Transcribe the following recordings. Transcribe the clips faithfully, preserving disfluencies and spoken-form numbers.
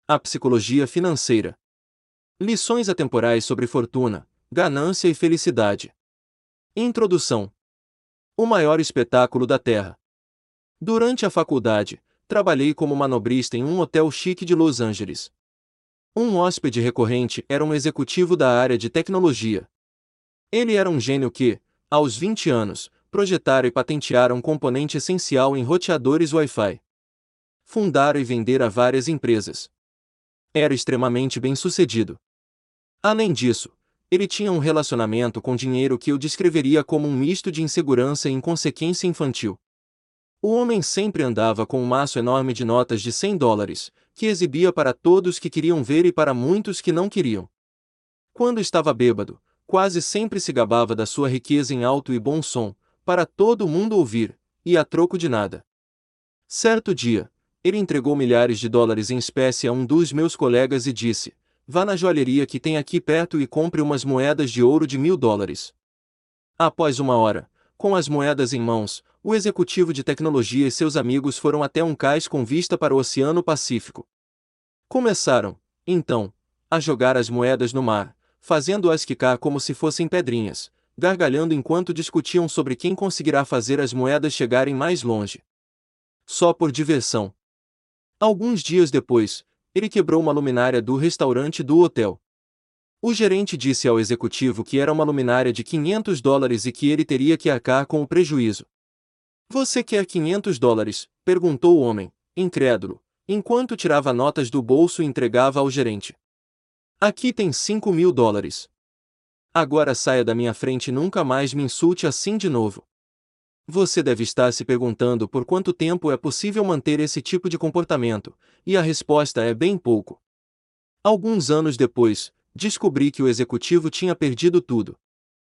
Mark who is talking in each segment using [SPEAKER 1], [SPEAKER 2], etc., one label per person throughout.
[SPEAKER 1] A psicologia financeira. Lições atemporais sobre fortuna, ganância e felicidade. Introdução. O maior espetáculo da Terra. Durante a faculdade, trabalhei como manobrista em um hotel chique de Los Angeles. Um hóspede recorrente era um executivo da área de tecnologia. Ele era um gênio que, aos vinte anos, projetaram e patentearam um componente essencial em roteadores Wi-Fi. Fundaram e venderam a várias empresas. Era extremamente bem-sucedido. Além disso, ele tinha um relacionamento com dinheiro que eu descreveria como um misto de insegurança e inconsequência infantil. O homem sempre andava com um maço enorme de notas de cem dólares, que exibia para todos que queriam ver e para muitos que não queriam. Quando estava bêbado, quase sempre se gabava da sua riqueza em alto e bom som, para todo mundo ouvir, e a troco de nada. Certo dia, ele entregou milhares de dólares em espécie a um dos meus colegas e disse: "Vá na joalheria que tem aqui perto e compre umas moedas de ouro de mil dólares." Após uma hora, com as moedas em mãos, o executivo de tecnologia e seus amigos foram até um cais com vista para o Oceano Pacífico. Começaram, então, a jogar as moedas no mar, fazendo-as quicar como se fossem pedrinhas, gargalhando enquanto discutiam sobre quem conseguirá fazer as moedas chegarem mais longe. Só por diversão. Alguns dias depois, ele quebrou uma luminária do restaurante do hotel. O gerente disse ao executivo que era uma luminária de quinhentos dólares e que ele teria que arcar com o prejuízo. "Você quer quinhentos dólares?" perguntou o homem, incrédulo, enquanto tirava notas do bolso e entregava ao gerente. "Aqui tem cinco mil dólares. Agora saia da minha frente e nunca mais me insulte assim de novo." Você deve estar se perguntando por quanto tempo é possível manter esse tipo de comportamento, e a resposta é bem pouco. Alguns anos depois, descobri que o executivo tinha perdido tudo.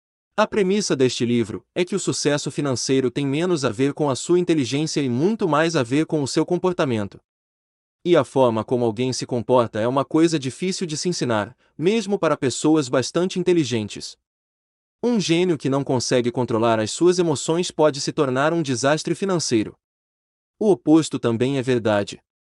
[SPEAKER 1] A premissa deste livro é que o sucesso financeiro tem menos a ver com a sua inteligência e muito mais a ver com o seu comportamento. E a forma como alguém se comporta é uma coisa difícil de se ensinar, mesmo para pessoas bastante inteligentes. Um gênio que não consegue controlar as suas emoções pode se tornar um desastre financeiro. O oposto também é verdade.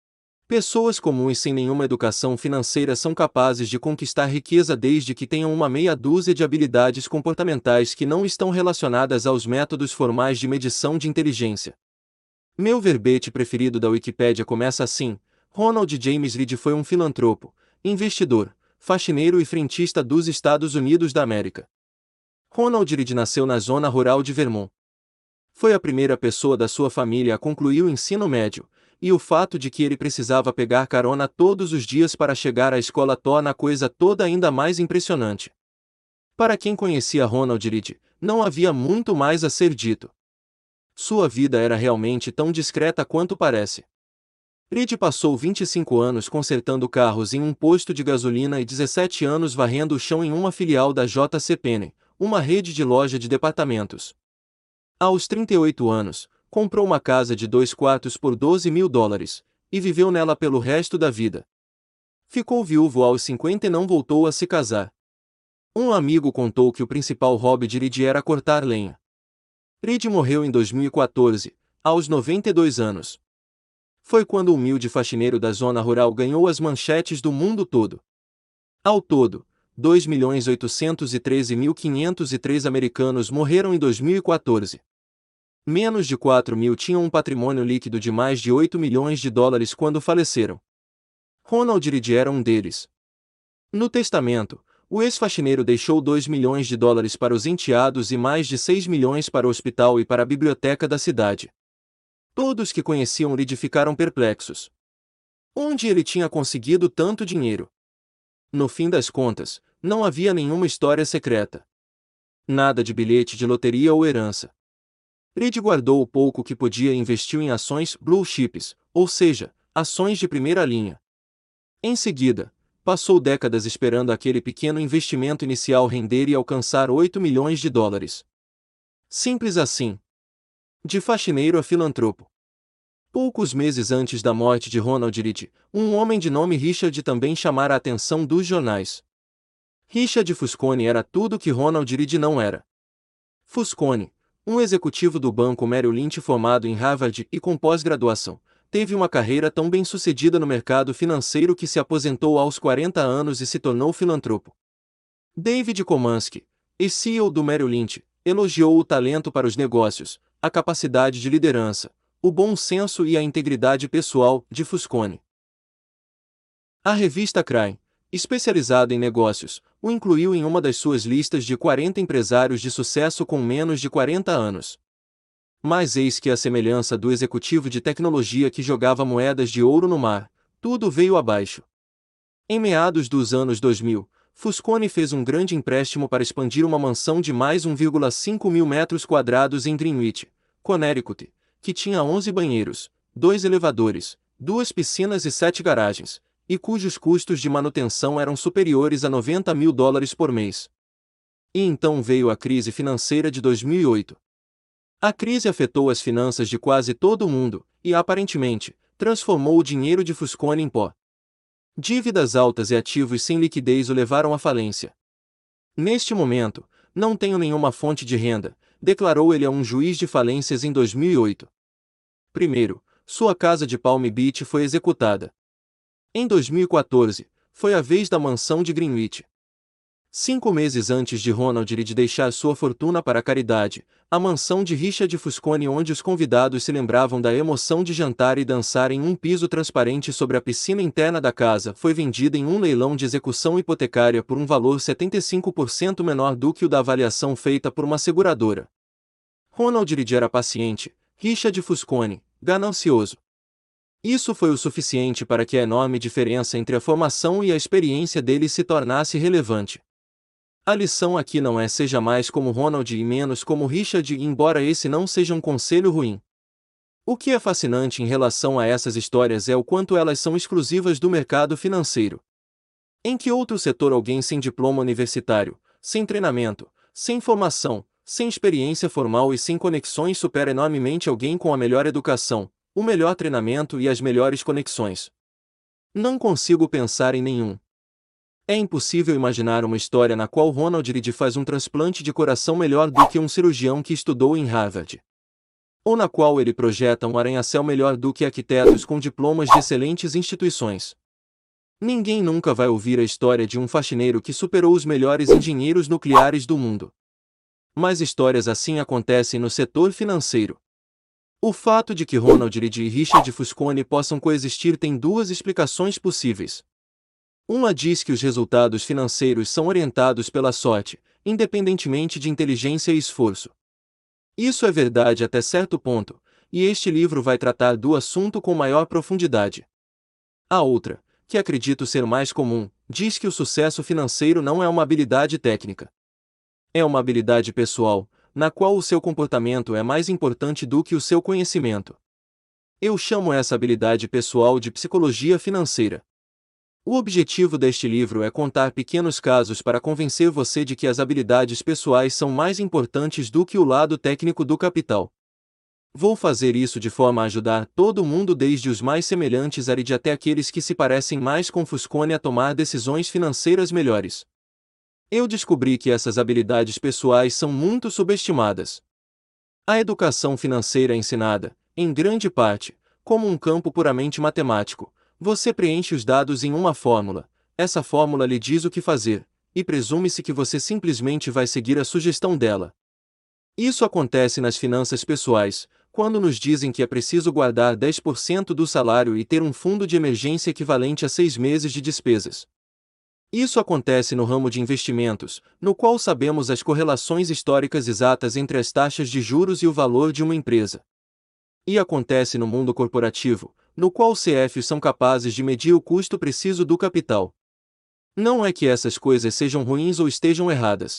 [SPEAKER 1] Pessoas comuns sem nenhuma educação financeira são capazes de conquistar riqueza desde que tenham uma meia dúzia de habilidades comportamentais que não estão relacionadas aos métodos formais de medição de inteligência. Meu verbete preferido da Wikipédia começa assim: Ronald James Reed foi um filantropo, investidor, faxineiro e frentista dos Estados Unidos da América. Ronald Reed nasceu na zona rural de Vermont. Foi a primeira pessoa da sua família a concluir o ensino médio, e o fato de que ele precisava pegar carona todos os dias para chegar à escola torna a coisa toda ainda mais impressionante. Para quem conhecia Ronald Reed, não havia muito mais a ser dito. Sua vida era realmente tão discreta quanto parece. Reed passou vinte e cinco anos consertando carros em um posto de gasolina e dezessete anos varrendo o chão em uma filial da J C Penney, uma rede de loja de departamentos. Aos trinta e oito anos, comprou uma casa de dois quartos por doze mil dólares, e viveu nela pelo resto da vida. Ficou viúvo aos cinquenta e não voltou a se casar. Um amigo contou que o principal hobby de Reed era cortar lenha. Reed morreu em dois mil e quatorze, aos noventa e dois anos. Foi quando o humilde faxineiro da zona rural ganhou as manchetes do mundo todo. Ao todo, dois milhões oitocentos e treze mil quinhentos e três americanos morreram em dois mil e quatorze. Menos de quatro mil tinham um patrimônio líquido de mais de oito milhões de dólares quando faleceram. Ronald Reed era um deles. No testamento, o ex-faxineiro deixou dois milhões de dólares para os enteados e mais de seis milhões para o hospital e para a biblioteca da cidade. Todos que conheciam Reed ficaram perplexos. Onde ele tinha conseguido tanto dinheiro? No fim das contas, não havia nenhuma história secreta. Nada de bilhete de loteria ou herança. Reed guardou o pouco que podia e investiu em ações blue chips, ou seja, ações de primeira linha. Em seguida, passou décadas esperando aquele pequeno investimento inicial render e alcançar oito milhões de dólares. Simples assim. De faxineiro a filantropo. Poucos meses antes da morte de Ronald Reed, um homem de nome Richard também chamara a atenção dos jornais. Richard Fusconi era tudo que Ronald Reed não era. Fusconi, um executivo do banco Merrill Lynch formado em Harvard e com pós-graduação, teve uma carreira tão bem-sucedida no mercado financeiro que se aposentou aos quarenta anos e se tornou filantropo. David Komansky, C E O do Merrill Lynch, elogiou o talento para os negócios, a capacidade de liderança, o bom senso e a integridade pessoal de Fusconi. A revista Crime, especializada em negócios, o incluiu em uma das suas listas de quarenta empresários de sucesso com menos de quarenta anos. Mas eis que, à semelhança do executivo de tecnologia que jogava moedas de ouro no mar, tudo veio abaixo. Em meados dos anos dois mil, Fusconi fez um grande empréstimo para expandir uma mansão de mais um vírgula cinco mil metros quadrados em Greenwich, Connecticut, que tinha onze banheiros, dois elevadores, duas piscinas e sete garagens, e cujos custos de manutenção eram superiores a noventa mil dólares por mês. E então veio a crise financeira de dois mil e oito. A crise afetou as finanças de quase todo o mundo, e, aparentemente, transformou o dinheiro de Fusconi em pó. Dívidas altas e ativos sem liquidez o levaram à falência. Neste momento, não tenho nenhuma fonte de renda, declarou ele a um juiz de falências em dois mil e oito. Primeiro, sua casa de Palm Beach foi executada. Em dois mil e quatorze, foi a vez da mansão de Greenwich. Cinco meses antes de Ronald Reagan deixar sua fortuna para a caridade, a mansão de Richard Fusconi, onde os convidados se lembravam da emoção de jantar e dançar em um piso transparente sobre a piscina interna da casa, foi vendida em um leilão de execução hipotecária por um valor setenta e cinco por cento menor do que o da avaliação feita por uma seguradora. Ronald Reagan era paciente, Richard Fusconi, ganancioso. Isso foi o suficiente para que a enorme diferença entre a formação e a experiência dele se tornasse relevante. A lição aqui não é seja mais como Ronald e menos como Richard, embora esse não seja um conselho ruim. O que é fascinante em relação a essas histórias é o quanto elas são exclusivas do mercado financeiro. Em que outro setor alguém sem diploma universitário, sem treinamento, sem formação, sem experiência formal e sem conexões supera enormemente alguém com a melhor educação, o melhor treinamento e as melhores conexões? Não consigo pensar em nenhum. É impossível imaginar uma história na qual Ronald Reagan faz um transplante de coração melhor do que um cirurgião que estudou em Harvard. Ou na qual ele projeta um arranha-céu melhor do que arquitetos com diplomas de excelentes instituições. Ninguém nunca vai ouvir a história de um faxineiro que superou os melhores engenheiros nucleares do mundo. Mas histórias assim acontecem no setor financeiro. O fato de que Ronald Reagan e Richard Fusconi possam coexistir tem duas explicações possíveis. Uma diz que os resultados financeiros são orientados pela sorte, independentemente de inteligência e esforço. Isso é verdade até certo ponto, e este livro vai tratar do assunto com maior profundidade. A outra, que acredito ser mais comum, diz que o sucesso financeiro não é uma habilidade técnica. É uma habilidade pessoal, na qual o seu comportamento é mais importante do que o seu conhecimento. Eu chamo essa habilidade pessoal de psicologia financeira. O objetivo deste livro é contar pequenos casos para convencer você de que as habilidades pessoais são mais importantes do que o lado técnico do capital. Vou fazer isso de forma a ajudar todo mundo, desde os mais semelhantes a Reagan até aqueles que se parecem mais com Fusconi, a tomar decisões financeiras melhores. Eu descobri que essas habilidades pessoais são muito subestimadas. A educação financeira é ensinada, em grande parte, como um campo puramente matemático. Você preenche os dados em uma fórmula, essa fórmula lhe diz o que fazer, e presume-se que você simplesmente vai seguir a sugestão dela. Isso acontece nas finanças pessoais, quando nos dizem que é preciso guardar dez por cento do salário e ter um fundo de emergência equivalente a seis meses de despesas. Isso acontece no ramo de investimentos, no qual sabemos as correlações históricas exatas entre as taxas de juros e o valor de uma empresa. E acontece no mundo corporativo, no qual os C Fs são capazes de medir o custo preciso do capital. Não é que essas coisas sejam ruins ou estejam erradas.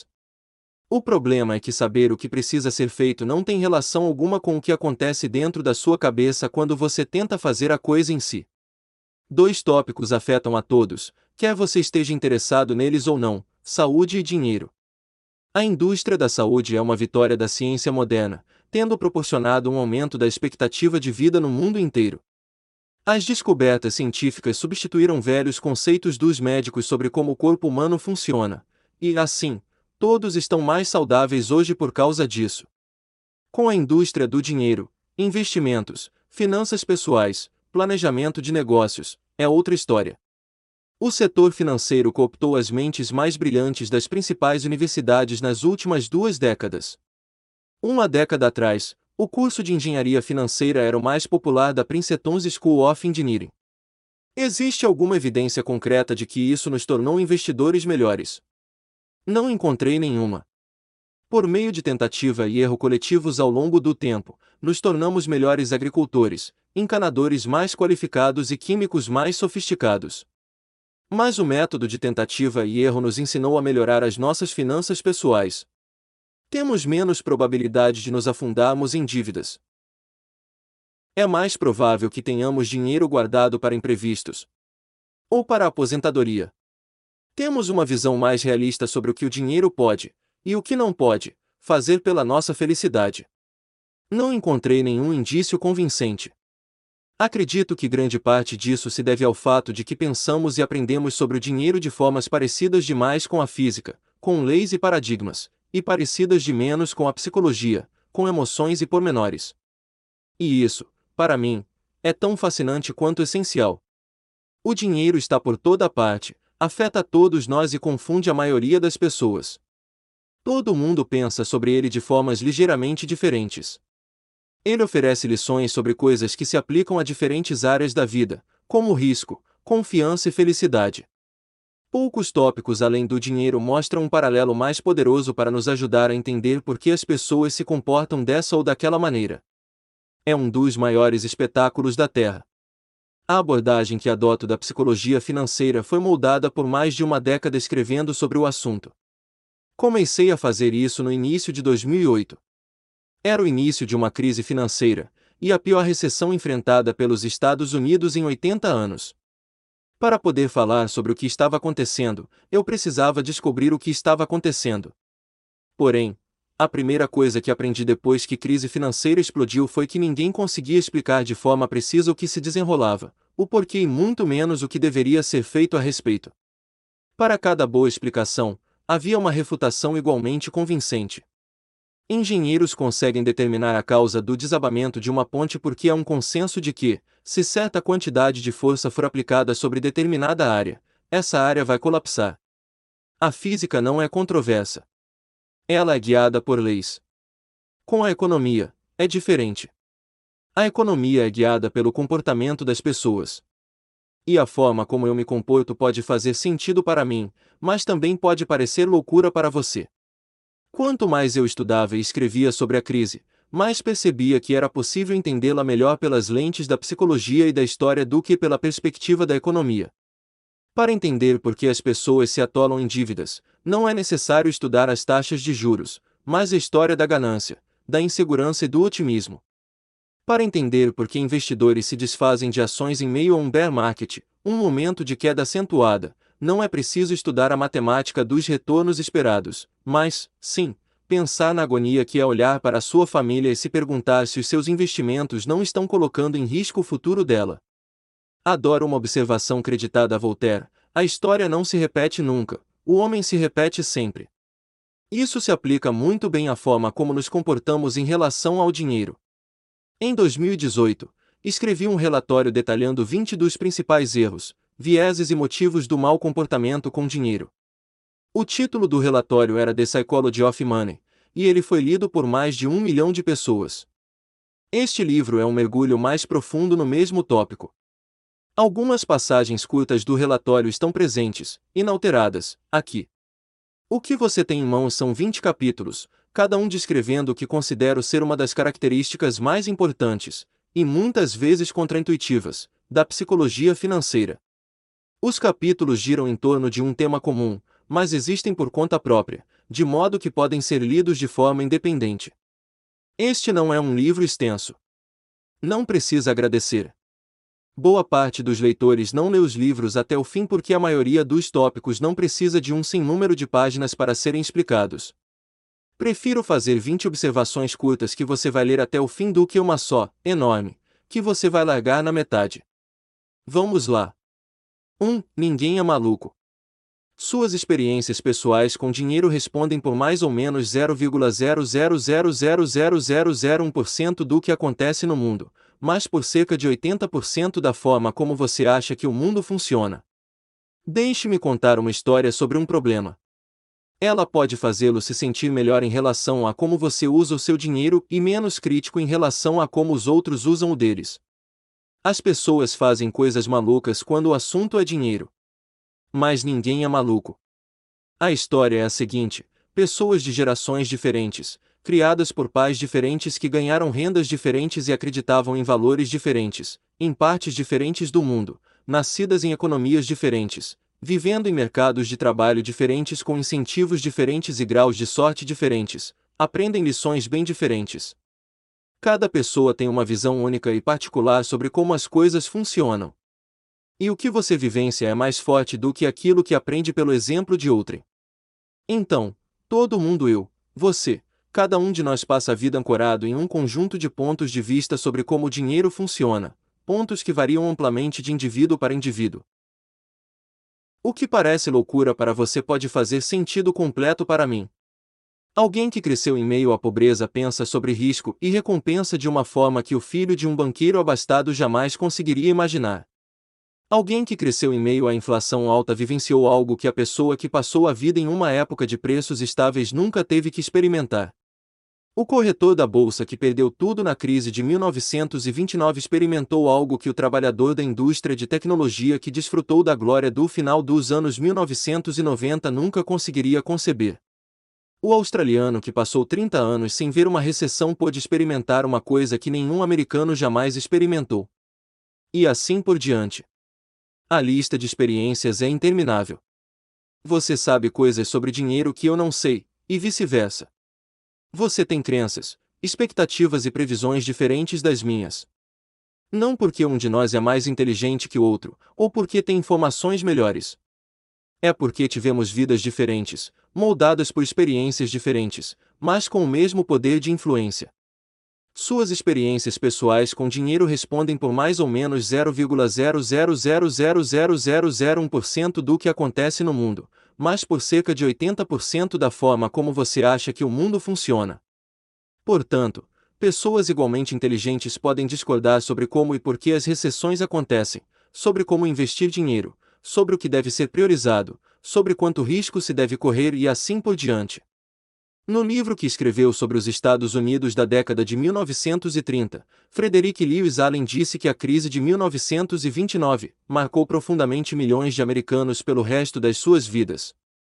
[SPEAKER 1] O problema é que saber o que precisa ser feito não tem relação alguma com o que acontece dentro da sua cabeça quando você tenta fazer a coisa em si. Dois tópicos afetam a todos, quer você esteja interessado neles ou não: saúde e dinheiro. A indústria da saúde é uma vitória da ciência moderna, tendo proporcionado um aumento da expectativa de vida no mundo inteiro. As descobertas científicas substituíram velhos conceitos dos médicos sobre como o corpo humano funciona, e, assim, todos estão mais saudáveis hoje por causa disso. Com a indústria do dinheiro, investimentos, finanças pessoais, planejamento de negócios, é outra história. O setor financeiro cooptou as mentes mais brilhantes das principais universidades nas últimas duas décadas. Uma década atrás, o curso de engenharia financeira era o mais popular da Princeton School of Engineering. Existe alguma evidência concreta de que isso nos tornou investidores melhores? Não encontrei nenhuma. Por meio de tentativa e erro coletivos ao longo do tempo, nos tornamos melhores agricultores, encanadores mais qualificados e químicos mais sofisticados. Mas o método de tentativa e erro nos ensinou a melhorar as nossas finanças pessoais. Temos menos probabilidade de nos afundarmos em dívidas. É mais provável que tenhamos dinheiro guardado para imprevistos ou para a aposentadoria. Temos uma visão mais realista sobre o que o dinheiro pode, e o que não pode, fazer pela nossa felicidade. Não encontrei nenhum indício convincente. Acredito que grande parte disso se deve ao fato de que pensamos e aprendemos sobre o dinheiro de formas parecidas demais com a física, com leis e paradigmas, e parecidas de menos com a psicologia, com emoções e pormenores. E isso, para mim, é tão fascinante quanto essencial. O dinheiro está por toda parte, afeta todos nós e confunde a maioria das pessoas. Todo mundo pensa sobre ele de formas ligeiramente diferentes. Ele oferece lições sobre coisas que se aplicam a diferentes áreas da vida, como risco, confiança e felicidade. Poucos tópicos além do dinheiro mostram um paralelo mais poderoso para nos ajudar a entender por que as pessoas se comportam dessa ou daquela maneira. É um dos maiores espetáculos da Terra. A abordagem que adoto da psicologia financeira foi moldada por mais de uma década escrevendo sobre o assunto. Comecei a fazer isso no início de dois mil e oito. Era o início de uma crise financeira, e a pior recessão enfrentada pelos Estados Unidos em oitenta anos. Para poder falar sobre o que estava acontecendo, eu precisava descobrir o que estava acontecendo. Porém, a primeira coisa que aprendi depois que a crise financeira explodiu foi que ninguém conseguia explicar de forma precisa o que se desenrolava, o porquê e muito menos o que deveria ser feito a respeito. Para cada boa explicação, havia uma refutação igualmente convincente. Engenheiros conseguem determinar a causa do desabamento de uma ponte porque há um consenso de que, se certa quantidade de força for aplicada sobre determinada área, essa área vai colapsar. A física não é controversa. Ela é guiada por leis. Com a economia, é diferente. A economia é guiada pelo comportamento das pessoas. E a forma como eu me comporto pode fazer sentido para mim, mas também pode parecer loucura para você. Quanto mais eu estudava e escrevia sobre a crise, mais percebia que era possível entendê-la melhor pelas lentes da psicologia e da história do que pela perspectiva da economia. Para entender por que as pessoas se atolam em dívidas, não é necessário estudar as taxas de juros, mas a história da ganância, da insegurança e do otimismo. Para entender por que investidores se desfazem de ações em meio a um bear market, um momento de queda acentuada, não é preciso estudar a matemática dos retornos esperados, mas, sim, pensar na agonia que é olhar para a sua família e se perguntar se os seus investimentos não estão colocando em risco o futuro dela. Adoro uma observação creditada a Voltaire: a história não se repete nunca, o homem se repete sempre. Isso se aplica muito bem à forma como nos comportamos em relação ao dinheiro. Em dois mil e dezoito, escrevi um relatório detalhando vinte dos principais erros, vieses e motivos do mau comportamento com dinheiro. O título do relatório era The Psychology of Money, e ele foi lido por mais de um milhão de pessoas. Este livro é um mergulho mais profundo no mesmo tópico. Algumas passagens curtas do relatório estão presentes, inalteradas, aqui. O que você tem em mãos são vinte capítulos, cada um descrevendo o que considero ser uma das características mais importantes, e muitas vezes contraintuitivas, da psicologia financeira. Os capítulos giram em torno de um tema comum, mas existem por conta própria, de modo que podem ser lidos de forma independente. Este não é um livro extenso. Não precisa agradecer. Boa parte dos leitores não lê os livros até o fim porque a maioria dos tópicos não precisa de um sem número de páginas para serem explicados. Prefiro fazer vinte observações curtas que você vai ler até o fim do que uma só, enorme, que você vai largar na metade. Vamos lá. um. Ninguém é maluco. Suas experiências pessoais com dinheiro respondem por mais ou menos zero vírgula zero zero zero zero zero zero zero um por cento do que acontece no mundo, mas por cerca de oitenta por cento da forma como você acha que o mundo funciona. Deixe-me contar uma história sobre um problema. Ela pode fazê-lo se sentir melhor em relação a como você usa o seu dinheiro e menos crítico em relação a como os outros usam o deles. As pessoas fazem coisas malucas quando o assunto é dinheiro. Mas ninguém é maluco. A história é a seguinte: pessoas de gerações diferentes, criadas por pais diferentes que ganharam rendas diferentes e acreditavam em valores diferentes, em partes diferentes do mundo, nascidas em economias diferentes, vivendo em mercados de trabalho diferentes com incentivos diferentes e graus de sorte diferentes, aprendem lições bem diferentes. Cada pessoa tem uma visão única e particular sobre como as coisas funcionam. E o que você vivencia é mais forte do que aquilo que aprende pelo exemplo de outrem. Então, todo mundo eu, você, cada um de nós passa a vida ancorado em um conjunto de pontos de vista sobre como o dinheiro funciona, pontos que variam amplamente de indivíduo para indivíduo. O que parece loucura para você pode fazer sentido completo para mim. Alguém que cresceu em meio à pobreza pensa sobre risco e recompensa de uma forma que o filho de um banqueiro abastado jamais conseguiria imaginar. Alguém que cresceu em meio à inflação alta vivenciou algo que a pessoa que passou a vida em uma época de preços estáveis nunca teve que experimentar. O corretor da bolsa que perdeu tudo na crise de mil novecentos e vinte e nove experimentou algo que o trabalhador da indústria de tecnologia que desfrutou da glória do final dos anos mil novecentos e noventa nunca conseguiria conceber. O australiano que passou trinta anos sem ver uma recessão pôde experimentar uma coisa que nenhum americano jamais experimentou. E assim por diante. A lista de experiências é interminável. Você sabe coisas sobre dinheiro que eu não sei, e vice-versa. Você tem crenças, expectativas e previsões diferentes das minhas. Não porque um de nós é mais inteligente que o outro, ou porque tem informações melhores. É porque tivemos vidas diferentes, moldadas por experiências diferentes, mas com o mesmo poder de influência. Suas experiências pessoais com dinheiro respondem por mais ou menos zero vírgula zero zero zero zero zero zero zero um por cento do que acontece no mundo, mas por cerca de oitenta por cento da forma como você acha que o mundo funciona. Portanto, pessoas igualmente inteligentes podem discordar sobre como e por que as recessões acontecem, sobre como investir dinheiro, sobre o que deve ser priorizado, sobre quanto risco se deve correr e assim por diante. No livro que escreveu sobre os Estados Unidos da década de mil novecentos e trinta, Frederick Lewis Allen disse que a crise de mil novecentos e vinte e nove marcou profundamente milhões de americanos pelo resto das suas vidas.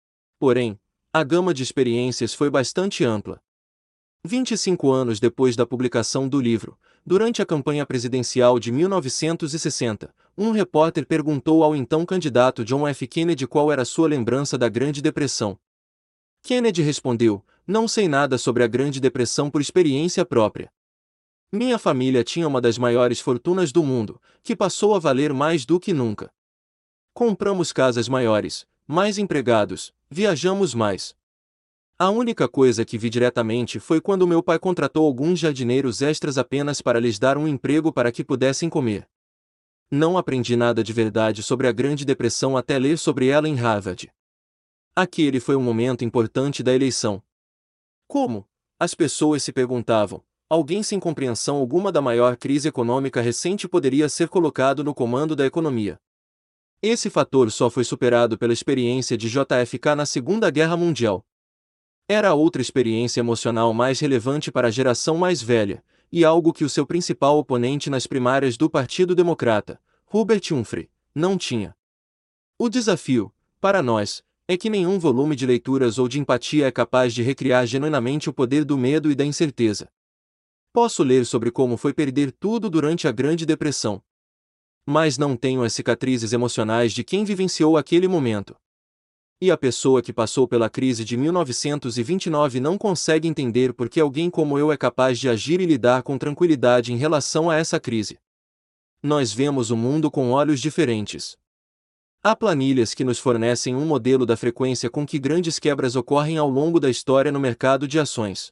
[SPEAKER 1] Porém, a gama de experiências foi bastante ampla. vinte e cinco anos depois da publicação do livro, durante a campanha presidencial de mil novecentos e sessenta, um repórter perguntou ao então candidato John F. Kennedy qual era sua lembrança da Grande Depressão. Kennedy respondeu: "Não sei nada sobre a Grande Depressão por experiência própria. Minha família tinha uma das maiores fortunas do mundo, que passou a valer mais do que nunca. Compramos casas maiores, mais empregados, viajamos mais. A única coisa que vi diretamente foi quando meu pai contratou alguns jardineiros extras apenas para lhes dar um emprego para que pudessem comer. Não aprendi nada de verdade sobre a Grande Depressão até ler sobre ela em Harvard. Aquele foi um momento importante da eleição. Como? As pessoas se perguntavam. Alguém sem compreensão alguma da maior crise econômica recente poderia ser colocado no comando da economia. Esse fator só foi superado pela experiência de J F K na Segunda Guerra Mundial. Era outra experiência emocional mais relevante para a geração mais velha, e algo que o seu principal oponente nas primárias do Partido Democrata, Hubert Humphrey, não tinha. O desafio, para nós, é que nenhum volume de leituras ou de empatia é capaz de recriar genuinamente o poder do medo e da incerteza. Posso ler sobre como foi perder tudo durante a Grande Depressão. Mas não tenho as cicatrizes emocionais de quem vivenciou aquele momento. E a pessoa que passou pela crise de mil novecentos e vinte e nove não consegue entender por que alguém como eu é capaz de agir e lidar com tranquilidade em relação a essa crise. Nós vemos o mundo com olhos diferentes. Há planilhas que nos fornecem um modelo da frequência com que grandes quebras ocorrem ao longo da história no mercado de ações.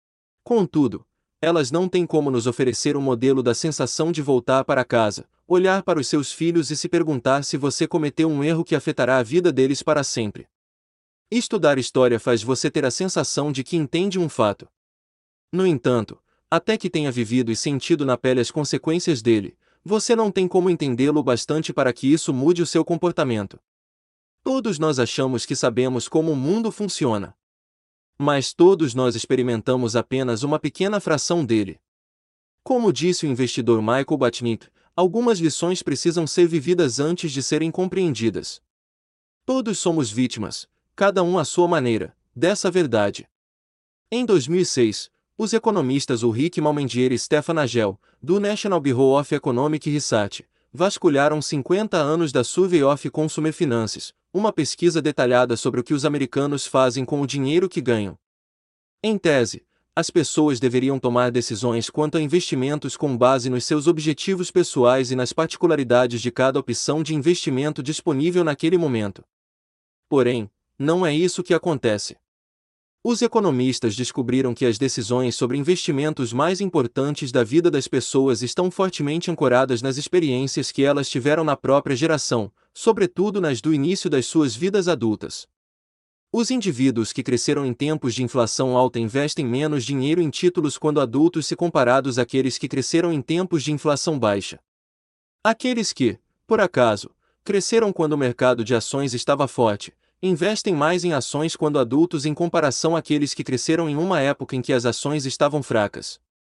[SPEAKER 1] Contudo, elas não têm como nos oferecer um modelo da sensação de voltar para casa, olhar para os seus filhos e se perguntar se você cometeu um erro que afetará a vida deles para sempre. Estudar história faz você ter a sensação de que entende um fato. No entanto, até que tenha vivido e sentido na pele as consequências dele, você não tem como entendê-lo o bastante para que isso mude o seu comportamento. Todos nós achamos que sabemos como o mundo funciona. Mas todos nós experimentamos apenas uma pequena fração dele. Como disse o investidor Michael Batnick, algumas lições precisam ser vividas antes de serem compreendidas. Todos somos vítimas, cada um à sua maneira, dessa verdade. Em dois mil e seis, os economistas Ulrich Malmendier e Stefan Nagel, do National Bureau of Economic Research, vasculharam cinquenta anos da Survey of Consumer Finances, uma pesquisa detalhada sobre o que os americanos fazem com o dinheiro que ganham. Em tese, as pessoas deveriam tomar decisões quanto a investimentos com base nos seus objetivos pessoais e nas particularidades de cada opção de investimento disponível naquele momento. Porém, não é isso que acontece. Os economistas descobriram que as decisões sobre investimentos mais importantes da vida das pessoas estão fortemente ancoradas nas experiências que elas tiveram na própria geração, sobretudo nas do início das suas vidas adultas. Os indivíduos que cresceram em tempos de inflação alta investem menos dinheiro em títulos quando adultos se comparados àqueles que cresceram em tempos de inflação baixa. Aqueles que, por acaso, cresceram quando o mercado de ações estava forte, investem mais em ações quando adultos em comparação àqueles que cresceram em uma época em que as ações estavam fracas.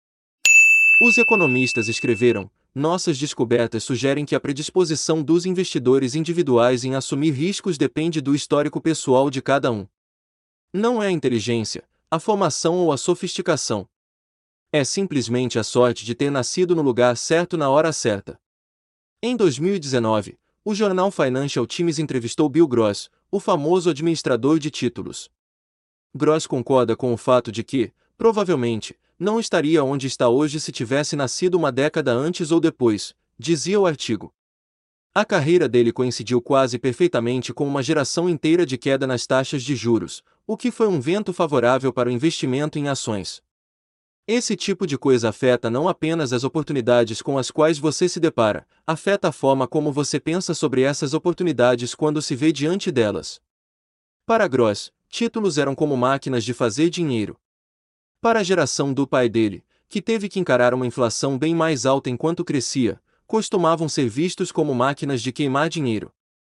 [SPEAKER 1] Os economistas escreveram: nossas descobertas sugerem que a predisposição dos investidores individuais em assumir riscos depende do histórico pessoal de cada um. Não é a inteligência, a formação ou a sofisticação. É simplesmente a sorte de ter nascido no lugar certo na hora certa. Em dois mil e dezenove, o jornal Financial Times entrevistou Bill Gross, o famoso administrador de títulos. Gross concorda com o fato de que, provavelmente, não estaria onde está hoje se tivesse nascido uma década antes ou depois, dizia o artigo. A carreira dele coincidiu quase perfeitamente com uma geração inteira de queda nas taxas de juros, o que foi um vento favorável para o investimento em ações. Esse tipo de coisa afeta não apenas as oportunidades com as quais você se depara, afeta a forma como você pensa sobre essas oportunidades quando se vê diante delas. Para Gross, títulos eram como máquinas de fazer dinheiro. Para a geração do pai dele, que teve que encarar uma inflação bem mais alta enquanto crescia, costumavam ser vistos como máquinas de queimar dinheiro.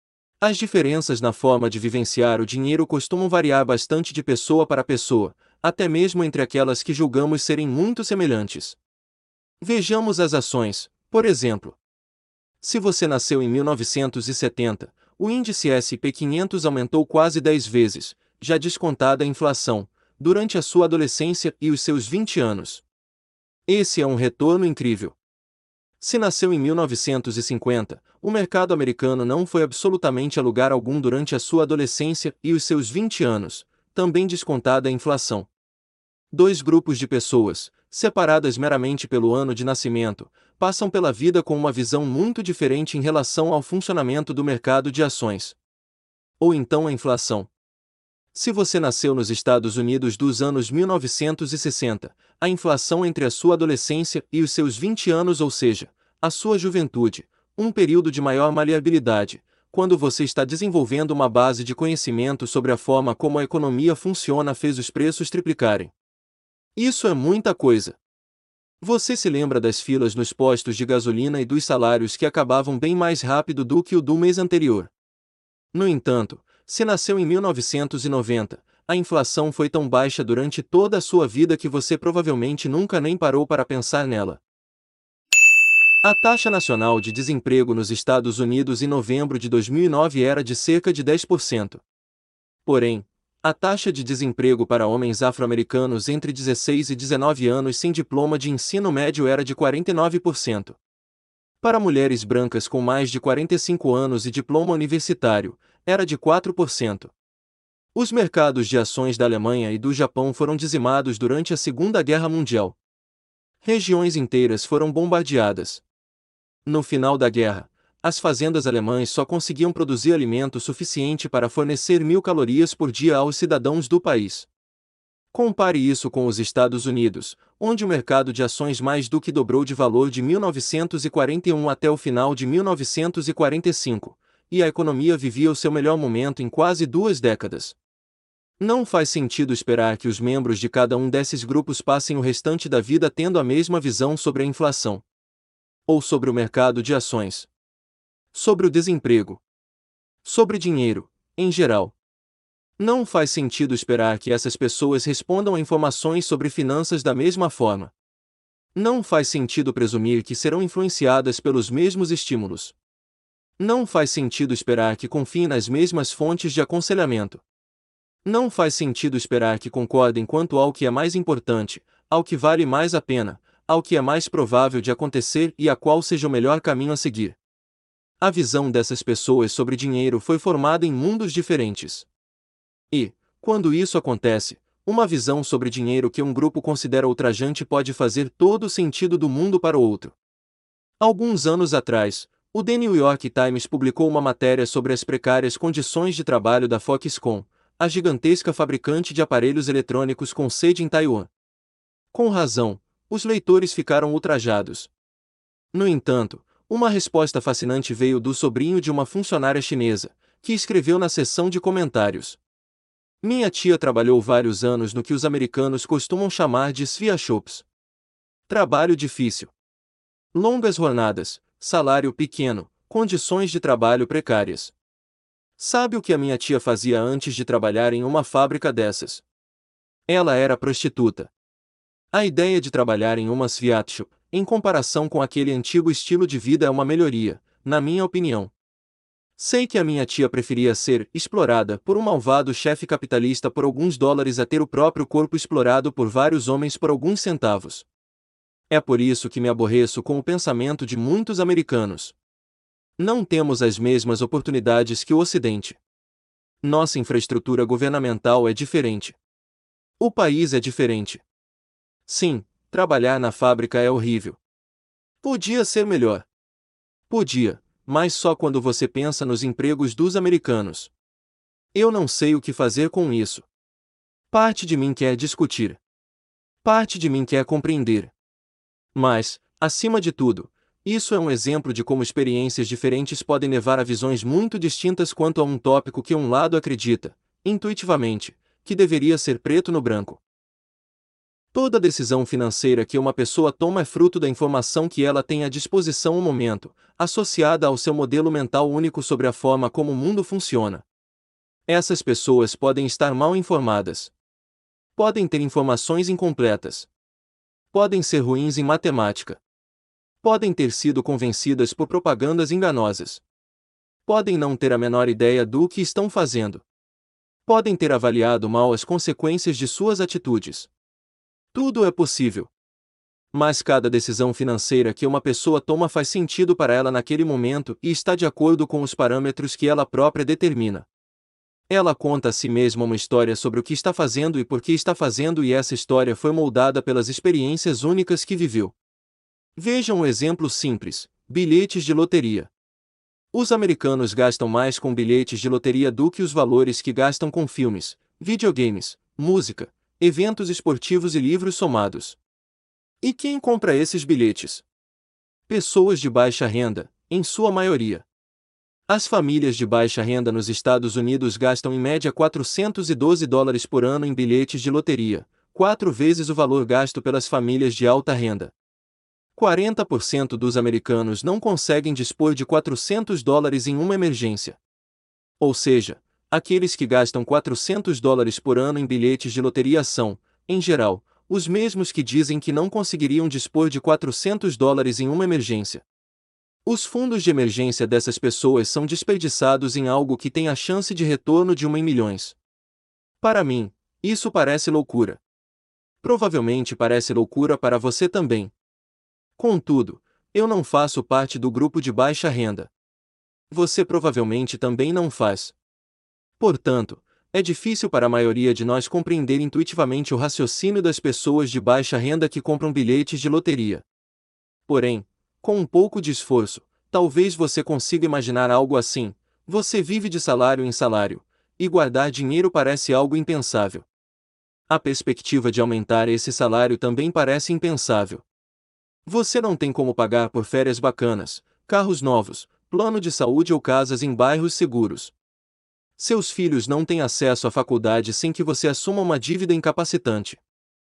[SPEAKER 1] As diferenças na forma de vivenciar o dinheiro costumam variar bastante de pessoa para pessoa, até mesmo entre aquelas que julgamos serem muito semelhantes. Vejamos as ações, por exemplo. Se você nasceu em mil novecentos e setenta, o índice S e P quinhentos aumentou quase dez vezes, já descontada a inflação, durante a sua adolescência e os seus vinte anos. Esse é um retorno incrível. Se nasceu em mil novecentos e cinquenta, o mercado americano não foi absolutamente a lugar algum durante a sua adolescência e os seus vinte anos, também descontada a inflação. Dois grupos de pessoas, separadas meramente pelo ano de nascimento, passam pela vida com uma visão muito diferente em relação ao funcionamento do mercado de ações. Ou então a inflação. Se você nasceu nos Estados Unidos dos anos mil novecentos e sessenta, a inflação entre a sua adolescência e os seus vinte anos, ou seja, a sua juventude, um período de maior maleabilidade, quando você está desenvolvendo uma base de conhecimento sobre a forma como a economia funciona, fez os preços triplicarem. Isso é muita coisa. Você se lembra das filas nos postos de gasolina e dos salários que acabavam bem mais rápido do que o do mês anterior. No entanto, se nasceu em mil novecentos e noventa, a inflação foi tão baixa durante toda a sua vida que você provavelmente nunca nem parou para pensar nela. A taxa nacional de desemprego nos Estados Unidos em novembro de dois mil e nove era de cerca de dez por cento. Porém, a taxa de desemprego para homens afro-americanos entre dezesseis e dezenove anos sem diploma de ensino médio era de quarenta e nove por cento. Para mulheres brancas com mais de quarenta e cinco anos e diploma universitário, era de quatro por cento. Os mercados de ações da Alemanha e do Japão foram dizimados durante a Segunda Guerra Mundial. Regiões inteiras foram bombardeadas. No final da guerra, as fazendas alemãs só conseguiam produzir alimento suficiente para fornecer mil calorias por dia aos cidadãos do país. Compare isso com os Estados Unidos, onde o mercado de ações mais do que dobrou de valor de mil novecentos e quarenta e um até o final de mil novecentos e quarenta e cinco, e a economia vivia o seu melhor momento em quase duas décadas. Não faz sentido esperar que os membros de cada um desses grupos passem o restante da vida tendo a mesma visão sobre a inflação, ou sobre o mercado de ações, sobre o desemprego, sobre dinheiro, em geral. Não faz sentido esperar que essas pessoas respondam a informações sobre finanças da mesma forma. Não faz sentido presumir que serão influenciadas pelos mesmos estímulos. Não faz sentido esperar que confiem nas mesmas fontes de aconselhamento. Não faz sentido esperar que concordem quanto ao que é mais importante, ao que vale mais a pena, ao que é mais provável de acontecer e a qual seja o melhor caminho a seguir. A visão dessas pessoas sobre dinheiro foi formada em mundos diferentes. E, quando isso acontece, uma visão sobre dinheiro que um grupo considera ultrajante pode fazer todo o sentido do mundo para o outro. Alguns anos atrás, o The New York Times publicou uma matéria sobre as precárias condições de trabalho da Foxconn, a gigantesca fabricante de aparelhos eletrônicos com sede em Taiwan. Com razão, os leitores ficaram ultrajados. No entanto, uma resposta fascinante veio do sobrinho de uma funcionária chinesa, que escreveu na seção de comentários: "Minha tia trabalhou vários anos no que os americanos costumam chamar de sweatshops. Trabalho difícil. Longas jornadas, salário pequeno, condições de trabalho precárias. Sabe o que a minha tia fazia antes de trabalhar em uma fábrica dessas? Ela era prostituta. A ideia de trabalhar em uma sweatshop, em comparação com aquele antigo estilo de vida, é uma melhoria, na minha opinião. Sei que a minha tia preferia ser explorada por um malvado chefe capitalista por alguns dólares a ter o próprio corpo explorado por vários homens por alguns centavos. É por isso que me aborreço com o pensamento de muitos americanos. Não temos as mesmas oportunidades que o Ocidente. Nossa infraestrutura governamental é diferente. O país é diferente. Sim, trabalhar na fábrica é horrível. Podia ser melhor. Podia, mas só quando você pensa nos empregos dos americanos. Eu não sei o que fazer com isso. Parte de mim quer discutir. Parte de mim quer compreender. Mas, acima de tudo, isso é um exemplo de como experiências diferentes podem levar a visões muito distintas quanto a um tópico que um lado acredita, intuitivamente, que deveria ser preto no branco. Toda decisão financeira que uma pessoa toma é fruto da informação que ela tem à disposição no momento, associada ao seu modelo mental único sobre a forma como o mundo funciona. Essas pessoas podem estar mal informadas. Podem ter informações incompletas. Podem ser ruins em matemática. Podem ter sido convencidas por propagandas enganosas. Podem não ter a menor ideia do que estão fazendo. Podem ter avaliado mal as consequências de suas atitudes. Tudo é possível. Mas cada decisão financeira que uma pessoa toma faz sentido para ela naquele momento e está de acordo com os parâmetros que ela própria determina. Ela conta a si mesma uma história sobre o que está fazendo e por que está fazendo, e essa história foi moldada pelas experiências únicas que viveu. Veja um exemplo simples: bilhetes de loteria. Os americanos gastam mais com bilhetes de loteria do que os valores que gastam com filmes, videogames, música, eventos esportivos e livros somados. E quem compra esses bilhetes? Pessoas de baixa renda, em sua maioria. As famílias de baixa renda nos Estados Unidos gastam em média quatrocentos e doze dólares por ano em bilhetes de loteria, quatro vezes o valor gasto pelas famílias de alta renda. quarenta por cento dos americanos não conseguem dispor de quatrocentos dólares em uma emergência. Ou seja, aqueles que gastam quatrocentos dólares por ano em bilhetes de loteria são, em geral, os mesmos que dizem que não conseguiriam dispor de quatrocentos dólares em uma emergência. Os fundos de emergência dessas pessoas são desperdiçados em algo que tem a chance de retorno de uma em milhões. Para mim, isso parece loucura. Provavelmente parece loucura para você também. Contudo, eu não faço parte do grupo de baixa renda. Você provavelmente também não faz. Portanto, é difícil para a maioria de nós compreender intuitivamente o raciocínio das pessoas de baixa renda que compram bilhetes de loteria. Porém, com um pouco de esforço, talvez você consiga imaginar algo assim: você vive de salário em salário, e guardar dinheiro parece algo impensável. A perspectiva de aumentar esse salário também parece impensável. Você não tem como pagar por férias bacanas, carros novos, plano de saúde ou casas em bairros seguros. Seus filhos não têm acesso à faculdade sem que você assuma uma dívida incapacitante.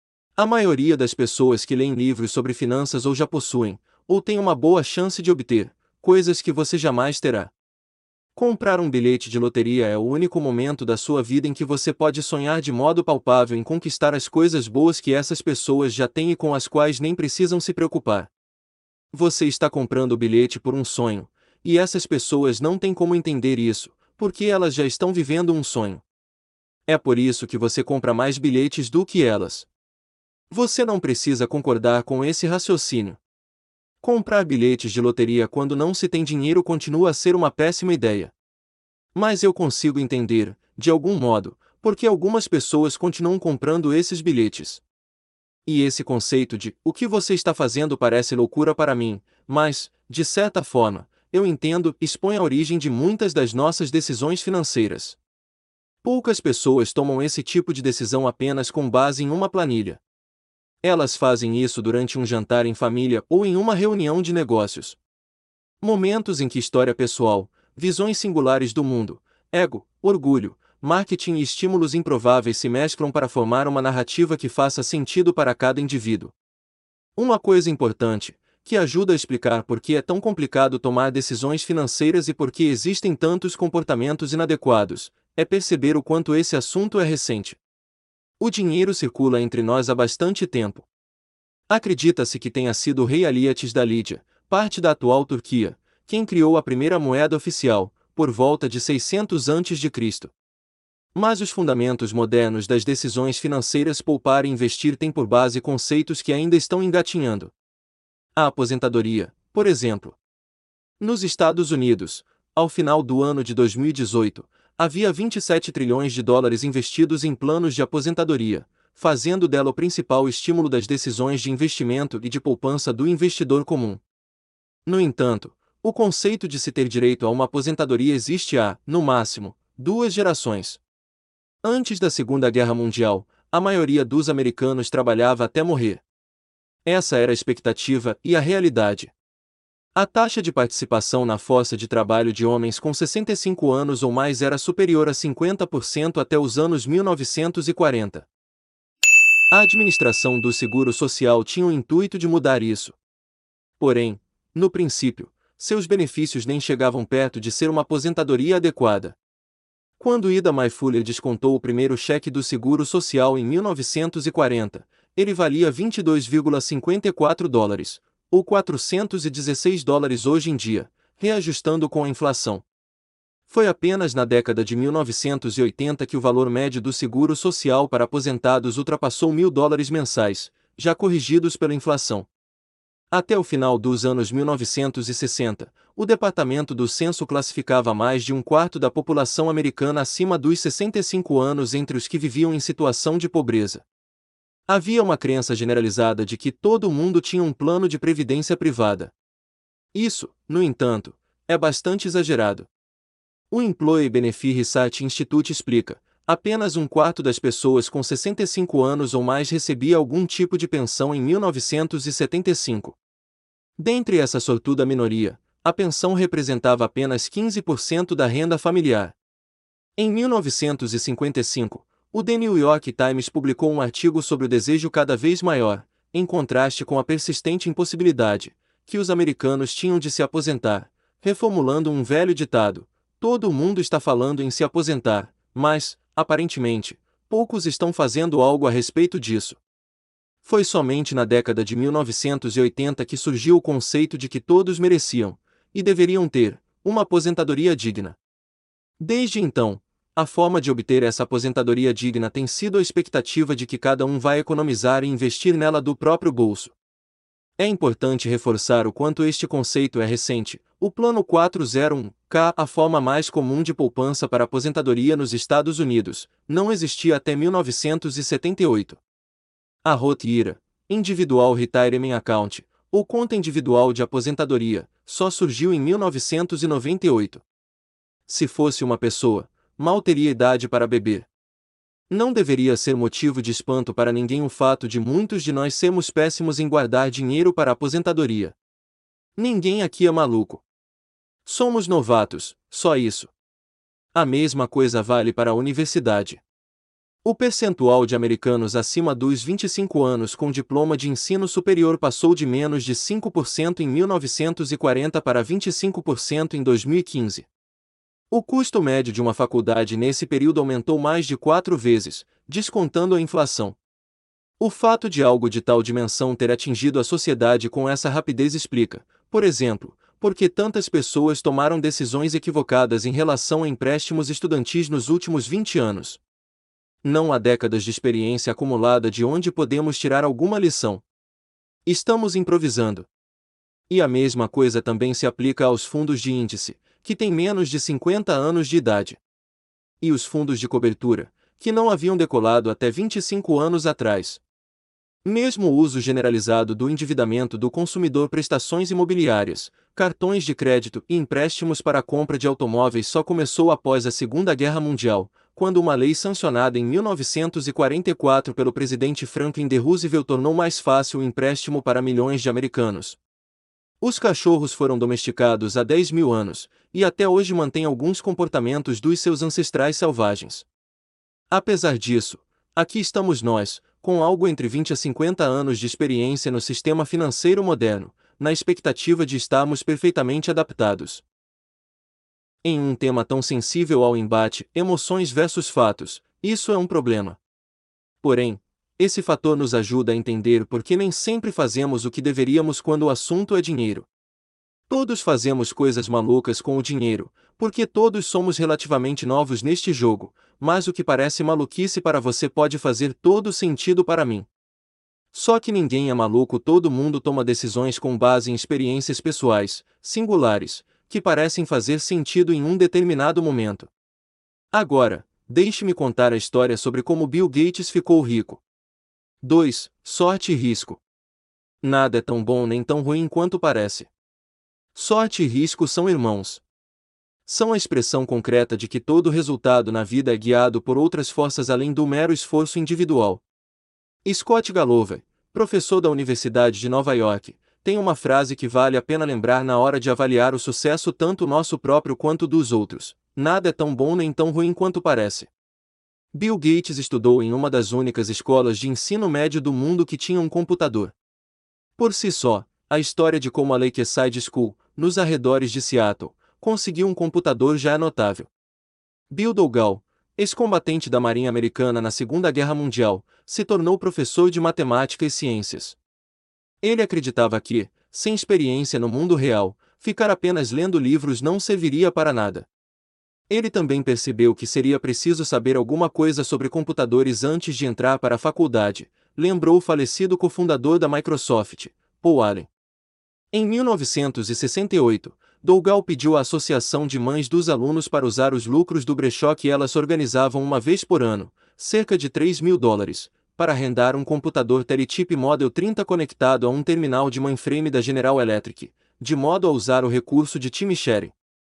[SPEAKER 1] A maioria das pessoas que leem livros sobre finanças ou já possuem, ou têm uma boa chance de obter, coisas que você jamais terá. Comprar um bilhete de loteria é o único momento da sua vida em que você pode sonhar de modo palpável em conquistar as coisas boas que essas pessoas já têm e com as quais nem precisam se preocupar. Você está comprando o bilhete por um sonho, e essas pessoas não têm como entender isso, porque elas já estão vivendo um sonho. É por isso que você compra mais bilhetes do que elas. Você não precisa concordar com esse raciocínio. Comprar bilhetes de loteria quando não se tem dinheiro continua a ser uma péssima ideia. Mas eu consigo entender, de algum modo, porque algumas pessoas continuam comprando esses bilhetes. E esse conceito de "o que você está fazendo" parece loucura para mim, mas, de certa forma, eu entendo, expõe a origem de muitas das nossas decisões financeiras. Poucas pessoas tomam esse tipo de decisão apenas com base em uma planilha. Elas fazem isso durante um jantar em família ou em uma reunião de negócios. Momentos em que história pessoal, visões singulares do mundo, ego, orgulho, marketing e estímulos improváveis se mesclam para formar uma narrativa que faça sentido para cada indivíduo. Uma coisa importante, que ajuda a explicar por que é tão complicado tomar decisões financeiras e por que existem tantos comportamentos inadequados, é perceber o quanto esse assunto é recente. O dinheiro circula entre nós há bastante tempo. Acredita-se que tenha sido o rei Alíates da Lídia, parte da atual Turquia, quem criou a primeira moeda oficial, por volta de seiscentos antes de Cristo. Mas os fundamentos modernos das decisões financeiras poupar e investir têm por base conceitos que ainda estão engatinhando. A aposentadoria, por exemplo. Nos Estados Unidos, ao final do ano de dois mil e dezoito, havia vinte e sete trilhões de dólares investidos em planos de aposentadoria, fazendo dela o principal estímulo das decisões de investimento e de poupança do investidor comum. No entanto, o conceito de se ter direito a uma aposentadoria existe há, no máximo, duas gerações. Antes da Segunda Guerra Mundial, a maioria dos americanos trabalhava até morrer. Essa era a expectativa e a realidade. A taxa de participação na força de trabalho de homens com sessenta e cinco anos ou mais era superior a cinquenta por cento até os anos mil novecentos e quarenta. A administração do Seguro Social tinha o intuito de mudar isso. Porém, no princípio, seus benefícios nem chegavam perto de ser uma aposentadoria adequada. Quando Ida May Fuller descontou o primeiro cheque do Seguro Social em mil novecentos e quarenta, ele valia vinte e dois vírgula cinquenta e quatro dólares, ou quatrocentos e dezesseis dólares hoje em dia, reajustando com a inflação. Foi apenas na década de mil novecentos e oitenta que o valor médio do seguro social para aposentados ultrapassou mil dólares mensais, já corrigidos pela inflação. Até o final dos anos mil novecentos e sessenta, o Departamento do Censo classificava mais de um quarto da população americana acima dos sessenta e cinco anos entre os que viviam em situação de pobreza. Havia uma crença generalizada de que todo mundo tinha um plano de previdência privada. Isso, no entanto, é bastante exagerado. O Employee Benefit Research Institute explica: apenas um quarto das pessoas com sessenta e cinco anos ou mais recebia algum tipo de pensão em mil novecentos e setenta e cinco. Dentre essa sortuda minoria, a pensão representava apenas quinze por cento da renda familiar. Em mil novecentos e cinquenta e cinco, o The New York Times publicou um artigo sobre o desejo cada vez maior, em contraste com a persistente impossibilidade, que os americanos tinham de se aposentar, reformulando um velho ditado: todo mundo está falando em se aposentar, mas, aparentemente, poucos estão fazendo algo a respeito disso. Foi somente na década de mil novecentos e oitenta que surgiu o conceito de que todos mereciam, e deveriam ter, uma aposentadoria digna. Desde então, a forma de obter essa aposentadoria digna tem sido a expectativa de que cada um vai economizar e investir nela do próprio bolso. É importante reforçar o quanto este conceito é recente. O Plano quatrocentos e um K, a forma mais comum de poupança para aposentadoria nos Estados Unidos, não existia até mil novecentos e setenta e oito. A Roth I R A, Individual Retirement Account, ou conta individual de aposentadoria, só surgiu em mil novecentos e noventa e oito. Se fosse uma pessoa, mal teria idade para beber. Não deveria ser motivo de espanto para ninguém o fato de muitos de nós sermos péssimos em guardar dinheiro para a aposentadoria. Ninguém aqui é maluco. Somos novatos, só isso. A mesma coisa vale para a universidade. O percentual de americanos acima dos vinte e cinco anos com diploma de ensino superior passou de menos de cinco por cento em mil novecentos e quarenta para vinte e cinco por cento em dois mil e quinze. O custo médio de uma faculdade nesse período aumentou mais de quatro vezes, descontando a inflação. O fato de algo de tal dimensão ter atingido a sociedade com essa rapidez explica, por exemplo, por que tantas pessoas tomaram decisões equivocadas em relação a empréstimos estudantis nos últimos vinte anos. Não há décadas de experiência acumulada de onde podemos tirar alguma lição. Estamos improvisando. E a mesma coisa também se aplica aos fundos de índice, que têm menos de cinquenta anos de idade. E os fundos de cobertura, que não haviam decolado até vinte e cinco anos atrás. Mesmo o uso generalizado do endividamento do consumidor, prestações imobiliárias, cartões de crédito e empréstimos para a compra de automóveis só começou após a Segunda Guerra Mundial, quando uma lei sancionada em mil novecentos e quarenta e quatro pelo presidente Franklin D. Roosevelt tornou mais fácil o empréstimo para milhões de americanos. Os cachorros foram domesticados há dez mil anos, e até hoje mantêm alguns comportamentos dos seus ancestrais selvagens. Apesar disso, aqui estamos nós, com algo entre vinte a cinquenta anos de experiência no sistema financeiro moderno, na expectativa de estarmos perfeitamente adaptados. Em um tema tão sensível ao embate, emoções versus fatos, isso é um problema. Porém, esse fator nos ajuda a entender por que nem sempre fazemos o que deveríamos quando o assunto é dinheiro. Todos fazemos coisas malucas com o dinheiro, porque todos somos relativamente novos neste jogo, mas o que parece maluquice para você pode fazer todo sentido para mim. Só que ninguém é maluco, todo mundo toma decisões com base em experiências pessoais, singulares, que parecem fazer sentido em um determinado momento. Agora, deixe-me contar a história sobre como Bill Gates ficou rico. dois. Sorte e risco. Nada é tão bom nem tão ruim quanto parece. Sorte e risco são irmãos. São a expressão concreta de que todo resultado na vida é guiado por outras forças além do mero esforço individual. Scott Galloway, professor da Universidade de Nova York, tem uma frase que vale a pena lembrar na hora de avaliar o sucesso tanto nosso próprio quanto dos outros: nada é tão bom nem tão ruim quanto parece. Bill Gates estudou em uma das únicas escolas de ensino médio do mundo que tinha um computador. Por si só, a história de como a Lakeside School, nos arredores de Seattle, conseguiu um computador já é notável. Bill Dougal, ex-combatente da Marinha Americana na Segunda Guerra Mundial, se tornou professor de matemática e ciências. Ele acreditava que, sem experiência no mundo real, ficar apenas lendo livros não serviria para nada. Ele também percebeu que seria preciso saber alguma coisa sobre computadores antes de entrar para a faculdade, lembrou o falecido cofundador da Microsoft, Paul Allen. Em mil novecentos e sessenta e oito, Dougal pediu à Associação de Mães dos Alunos para usar os lucros do brechó que elas organizavam uma vez por ano, cerca de três mil dólares, para arrendar um computador Telechip Model trinta conectado a um terminal de mainframe da General Electric, de modo a usar o recurso de time sharing.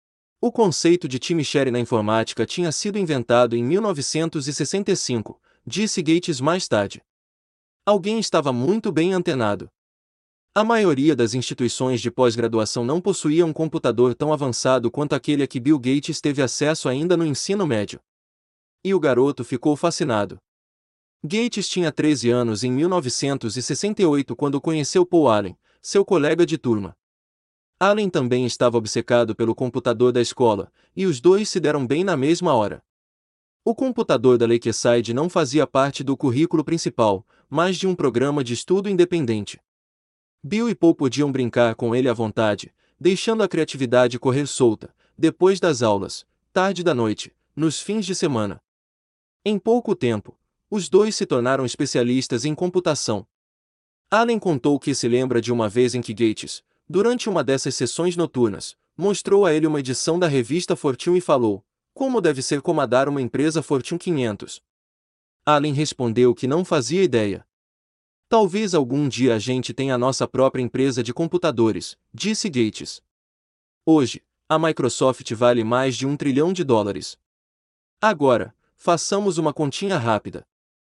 [SPEAKER 1] O conceito de time sharing na informática tinha sido inventado em mil novecentos e sessenta e cinco, disse Gates mais tarde. Alguém estava muito bem antenado. A maioria das instituições de pós-graduação não possuía um computador tão avançado quanto aquele a que Bill Gates teve acesso ainda no ensino médio. E o garoto ficou fascinado. Gates tinha treze anos em mil novecentos e sessenta e oito quando conheceu Paul Allen, seu colega de turma. Allen também estava obcecado pelo computador da escola, e os dois se deram bem na mesma hora. O computador da Lakeside não fazia parte do currículo principal, mas de um programa de estudo independente. Bill e Paul podiam brincar com ele à vontade, deixando a criatividade correr solta, depois das aulas, tarde da noite, nos fins de semana. Em pouco tempo, os dois se tornaram especialistas em computação. Allen contou que se lembra de uma vez em que Gates, durante uma dessas sessões noturnas, mostrou a ele uma edição da revista Fortune e falou: "Como deve ser comandar uma empresa Fortune quinhentos?" Allen respondeu que não fazia ideia. "Talvez algum dia a gente tenha a nossa própria empresa de computadores", disse Gates. Hoje, a Microsoft vale mais de um trilhão de dólares. Agora, façamos uma continha rápida.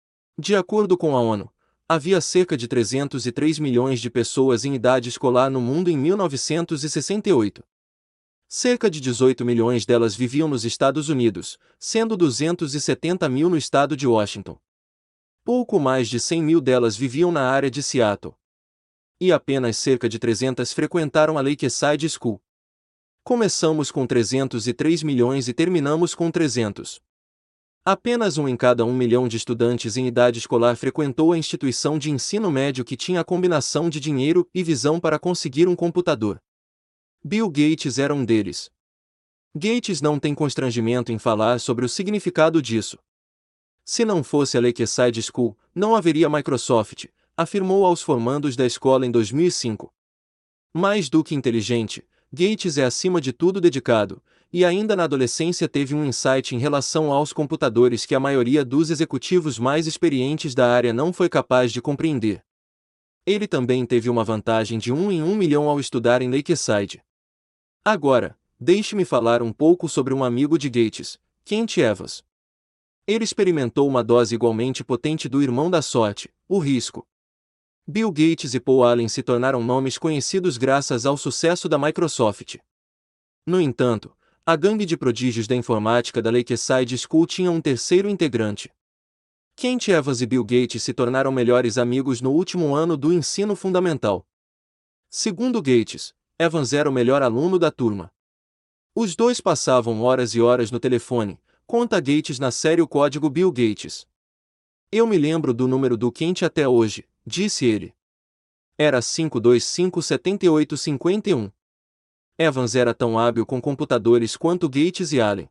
[SPEAKER 1] De acordo com a ONU, havia cerca de trezentos e três milhões de pessoas em idade escolar no mundo em mil novecentos e sessenta e oito. Cerca de dezoito milhões delas viviam nos Estados Unidos, sendo duzentos e setenta mil no estado de Washington. Pouco mais de cem mil delas viviam na área de Seattle. E apenas cerca de trezentas frequentaram a Lakeside School. Começamos com trezentos e três milhões e terminamos com trezentos. Apenas um em cada um milhão de estudantes em idade escolar frequentou a instituição de ensino médio que tinha a combinação de dinheiro e visão para conseguir um computador. Bill Gates era um deles. Gates não tem constrangimento em falar sobre o significado disso. Se não fosse a Lakeside School, não haveria Microsoft, afirmou aos formandos da escola em dois mil e cinco. Mais do que inteligente, Gates é acima de tudo dedicado, e ainda na adolescência teve um insight em relação aos computadores que a maioria dos executivos mais experientes da área não foi capaz de compreender. Ele também teve uma vantagem de um em um milhão ao estudar em Lakeside. Agora, deixe-me falar um pouco sobre um amigo de Gates, Kent Evans. Ele experimentou uma dose igualmente potente do irmão da sorte, o risco. Bill Gates e Paul Allen se tornaram nomes conhecidos graças ao sucesso da Microsoft. No entanto, a gangue de prodígios da informática da Lakeside School tinha um terceiro integrante. Kent Evans e Bill Gates se tornaram melhores amigos no último ano do ensino fundamental. Segundo Gates, Evans era o melhor aluno da turma. Os dois passavam horas e horas no telefone, conta Gates na série O Código Bill Gates. Eu me lembro do número do Kent até hoje, disse ele. Era cinco dois cinco sete oito cinco um. Evans era tão hábil com computadores quanto Gates e Allen.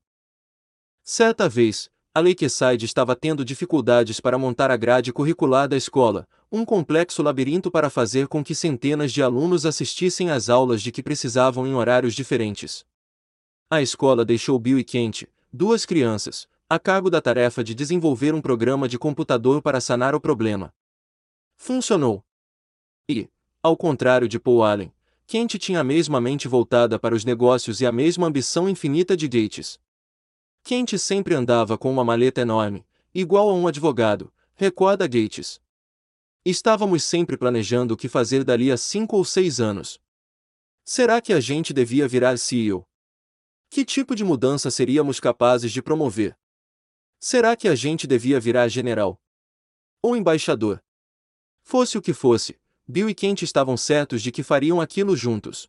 [SPEAKER 1] Certa vez, a Lakeside estava tendo dificuldades para montar a grade curricular da escola, um complexo labirinto para fazer com que centenas de alunos assistissem às aulas de que precisavam em horários diferentes. A escola deixou Bill e Kent, duas crianças, a cargo da tarefa de desenvolver um programa de computador para sanar o problema. Funcionou. E, ao contrário de Paul Allen, Kent tinha a mesma mente voltada para os negócios e a mesma ambição infinita de Gates. Kent sempre andava com uma maleta enorme, igual a um advogado, recorda Gates. Estávamos sempre planejando o que fazer dali a cinco ou seis anos. Será que a gente devia virar C E O? Que tipo de mudança seríamos capazes de promover? Será que a gente devia virar general? Ou embaixador? Fosse o que fosse, Bill e Kent estavam certos de que fariam aquilo juntos.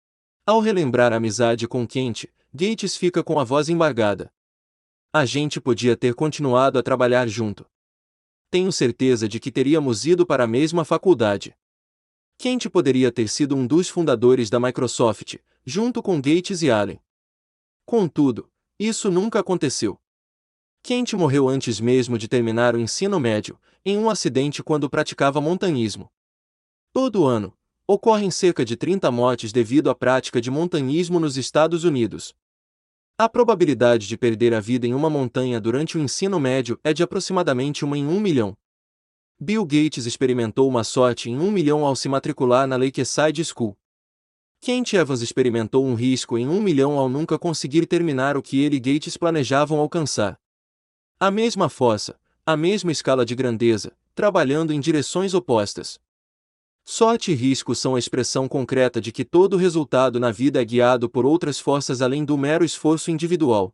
[SPEAKER 1] Ao relembrar a amizade com Kent, Gates fica com a voz embargada. A gente podia ter continuado a trabalhar junto. Tenho certeza de que teríamos ido para a mesma faculdade. Kent poderia ter sido um dos fundadores da Microsoft, junto com Gates e Allen. Contudo, isso nunca aconteceu. Kent morreu antes mesmo de terminar o ensino médio, em um acidente quando praticava montanhismo. Todo ano, ocorrem cerca de trinta mortes devido à prática de montanhismo nos Estados Unidos. A probabilidade de perder a vida em uma montanha durante o ensino médio é de aproximadamente uma em um milhão. Bill Gates experimentou uma sorte em um milhão ao se matricular na Lakeside School. Kent Evans experimentou um risco em um milhão ao nunca conseguir terminar o que ele e Gates planejavam alcançar. A mesma força, a mesma escala de grandeza, trabalhando em direções opostas. Sorte e risco são a expressão concreta de que todo resultado na vida é guiado por outras forças além do mero esforço individual.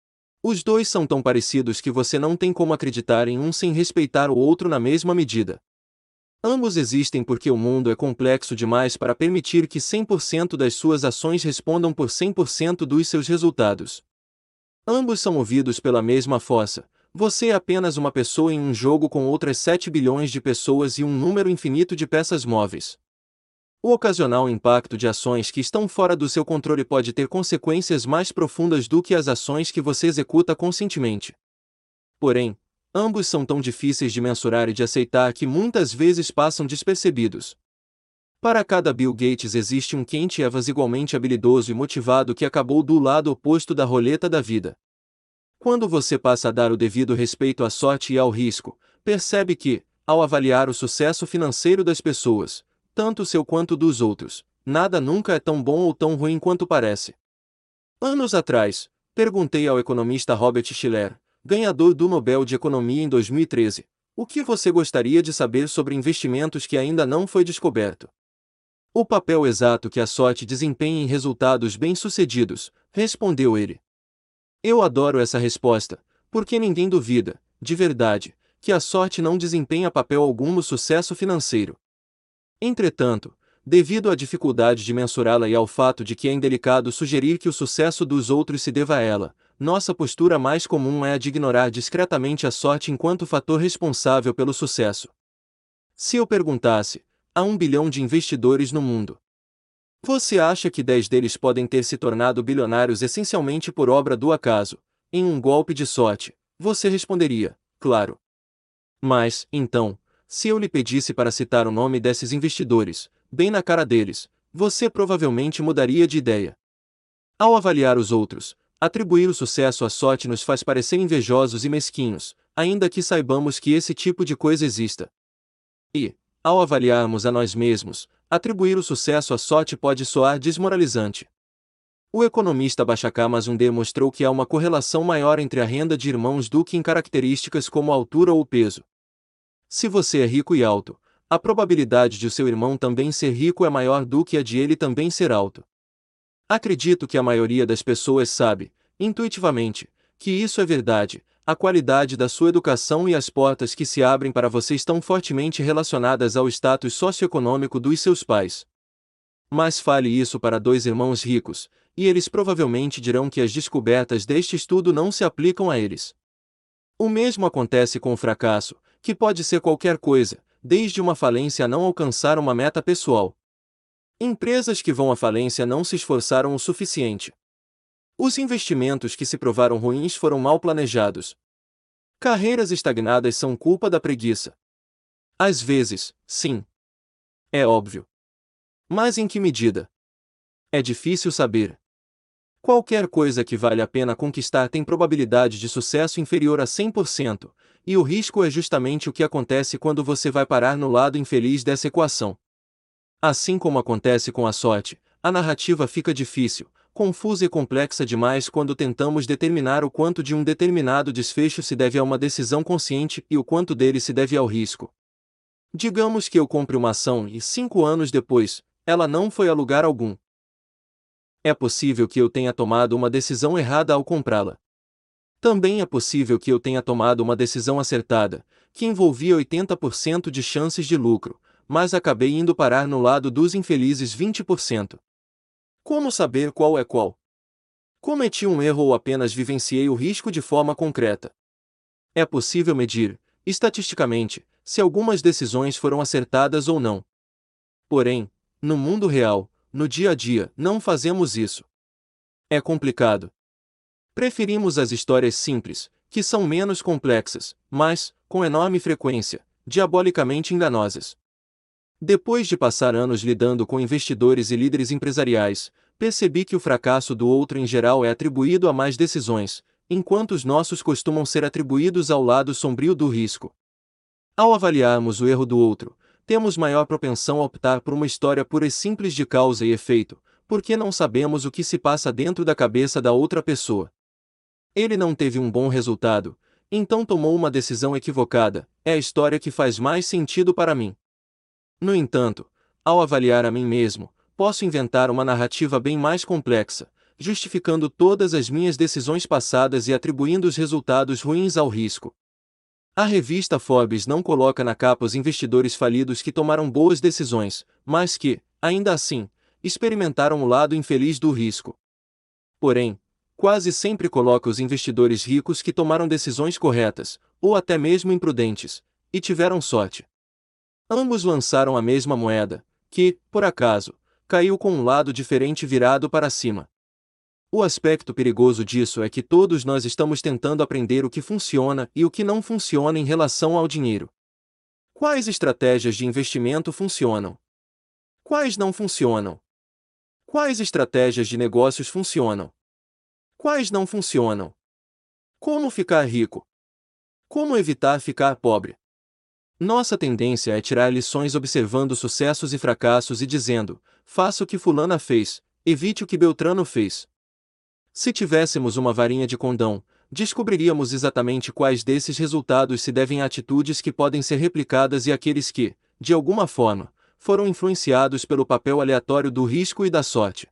[SPEAKER 1] Os dois são tão parecidos que você não tem como acreditar em um sem respeitar o outro na mesma medida. Ambos existem porque o mundo é complexo demais para permitir que cem por cento das suas ações respondam por cem por cento dos seus resultados. Ambos são movidos pela mesma força. Você é apenas uma pessoa em um jogo com outras sete bilhões de pessoas e um número infinito de peças móveis. O ocasional impacto de ações que estão fora do seu controle pode ter consequências mais profundas do que as ações que você executa conscientemente. Porém, ambos são tão difíceis de mensurar e de aceitar que muitas vezes passam despercebidos. Para cada Bill Gates existe um Kent Evans igualmente habilidoso e motivado que acabou do lado oposto da roleta da vida. Quando você passa a dar o devido respeito à sorte e ao risco, percebe que, ao avaliar o sucesso financeiro das pessoas, tanto seu quanto dos outros, nada nunca é tão bom ou tão ruim quanto parece. Anos atrás, perguntei ao economista Robert Shiller, ganhador do Nobel de Economia em dois mil e treze, o que você gostaria de saber sobre investimentos que ainda não foi descoberto. O papel exato que a sorte desempenha em resultados bem-sucedidos, respondeu ele. Eu adoro essa resposta, porque ninguém duvida, de verdade, que a sorte não desempenha papel algum no sucesso financeiro. Entretanto, devido à dificuldade de mensurá-la e ao fato de que é indelicado sugerir que o sucesso dos outros se deva a ela, nossa postura mais comum é a de ignorar discretamente a sorte enquanto fator responsável pelo sucesso. Se eu perguntasse, há um bilhão de investidores no mundo. Você acha que dez deles podem ter se tornado bilionários essencialmente por obra do acaso, em um golpe de sorte? Você responderia, claro. Mas, então, se eu lhe pedisse para citar o nome desses investidores, bem na cara deles, você provavelmente mudaria de ideia. Ao avaliar os outros, atribuir o sucesso à sorte nos faz parecer invejosos e mesquinhos, ainda que saibamos que esse tipo de coisa exista. E, ao avaliarmos a nós mesmos, atribuir o sucesso à sorte pode soar desmoralizante. O economista Bashar Mazumdar demonstrou que há uma correlação maior entre a renda de irmãos do que em características como a altura ou o peso. Se você é rico e alto, a probabilidade de o seu irmão também ser rico é maior do que a de ele também ser alto. Acredito que a maioria das pessoas sabe, intuitivamente, que isso é verdade. A qualidade da sua educação e as portas que se abrem para você estão fortemente relacionadas ao status socioeconômico dos seus pais. Mas fale isso para dois irmãos ricos, e eles provavelmente dirão que as descobertas deste estudo não se aplicam a eles. O mesmo acontece com o fracasso, que pode ser qualquer coisa, desde uma falência a não alcançar uma meta pessoal. Empresas que vão à falência não se esforçaram o suficiente. Os investimentos que se provaram ruins foram mal planejados. Carreiras estagnadas são culpa da preguiça. Às vezes, sim. É óbvio. Mas em que medida? É difícil saber. Qualquer coisa que vale a pena conquistar tem probabilidade de sucesso inferior a cem por cento, e o risco é justamente o que acontece quando você vai parar no lado infeliz dessa equação. Assim como acontece com a sorte, a narrativa fica difícil, confusa e complexa demais quando tentamos determinar o quanto de um determinado desfecho se deve a uma decisão consciente e o quanto dele se deve ao risco. Digamos que eu compre uma ação e, cinco anos depois, ela não foi a lugar algum. É possível que eu tenha tomado uma decisão errada ao comprá-la. Também é possível que eu tenha tomado uma decisão acertada, que envolvia oitenta por cento de chances de lucro, mas acabei indo parar no lado dos infelizes vinte por cento. Como saber qual é qual? Cometi um erro ou apenas vivenciei o risco de forma concreta? É possível medir, estatisticamente, se algumas decisões foram acertadas ou não. Porém, no mundo real, no dia a dia, não fazemos isso. É complicado. Preferimos as histórias simples, que são menos complexas, mas, com enorme frequência, diabolicamente enganosas. Depois de passar anos lidando com investidores e líderes empresariais, percebi que o fracasso do outro em geral é atribuído a más decisões, enquanto os nossos costumam ser atribuídos ao lado sombrio do risco. Ao avaliarmos o erro do outro, temos maior propensão a optar por uma história pura e simples de causa e efeito, porque não sabemos o que se passa dentro da cabeça da outra pessoa. Ele não teve um bom resultado, então tomou uma decisão equivocada, é a história que faz mais sentido para mim. No entanto, ao avaliar a mim mesmo, posso inventar uma narrativa bem mais complexa, justificando todas as minhas decisões passadas e atribuindo os resultados ruins ao risco. A revista Forbes não coloca na capa os investidores falidos que tomaram boas decisões, mas que, ainda assim, experimentaram o lado infeliz do risco. Porém, quase sempre coloca os investidores ricos que tomaram decisões corretas, ou até mesmo imprudentes, e tiveram sorte. Ambos lançaram a mesma moeda, que, por acaso, caiu com um lado diferente virado para cima. O aspecto perigoso disso é que todos nós estamos tentando aprender o que funciona e o que não funciona em relação ao dinheiro. Quais estratégias de investimento funcionam? Quais não funcionam? Quais estratégias de negócios funcionam? Quais não funcionam? Como ficar rico? Como evitar ficar pobre? Nossa tendência é tirar lições observando sucessos e fracassos e dizendo, faça o que fulana fez, evite o que Beltrano fez. Se tivéssemos uma varinha de condão, descobriríamos exatamente quais desses resultados se devem a atitudes que podem ser replicadas e aqueles que, de alguma forma, foram influenciados pelo papel aleatório do risco e da sorte.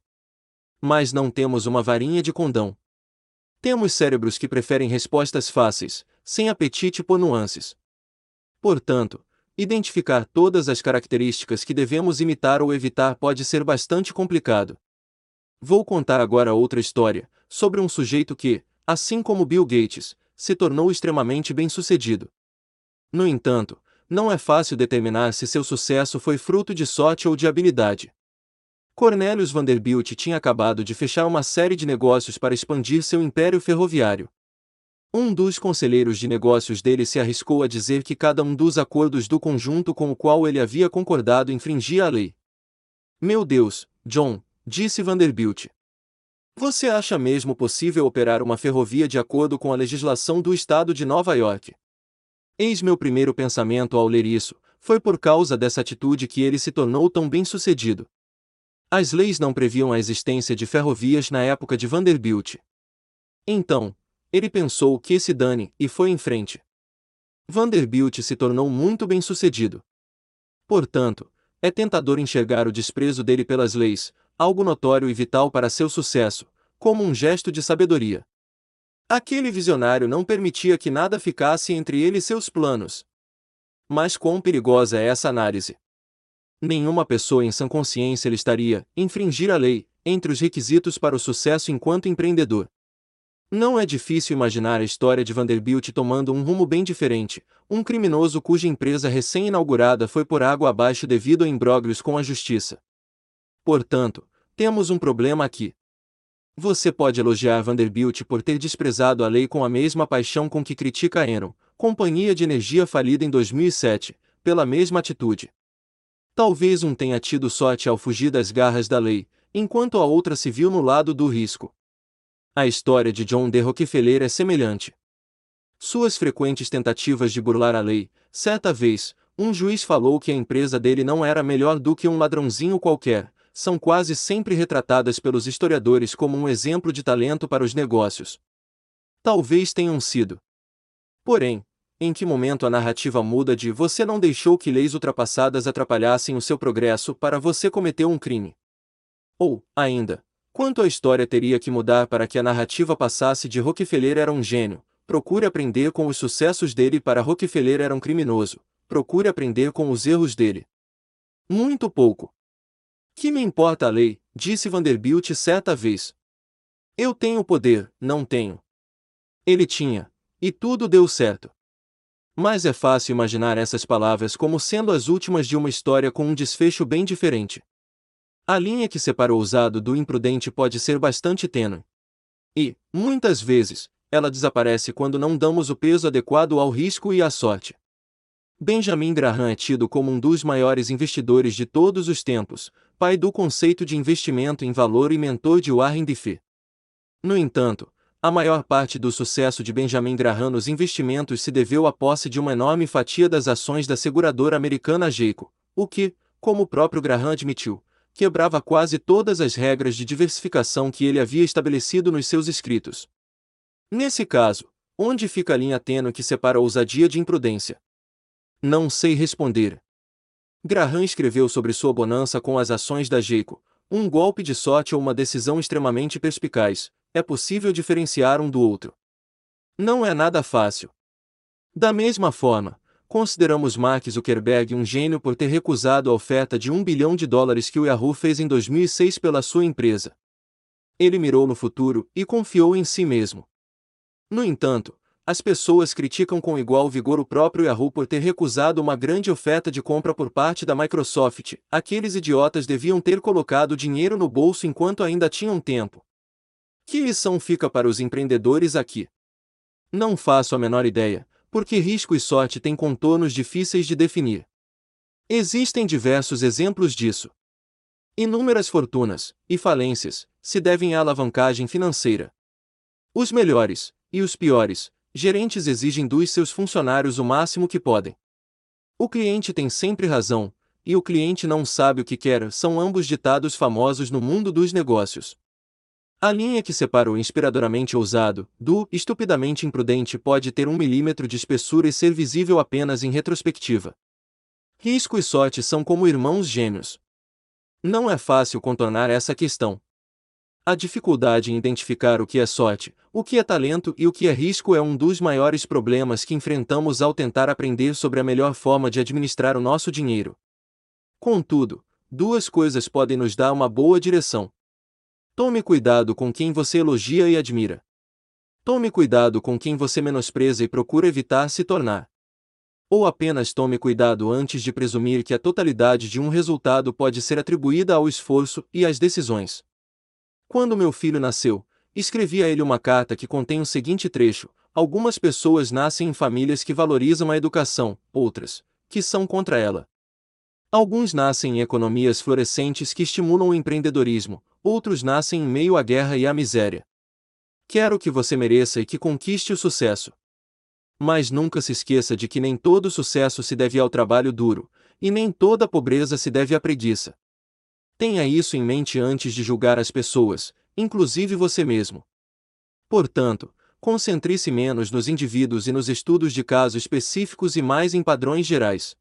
[SPEAKER 1] Mas não temos uma varinha de condão. Temos cérebros que preferem respostas fáceis, sem apetite por nuances. Portanto, identificar todas as características que devemos imitar ou evitar pode ser bastante complicado. Vou contar agora outra história, sobre um sujeito que, assim como Bill Gates, se tornou extremamente bem-sucedido. No entanto, não é fácil determinar se seu sucesso foi fruto de sorte ou de habilidade. Cornelius Vanderbilt tinha acabado de fechar uma série de negócios para expandir seu império ferroviário. Um dos conselheiros de negócios dele se arriscou a dizer que cada um dos acordos do conjunto com o qual ele havia concordado infringia a lei. "Meu Deus, John", disse Vanderbilt. "Você acha mesmo possível operar uma ferrovia de acordo com a legislação do estado de Nova York?" Eis meu primeiro pensamento ao ler isso: foi por causa dessa atitude que ele se tornou tão bem-sucedido. As leis não previam a existência de ferrovias na época de Vanderbilt. Então, ele pensou que se dane, e foi em frente. Vanderbilt se tornou muito bem-sucedido. Portanto, é tentador enxergar o desprezo dele pelas leis, algo notório e vital para seu sucesso, como um gesto de sabedoria. Aquele visionário não permitia que nada ficasse entre ele e seus planos. Mas quão perigosa é essa análise? Nenhuma pessoa em sã consciência listaria infringir a lei entre os requisitos para o sucesso enquanto empreendedor. Não é difícil imaginar a história de Vanderbilt tomando um rumo bem diferente, um criminoso cuja empresa recém-inaugurada foi por água abaixo devido a imbróglios com a justiça. Portanto, temos um problema aqui. Você pode elogiar Vanderbilt por ter desprezado a lei com a mesma paixão com que critica a Enron, companhia de energia falida em dois mil e sete, pela mesma atitude. Talvez um tenha tido sorte ao fugir das garras da lei, enquanto a outra se viu no lado do risco. A história de John D. Rockefeller é semelhante. Suas frequentes tentativas de burlar a lei, certa vez, um juiz falou que a empresa dele não era melhor do que um ladrãozinho qualquer, são quase sempre retratadas pelos historiadores como um exemplo de talento para os negócios. Talvez tenham sido. Porém, em que momento a narrativa muda de "você não deixou que leis ultrapassadas atrapalhassem o seu progresso" para "você cometeu um crime"? Ou, ainda, quanto a história teria que mudar para que a narrativa passasse de "Rockefeller era um gênio, procure aprender com os sucessos dele" para "Rockefeller era um criminoso, procure aprender com os erros dele"? Muito pouco. "Que me importa a lei", disse Vanderbilt certa vez. "Eu tenho poder, não tenho." Ele tinha, e tudo deu certo. Mas é fácil imaginar essas palavras como sendo as últimas de uma história com um desfecho bem diferente. A linha que separa o ousado do imprudente pode ser bastante tênue. E, muitas vezes, ela desaparece quando não damos o peso adequado ao risco e à sorte. Benjamin Graham é tido como um dos maiores investidores de todos os tempos, pai do conceito de investimento em valor e mentor de Warren Buffett. No entanto, a maior parte do sucesso de Benjamin Graham nos investimentos se deveu à posse de uma enorme fatia das ações da seguradora americana Geico, o que, como o próprio Graham admitiu, quebrava quase todas as regras de diversificação que ele havia estabelecido nos seus escritos. Nesse caso, onde fica a linha tênue que separa a ousadia de imprudência? Não sei responder. Graham escreveu sobre sua bonança com as ações da Geico: um golpe de sorte ou uma decisão extremamente perspicaz, é possível diferenciar um do outro. Não é nada fácil. Da mesma forma, consideramos Mark Zuckerberg um gênio por ter recusado a oferta de um bilhão de dólares que o Yahoo fez em dois mil e seis pela sua empresa. Ele mirou no futuro e confiou em si mesmo. No entanto, as pessoas criticam com igual vigor o próprio Yahoo por ter recusado uma grande oferta de compra por parte da Microsoft. Aqueles idiotas deviam ter colocado dinheiro no bolso enquanto ainda tinham tempo. Que lição fica para os empreendedores aqui? Não faço a menor ideia, porque risco e sorte têm contornos difíceis de definir. Existem diversos exemplos disso. Inúmeras fortunas e falências se devem à alavancagem financeira. Os melhores, e os piores, gerentes exigem dos seus funcionários o máximo que podem. O cliente tem sempre razão, e o cliente não sabe o que quer, são ambos ditados famosos no mundo dos negócios. A linha que separa o inspiradoramente ousado do estupidamente imprudente pode ter um milímetro de espessura e ser visível apenas em retrospectiva. Risco e sorte são como irmãos gêmeos. Não é fácil contornar essa questão. A dificuldade em identificar o que é sorte, o que é talento e o que é risco é um dos maiores problemas que enfrentamos ao tentar aprender sobre a melhor forma de administrar o nosso dinheiro. Contudo, duas coisas podem nos dar uma boa direção. Tome cuidado com quem você elogia e admira. Tome cuidado com quem você menospreza e procura evitar se tornar. Ou apenas tome cuidado antes de presumir que a totalidade de um resultado pode ser atribuída ao esforço e às decisões. Quando meu filho nasceu, escrevi a ele uma carta que contém o seguinte trecho: algumas pessoas nascem em famílias que valorizam a educação, outras, que são contra ela. Alguns nascem em economias florescentes que estimulam o empreendedorismo, outros nascem em meio à guerra e à miséria. Quero que você mereça e que conquiste o sucesso. Mas nunca se esqueça de que nem todo sucesso se deve ao trabalho duro, e nem toda pobreza se deve à preguiça. Tenha isso em mente antes de julgar as pessoas, inclusive você mesmo. Portanto, concentre-se menos nos indivíduos e nos estudos de casos específicos e mais em padrões gerais.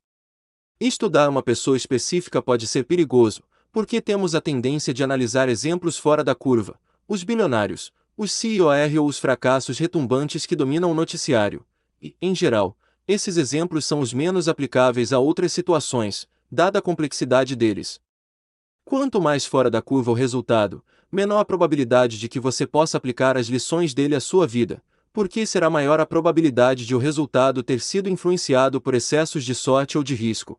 [SPEAKER 1] Estudar uma pessoa específica pode ser perigoso, porque temos a tendência de analisar exemplos fora da curva, os bilionários, os C E Os ou os fracassos retumbantes que dominam o noticiário. E, em geral, esses exemplos são os menos aplicáveis a outras situações, dada a complexidade deles. Quanto mais fora da curva o resultado, menor a probabilidade de que você possa aplicar as lições dele à sua vida, porque será maior a probabilidade de o resultado ter sido influenciado por excessos de sorte ou de risco.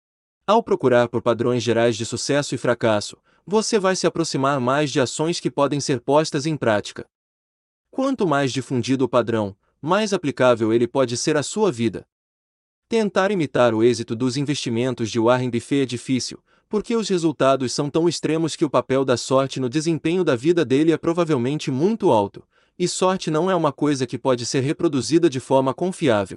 [SPEAKER 1] Ao procurar por padrões gerais de sucesso e fracasso, você vai se aproximar mais de ações que podem ser postas em prática. Quanto mais difundido o padrão, mais aplicável ele pode ser à sua vida. Tentar imitar o êxito dos investimentos de Warren Buffett é difícil, porque os resultados são tão extremos que o papel da sorte no desempenho da vida dele é provavelmente muito alto, e sorte não é uma coisa que pode ser reproduzida de forma confiável.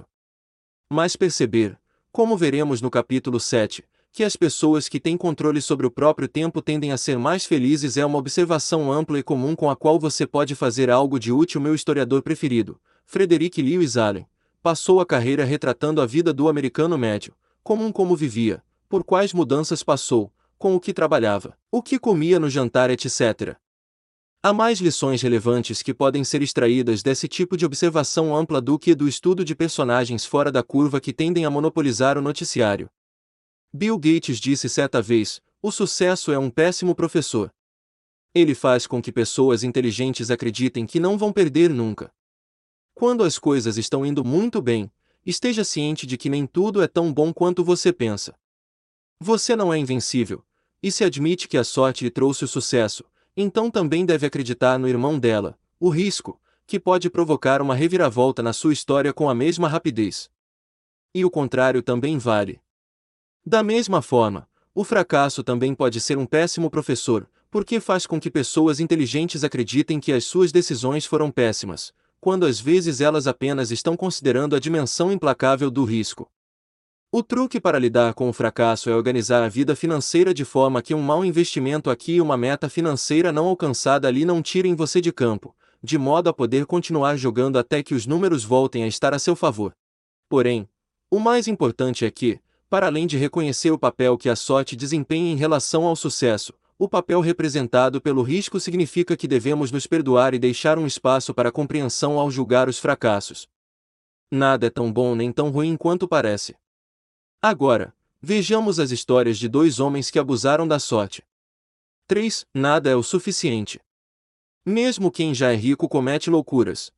[SPEAKER 1] Mas perceber, como veremos no capítulo sete, que as pessoas que têm controle sobre o próprio tempo tendem a ser mais felizes é uma observação ampla e comum com a qual você pode fazer algo de útil. Meu historiador preferido, Frederick Lewis Allen, passou a carreira retratando a vida do americano médio, comum como vivia, por quais mudanças passou, com o que trabalhava, o que comia no jantar, etcétera. Há mais lições relevantes que podem ser extraídas desse tipo de observação ampla do que do estudo de personagens fora da curva que tendem a monopolizar o noticiário. Bill Gates disse certa vez: o sucesso é um péssimo professor. Ele faz com que pessoas inteligentes acreditem que não vão perder nunca. Quando as coisas estão indo muito bem, esteja ciente de que nem tudo é tão bom quanto você pensa. Você não é invencível, e se admite que a sorte lhe trouxe o sucesso, então também deve acreditar no irmão dela, o risco, que pode provocar uma reviravolta na sua história com a mesma rapidez. E o contrário também vale. Da mesma forma, o fracasso também pode ser um péssimo professor, porque faz com que pessoas inteligentes acreditem que as suas decisões foram péssimas, quando às vezes elas apenas estão considerando a dimensão implacável do risco. O truque para lidar com o fracasso é organizar a vida financeira de forma que um mau investimento aqui e uma meta financeira não alcançada ali não tirem você de campo, de modo a poder continuar jogando até que os números voltem a estar a seu favor. Porém, o mais importante é que, para além de reconhecer o papel que a sorte desempenha em relação ao sucesso, o papel representado pelo risco significa que devemos nos perdoar e deixar um espaço para a compreensão ao julgar os fracassos. Nada é tão bom nem tão ruim quanto parece. Agora, vejamos as histórias de dois homens que abusaram da sorte. três. Nada é o suficiente. Mesmo quem já é rico comete loucuras.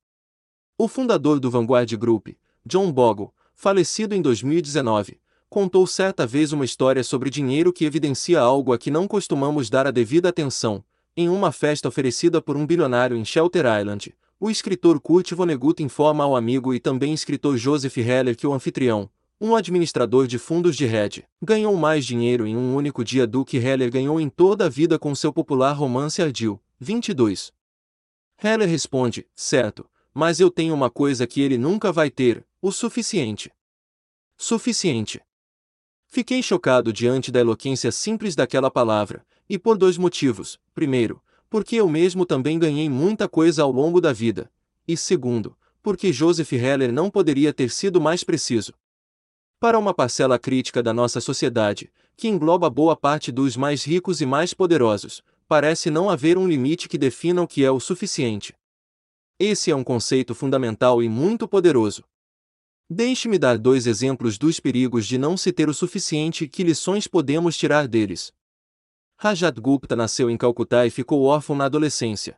[SPEAKER 1] O fundador do Vanguard Group, John Bogle, falecido em dois mil e dezenove, contou certa vez uma história sobre dinheiro que evidencia algo a que não costumamos dar a devida atenção. Em uma festa oferecida por um bilionário em Shelter Island, o escritor Kurt Vonnegut informa ao amigo e também escritor Joseph Heller que o anfitrião, um administrador de fundos de hedge, ganhou mais dinheiro em um único dia do que Heller ganhou em toda a vida com seu popular romance Ardil, vinte e dois. Heller responde: certo, mas eu tenho uma coisa que ele nunca vai ter, o suficiente. Suficiente. Fiquei chocado diante da eloquência simples daquela palavra, e por dois motivos. Primeiro, porque eu mesmo também ganhei muita coisa ao longo da vida. E segundo, porque Joseph Heller não poderia ter sido mais preciso. Para uma parcela crítica da nossa sociedade, que engloba boa parte dos mais ricos e mais poderosos, parece não haver um limite que defina o que é o suficiente. Esse é um conceito fundamental e muito poderoso. Deixe-me dar dois exemplos dos perigos de não se ter o suficiente e que lições podemos tirar deles. Rajat Gupta nasceu em Calcutá e ficou órfão na adolescência.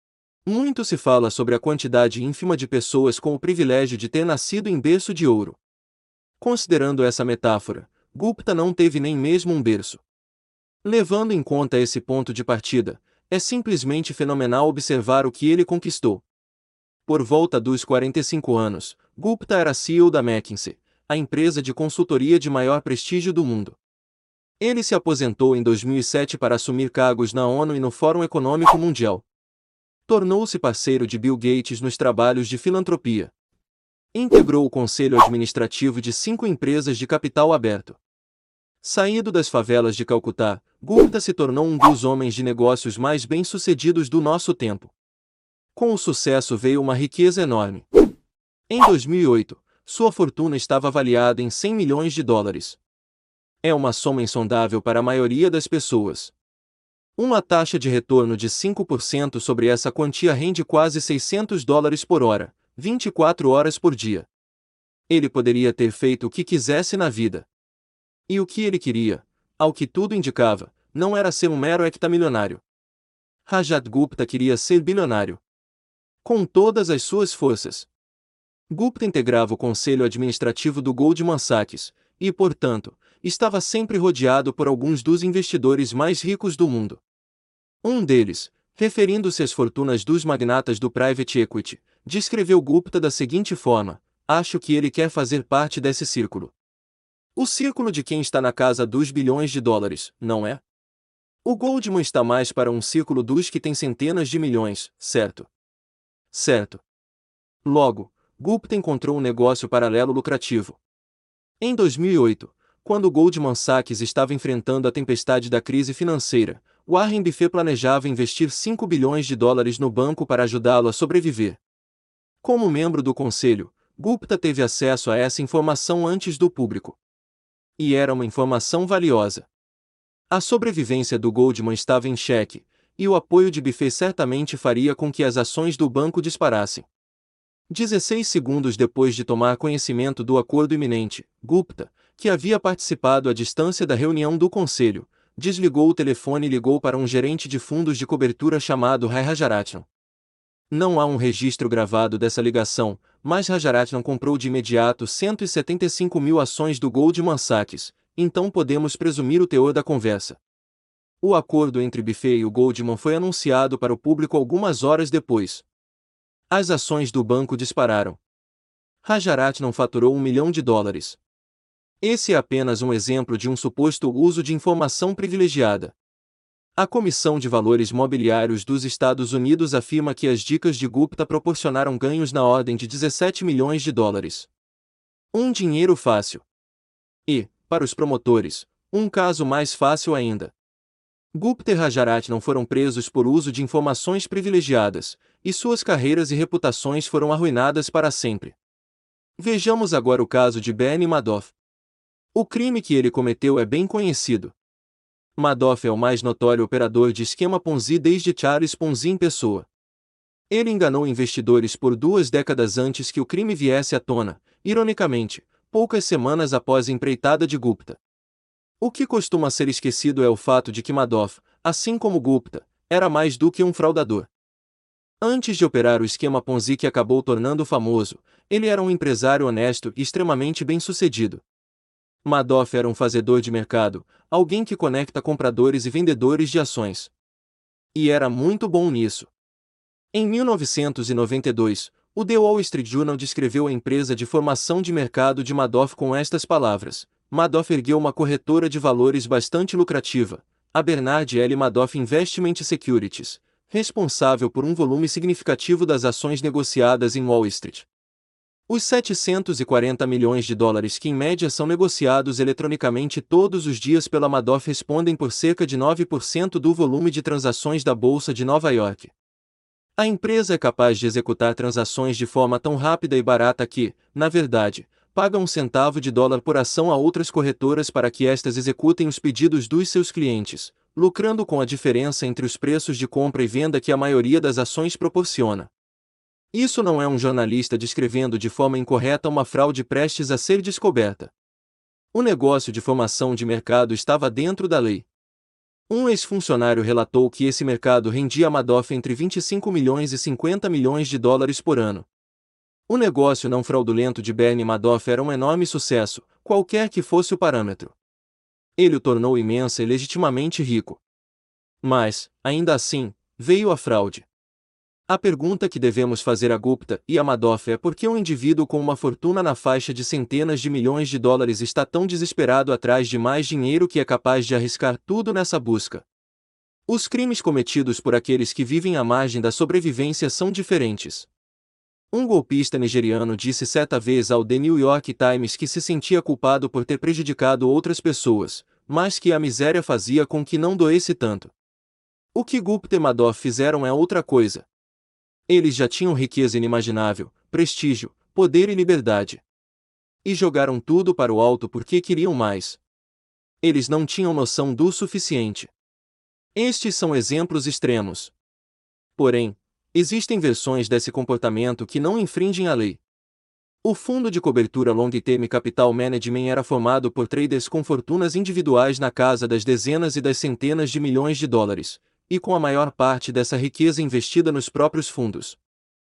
[SPEAKER 1] Muito se fala sobre a quantidade ínfima de pessoas com o privilégio de ter nascido em berço de ouro. Considerando essa metáfora, Gupta não teve nem mesmo um berço. Levando em conta esse ponto de partida, é simplesmente fenomenal observar o que ele conquistou. Por volta dos quarenta e cinco anos, Gupta era C E O da McKinsey, a empresa de consultoria de maior prestígio do mundo. Ele se aposentou em dois mil e sete para assumir cargos na ONU e no Fórum Econômico Mundial. Tornou-se parceiro de Bill Gates nos trabalhos de filantropia. Integrou o conselho administrativo de cinco empresas de capital aberto. Saído das favelas de Calcutá, Gupta se tornou um dos homens de negócios mais bem-sucedidos do nosso tempo. Com o sucesso veio uma riqueza enorme. Em dois mil e oito, sua fortuna estava avaliada em cem milhões de dólares. É uma soma insondável para a maioria das pessoas. Uma taxa de retorno de cinco por cento sobre essa quantia rende quase seiscentos dólares por hora, vinte e quatro horas por dia. Ele poderia ter feito o que quisesse na vida. E o que ele queria, ao que tudo indicava, não era ser um mero hectamilionário. Rajat Gupta queria ser bilionário. Com todas as suas forças. Gupta integrava o conselho administrativo do Goldman Sachs, e, portanto, estava sempre rodeado por alguns dos investidores mais ricos do mundo. Um deles, referindo-se às fortunas dos magnatas do private equity, descreveu Gupta da seguinte forma: acho que ele quer fazer parte desse círculo. O círculo de quem está na casa dos bilhões de dólares, não é? O Goldman está mais para um círculo dos que tem centenas de milhões, certo? Certo. Logo, Gupta encontrou um negócio paralelo lucrativo. Em dois mil e oito, quando Goldman Sachs estava enfrentando a tempestade da crise financeira, Warren Buffett planejava investir cinco bilhões de dólares no banco para ajudá-lo a sobreviver. Como membro do conselho, Gupta teve acesso a essa informação antes do público. E era uma informação valiosa. A sobrevivência do Goldman estava em xeque, e o apoio de Buffett certamente faria com que as ações do banco disparassem. dezesseis segundos depois de tomar conhecimento do acordo iminente, Gupta, que havia participado à distância da reunião do conselho, desligou o telefone e ligou para um gerente de fundos de cobertura chamado Ray Rajaratnam. Não há um registro gravado dessa ligação, mas Rajaratnam comprou de imediato cento e setenta e cinco mil ações do Goldman Sachs, então podemos presumir o teor da conversa. O acordo entre Buffett e o Goldman foi anunciado para o público algumas horas depois. As ações do banco dispararam. Rajaratnam faturou um milhão de dólares. Esse é apenas um exemplo de um suposto uso de informação privilegiada. A Comissão de Valores Mobiliários dos Estados Unidos afirma que as dicas de Gupta proporcionaram ganhos na ordem de dezessete milhões de dólares. Um dinheiro fácil. E, para os promotores, um caso mais fácil ainda. Gupta e Rajaratnam foram presos por uso de informações privilegiadas, e suas carreiras e reputações foram arruinadas para sempre. Vejamos agora o caso de Bernie Madoff. O crime que ele cometeu é bem conhecido. Madoff é o mais notório operador de esquema Ponzi desde Charles Ponzi em pessoa. Ele enganou investidores por duas décadas antes que o crime viesse à tona, ironicamente, poucas semanas após a empreitada de Gupta. O que costuma ser esquecido é o fato de que Madoff, assim como Gupta, era mais do que um fraudador. Antes de operar o esquema Ponzi que acabou tornando famoso, ele era um empresário honesto e extremamente bem-sucedido. Madoff era um fazedor de mercado, alguém que conecta compradores e vendedores de ações. E era muito bom nisso. Em mil novecentos e noventa e dois, o The Wall Street Journal descreveu a empresa de formação de mercado de Madoff com estas palavras: Madoff ergueu uma corretora de valores bastante lucrativa, a Bernard L. Madoff Investment Securities, responsável por um volume significativo das ações negociadas em Wall Street. Os setecentos e quarenta milhões de dólares que em média são negociados eletronicamente todos os dias pela Madoff respondem por cerca de nove por cento do volume de transações da Bolsa de Nova York. A empresa é capaz de executar transações de forma tão rápida e barata que, na verdade, paga um centavo de dólar por ação a outras corretoras para que estas executem os pedidos dos seus clientes, lucrando com a diferença entre os preços de compra e venda que a maioria das ações proporciona. Isso não é um jornalista descrevendo de forma incorreta uma fraude prestes a ser descoberta. O negócio de formação de mercado estava dentro da lei. Um ex-funcionário relatou que esse mercado rendia a Madoff entre vinte e cinco milhões e cinquenta milhões de dólares por ano. O negócio não fraudulento de Bernie Madoff era um enorme sucesso, qualquer que fosse o parâmetro. Ele o tornou imensa e legitimamente rico. Mas, ainda assim, veio a fraude. A pergunta que devemos fazer a Gupta e a Madoff é por que um indivíduo com uma fortuna na faixa de centenas de milhões de dólares está tão desesperado atrás de mais dinheiro que é capaz de arriscar tudo nessa busca. Os crimes cometidos por aqueles que vivem à margem da sobrevivência são diferentes. Um golpista nigeriano disse certa vez ao The New York Times que se sentia culpado por ter prejudicado outras pessoas, mas que a miséria fazia com que não doesse tanto. O que Gupta e Madoff fizeram é outra coisa. Eles já tinham riqueza inimaginável, prestígio, poder e liberdade. E jogaram tudo para o alto porque queriam mais. Eles não tinham noção do suficiente. Estes são exemplos extremos. Porém, existem versões desse comportamento que não infringem a lei. O fundo de cobertura Long Term Capital Management era formado por traders com fortunas individuais na casa das dezenas e das centenas de milhões de dólares, e com a maior parte dessa riqueza investida nos próprios fundos.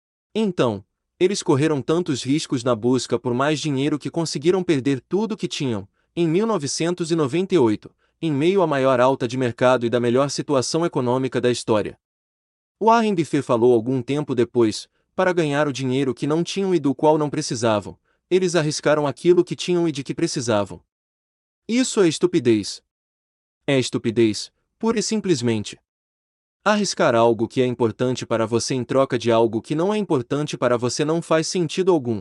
[SPEAKER 1] Então, eles correram tantos riscos na busca por mais dinheiro que conseguiram perder tudo que tinham, em mil novecentos e noventa e oito, em meio à maior alta de mercado e da melhor situação econômica da história. Warren Buffett falou algum tempo depois, para ganhar o dinheiro que não tinham e do qual não precisavam, eles arriscaram aquilo que tinham e de que precisavam. Isso é estupidez. É estupidez, pura e simplesmente. Arriscar algo que é importante para você em troca de algo que não é importante para você não faz sentido algum.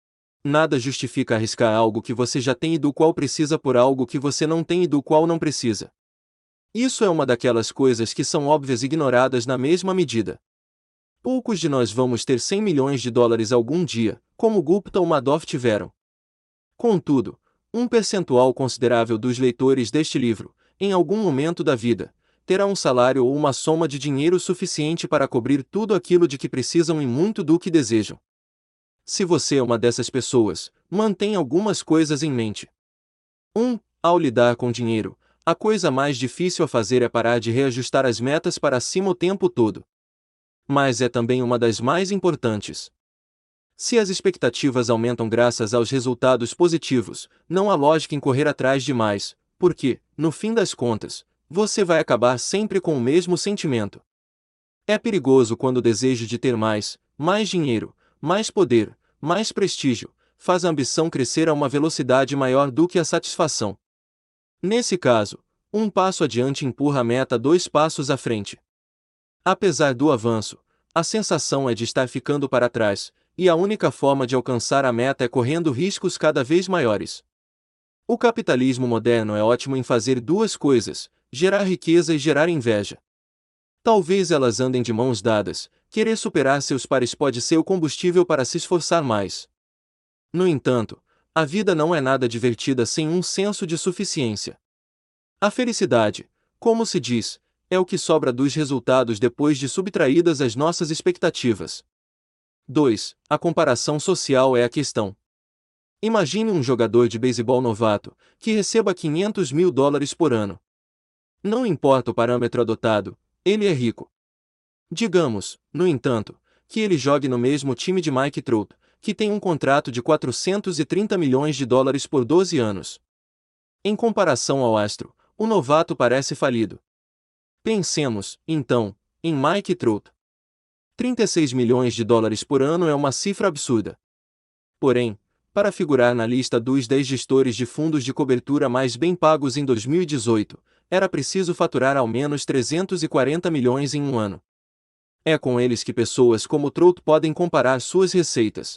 [SPEAKER 1] Nada justifica arriscar algo que você já tem e do qual precisa por algo que você não tem e do qual não precisa. Isso é uma daquelas coisas que são óbvias e ignoradas na mesma medida. Poucos de nós vamos ter cem milhões de dólares algum dia, como Gupta ou Madoff tiveram. Contudo, um percentual considerável dos leitores deste livro, em algum momento da vida, terá um salário ou uma soma de dinheiro suficiente para cobrir tudo aquilo de que precisam e muito do que desejam. Se você é uma dessas pessoas, mantenha algumas coisas em mente. um. Ao lidar com dinheiro, a coisa mais difícil a fazer é parar de reajustar as metas para cima o tempo todo. Mas é também uma das mais importantes. Se as expectativas aumentam graças aos resultados positivos, não há lógica em correr atrás de mais, porque, no fim das contas, você vai acabar sempre com o mesmo sentimento. É perigoso quando o desejo de ter mais, mais dinheiro, mais poder, mais prestígio, faz a ambição crescer a uma velocidade maior do que a satisfação. Nesse caso, um passo adiante empurra a meta dois passos à frente. Apesar do avanço, a sensação é de estar ficando para trás, e a única forma de alcançar a meta é correndo riscos cada vez maiores. O capitalismo moderno é ótimo em fazer duas coisas: gerar riqueza e gerar inveja. Talvez elas andem de mãos dadas. Querer superar seus pares pode ser o combustível para se esforçar mais. No entanto, a vida não é nada divertida sem um senso de suficiência. A felicidade, como se diz, é o que sobra dos resultados depois de subtraídas as nossas expectativas. dois. A comparação social é a questão. Imagine um jogador de beisebol novato, que receba quinhentos mil dólares por ano. Não importa o parâmetro adotado, ele é rico. Digamos, no entanto, que ele jogue no mesmo time de Mike Trout, que tem um contrato de quatrocentos e trinta milhões de dólares por doze anos. Em comparação ao astro, o novato parece falido. Pensemos, então, em Mike Trout. trinta e seis milhões de dólares por ano é uma cifra absurda. Porém, para figurar na lista dos dez gestores de fundos de cobertura mais bem pagos em dois mil e dezoito, era preciso faturar ao menos trezentos e quarenta milhões em um ano. É com eles que pessoas como Trout podem comparar suas receitas.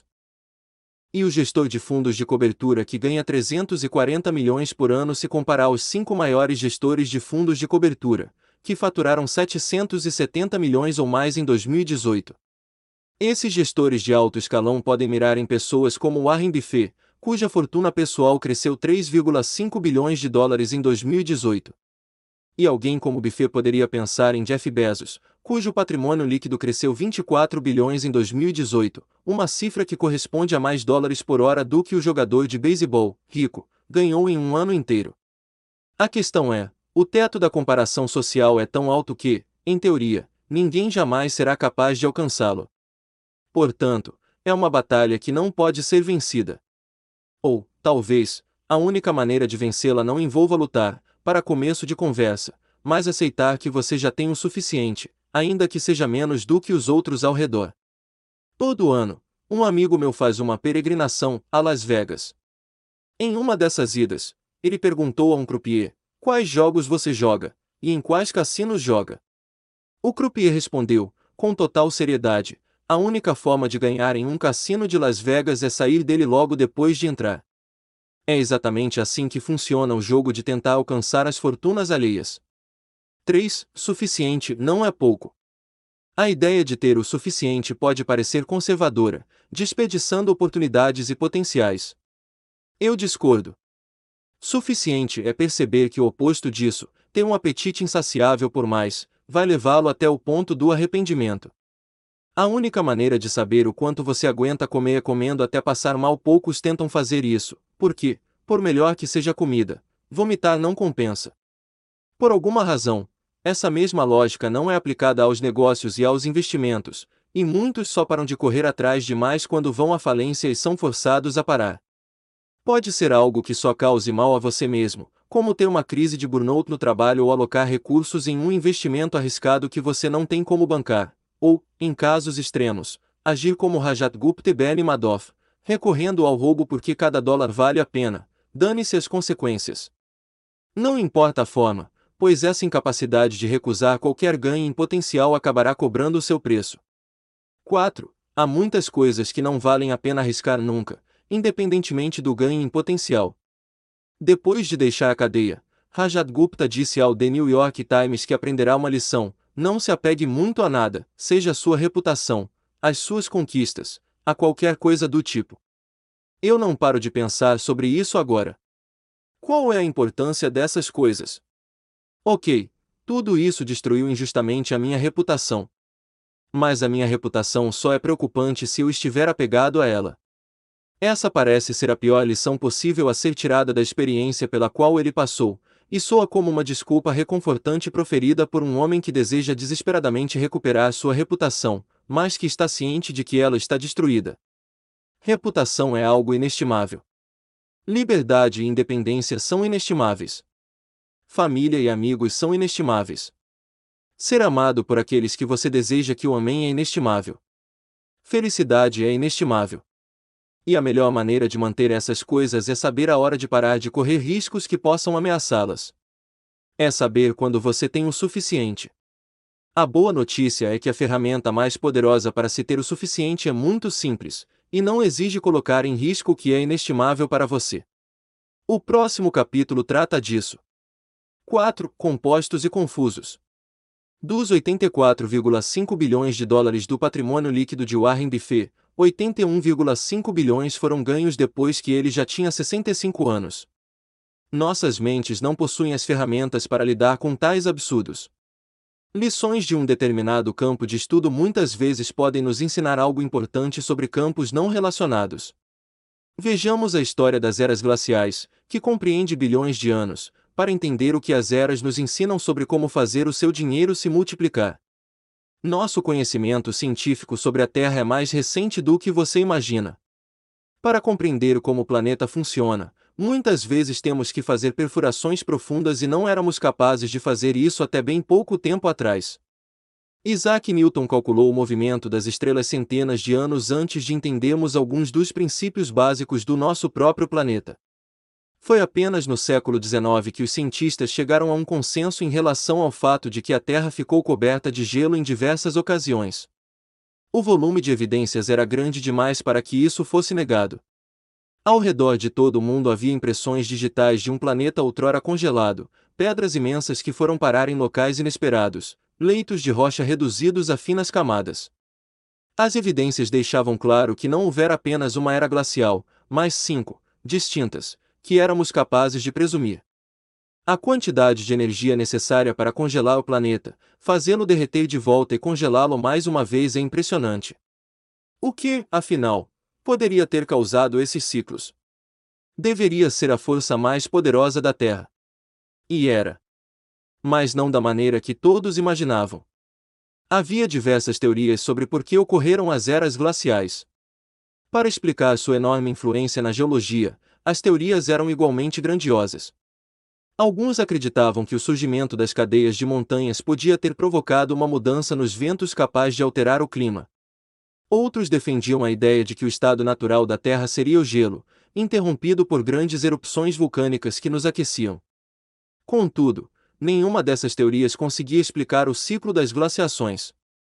[SPEAKER 1] E o gestor de fundos de cobertura que ganha trezentos e quarenta milhões por ano se comparar aos cinco maiores gestores de fundos de cobertura, que faturaram setecentos e setenta milhões ou mais em dois mil e dezoito. Esses gestores de alto escalão podem mirar em pessoas como Warren Buffett, cuja fortuna pessoal cresceu três vírgula cinco bilhões de dólares em dois mil e dezoito. E alguém como Buffett poderia pensar em Jeff Bezos, cujo patrimônio líquido cresceu vinte e quatro bilhões em dois mil e dezoito, uma cifra que corresponde a mais dólares por hora do que o jogador de beisebol, rico, ganhou em um ano inteiro. A questão é, o teto da comparação social é tão alto que, em teoria, ninguém jamais será capaz de alcançá-lo. Portanto, é uma batalha que não pode ser vencida. Ou, talvez, a única maneira de vencê-la não envolva lutar, para começo de conversa, mas aceitar que você já tem o suficiente, ainda que seja menos do que os outros ao redor. Todo ano, um amigo meu faz uma peregrinação a Las Vegas. Em uma dessas idas, ele perguntou a um croupier: quais jogos você joga, e em quais cassinos joga? O croupier respondeu, com total seriedade: a única forma de ganhar em um cassino de Las Vegas é sair dele logo depois de entrar. É exatamente assim que funciona o jogo de tentar alcançar as fortunas alheias. três. Suficiente não é pouco. A ideia de ter o suficiente pode parecer conservadora, desperdiçando oportunidades e potenciais. Eu discordo. Suficiente é perceber que o oposto disso, ter um apetite insaciável por mais, vai levá-lo até o ponto do arrependimento. A única maneira de saber o quanto você aguenta comer é comendo até passar mal. Poucos tentam fazer isso, porque, por melhor que seja a comida, vomitar não compensa. Por alguma razão, essa mesma lógica não é aplicada aos negócios e aos investimentos, e muitos só param de correr atrás de mais quando vão à falência e são forçados a parar. Pode ser algo que só cause mal a você mesmo, como ter uma crise de burnout no trabalho ou alocar recursos em um investimento arriscado que você não tem como bancar. Ou, em casos extremos, agir como Rajat Gupta e Bernie Madoff, recorrendo ao roubo porque cada dólar vale a pena, dane-se as consequências. Não importa a forma, pois essa incapacidade de recusar qualquer ganho em potencial acabará cobrando o seu preço. quatro. Há muitas coisas que não valem a pena arriscar nunca, independentemente do ganho em potencial. Depois de deixar a cadeia, Rajat Gupta disse ao The New York Times que aprenderá uma lição: não se apegue muito a nada, seja a sua reputação, as suas conquistas, a qualquer coisa do tipo. Eu não paro de pensar sobre isso agora. Qual é a importância dessas coisas? Ok, tudo isso destruiu injustamente a minha reputação. Mas a minha reputação só é preocupante se eu estiver apegado a ela. Essa parece ser a pior lição possível a ser tirada da experiência pela qual ele passou, e soa como uma desculpa reconfortante proferida por um homem que deseja desesperadamente recuperar sua reputação, mas que está ciente de que ela está destruída. Reputação é algo inestimável. Liberdade e independência são inestimáveis. Família e amigos são inestimáveis. Ser amado por aqueles que você deseja que o amem é inestimável. Felicidade é inestimável. E a melhor maneira de manter essas coisas é saber a hora de parar de correr riscos que possam ameaçá-las. É saber quando você tem o suficiente. A boa notícia é que a ferramenta mais poderosa para se ter o suficiente é muito simples, e não exige colocar em risco o que é inestimável para você. O próximo capítulo trata disso. quatro. Compostos e confusos. Dos oitenta e quatro vírgula cinco bilhões de dólares do patrimônio líquido de Warren Buffett, oitenta e um vírgula cinco bilhões foram ganhos depois que ele já tinha sessenta e cinco anos. Nossas mentes não possuem as ferramentas para lidar com tais absurdos. Lições de um determinado campo de estudo muitas vezes podem nos ensinar algo importante sobre campos não relacionados. Vejamos a história das eras glaciais, que compreende bilhões de anos, para entender o que as eras nos ensinam sobre como fazer o seu dinheiro se multiplicar. Nosso conhecimento científico sobre a Terra é mais recente do que você imagina. Para compreender como o planeta funciona, muitas vezes temos que fazer perfurações profundas e não éramos capazes de fazer isso até bem pouco tempo atrás. Isaac Newton calculou o movimento das estrelas centenas de anos antes de entendermos alguns dos princípios básicos do nosso próprio planeta. Foi apenas no século dezenove que os cientistas chegaram a um consenso em relação ao fato de que a Terra ficou coberta de gelo em diversas ocasiões. O volume de evidências era grande demais para que isso fosse negado. Ao redor de todo o mundo havia impressões digitais de um planeta outrora congelado, pedras imensas que foram parar em locais inesperados, leitos de rocha reduzidos a finas camadas. As evidências deixavam claro que não houvera apenas uma era glacial, mas cinco, distintas, que éramos capazes de presumir. A quantidade de energia necessária para congelar o planeta, fazê-lo derreter de volta e congelá-lo mais uma vez é impressionante. O que, afinal, poderia ter causado esses ciclos? Deveria ser a força mais poderosa da Terra. E era. Mas não da maneira que todos imaginavam. Havia diversas teorias sobre por que ocorreram as eras glaciais. Para explicar sua enorme influência na geologia, as teorias eram igualmente grandiosas. Alguns acreditavam que o surgimento das cadeias de montanhas podia ter provocado uma mudança nos ventos capaz de alterar o clima. Outros defendiam a ideia de que o estado natural da Terra seria o gelo, interrompido por grandes erupções vulcânicas que nos aqueciam. Contudo, nenhuma dessas teorias conseguia explicar o ciclo das glaciações.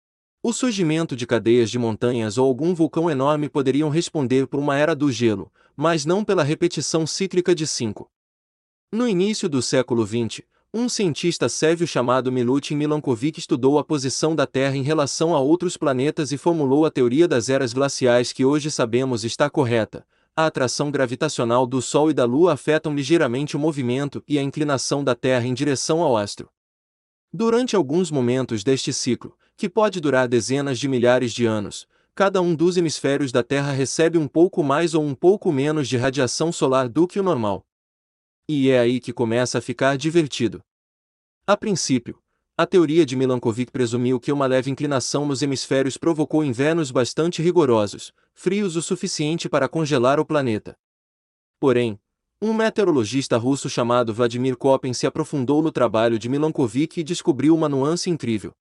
[SPEAKER 1] O surgimento de cadeias de montanhas ou algum vulcão enorme poderiam responder por uma era do gelo, mas não pela repetição cíclica de cinco. No início do século vinte, um cientista sérvio chamado Milutin Milankovic estudou a posição da Terra em relação a outros planetas e formulou a teoria das eras glaciais que hoje sabemos está correta. A atração gravitacional do Sol e da Lua afetam ligeiramente o movimento e a inclinação da Terra em direção ao astro. Durante alguns momentos deste ciclo, que pode durar dezenas de milhares de anos, cada um dos hemisférios da Terra recebe um pouco mais ou um pouco menos de radiação solar do que o normal. E é aí que começa a ficar divertido. A princípio, a teoria de Milankovic presumiu que uma leve inclinação nos hemisférios provocou invernos bastante rigorosos, frios o suficiente para congelar o planeta. Porém, um meteorologista russo chamado Vladimir Koppen se aprofundou no trabalho de Milankovic e descobriu uma nuance incrível.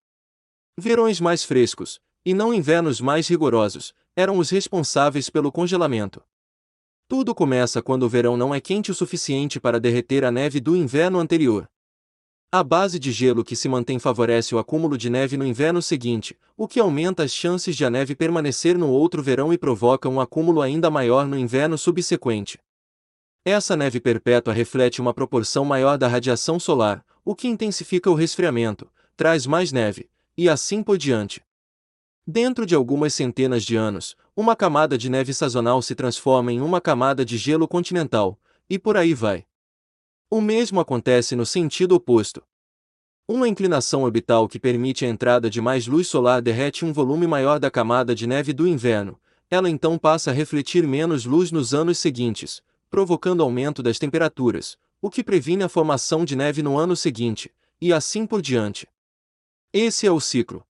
[SPEAKER 1] Verões mais frescos, e não invernos mais rigorosos, eram os responsáveis pelo congelamento. Tudo começa quando o verão não é quente o suficiente para derreter a neve do inverno anterior. A base de gelo que se mantém favorece o acúmulo de neve no inverno seguinte, o que aumenta as chances de a neve permanecer no outro verão e provoca um acúmulo ainda maior no inverno subsequente. Essa neve perpétua reflete uma proporção maior da radiação solar, o que intensifica o resfriamento, traz mais neve, e assim por diante. Dentro de algumas centenas de anos, uma camada de neve sazonal se transforma em uma camada de gelo continental, e por aí vai. O mesmo acontece no sentido oposto. Uma inclinação orbital que permite a entrada de mais luz solar derrete um volume maior da camada de neve do inverno, ela então passa a refletir menos luz nos anos seguintes, provocando aumento das temperaturas, o que previne a formação de neve no ano seguinte, e assim por diante. Esse é o ciclo.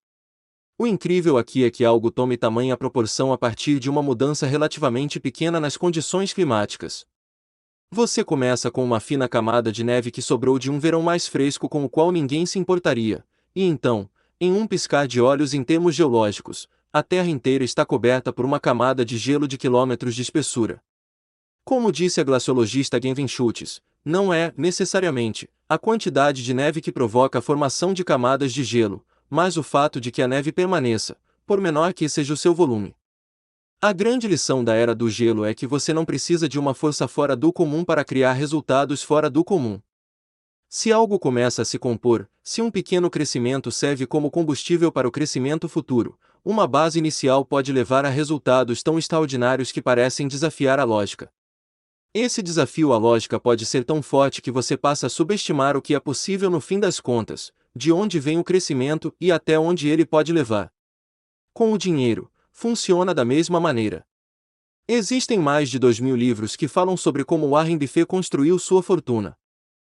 [SPEAKER 1] O incrível aqui é que algo tome tamanha proporção a partir de uma mudança relativamente pequena nas condições climáticas. Você começa com uma fina camada de neve que sobrou de um verão mais fresco com o qual ninguém se importaria, e então, em um piscar de olhos em termos geológicos, a Terra inteira está coberta por uma camada de gelo de quilômetros de espessura. Como disse a glaciologista Genvin Schultz, não é, necessariamente, a quantidade de neve que provoca a formação de camadas de gelo, mas o fato de que a neve permaneça, por menor que seja o seu volume. A grande lição da era do gelo é que você não precisa de uma força fora do comum para criar resultados fora do comum. Se algo começa a se compor, se um pequeno crescimento serve como combustível para o crescimento futuro, uma base inicial pode levar a resultados tão extraordinários que parecem desafiar a lógica. Esse desafio à lógica pode ser tão forte que você passa a subestimar o que é possível no fim das contas, de onde vem o crescimento e até onde ele pode levar. Com o dinheiro, funciona da mesma maneira. Existem mais de dois mil livros que falam sobre como Warren Buffett construiu sua fortuna.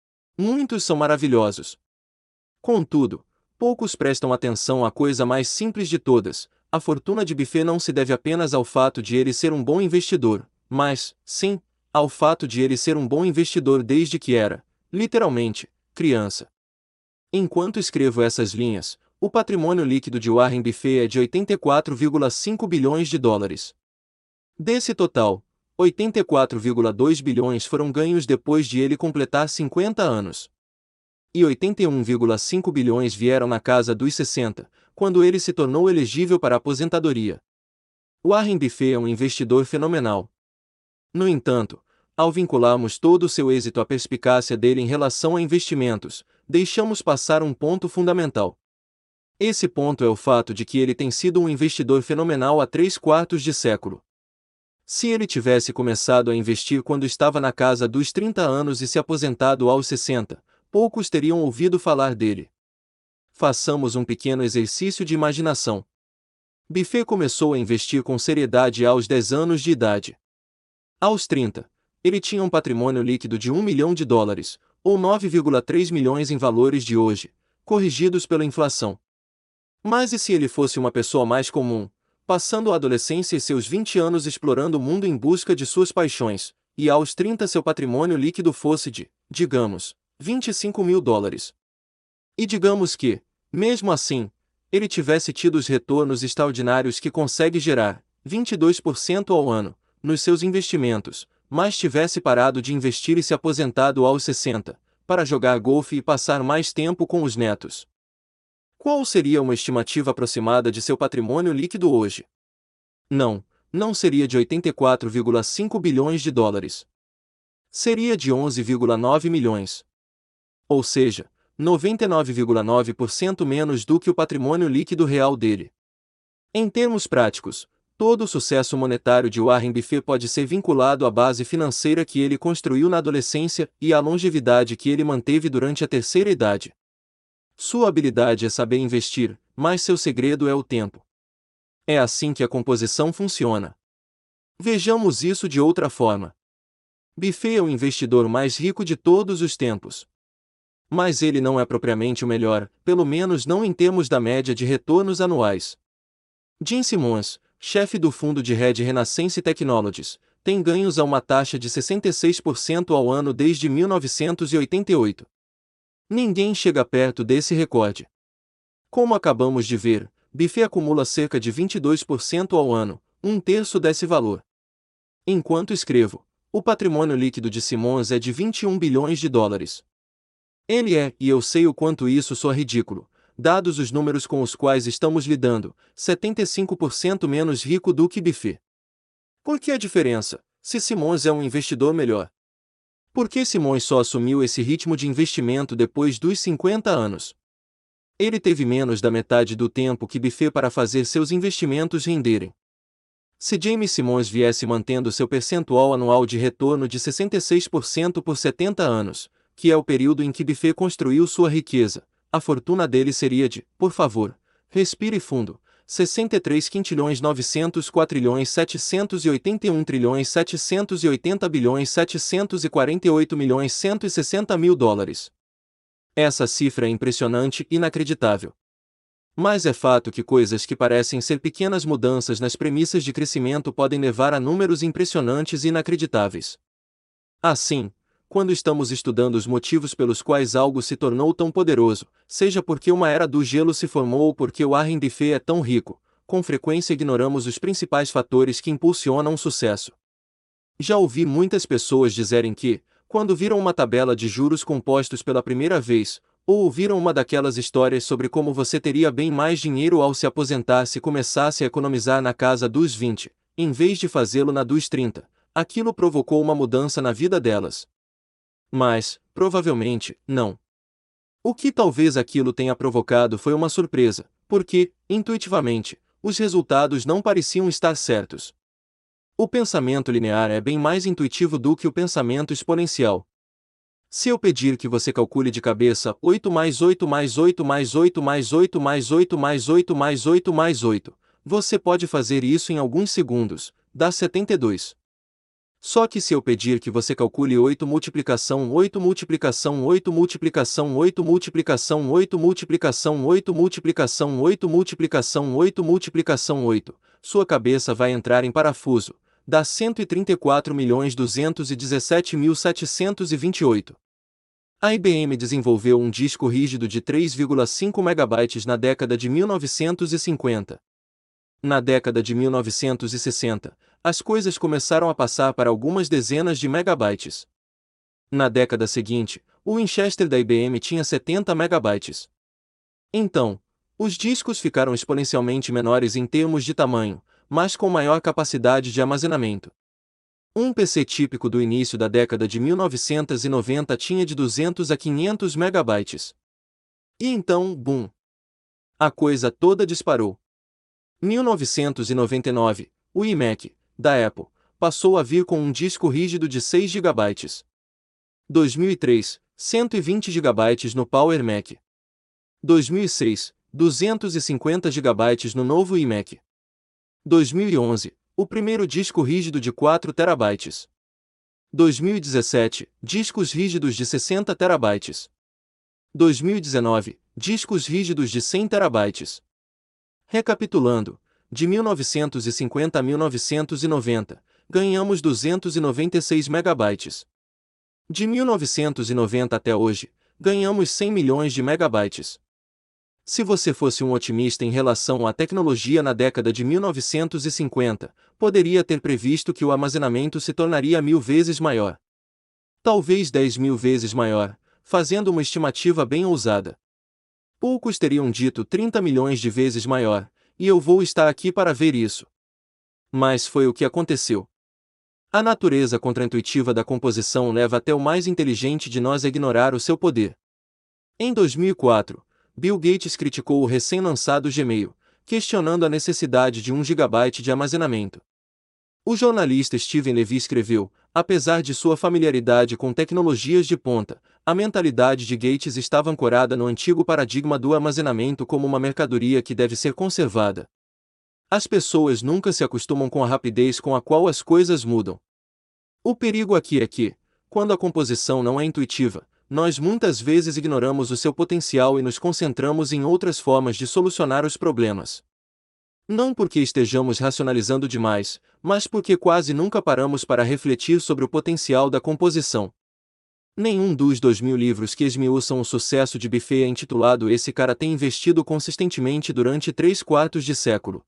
[SPEAKER 1] Muitos são maravilhosos. Contudo, poucos prestam atenção à coisa mais simples de todas: a fortuna de Buffett não se deve apenas ao fato de ele ser um bom investidor, mas, sim, ao fato de ele ser um bom investidor desde que era, literalmente, criança. Enquanto escrevo essas linhas, o patrimônio líquido de Warren Buffett é de oitenta e quatro vírgula cinco bilhões de dólares. Desse total, oitenta e quatro vírgula dois bilhões foram ganhos depois de ele completar cinquenta anos. E oitenta e um vírgula cinco bilhões vieram na casa dos sessenta, quando ele se tornou elegível para a aposentadoria. Warren Buffett é um investidor fenomenal. No entanto, ao vincularmos todo o seu êxito à perspicácia dele em relação a investimentos, deixamos passar um ponto fundamental. Esse ponto é o fato de que ele tem sido um investidor fenomenal há três quartos de século. Se ele tivesse começado a investir quando estava na casa dos trinta anos e se aposentado aos sessenta, poucos teriam ouvido falar dele. Façamos um pequeno exercício de imaginação. Buffett começou a investir com seriedade aos dez anos de idade. Aos trinta, ele tinha um patrimônio líquido de um milhão de dólares, ou nove vírgula três milhões em valores de hoje, corrigidos pela inflação. Mas e se ele fosse uma pessoa mais comum, passando a adolescência e seus vinte anos explorando o mundo em busca de suas paixões, e aos trinta seu patrimônio líquido fosse de, digamos, vinte e cinco mil dólares? E digamos que, mesmo assim, ele tivesse tido os retornos extraordinários que consegue gerar, vinte e dois por cento ao ano, nos seus investimentos, mas tivesse parado de investir e se aposentado aos sessenta, para jogar golfe e passar mais tempo com os netos. Qual seria uma estimativa aproximada de seu patrimônio líquido hoje? Não, não seria de oitenta e quatro vírgula cinco bilhões de dólares. Seria de onze vírgula nove milhões. Ou seja, noventa e nove vírgula nove por cento menos do que o patrimônio líquido real dele. Em termos práticos, todo o sucesso monetário de Warren Buffett pode ser vinculado à base financeira que ele construiu na adolescência e à longevidade que ele manteve durante a terceira idade. Sua habilidade é saber investir, mas seu segredo é o tempo. É assim que a composição funciona. Vejamos isso de outra forma. Buffett é o investidor mais rico de todos os tempos. Mas ele não é propriamente o melhor, pelo menos não em termos da média de retornos anuais. Jim Simons, chefe do fundo de hedge Renaissance Technologies, tem ganhos a uma taxa de sessenta e seis por cento ao ano desde mil novecentos e oitenta e oito. Ninguém chega perto desse recorde. Como acabamos de ver, Buffett acumula cerca de vinte e dois por cento ao ano, um terço desse valor. Enquanto escrevo, o patrimônio líquido de Simons é de vinte e um bilhões de dólares. Ele é, e eu sei o quanto isso soa ridículo, dados os números com os quais estamos lidando, setenta e cinco por cento menos rico do que Buffett. Por que a diferença, se Simons é um investidor melhor? Por que Simons só assumiu esse ritmo de investimento depois dos cinquenta anos? Ele teve menos da metade do tempo que Buffett para fazer seus investimentos renderem. Se James Simons viesse mantendo seu percentual anual de retorno de sessenta e seis por cento por setenta anos, que é o período em que Buffett construiu sua riqueza, a fortuna dele seria de, por favor, respire fundo, sessenta e três quintilhões novecentos quatrilhões setecentos e oitenta e um trilhões setecentos e oitenta bilhões setecentos e quarenta e oito milhões cento e sessenta mil dólares. Essa cifra é impressionante e inacreditável. Mas é fato que coisas que parecem ser pequenas mudanças nas premissas de crescimento podem levar a números impressionantes e inacreditáveis. Assim, quando estamos estudando os motivos pelos quais algo se tornou tão poderoso, seja porque uma era do gelo se formou ou porque Warren Buffett é tão rico, com frequência ignoramos os principais fatores que impulsionam o sucesso. Já ouvi muitas pessoas dizerem que, quando viram uma tabela de juros compostos pela primeira vez, ou ouviram uma daquelas histórias sobre como você teria bem mais dinheiro ao se aposentar se começasse a economizar na casa dos vinte, em vez de fazê-lo na dos trinta, aquilo provocou uma mudança na vida delas. Mas, provavelmente, não. O que talvez aquilo tenha provocado foi uma surpresa, porque, intuitivamente, os resultados não pareciam estar certos. O pensamento linear é bem mais intuitivo do que o pensamento exponencial. Se eu pedir que você calcule de cabeça oito mais oito mais oito mais oito mais oito mais oito mais oito mais oito mais oito, você pode fazer isso em alguns segundos, dá setenta e dois. Só que se eu pedir que você calcule oito multiplicação oito multiplicação oito multiplicação oito multiplicação oito multiplicação oito multiplicação oito multiplicação oito multiplicação oito, sua cabeça vai entrar em parafuso, dá cento e trinta e quatro milhões duzentos e dezessete mil setecentos e vinte e oito. A I B M desenvolveu um disco rígido de três vírgula cinco megabytes na década de mil novecentos e cinquenta. Na década de mil novecentos e sessenta, as coisas começaram a passar para algumas dezenas de megabytes. Na década seguinte, o Winchester da I B M tinha setenta megabytes. Então, os discos ficaram exponencialmente menores em termos de tamanho, mas com maior capacidade de armazenamento. Um P C típico do início da década de mil novecentos e noventa tinha de duzentos a quinhentos megabytes. E então, bum! A coisa toda disparou. mil novecentos e noventa e nove, o iMac, da Apple, passou a vir com um disco rígido de seis gigabytes. dois mil e três, cento e vinte gigabytes no Power Mac. dois mil e seis, duzentos e cinquenta gigabytes no novo iMac. dois mil e onze, o primeiro disco rígido de quatro terabytes. dois mil e dezessete, discos rígidos de sessenta terabytes. dois mil e dezenove, discos rígidos de cem terabytes. Recapitulando, de mil novecentos e cinquenta a mil novecentos e noventa, ganhamos duzentos e noventa e seis megabytes. De mil novecentos e noventa até hoje, ganhamos cem milhões de megabytes. Se você fosse um otimista em relação à tecnologia na década de mil novecentos e cinquenta, poderia ter previsto que o armazenamento se tornaria mil vezes maior. Talvez dez mil vezes maior, fazendo uma estimativa bem ousada. Poucos teriam dito trinta milhões de vezes maior, e eu vou estar aqui para ver isso. Mas foi o que aconteceu. A natureza contraintuitiva da composição leva até o mais inteligente de nós a ignorar o seu poder. Em dois mil e quatro, Bill Gates criticou o recém-lançado Gmail, questionando a necessidade de um gigabyte de armazenamento. O jornalista Steven Levy escreveu: apesar de sua familiaridade com tecnologias de ponta, a mentalidade de Gates estava ancorada no antigo paradigma do armazenamento como uma mercadoria que deve ser conservada. As pessoas nunca se acostumam com a rapidez com a qual as coisas mudam. O perigo aqui é que, quando a composição não é intuitiva, nós muitas vezes ignoramos o seu potencial e nos concentramos em outras formas de solucionar os problemas. Não porque estejamos racionalizando demais, mas porque quase nunca paramos para refletir sobre o potencial da composição. Nenhum dos dois mil livros que esmiuçam o sucesso de Buffett é intitulado Esse Cara tem investido consistentemente durante três quartos de século.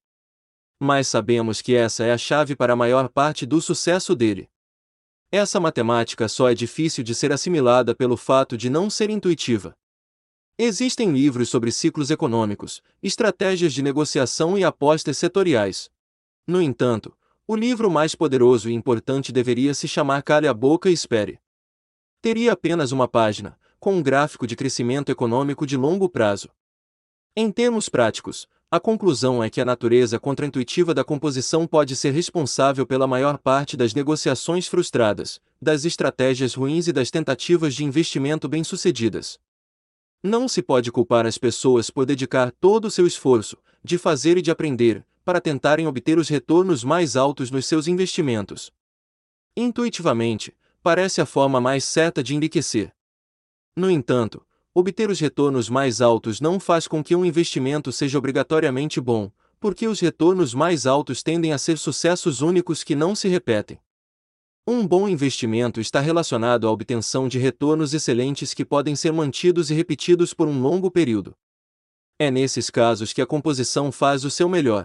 [SPEAKER 1] Mas sabemos que essa é a chave para a maior parte do sucesso dele. Essa matemática só é difícil de ser assimilada pelo fato de não ser intuitiva. Existem livros sobre ciclos econômicos, estratégias de negociação e apostas setoriais. No entanto, o livro mais poderoso e importante deveria se chamar Cale a Boca e Espere. Teria apenas uma página, com um gráfico de crescimento econômico de longo prazo. Em termos práticos, a conclusão é que a natureza contraintuitiva da composição pode ser responsável pela maior parte das negociações frustradas, das estratégias ruins e das tentativas de investimento bem-sucedidas. Não se pode culpar as pessoas por dedicar todo o seu esforço, de fazer e de aprender, para tentarem obter os retornos mais altos nos seus investimentos. Intuitivamente, parece a forma mais certa de enriquecer. No entanto, obter os retornos mais altos não faz com que um investimento seja obrigatoriamente bom, porque os retornos mais altos tendem a ser sucessos únicos que não se repetem. Um bom investimento está relacionado à obtenção de retornos excelentes que podem ser mantidos e repetidos por um longo período. É nesses casos que a composição faz o seu melhor.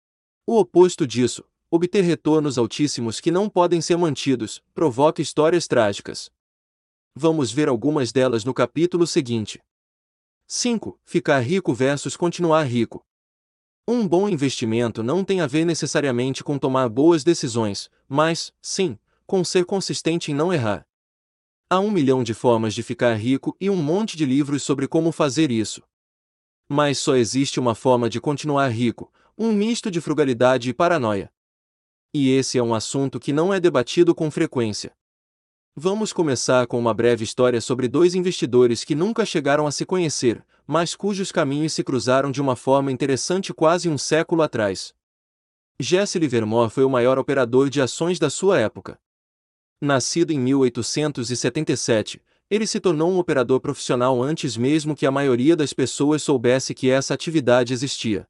[SPEAKER 1] O oposto disso, obter retornos altíssimos que não podem ser mantidos, provoca histórias trágicas. Vamos ver algumas delas no capítulo seguinte. cinco. Ficar rico versus continuar rico. Um bom investimento não tem a ver necessariamente com tomar boas decisões, mas, sim, com ser consistente em não errar. Há um milhão de formas de ficar rico e um monte de livros sobre como fazer isso. Mas só existe uma forma de continuar rico, um misto de frugalidade e paranoia. E esse é um assunto que não é debatido com frequência. Vamos começar com uma breve história sobre dois investidores que nunca chegaram a se conhecer, mas cujos caminhos se cruzaram de uma forma interessante quase um século atrás. Jesse Livermore foi o maior operador de ações da sua época. Nascido em mil oitocentos e setenta e sete, ele se tornou um operador profissional antes mesmo que a maioria das pessoas soubesse que essa atividade existia.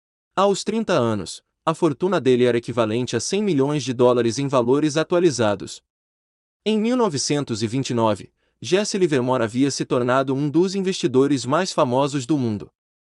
[SPEAKER 1] Aos trinta anos, a fortuna dele era equivalente a cem milhões de dólares em valores atualizados. Em mil novecentos e vinte e nove, Jesse Livermore havia se tornado um dos investidores mais famosos do mundo.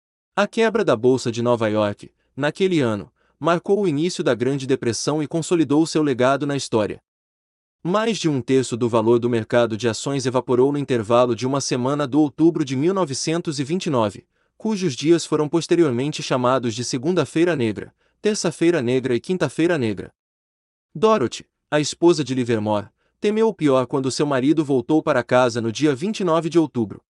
[SPEAKER 1] A quebra da Bolsa de Nova York, naquele ano, marcou o início da Grande Depressão e consolidou seu legado na história. Mais de um terço do valor do mercado de ações evaporou no intervalo de uma semana do outubro de mil novecentos e vinte e nove, cujos dias foram posteriormente chamados de Segunda-feira Negra, Terça-feira Negra e Quinta-feira Negra. Dorothy, a esposa de Livermore, temeu o pior quando seu marido voltou para casa no dia vinte e nove de outubro.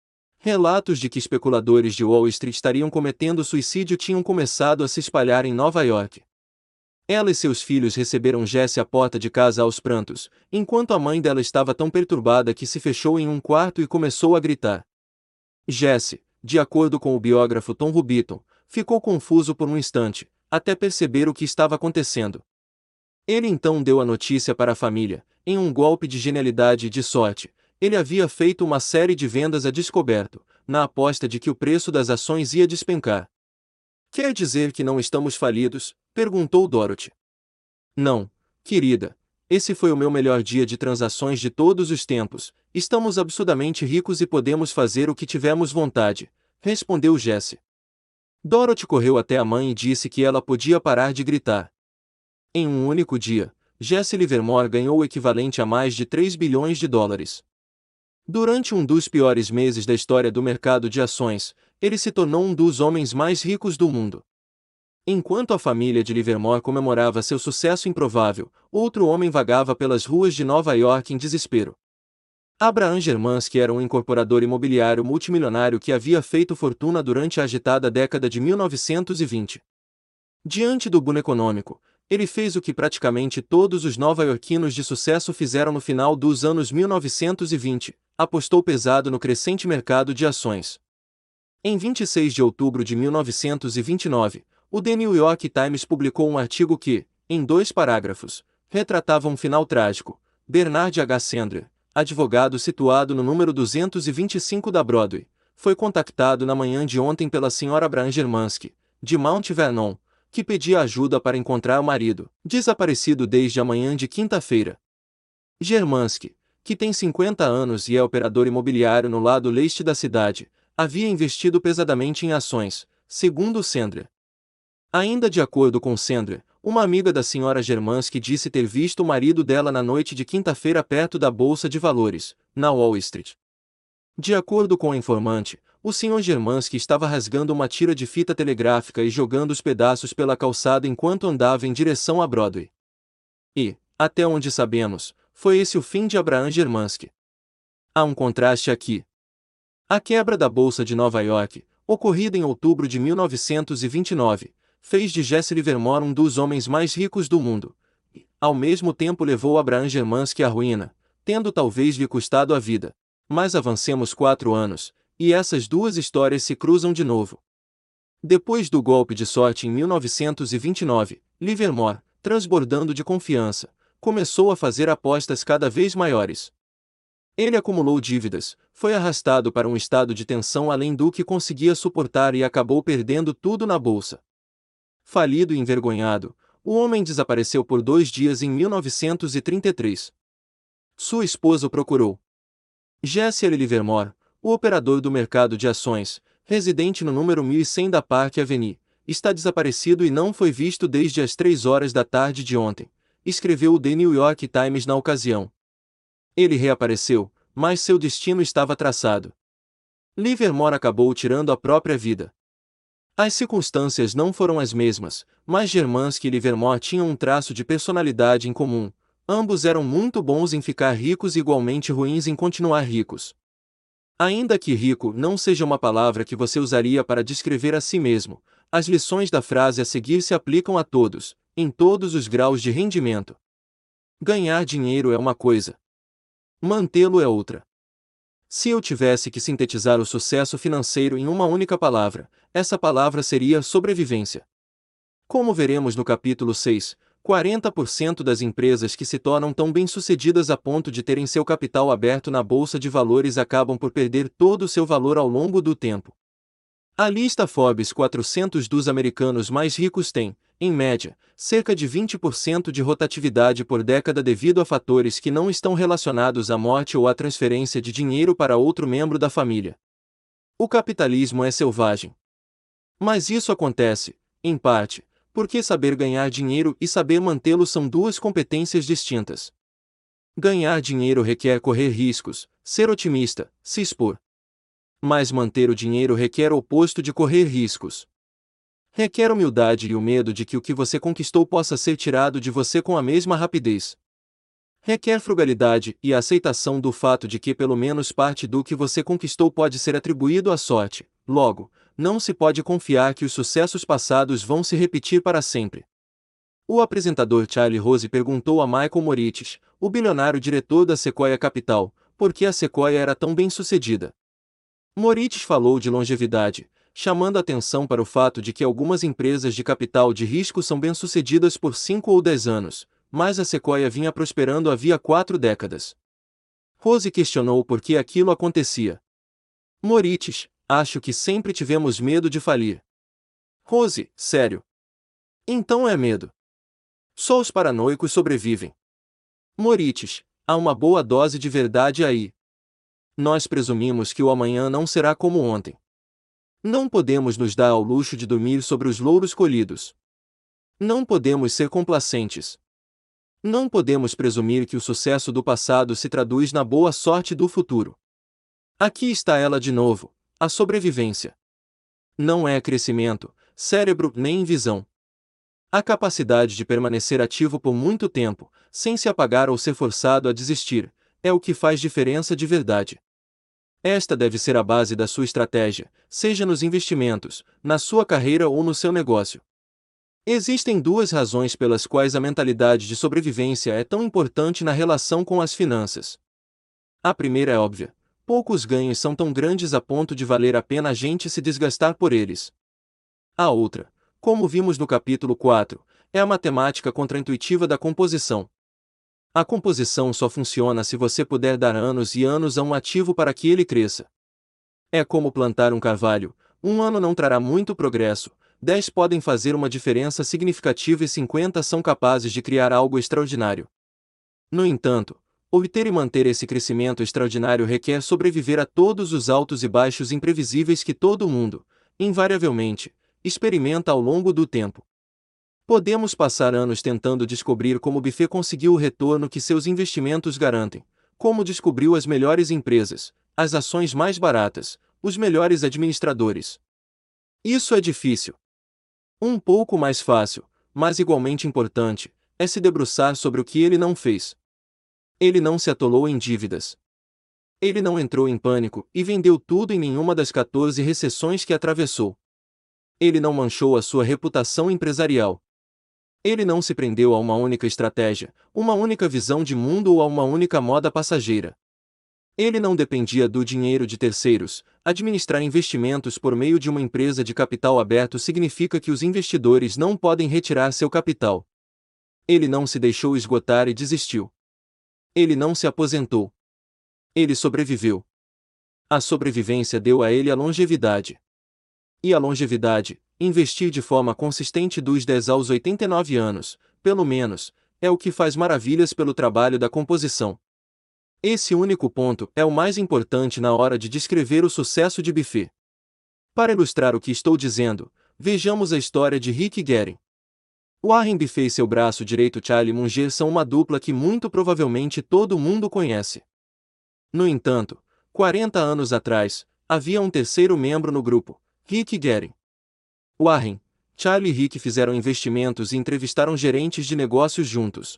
[SPEAKER 1] Relatos de que especuladores de Wall Street estariam cometendo suicídio tinham começado a se espalhar em Nova York. Ela e seus filhos receberam Jessie à porta de casa aos prantos, enquanto a mãe dela estava tão perturbada que se fechou em um quarto e começou a gritar. Jessie, de acordo com o biógrafo Tom Rubiton, ficou confuso por um instante, até perceber o que estava acontecendo. Ele então deu a notícia para a família. Em um golpe de genialidade e de sorte, ele havia feito uma série de vendas a descoberto, na aposta de que o preço das ações ia despencar. Quer dizer que não estamos falidos? Perguntou Dorothy. Não, querida. Esse foi o meu melhor dia de transações de todos os tempos. Estamos absurdamente ricos e podemos fazer o que tivermos vontade, respondeu Jessie. Dorothy correu até a mãe e disse que ela podia parar de gritar. Em um único dia, Jessie Livermore ganhou o equivalente a mais de três bilhões de dólares. Durante um dos piores meses da história do mercado de ações, ele se tornou um dos homens mais ricos do mundo. Enquanto a família de Livermore comemorava seu sucesso improvável, outro homem vagava pelas ruas de Nova York em desespero. Abraham Germansky era um incorporador imobiliário multimilionário que havia feito fortuna durante a agitada década de mil novecentos e vinte. Diante do boom econômico, ele fez o que praticamente todos os nova-iorquinos de sucesso fizeram no final dos anos mil novecentos e vinte, apostou pesado no crescente mercado de ações. Em vinte e seis de outubro de mil novecentos e vinte e nove, o The New York Times publicou um artigo que, em dois parágrafos, retratava um final trágico. Bernard H. Sandler, advogado situado no número duzentos e vinte e cinco da Broadway, foi contactado na manhã de ontem pela senhora Abraham Germansky, de Mount Vernon, que pedia ajuda para encontrar o marido, desaparecido desde a manhã de quinta-feira. Germansky, que tem cinquenta anos e é operador imobiliário no lado leste da cidade, havia investido pesadamente em ações, segundo Sandler. Ainda de acordo com Sandler, uma amiga da senhora Germansky disse ter visto o marido dela na noite de quinta-feira perto da Bolsa de Valores, na Wall Street. De acordo com o informante, o senhor Germansky estava rasgando uma tira de fita telegráfica e jogando os pedaços pela calçada enquanto andava em direção a Broadway. E, até onde sabemos, foi esse o fim de Abraham Germansky. Há um contraste aqui. A quebra da Bolsa de Nova York, ocorrida em outubro de mil novecentos e vinte e nove, fez de Jessie Livermore um dos homens mais ricos do mundo, e, ao mesmo tempo levou Abraham Germansky à ruína, tendo talvez lhe custado a vida. Mas avancemos quatro anos, e essas duas histórias se cruzam de novo. Depois do golpe de sorte em mil novecentos e vinte e nove, Livermore, transbordando de confiança, começou a fazer apostas cada vez maiores. Ele acumulou dívidas, foi arrastado para um estado de tensão além do que conseguia suportar e acabou perdendo tudo na bolsa. Falido e envergonhado, o homem desapareceu por dois dias em mil novecentos e trinta e três. Sua esposa o procurou. Jessie L. Livermore, o operador do mercado de ações, residente no número mil e cem da Park Avenue, está desaparecido e não foi visto desde as três horas da tarde de ontem, escreveu o The New York Times na ocasião. Ele reapareceu, mas seu destino estava traçado. Livermore acabou tirando a própria vida. As circunstâncias não foram as mesmas, mas Germansky e Livermore tinham um traço de personalidade em comum. Ambos eram muito bons em ficar ricos e igualmente ruins em continuar ricos. Ainda que rico não seja uma palavra que você usaria para descrever a si mesmo, as lições da frase a seguir se aplicam a todos, em todos os graus de rendimento. Ganhar dinheiro é uma coisa. Mantê-lo é outra. Se eu tivesse que sintetizar o sucesso financeiro em uma única palavra, essa palavra seria sobrevivência. Como veremos no capítulo seis, quarenta por cento das empresas que se tornam tão bem-sucedidas a ponto de terem seu capital aberto na bolsa de valores acabam por perder todo o seu valor ao longo do tempo. A lista Forbes quatrocentos dos americanos mais ricos tem, em média, cerca de vinte por cento de rotatividade por década devido a fatores que não estão relacionados à morte ou à transferência de dinheiro para outro membro da família. O capitalismo é selvagem. Mas isso acontece, em parte, porque saber ganhar dinheiro e saber mantê-lo são duas competências distintas. Ganhar dinheiro requer correr riscos, ser otimista, se expor. Mas manter o dinheiro requer o oposto de correr riscos. Requer humildade e o medo de que o que você conquistou possa ser tirado de você com a mesma rapidez. Requer frugalidade e a aceitação do fato de que pelo menos parte do que você conquistou pode ser atribuído à sorte. Logo, não se pode confiar que os sucessos passados vão se repetir para sempre. O apresentador Charlie Rose perguntou a Michael Moritz, o bilionário diretor da Sequoia Capital, por que a Sequoia era tão bem-sucedida. Moritz falou de longevidade, chamando atenção para o fato de que algumas empresas de capital de risco são bem-sucedidas por cinco ou dez anos, mas a Sequoia vinha prosperando havia quatro décadas. Rose questionou por que aquilo acontecia. Moritz: acho que sempre tivemos medo de falir. Rose: sério? Então é medo. Só os paranoicos sobrevivem. Moritz: há uma boa dose de verdade aí. Nós presumimos que o amanhã não será como ontem. Não podemos nos dar ao luxo de dormir sobre os louros colhidos. Não podemos ser complacentes. Não podemos presumir que o sucesso do passado se traduz na boa sorte do futuro. Aqui está ela de novo, a sobrevivência. Não é crescimento, cérebro nem visão. A capacidade de permanecer ativo por muito tempo, sem se apagar ou ser forçado a desistir, é o que faz diferença de verdade. Esta deve ser a base da sua estratégia, seja nos investimentos, na sua carreira ou no seu negócio. Existem duas razões pelas quais a mentalidade de sobrevivência é tão importante na relação com as finanças. A primeira é óbvia: poucos ganhos são tão grandes a ponto de valer a pena a gente se desgastar por eles. A outra, como vimos no capítulo quatro, é a matemática contraintuitiva da composição. A composição só funciona se você puder dar anos e anos a um ativo para que ele cresça. É como plantar um carvalho: um ano não trará muito progresso, dez podem fazer uma diferença significativa e cinquenta são capazes de criar algo extraordinário. No entanto, obter e manter esse crescimento extraordinário requer sobreviver a todos os altos e baixos imprevisíveis que todo mundo, invariavelmente, experimenta ao longo do tempo. Podemos passar anos tentando descobrir como Buffett conseguiu o retorno que seus investimentos garantem, como descobriu as melhores empresas, as ações mais baratas, os melhores administradores. Isso é difícil. Um pouco mais fácil, mas igualmente importante, é se debruçar sobre o que ele não fez. Ele não se atolou em dívidas. Ele não entrou em pânico e vendeu tudo em nenhuma das quatorze recessões que atravessou. Ele não manchou a sua reputação empresarial. Ele não se prendeu a uma única estratégia, uma única visão de mundo ou a uma única moda passageira. Ele não dependia do dinheiro de terceiros. Administrar investimentos por meio de uma empresa de capital aberto significa que os investidores não podem retirar seu capital. Ele não se deixou esgotar e desistiu. Ele não se aposentou. Ele sobreviveu. A sobrevivência deu a ele a longevidade. E a longevidade, investir de forma consistente dos dez aos oitenta e nove anos, pelo menos, é o que faz maravilhas pelo trabalho da composição. Esse único ponto é o mais importante na hora de descrever o sucesso de Buffett. Para ilustrar o que estou dizendo, vejamos a história de Rick Guerin. Warren Buffett e seu braço direito Charlie Munger são uma dupla que muito provavelmente todo mundo conhece. No entanto, quarenta anos atrás, havia um terceiro membro no grupo, Rick Guerin. Warren, Charlie e Rick fizeram investimentos e entrevistaram gerentes de negócios juntos.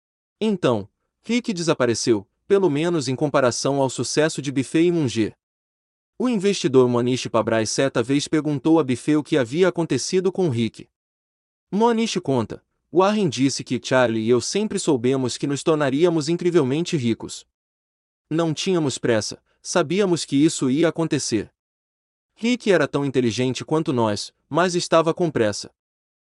[SPEAKER 1] Então, Rick desapareceu, pelo menos em comparação ao sucesso de Buffett e Munger. O investidor Monish Pabrai certa vez perguntou a Buffett o que havia acontecido com Rick. Monish conta: Warren disse que Charlie e eu sempre soubemos que nos tornaríamos incrivelmente ricos. Não tínhamos pressa, sabíamos que isso ia acontecer. Rick era tão inteligente quanto nós, mas estava com pressa.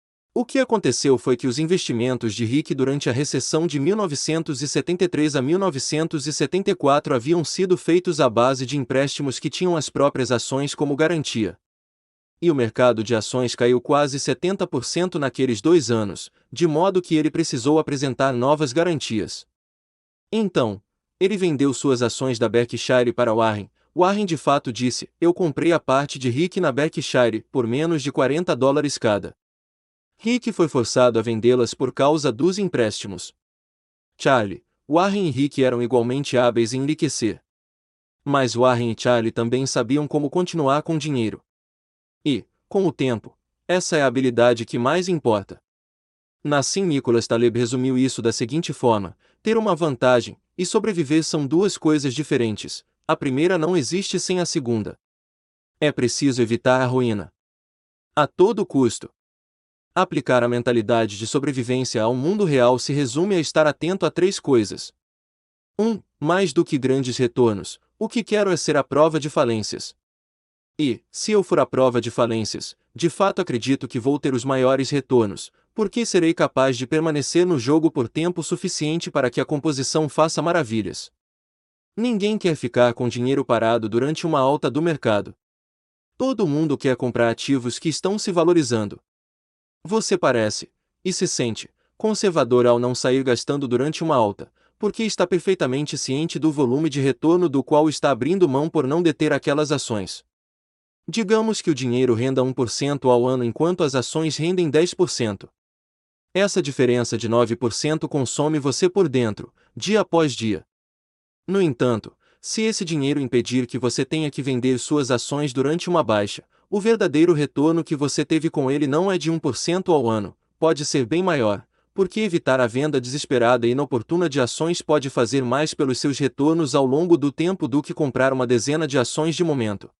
[SPEAKER 1] O que aconteceu foi que os investimentos de Rick durante a recessão de mil novecentos e setenta e três a mil novecentos e setenta e quatro haviam sido feitos à base de empréstimos que tinham as próprias ações como garantia. E o mercado de ações caiu quase setenta por cento naqueles dois anos, de modo que ele precisou apresentar novas garantias. Então, ele vendeu suas ações da Berkshire para Warren. Warren de fato disse: eu comprei a parte de Rick na Berkshire por menos de quarenta dólares cada. Rick foi forçado a vendê-las por causa dos empréstimos. Charlie, Warren e Rick eram igualmente hábeis em enriquecer. Mas Warren e Charlie também sabiam como continuar com dinheiro. E, com o tempo, essa é a habilidade que mais importa. Nassim Nicholas Taleb resumiu isso da seguinte forma: ter uma vantagem e sobreviver são duas coisas diferentes. A primeira não existe sem a segunda. É preciso evitar a ruína. A todo custo. Aplicar a mentalidade de sobrevivência ao mundo real se resume a estar atento a três coisas. um. Mais do que grandes retornos, o que quero é ser a prova de falências. E, se eu for a prova de falências, de fato acredito que vou ter os maiores retornos, porque serei capaz de permanecer no jogo por tempo suficiente para que a composição faça maravilhas. Ninguém quer ficar com dinheiro parado durante uma alta do mercado. Todo mundo quer comprar ativos que estão se valorizando. Você parece, e se sente, conservador ao não sair gastando durante uma alta, porque está perfeitamente ciente do volume de retorno do qual está abrindo mão por não deter aquelas ações. Digamos que o dinheiro renda um por cento ao ano enquanto as ações rendem dez por cento. Essa diferença de nove por cento consome você por dentro, dia após dia. No entanto, se esse dinheiro impedir que você tenha que vender suas ações durante uma baixa, o verdadeiro retorno que você teve com ele não é de um por cento ao ano, pode ser bem maior, porque evitar a venda desesperada e inoportuna de ações pode fazer mais pelos seus retornos ao longo do tempo do que comprar uma dezena de ações de momento.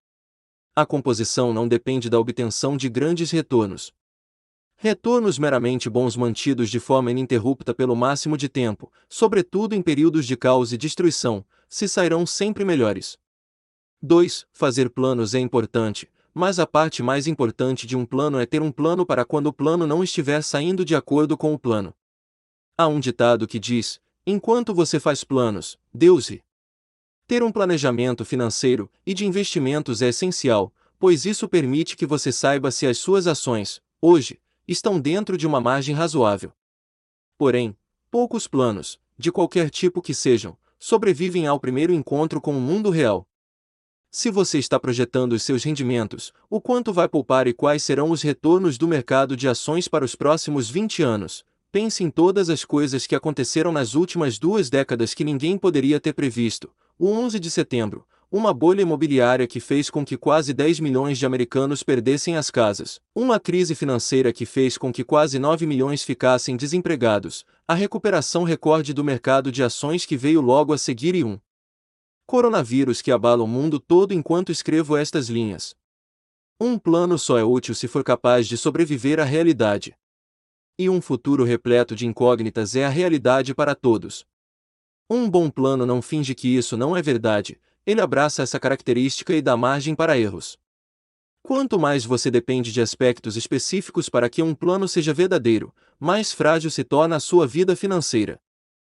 [SPEAKER 1] A composição não depende da obtenção de grandes retornos. Retornos meramente bons mantidos de forma ininterrupta pelo máximo de tempo, sobretudo em períodos de caos e destruição, se sairão sempre melhores. dois. Fazer planos é importante, mas a parte mais importante de um plano é ter um plano para quando o plano não estiver saindo de acordo com o plano. Há um ditado que diz: enquanto você faz planos, Deus ri. Ter um planejamento financeiro e de investimentos é essencial, pois isso permite que você saiba se as suas ações, hoje, estão dentro de uma margem razoável. Porém, poucos planos, de qualquer tipo que sejam, sobrevivem ao primeiro encontro com o mundo real. Se você está projetando os seus rendimentos, o quanto vai poupar e quais serão os retornos do mercado de ações para os próximos vinte anos, pense em todas as coisas que aconteceram nas últimas duas décadas que ninguém poderia ter previsto. O onze de setembro, uma bolha imobiliária que fez com que quase dez milhões de americanos perdessem as casas, uma crise financeira que fez com que quase nove milhões ficassem desempregados, a recuperação recorde do mercado de ações que veio logo a seguir e um coronavírus que abala o mundo todo enquanto escrevo estas linhas. Um plano só é útil se for capaz de sobreviver à realidade. E um futuro repleto de incógnitas é a realidade para todos. Um bom plano não finge que isso não é verdade, ele abraça essa característica e dá margem para erros. Quanto mais você depende de aspectos específicos para que um plano seja verdadeiro, mais frágil se torna a sua vida financeira.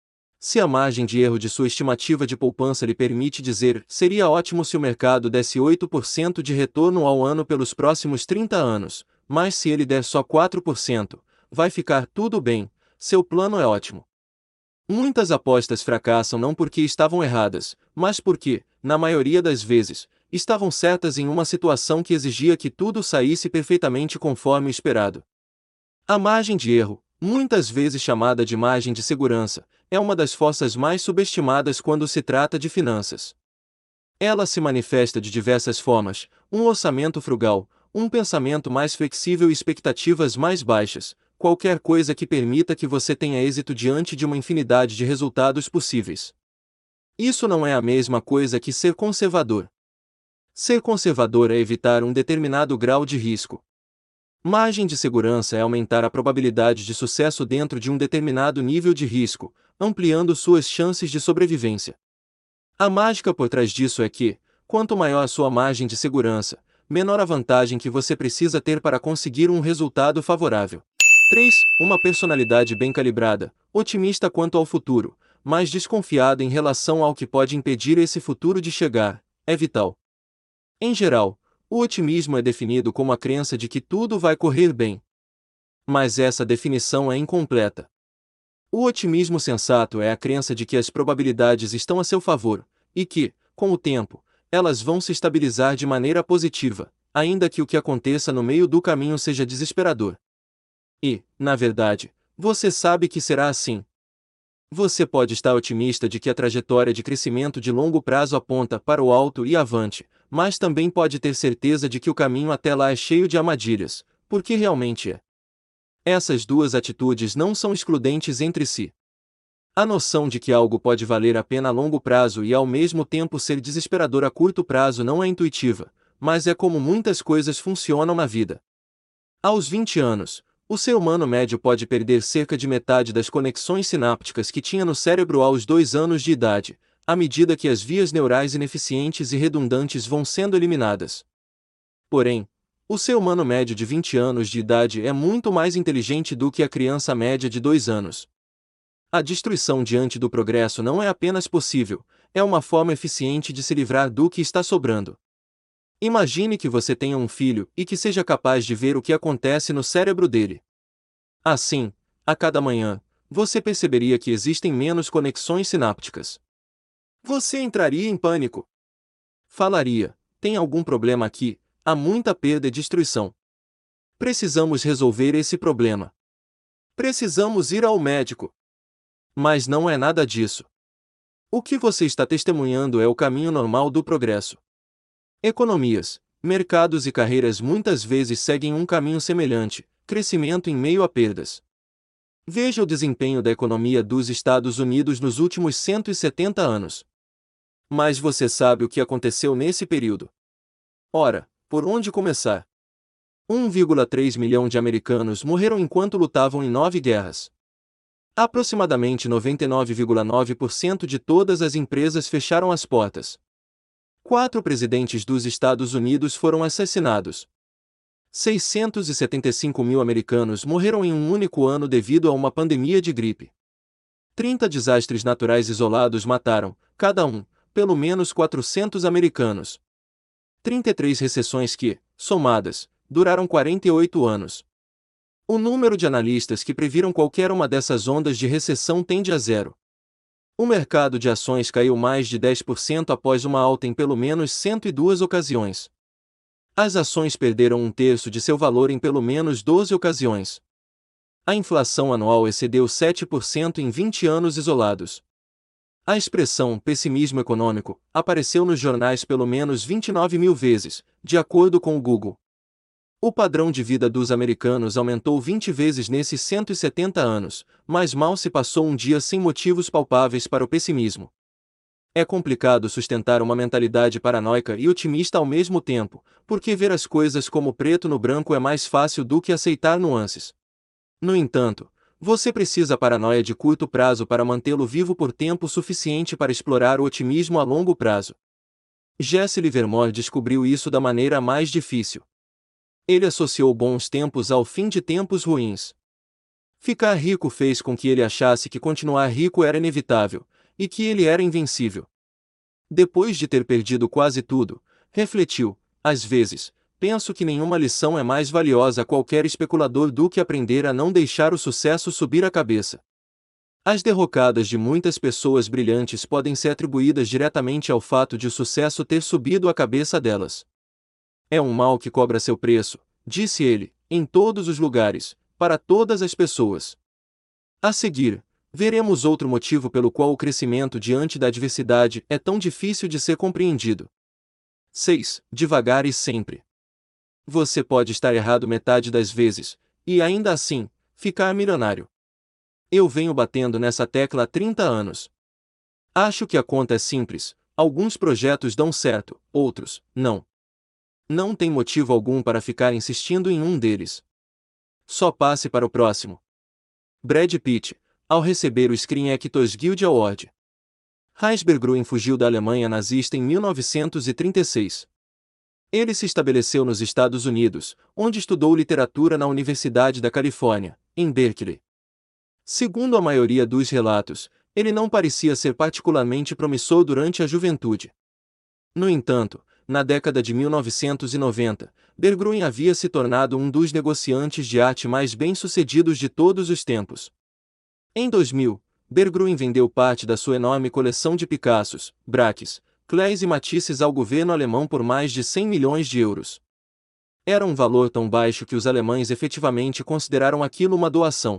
[SPEAKER 1] Se a margem de erro de sua estimativa de poupança lhe permite dizer, seria ótimo se o mercado desse oito por cento de retorno ao ano pelos próximos trinta anos, mas se ele der só quatro por cento, vai ficar tudo bem, seu plano é ótimo. Muitas apostas fracassam não porque estavam erradas, mas porque, na maioria das vezes, estavam certas em uma situação que exigia que tudo saísse perfeitamente conforme o esperado. A margem de erro, muitas vezes chamada de margem de segurança, é uma das forças mais subestimadas quando se trata de finanças. Ela se manifesta de diversas formas: um orçamento frugal, um pensamento mais flexível e expectativas mais baixas, qualquer coisa que permita que você tenha êxito diante de uma infinidade de resultados possíveis. Isso não é a mesma coisa que ser conservador. Ser conservador é evitar um determinado grau de risco. Margem de segurança é aumentar a probabilidade de sucesso dentro de um determinado nível de risco, ampliando suas chances de sobrevivência. A mágica por trás disso é que, quanto maior a sua margem de segurança, menor a vantagem que você precisa ter para conseguir um resultado favorável. três. Uma personalidade bem calibrada, otimista quanto ao futuro, mas desconfiada em relação ao que pode impedir esse futuro de chegar, é vital. Em geral, o otimismo é definido como a crença de que tudo vai correr bem. Mas essa definição é incompleta. O otimismo sensato é a crença de que as probabilidades estão a seu favor, e que, com o tempo, elas vão se estabilizar de maneira positiva, ainda que o que aconteça no meio do caminho seja desesperador. E, na verdade, você sabe que será assim. Você pode estar otimista de que a trajetória de crescimento de longo prazo aponta para o alto e avante, mas também pode ter certeza de que o caminho até lá é cheio de armadilhas, porque realmente é. Essas duas atitudes não são excludentes entre si. A noção de que algo pode valer a pena a longo prazo e ao mesmo tempo ser desesperador a curto prazo não é intuitiva, mas é como muitas coisas funcionam na vida. Aos vinte anos, O ser humano médio pode perder cerca de metade das conexões sinápticas que tinha no cérebro aos dois anos de idade, à medida que as vias neurais ineficientes e redundantes vão sendo eliminadas. Porém, o ser humano médio de vinte anos de idade é muito mais inteligente do que a criança média de dois anos. A destruição diante do progresso não é apenas possível, é uma forma eficiente de se livrar do que está sobrando. Imagine que você tenha um filho e que seja capaz de ver o que acontece no cérebro dele. Assim, a cada manhã, você perceberia que existem menos conexões sinápticas. Você entraria em pânico. Falaria: tem algum problema aqui, há muita perda e destruição. Precisamos resolver esse problema. Precisamos ir ao médico. Mas não é nada disso. O que você está testemunhando é o caminho normal do progresso. Economias, mercados e carreiras muitas vezes seguem um caminho semelhante, crescimento em meio a perdas. Veja o desempenho da economia dos Estados Unidos nos últimos cento e setenta anos. Mas você sabe o que aconteceu nesse período? Ora, por onde começar? um vírgula três milhão de americanos morreram enquanto lutavam em nove guerras. Aproximadamente noventa e nove vírgula nove por cento de todas as empresas fecharam as portas. Quatro presidentes dos Estados Unidos foram assassinados. seiscentos e setenta e cinco mil americanos morreram em um único ano devido a uma pandemia de gripe. trinta desastres naturais isolados mataram, cada um, pelo menos quatrocentos americanos. trinta e três recessões que, somadas, duraram quarenta e oito anos. O número de analistas que previram qualquer uma dessas ondas de recessão tende a zero. O mercado de ações caiu mais de dez por cento após uma alta em pelo menos cento e duas ocasiões. As ações perderam um terço de seu valor em pelo menos doze ocasiões. A inflação anual excedeu sete por cento em vinte anos isolados. A expressão pessimismo econômico apareceu nos jornais pelo menos vinte e nove mil vezes, de acordo com o Google. O padrão de vida dos americanos aumentou vinte vezes nesses cento e setenta anos, mas mal se passou um dia sem motivos palpáveis para o pessimismo. É complicado sustentar uma mentalidade paranoica e otimista ao mesmo tempo, porque ver as coisas como preto no branco é mais fácil do que aceitar nuances. No entanto, você precisa paranoia de curto prazo para mantê-lo vivo por tempo suficiente para explorar o otimismo a longo prazo. Jesse Livermore descobriu isso da maneira mais difícil. Ele associou bons tempos ao fim de tempos ruins. Ficar rico fez com que ele achasse que continuar rico era inevitável, e que ele era invencível. Depois de ter perdido quase tudo, refletiu: às vezes, penso que nenhuma lição é mais valiosa a qualquer especulador do que aprender a não deixar o sucesso subir a cabeça. As derrocadas de muitas pessoas brilhantes podem ser atribuídas diretamente ao fato de o sucesso ter subido a cabeça delas. É um mal que cobra seu preço, disse ele, em todos os lugares, para todas as pessoas. A seguir, veremos outro motivo pelo qual o crescimento diante da adversidade é tão difícil de ser compreendido. seis. Devagar e sempre. Você pode estar errado metade das vezes, e ainda assim, ficar milionário. Eu venho batendo nessa tecla há trinta anos. Acho que a conta é simples: alguns projetos dão certo, outros, não. Não tem motivo algum para ficar insistindo em um deles. Só passe para o próximo. Brad Pitt, ao receber o Screen Actors Guild Award. Heinz Berggruen fugiu da Alemanha nazista em mil novecentos e trinta e seis. Ele se estabeleceu nos Estados Unidos, onde estudou literatura na Universidade da Califórnia, em Berkeley. Segundo a maioria dos relatos, ele não parecia ser particularmente promissor durante a juventude. No entanto, na década de mil novecentos e noventa, Berggruen havia se tornado um dos negociantes de arte mais bem-sucedidos de todos os tempos. Em dois mil, Berggruen vendeu parte da sua enorme coleção de Picassos, Braques, Kleis e Matisses ao governo alemão por mais de cem milhões de euros. Era um valor tão baixo que os alemães efetivamente consideraram aquilo uma doação.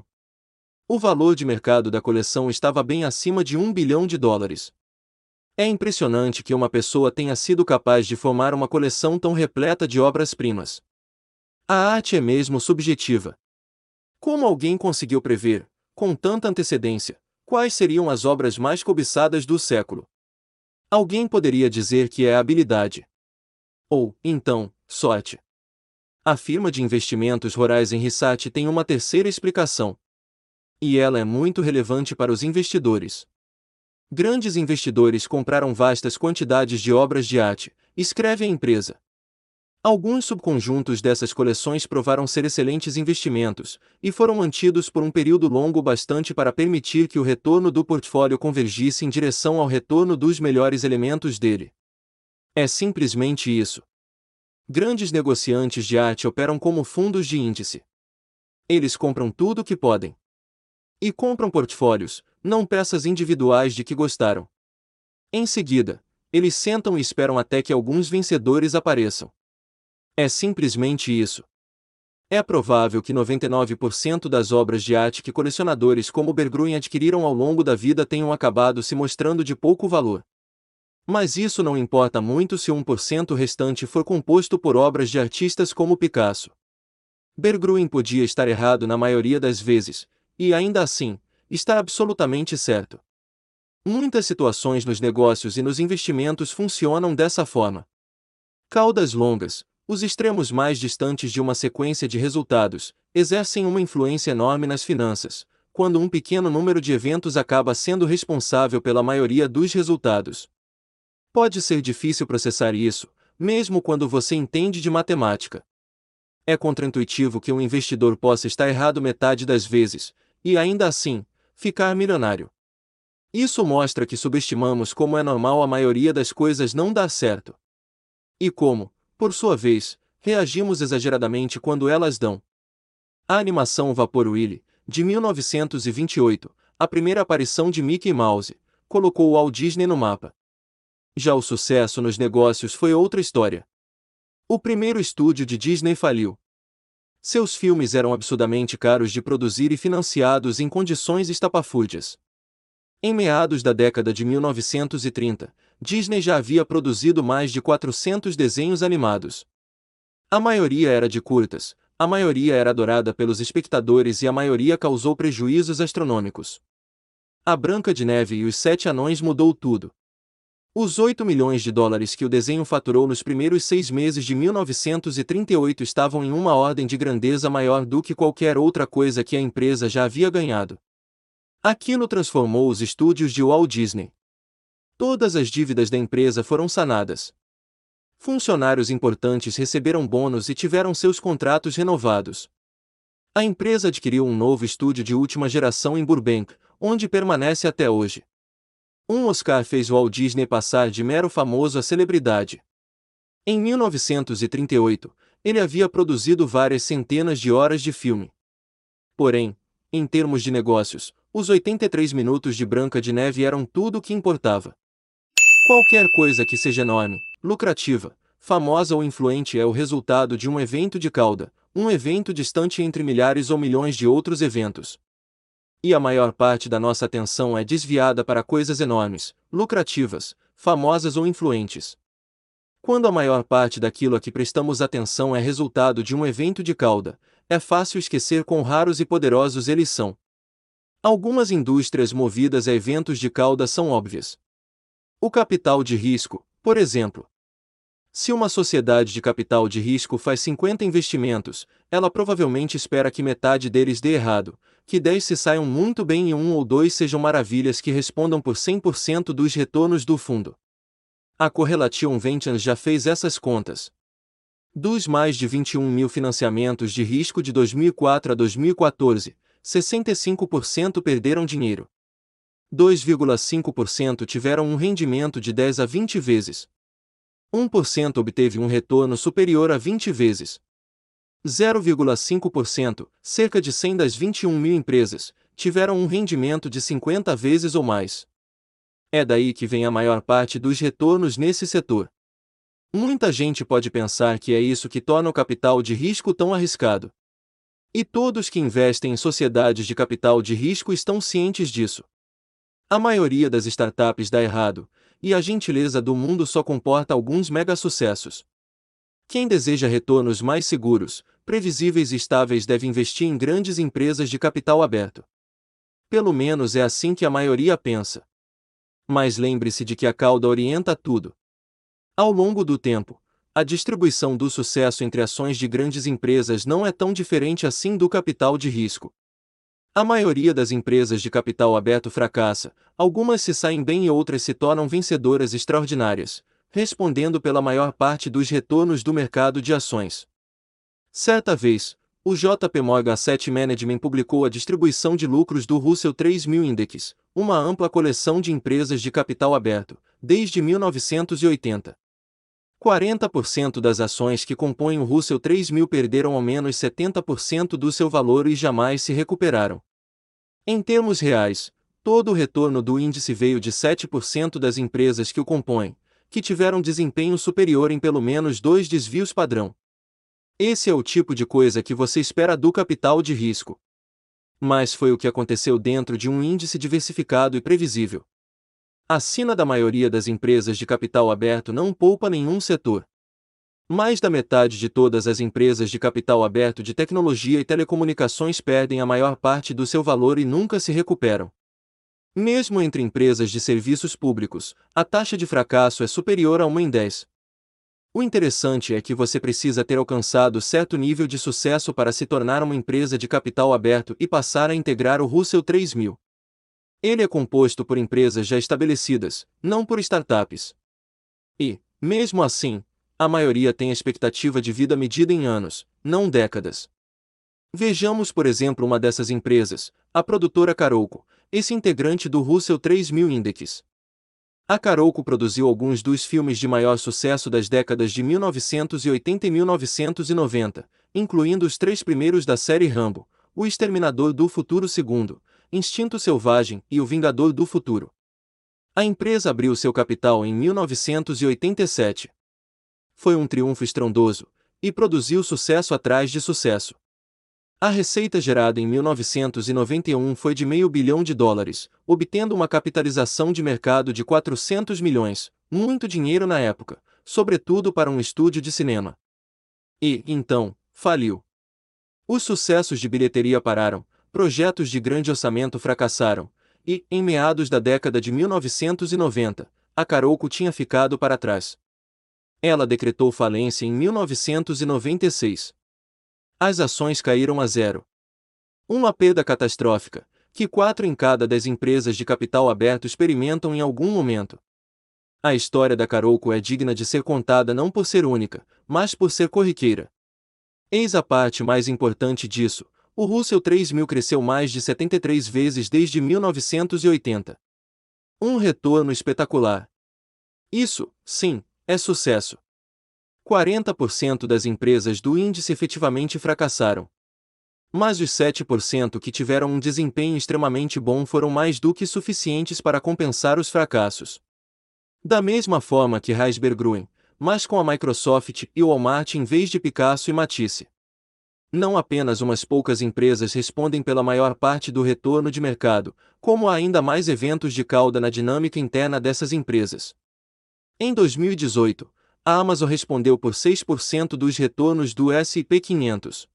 [SPEAKER 1] O valor de mercado da coleção estava bem acima de um bilhão de dólares. É impressionante que uma pessoa tenha sido capaz de formar uma coleção tão repleta de obras-primas. A arte é mesmo subjetiva. Como alguém conseguiu prever, com tanta antecedência, quais seriam as obras mais cobiçadas do século? Alguém poderia dizer que é habilidade. Ou, então, sorte. A firma de investimentos Horizon Research tem uma terceira explicação. E ela é muito relevante para os investidores. Grandes investidores compraram vastas quantidades de obras de arte, escreve a empresa. Alguns subconjuntos dessas coleções provaram ser excelentes investimentos, e foram mantidos por um período longo bastante para permitir que o retorno do portfólio convergisse em direção ao retorno dos melhores elementos dele. É simplesmente isso. Grandes negociantes de arte operam como fundos de índice. Eles compram tudo o que podem. E compram portfólios, não peças individuais de que gostaram. Em seguida, eles sentam e esperam até que alguns vencedores apareçam. É simplesmente isso. É provável que noventa e nove por cento das obras de arte que colecionadores como Berggruen adquiriram ao longo da vida tenham acabado se mostrando de pouco valor. Mas isso não importa muito se o um por cento restante for composto por obras de artistas como Picasso. Berggruen podia estar errado na maioria das vezes, e ainda assim, está absolutamente certo. Muitas situações nos negócios e nos investimentos funcionam dessa forma. Caudas longas, os extremos mais distantes de uma sequência de resultados, exercem uma influência enorme nas finanças, quando um pequeno número de eventos acaba sendo responsável pela maioria dos resultados. Pode ser difícil processar isso, mesmo quando você entende de matemática. É contraintuitivo que um investidor possa estar errado metade das vezes, e ainda assim, ficar milionário. Isso mostra que subestimamos como é normal a maioria das coisas não dar certo. E como, por sua vez, reagimos exageradamente quando elas dão. A animação Vapor Willie, de mil novecentos e vinte e oito, a primeira aparição de Mickey Mouse, colocou o Walt Disney no mapa. Já o sucesso nos negócios foi outra história. O primeiro estúdio de Disney faliu. Seus filmes eram absurdamente caros de produzir e financiados em condições estapafúrdias. Em meados da década de mil novecentos e trinta, Disney já havia produzido mais de quatrocentos desenhos animados. A maioria era de curtas, a maioria era adorada pelos espectadores e a maioria causou prejuízos astronômicos. A Branca de Neve e os Sete Anões mudou tudo. Os oito milhões de dólares que o desenho faturou nos primeiros seis meses de mil novecentos e trinta e oito estavam em uma ordem de grandeza maior do que qualquer outra coisa que a empresa já havia ganhado. Aquilo transformou os estúdios de Walt Disney. Todas as dívidas da empresa foram sanadas. Funcionários importantes receberam bônus e tiveram seus contratos renovados. A empresa adquiriu um novo estúdio de última geração em Burbank, onde permanece até hoje. Um Oscar fez Walt Disney passar de mero famoso a celebridade. Em mil novecentos e trinta e oito, ele havia produzido várias centenas de horas de filme. Porém, em termos de negócios, os oitenta e três minutos de Branca de Neve eram tudo o que importava. Qualquer coisa que seja enorme, lucrativa, famosa ou influente é o resultado de um evento de cauda, um evento distante entre milhares ou milhões de outros eventos. E a maior parte da nossa atenção é desviada para coisas enormes, lucrativas, famosas ou influentes. Quando a maior parte daquilo a que prestamos atenção é resultado de um evento de cauda, é fácil esquecer quão raros e poderosos eles são. Algumas indústrias movidas a eventos de cauda são óbvias. O capital de risco, por exemplo. Se uma sociedade de capital de risco faz cinquenta investimentos, ela provavelmente espera que metade deles dê errado, que dez se saiam muito bem e um ou dois sejam maravilhas que respondam por cem por cento dos retornos do fundo. A Correlation Ventures já fez essas contas. Dos mais de vinte e um mil financiamentos de risco de dois mil e quatro a dois mil e quatorze, sessenta e cinco por cento perderam dinheiro. dois vírgula cinco por cento tiveram um rendimento de dez a vinte vezes. um por cento obteve um retorno superior a vinte vezes. zero vírgula cinco por cento, cerca de cem das vinte e um mil empresas, tiveram um rendimento de cinquenta vezes ou mais. É daí que vem a maior parte dos retornos nesse setor. Muita gente pode pensar que é isso que torna o capital de risco tão arriscado. E todos que investem em sociedades de capital de risco estão cientes disso. A maioria das startups dá errado, e a gentileza do mundo só comporta alguns mega-sucessos. Quem deseja retornos mais seguros, previsíveis e estáveis deve investir em grandes empresas de capital aberto. Pelo menos é assim que a maioria pensa. Mas lembre-se de que a cauda orienta tudo. Ao longo do tempo, a distribuição do sucesso entre ações de grandes empresas não é tão diferente assim do capital de risco. A maioria das empresas de capital aberto fracassa, algumas se saem bem e outras se tornam vencedoras extraordinárias, respondendo pela maior parte dos retornos do mercado de ações. Certa vez, o J P Morgan Asset Management publicou a distribuição de lucros do Russell três mil Index, uma ampla coleção de empresas de capital aberto, desde mil novecentos e oitenta. quarenta por cento das ações que compõem o Russell três mil perderam ao menos setenta por cento do seu valor e jamais se recuperaram. Em termos reais, todo o retorno do índice veio de sete por cento das empresas que o compõem, que tiveram desempenho superior em pelo menos dois desvios padrão. Esse é o tipo de coisa que você espera do capital de risco. Mas foi o que aconteceu dentro de um índice diversificado e previsível. A sina da maioria das empresas de capital aberto não poupa nenhum setor. Mais da metade de todas as empresas de capital aberto de tecnologia e telecomunicações perdem a maior parte do seu valor e nunca se recuperam. Mesmo entre empresas de serviços públicos, a taxa de fracasso é superior a uma em dez. O interessante é que você precisa ter alcançado certo nível de sucesso para se tornar uma empresa de capital aberto e passar a integrar o Russell três mil. Ele é composto por empresas já estabelecidas, não por startups. E, mesmo assim, a maioria tem expectativa de vida medida em anos, não décadas. Vejamos por exemplo uma dessas empresas, a produtora Carolco, esse integrante do Russell três mil Index. A Carolco produziu alguns dos filmes de maior sucesso das décadas de mil novecentos e oitenta e mil novecentos e noventa, incluindo os três primeiros da série Rambo, O Exterminador do Futuro segundo, Instinto Selvagem e O Vingador do Futuro. A empresa abriu seu capital em mil novecentos e oitenta e sete. Foi um triunfo estrondoso, e produziu sucesso atrás de sucesso. A receita gerada em mil novecentos e noventa e um foi de meio bilhão de dólares, obtendo uma capitalização de mercado de quatrocentos milhões, muito dinheiro na época, sobretudo para um estúdio de cinema. E, então, faliu. Os sucessos de bilheteria pararam, projetos de grande orçamento fracassaram, e, em meados da década de mil novecentos e noventa, a Carolco tinha ficado para trás. Ela decretou falência em mil novecentos e noventa e seis. As ações caíram a zero. Uma perda catastrófica, que quatro em cada dez empresas de capital aberto experimentam em algum momento. A história da Carolco é digna de ser contada não por ser única, mas por ser corriqueira. Eis a parte mais importante disso: o Russell três mil cresceu mais de setenta e três vezes desde mil novecentos e oitenta. Um retorno espetacular. Isso, sim, é sucesso. quarenta por cento das empresas do índice efetivamente fracassaram. Mas os sete por cento que tiveram um desempenho extremamente bom foram mais do que suficientes para compensar os fracassos. Da mesma forma que Iceberg Gruen, mas com a Microsoft e o Walmart em vez de Picasso e Matisse. Não apenas umas poucas empresas respondem pela maior parte do retorno de mercado, como há ainda mais eventos de cauda na dinâmica interna dessas empresas. Em dois mil e dezoito, a Amazon respondeu por seis por cento dos retornos do S e P quinhentos.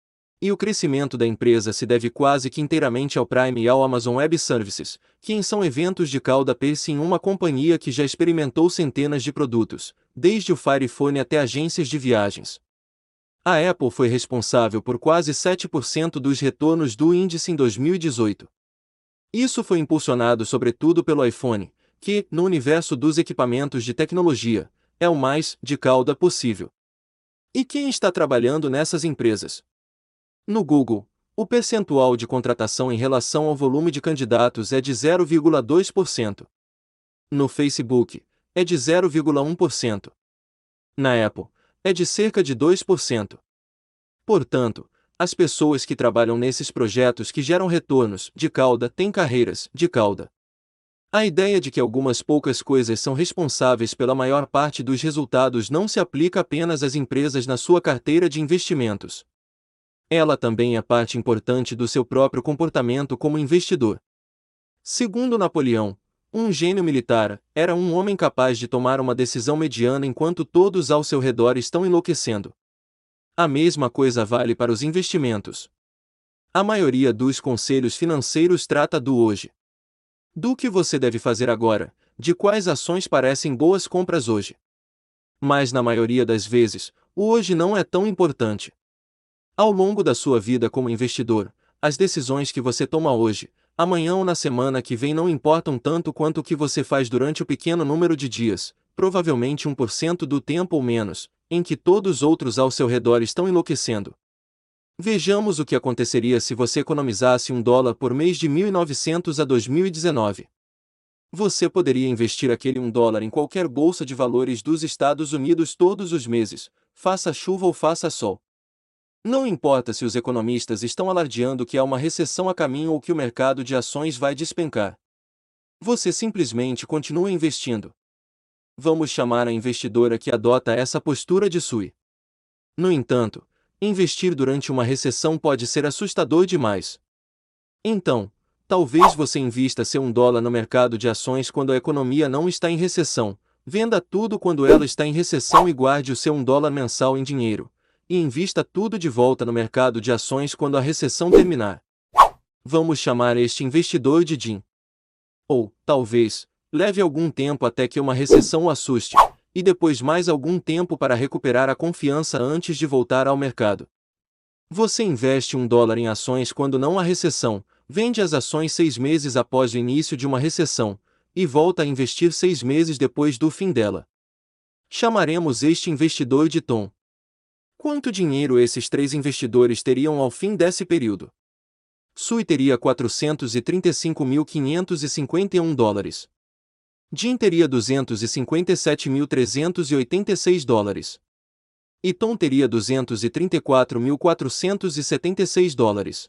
[SPEAKER 1] E o crescimento da empresa se deve quase que inteiramente ao Prime e ao Amazon Web Services, que são eventos de cauda persa em uma companhia que já experimentou centenas de produtos, desde o Fire Phone até agências de viagens. A Apple foi responsável por quase sete por cento dos retornos do índice em dois mil e dezoito. Isso foi impulsionado sobretudo pelo iPhone, que, no universo dos equipamentos de tecnologia, é o mais de cauda possível. E quem está trabalhando nessas empresas? No Google, o percentual de contratação em relação ao volume de candidatos é de zero vírgula dois por cento. No Facebook, é de zero vírgula um por cento. Na Apple, é de cerca de dois por cento. Portanto, as pessoas que trabalham nesses projetos que geram retornos de cauda têm carreiras de cauda. A ideia de que algumas poucas coisas são responsáveis pela maior parte dos resultados não se aplica apenas às empresas na sua carteira de investimentos. Ela também é parte importante do seu próprio comportamento como investidor. Segundo Napoleão, um gênio militar, era um homem capaz de tomar uma decisão mediana enquanto todos ao seu redor estão enlouquecendo. A mesma coisa vale para os investimentos. A maioria dos conselhos financeiros trata do hoje. Do que você deve fazer agora, de quais ações parecem boas compras hoje. Mas na maioria das vezes, o hoje não é tão importante. Ao longo da sua vida como investidor, as decisões que você toma hoje, amanhã ou na semana que vem não importam tanto quanto o que você faz durante o pequeno número de dias, provavelmente um por cento do tempo ou menos, em que todos os outros ao seu redor estão enlouquecendo. Vejamos o que aconteceria se você economizasse um dólar por mês de mil e novecentos a dois mil e dezenove. Você poderia investir aquele um dólar em qualquer bolsa de valores dos Estados Unidos todos os meses, faça chuva ou faça sol. Não importa se os economistas estão alardeando que há uma recessão a caminho ou que o mercado de ações vai despencar. Você simplesmente continua investindo. Vamos chamar a investidora que adota essa postura de Sui. No entanto, investir durante uma recessão pode ser assustador demais. Então, talvez você invista seu um dólar no mercado de ações quando a economia não está em recessão, venda tudo quando ela está em recessão e guarde o seu um dólar mensal em dinheiro, e invista tudo de volta no mercado de ações quando a recessão terminar. Vamos chamar este investidor de Jim. Ou, talvez, leve algum tempo até que uma recessão o assuste, e depois mais algum tempo para recuperar a confiança antes de voltar ao mercado. Você investe um dólar em ações quando não há recessão, vende as ações seis meses após o início de uma recessão, e volta a investir seis meses depois do fim dela. Chamaremos este investidor de Tom. Quanto dinheiro esses três investidores teriam ao fim desse período? Sui teria quatrocentos e trinta e cinco mil quinhentos e cinquenta e um dólares. Jim teria duzentos e cinquenta e sete mil trezentos e oitenta e seis dólares. E Tom teria duzentos e trinta e quatro mil quatrocentos e setenta e seis dólares.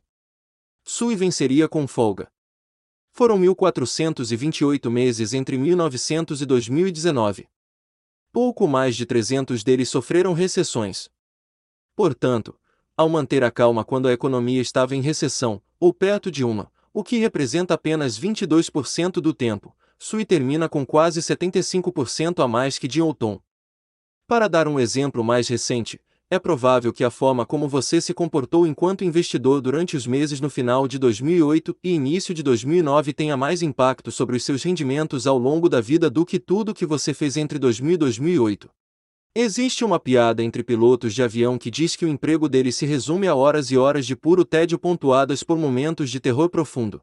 [SPEAKER 1] Sui venceria com folga. Foram mil quatrocentos e vinte e oito meses entre mil e novecentos e dois mil e dezenove. Pouco mais de trezentos deles sofreram recessões. Portanto, ao manter a calma quando a economia estava em recessão, ou perto de uma, o que representa apenas vinte e dois por cento do tempo, Sui termina com quase setenta e cinco por cento a mais que Jim ou Tom. Para dar um exemplo mais recente, é provável que a forma como você se comportou enquanto investidor durante os meses no final de dois mil e oito e início de dois mil e nove tenha mais impacto sobre os seus rendimentos ao longo da vida do que tudo que você fez entre dois mil e dois mil e oito. Existe uma piada entre pilotos de avião que diz que o emprego deles se resume a horas e horas de puro tédio pontuadas por momentos de terror profundo.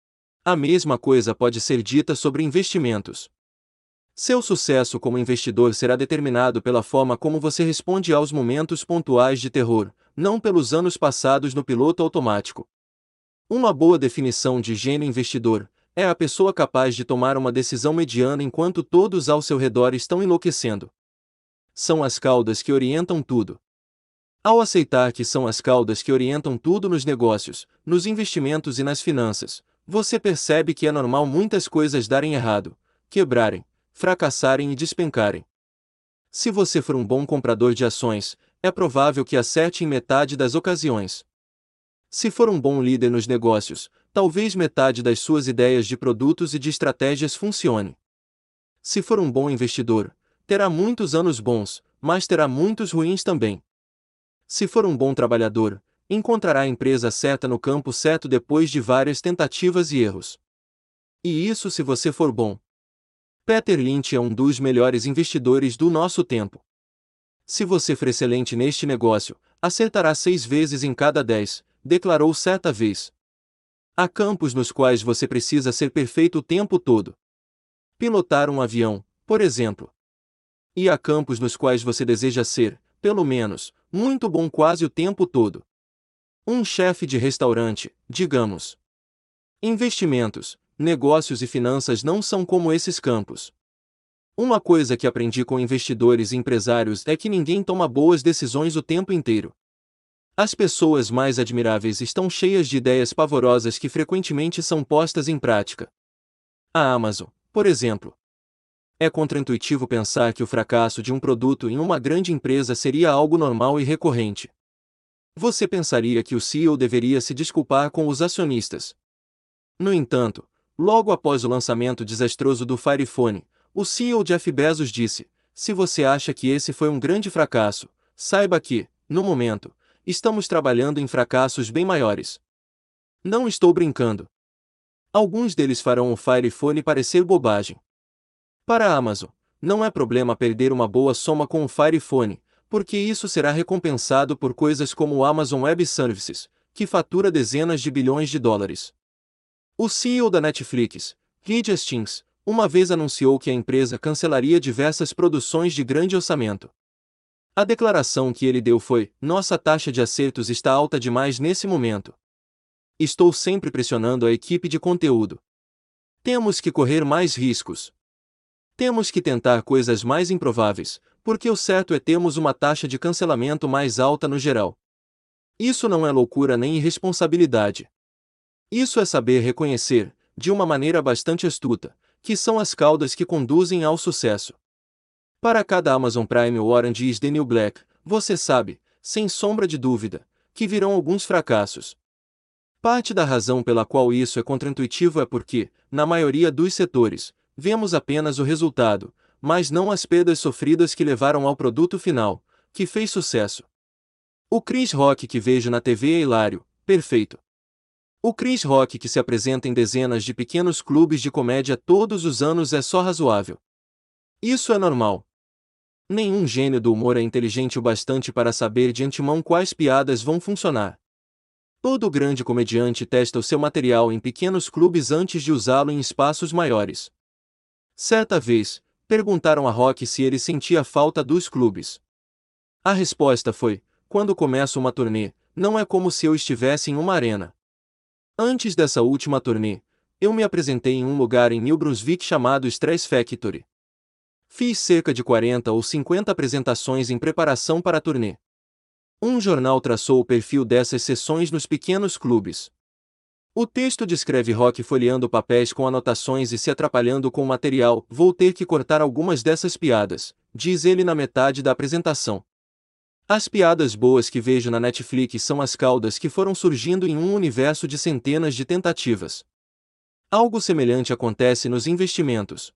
[SPEAKER 1] A mesma coisa pode ser dita sobre investimentos. Seu sucesso como investidor será determinado pela forma como você responde aos momentos pontuais de terror, não pelos anos passados no piloto automático. Uma boa definição de gênio investidor é a pessoa capaz de tomar uma decisão mediana enquanto todos ao seu redor estão enlouquecendo. São as caudas que orientam tudo. Ao aceitar que são as caudas que orientam tudo nos negócios, nos investimentos e nas finanças, você percebe que é normal muitas coisas darem errado, quebrarem, fracassarem e despencarem. Se você for um bom comprador de ações, é provável que acerte em metade das ocasiões. Se for um bom líder nos negócios, talvez metade das suas ideias de produtos e de estratégias funcione. Se for um bom investidor, terá muitos anos bons, mas terá muitos ruins também. Se for um bom trabalhador, encontrará a empresa certa no campo certo depois de várias tentativas e erros. E isso se você for bom. Peter Lynch é um dos melhores investidores do nosso tempo. Se você for excelente neste negócio, acertará seis vezes em cada dez, declarou certa vez. Há campos nos quais você precisa ser perfeito o tempo todo. Pilotar um avião, por exemplo. E há campos nos quais você deseja ser, pelo menos, muito bom quase o tempo todo. Um chefe de restaurante, digamos. Investimentos, negócios e finanças não são como esses campos. Uma coisa que aprendi com investidores e empresários é que ninguém toma boas decisões o tempo inteiro. As pessoas mais admiráveis estão cheias de ideias pavorosas que frequentemente são postas em prática. A Amazon, por exemplo. É contraintuitivo pensar que o fracasso de um produto em uma grande empresa seria algo normal e recorrente. Você pensaria que o C E O deveria se desculpar com os acionistas. No entanto, logo após o lançamento desastroso do Fire Phone, o C E O Jeff Bezos disse: "Se você acha que esse foi um grande fracasso, saiba que, no momento, estamos trabalhando em fracassos bem maiores." Não estou brincando. Alguns deles farão o Fire Phone parecer bobagem. Para a Amazon, não é problema perder uma boa soma com o Fire Phone, porque isso será recompensado por coisas como o Amazon Web Services, que fatura dezenas de bilhões de dólares. O C E O da Netflix, Reed Hastings, uma vez anunciou que a empresa cancelaria diversas produções de grande orçamento. A declaração que ele deu foi: "Nossa taxa de acertos está alta demais nesse momento. Estou sempre pressionando a equipe de conteúdo. Temos que correr mais riscos. Temos que tentar coisas mais improváveis, porque o certo é termos uma taxa de cancelamento mais alta no geral. Isso não é loucura nem irresponsabilidade. Isso é saber reconhecer, de uma maneira bastante astuta, que são as caudas que conduzem ao sucesso. Para cada Amazon Prime Orange is the New Black, você sabe, sem sombra de dúvida, que virão alguns fracassos. Parte da razão pela qual isso é contraintuitivo é porque, na maioria dos setores, vemos apenas o resultado, mas não as perdas sofridas que levaram ao produto final, que fez sucesso. O Chris Rock que vejo na T V é hilário, perfeito. O Chris Rock que se apresenta em dezenas de pequenos clubes de comédia todos os anos é só razoável. Isso é normal. Nenhum gênio do humor é inteligente o bastante para saber de antemão quais piadas vão funcionar. Todo grande comediante testa o seu material em pequenos clubes antes de usá-lo em espaços maiores. Certa vez, perguntaram a Rock se ele sentia falta dos clubes. A resposta foi: quando começo uma turnê, não é como se eu estivesse em uma arena. Antes dessa última turnê, eu me apresentei em um lugar em New Brunswick chamado Stress Factory. Fiz cerca de quarenta ou cinquenta apresentações em preparação para a turnê. Um jornal traçou o perfil dessas sessões nos pequenos clubes. O texto descreve Rock folheando papéis com anotações e se atrapalhando com o material. "Vou ter que cortar algumas dessas piadas", diz ele na metade da apresentação. As piadas boas que vejo na Netflix são as caudas que foram surgindo em um universo de centenas de tentativas. Algo semelhante acontece nos investimentos.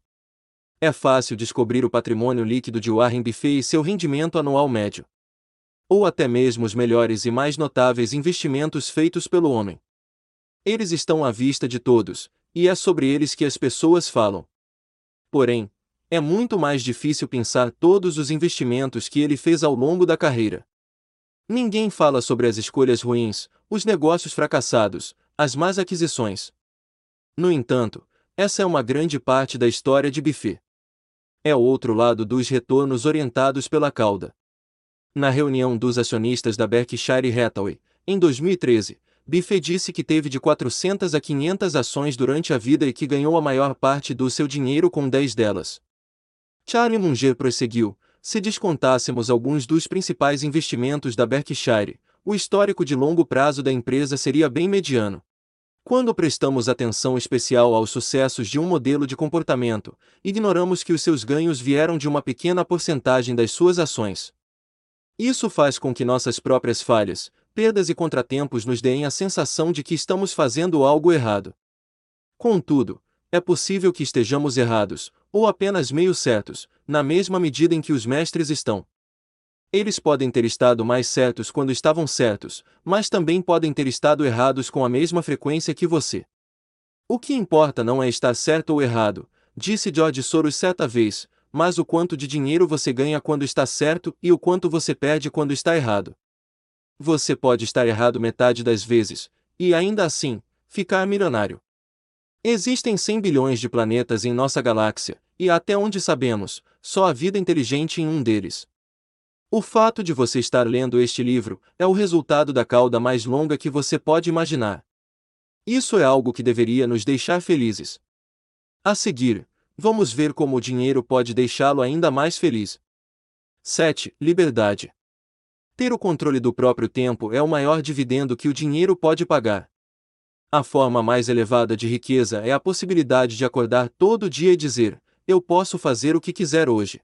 [SPEAKER 1] É fácil descobrir o patrimônio líquido de Warren Buffett e seu rendimento anual médio. Ou até mesmo os melhores e mais notáveis investimentos feitos pelo homem. Eles estão à vista de todos, e é sobre eles que as pessoas falam. Porém, é muito mais difícil pensar todos os investimentos que ele fez ao longo da carreira. Ninguém fala sobre as escolhas ruins, os negócios fracassados, as más aquisições. No entanto, essa é uma grande parte da história de Buffett. É o outro lado dos retornos orientados pela cauda. Na reunião dos acionistas da Berkshire Hathaway, em dois mil e treze, Buffett disse que teve de quatrocentas a quinhentas ações durante a vida e que ganhou a maior parte do seu dinheiro com dez delas. Charlie Munger prosseguiu: "Se descontássemos alguns dos principais investimentos da Berkshire, o histórico de longo prazo da empresa seria bem mediano. Quando prestamos atenção especial aos sucessos de um modelo de comportamento, ignoramos que os seus ganhos vieram de uma pequena porcentagem das suas ações. Isso faz com que nossas próprias falhas, perdas e contratempos nos deem a sensação de que estamos fazendo algo errado. Contudo, é possível que estejamos errados, ou apenas meio certos, na mesma medida em que os mestres estão. Eles podem ter estado mais certos quando estavam certos, mas também podem ter estado errados com a mesma frequência que você. O que importa não é estar certo ou errado, disse George Soros certa vez, mas o quanto de dinheiro você ganha quando está certo e o quanto você perde quando está errado. Você pode estar errado metade das vezes, e ainda assim, ficar milionário. Existem cem bilhões de planetas em nossa galáxia, e até onde sabemos, só há vida inteligente em um deles. O fato de você estar lendo este livro é o resultado da cauda mais longa que você pode imaginar. Isso é algo que deveria nos deixar felizes. A seguir, vamos ver como o dinheiro pode deixá-lo ainda mais feliz. sete. Liberdade. Ter o controle do próprio tempo é o maior dividendo que o dinheiro pode pagar. A forma mais elevada de riqueza é a possibilidade de acordar todo dia e dizer: "Eu posso fazer o que quiser hoje."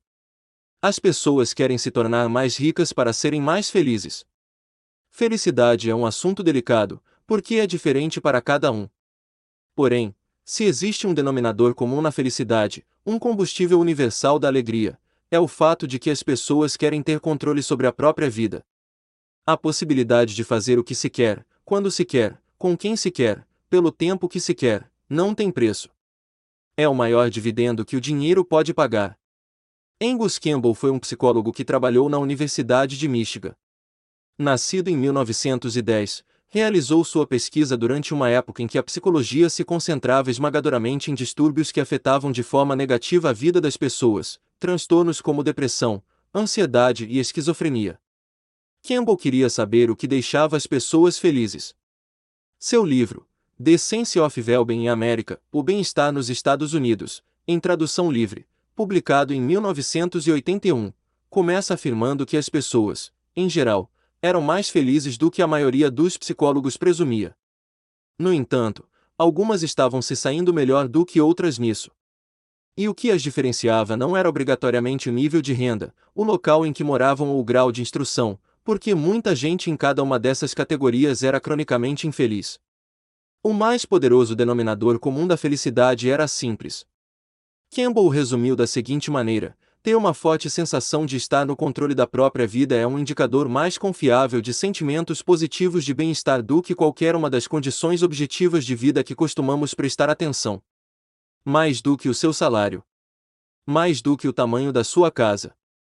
[SPEAKER 1] As pessoas querem se tornar mais ricas para serem mais felizes. Felicidade é um assunto delicado, porque é diferente para cada um. Porém, se existe um denominador comum na felicidade, um combustível universal da alegria, é o fato de que as pessoas querem ter controle sobre a própria vida. A possibilidade de fazer o que se quer, quando se quer, com quem se quer, pelo tempo que se quer, não tem preço. É o maior dividendo que o dinheiro pode pagar. Angus Campbell foi um psicólogo que trabalhou na Universidade de Michigan. Nascido em mil novecentos e dez, realizou sua pesquisa durante uma época em que a psicologia se concentrava esmagadoramente em distúrbios que afetavam de forma negativa a vida das pessoas, transtornos como depressão, ansiedade e esquizofrenia. Campbell queria saber o que deixava as pessoas felizes. Seu livro, The Sense of Wellbeing in America, O Bem-Estar nos Estados Unidos, em tradução livre, publicado em mil novecentos e oitenta e um, começa afirmando que as pessoas, em geral, eram mais felizes do que a maioria dos psicólogos presumia. No entanto, algumas estavam se saindo melhor do que outras nisso. E o que as diferenciava não era obrigatoriamente o nível de renda, o local em que moravam ou o grau de instrução, porque muita gente em cada uma dessas categorias era cronicamente infeliz. O mais poderoso denominador comum da felicidade era simples. Campbell resumiu da seguinte maneira: ter uma forte sensação de estar no controle da própria vida é um indicador mais confiável de sentimentos positivos de bem-estar do que qualquer uma das condições objetivas de vida que costumamos prestar atenção. Mais do que o seu salário. Mais do que o tamanho da sua casa.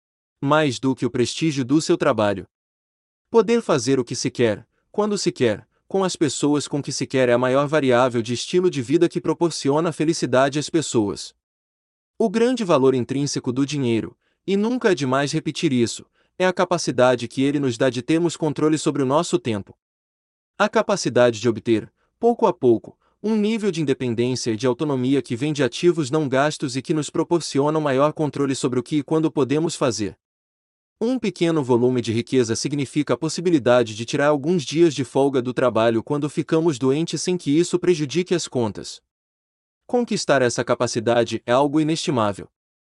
[SPEAKER 1] Mais do que o prestígio do seu trabalho. Poder fazer o que se quer, quando se quer, com as pessoas com que se quer é a maior variável de estilo de vida que proporciona felicidade às pessoas. O grande valor intrínseco do dinheiro, e nunca é demais repetir isso, é a capacidade que ele nos dá de termos controle sobre o nosso tempo. A capacidade de obter, pouco a pouco, um nível de independência e de autonomia que vem de ativos não gastos e que nos proporcionam maior controle sobre o que e quando podemos fazer. Um pequeno volume de riqueza significa a possibilidade de tirar alguns dias de folga do trabalho quando ficamos doentes sem que isso prejudique as contas. Conquistar essa capacidade é algo inestimável.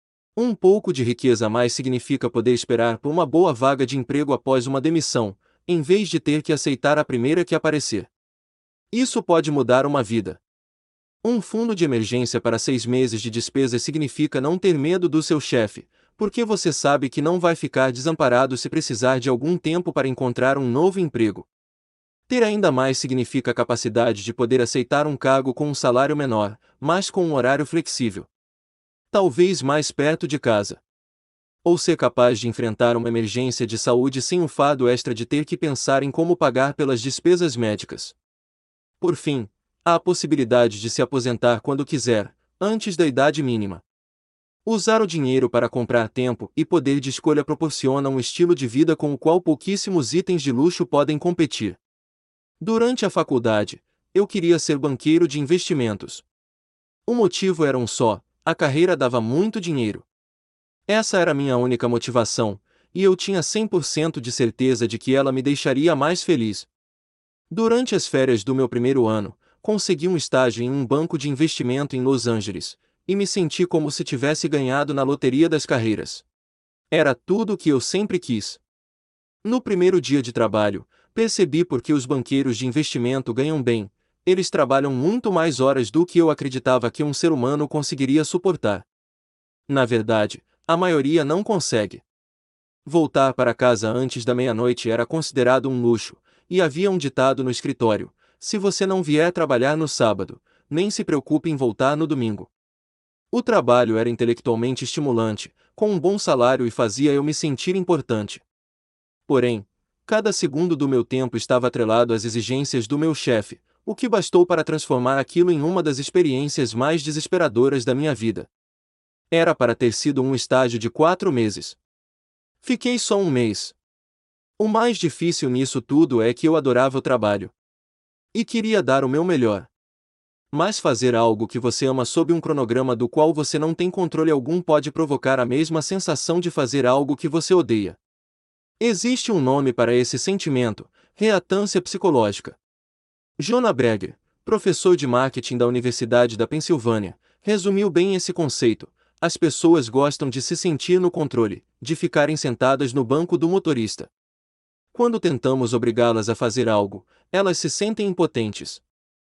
[SPEAKER 1] Um pouco de riqueza a mais significa poder esperar por uma boa vaga de emprego após uma demissão, em vez de ter que aceitar a primeira que aparecer. Isso pode mudar uma vida. Um fundo de emergência para seis meses de despesas significa não ter medo do seu chefe, porque você sabe que não vai ficar desamparado se precisar de algum tempo para encontrar um novo emprego. Ter ainda mais significa a capacidade de poder aceitar um cargo com um salário menor, mas com um horário flexível. Talvez mais perto de casa. Ou ser capaz de enfrentar uma emergência de saúde sem o fardo extra de ter que pensar em como pagar pelas despesas médicas. Por fim, há a possibilidade de se aposentar quando quiser, antes da idade mínima. Usar o dinheiro para comprar tempo e poder de escolha proporciona um estilo de vida com o qual pouquíssimos itens de luxo podem competir. Durante a faculdade, eu queria ser banqueiro de investimentos. O motivo era um só: a carreira dava muito dinheiro. Essa era minha única motivação, e eu tinha cem por cento de certeza de que ela me deixaria mais feliz. Durante as férias do meu primeiro ano, consegui um estágio em um banco de investimento em Los Angeles, e me senti como se tivesse ganhado na loteria das carreiras. Era tudo o que eu sempre quis. No primeiro dia de trabalho, percebi por que os banqueiros de investimento ganham bem: eles trabalham muito mais horas do que eu acreditava que um ser humano conseguiria suportar. Na verdade, a maioria não consegue. Voltar para casa antes da meia-noite era considerado um luxo, e havia um ditado no escritório: se você não vier trabalhar no sábado, nem se preocupe em voltar no domingo. O trabalho era intelectualmente estimulante, com um bom salário e fazia eu me sentir importante. Porém, cada segundo do meu tempo estava atrelado às exigências do meu chefe, o que bastou para transformar aquilo em uma das experiências mais desesperadoras da minha vida. Era para ter sido um estágio de quatro meses. Fiquei só um mês. O mais difícil nisso tudo é que eu adorava o trabalho. E queria dar o meu melhor. Mas fazer algo que você ama sob um cronograma do qual você não tem controle algum pode provocar a mesma sensação de fazer algo que você odeia. Existe um nome para esse sentimento: reatância psicológica. Jonah Berger, professor de marketing da Universidade da Pensilvânia, resumiu bem esse conceito: as pessoas gostam de se sentir no controle, de ficarem sentadas no banco do motorista. Quando tentamos obrigá-las a fazer algo, elas se sentem impotentes.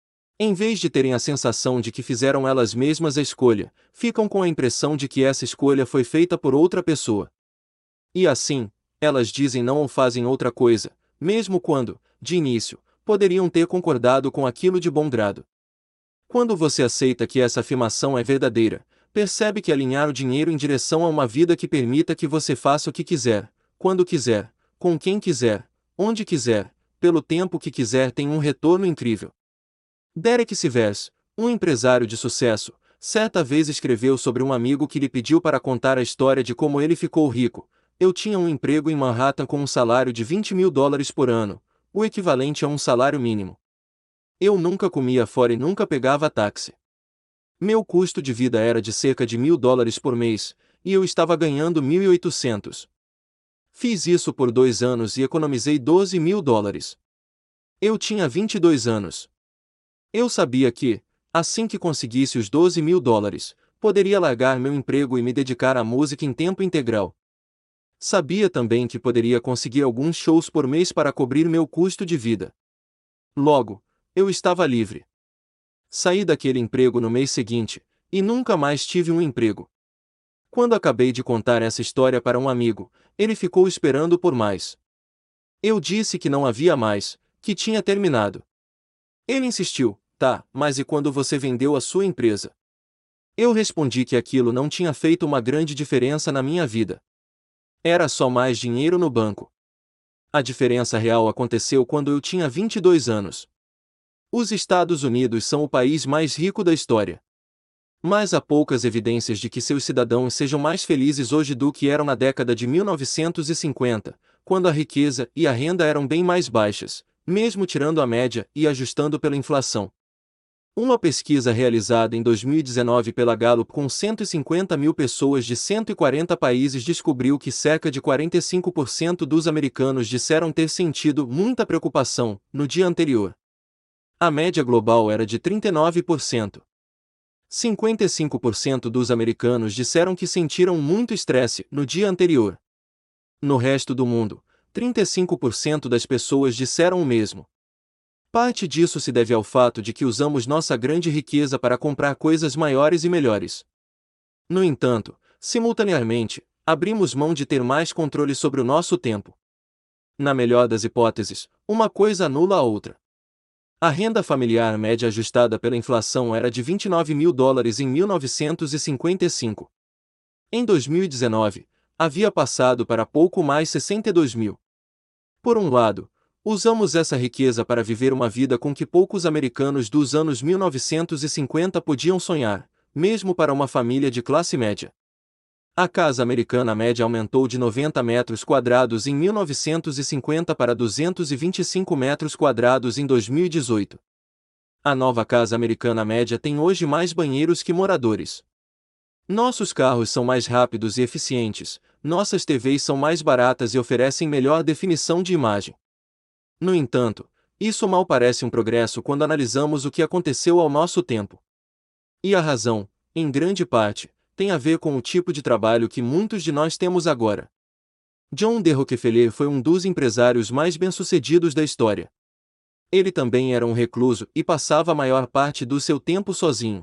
[SPEAKER 1] Em vez de terem a sensação de que fizeram elas mesmas a escolha, ficam com a impressão de que essa escolha foi feita por outra pessoa. E assim, elas dizem não ou fazem outra coisa, mesmo quando, de início, poderiam ter concordado com aquilo de bom grado. Quando você aceita que essa afirmação é verdadeira, Percebe que alinhar o dinheiro em direção a uma vida que permita que você faça o que quiser, quando quiser, com quem quiser, onde quiser, pelo tempo que quiser tem um retorno incrível. Derek Sivers, um empresário de sucesso, certa vez escreveu sobre um amigo que lhe pediu para contar a história de como ele ficou rico. Eu tinha um emprego em Manhattan com um salário de vinte mil dólares por ano, o equivalente a um salário mínimo. Eu nunca comia fora e nunca pegava táxi. Meu custo de vida era de cerca de mil dólares por mês, e eu estava ganhando mil e oitocentos. Fiz isso por dois anos e economizei doze mil dólares. Eu tinha vinte e dois anos. Eu sabia que, assim que conseguisse os doze mil dólares, poderia largar meu emprego e me dedicar à música em tempo integral. Sabia também que poderia conseguir alguns shows por mês para cobrir meu custo de vida. Logo, eu estava livre. Saí daquele emprego no mês seguinte, e nunca mais tive um emprego. Quando acabei de contar essa história para um amigo, ele ficou esperando por mais. Eu disse que não havia mais, que tinha terminado. Ele insistiu, tá, mas e quando você vendeu a sua empresa? Eu respondi que aquilo não tinha feito uma grande diferença na minha vida. Era só mais dinheiro no banco. A diferença real aconteceu quando eu tinha vinte e dois anos. Os Estados Unidos são o país mais rico da história. Mas há poucas evidências de que seus cidadãos sejam mais felizes hoje do que eram na década de mil novecentos e cinquenta, quando a riqueza e a renda eram bem mais baixas, mesmo tirando a média e ajustando pela inflação. Uma pesquisa realizada em dois mil e dezenove pela Gallup com cento e cinquenta mil pessoas de cento e quarenta países descobriu que cerca de quarenta e cinco por cento dos americanos disseram ter sentido muita preocupação no dia anterior. A média global era de trinta e nove por cento. cinquenta e cinco por cento dos americanos disseram que sentiram muito estresse no dia anterior. No resto do mundo, trinta e cinco por cento das pessoas disseram o mesmo. Parte disso se deve ao fato de que usamos nossa grande riqueza para comprar coisas maiores e melhores. No entanto, simultaneamente, abrimos mão de ter mais controle sobre o nosso tempo. Na melhor das hipóteses, uma coisa anula a outra. A renda familiar média ajustada pela inflação era de vinte e nove mil dólares em mil novecentos e cinquenta e cinco. Em dois mil e dezenove, havia passado para pouco mais sessenta e dois mil. Por um lado, usamos essa riqueza para viver uma vida com que poucos americanos dos anos mil novecentos e cinquenta podiam sonhar, mesmo para uma família de classe média. A casa americana média aumentou de noventa metros quadrados em mil novecentos e cinquenta para duzentos e vinte e cinco metros quadrados em dois mil e dezoito. A nova casa americana média tem hoje mais banheiros que moradores. Nossos carros são mais rápidos e eficientes, nossas T Vs são mais baratas e oferecem melhor definição de imagem. No entanto, isso mal parece um progresso quando analisamos o que aconteceu ao nosso tempo. E a razão, em grande parte, tem a ver com o tipo de trabalho que muitos de nós temos agora. John D. Rockefeller foi um dos empresários mais bem-sucedidos da história. Ele também era um recluso e passava a maior parte do seu tempo sozinho.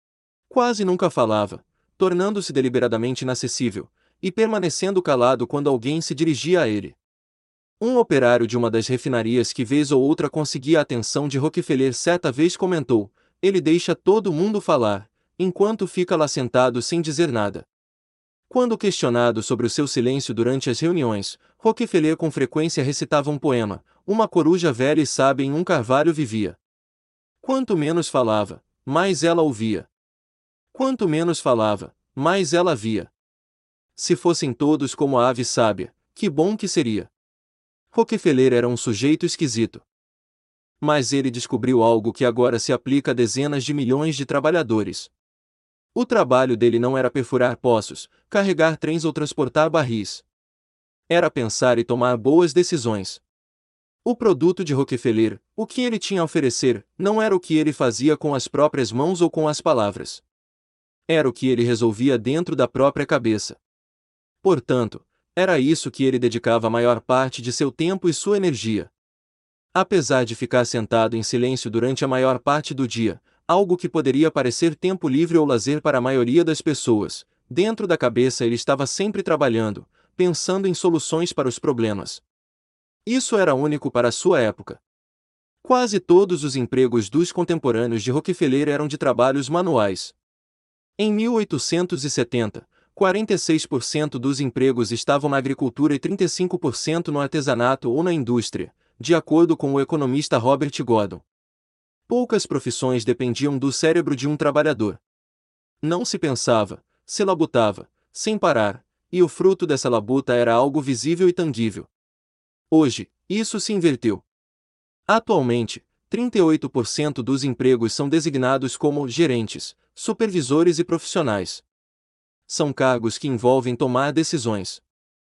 [SPEAKER 1] Quase nunca falava, tornando-se deliberadamente inacessível, e permanecendo calado quando alguém se dirigia a ele. Um operário de uma das refinarias que vez ou outra conseguia a atenção de Rockefeller certa vez comentou, ele deixa todo mundo falar, enquanto fica lá sentado sem dizer nada. Quando questionado sobre o seu silêncio durante as reuniões, Rockefeller com frequência recitava um poema, uma coruja velha e sábia em um carvalho vivia. Quanto menos falava, mais ela ouvia. Quanto menos falava, mais ela via. Se fossem todos como a ave sábia, que bom que seria. Rockefeller era um sujeito esquisito. Mas ele descobriu algo que agora se aplica a dezenas de milhões de trabalhadores. O trabalho dele não era perfurar poços, carregar trens ou transportar barris. Era pensar e tomar boas decisões. O produto de Rockefeller, o que ele tinha a oferecer, não era o que ele fazia com as próprias mãos ou com as palavras. Era o que ele resolvia dentro da própria cabeça. Portanto, era isso que ele dedicava a maior parte de seu tempo e sua energia. Apesar de ficar sentado em silêncio durante a maior parte do dia, algo que poderia parecer tempo livre ou lazer para a maioria das pessoas, dentro da cabeça ele estava sempre trabalhando, pensando em soluções para os problemas. Isso era único para a sua época. Quase todos os empregos dos contemporâneos de Rockefeller eram de trabalhos manuais. Em mil oitocentos e setenta, quarenta e seis por cento dos empregos estavam na agricultura e trinta e cinco por cento no artesanato ou na indústria, de acordo com o economista Robert Gordon. Poucas profissões dependiam do cérebro de um trabalhador. Não se pensava, se labutava, sem parar, e o fruto dessa labuta era algo visível e tangível. Hoje, isso se inverteu. Atualmente, trinta e oito por cento dos empregos são designados como gerentes, supervisores e profissionais. São cargos que envolvem tomar decisões.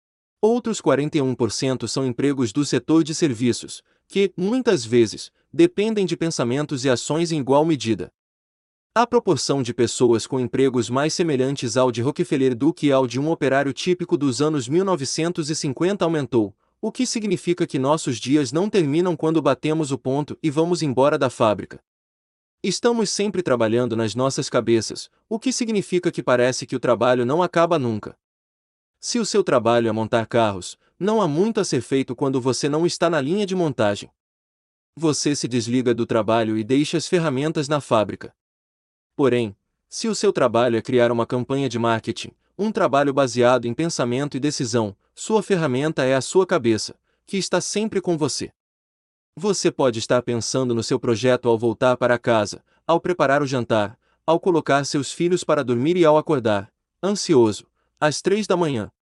[SPEAKER 1] Outros quarenta e um por cento são empregos do setor de serviços, que, muitas vezes, dependem de pensamentos e ações em igual medida. A proporção de pessoas com empregos mais semelhantes ao de Rockefeller do que ao de um operário típico dos anos mil novecentos e cinquenta aumentou, o que significa que nossos dias não terminam quando batemos o ponto e vamos embora da fábrica. Estamos sempre trabalhando nas nossas cabeças, o que significa que parece que o trabalho não acaba nunca. Se o seu trabalho é montar carros, não há muito a ser feito quando você não está na linha de montagem. Você se desliga do trabalho e deixa as ferramentas na fábrica. Porém, se o seu trabalho é criar uma campanha de marketing, um trabalho baseado em pensamento e decisão, sua ferramenta é a sua cabeça, que está sempre com você. Você pode estar pensando no seu projeto ao voltar para casa, ao preparar o jantar, ao colocar seus filhos para dormir e ao acordar, ansioso, às três da manhã.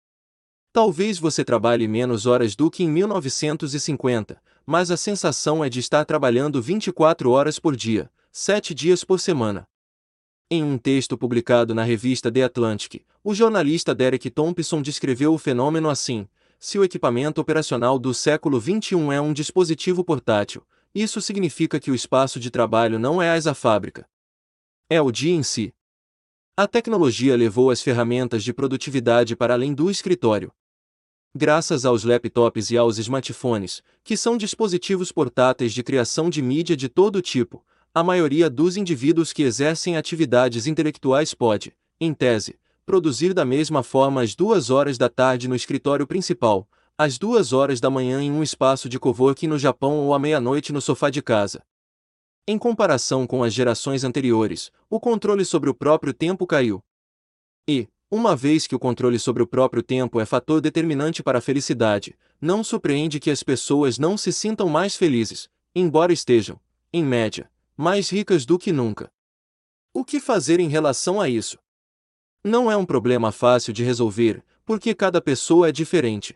[SPEAKER 1] Talvez você trabalhe menos horas do que em mil novecentos e cinquenta, mas a sensação é de estar trabalhando vinte e quatro horas por dia, sete dias por semana. Em um texto publicado na revista The Atlantic, o jornalista Derek Thompson descreveu o fenômeno assim: se o equipamento operacional do século vinte e um é um dispositivo portátil, isso significa que o espaço de trabalho não é a fábrica. É o dia em si. A tecnologia levou as ferramentas de produtividade para além do escritório. Graças aos laptops e aos smartphones, que são dispositivos portáteis de criação de mídia de todo tipo, a maioria dos indivíduos que exercem atividades intelectuais pode, em tese, produzir da mesma forma às duas horas da tarde no escritório principal, às duas horas da manhã em um espaço de coworking no Japão ou à meia-noite no sofá de casa. Em comparação com as gerações anteriores, o controle sobre o próprio tempo caiu. E, uma vez que o controle sobre o próprio tempo é fator determinante para a felicidade, não surpreende que as pessoas não se sintam mais felizes, embora estejam, em média, mais ricas do que nunca. O que fazer em relação a isso? Não é um problema fácil de resolver, porque cada pessoa é diferente.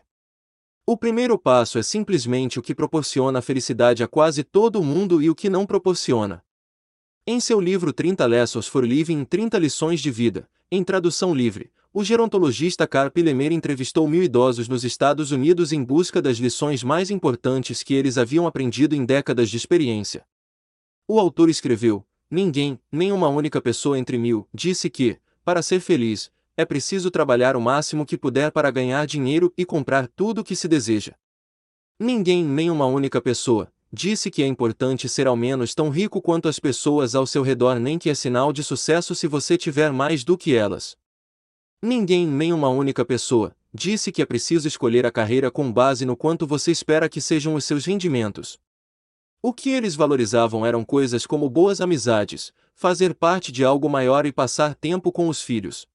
[SPEAKER 1] O primeiro passo é simplesmente o que proporciona felicidade a quase todo mundo e o que não proporciona. Em seu livro trinta Lessons for Living, trinta lições de vida, em tradução livre, o gerontologista Carl Pillemer entrevistou mil idosos nos Estados Unidos em busca das lições mais importantes que eles haviam aprendido em décadas de experiência. O autor escreveu: ninguém, nem uma única pessoa entre mil, disse que, para ser feliz, é preciso trabalhar o máximo que puder para ganhar dinheiro e comprar tudo o que se deseja. Ninguém, nem uma única pessoa, disse que é importante ser ao menos tão rico quanto as pessoas ao seu redor, nem que é sinal de sucesso se você tiver mais do que elas. Ninguém, nem uma única pessoa, disse que é preciso escolher a carreira com base no quanto você espera que sejam os seus rendimentos. O que eles valorizavam eram coisas como boas amizades, fazer parte de algo maior e passar tempo com os filhos.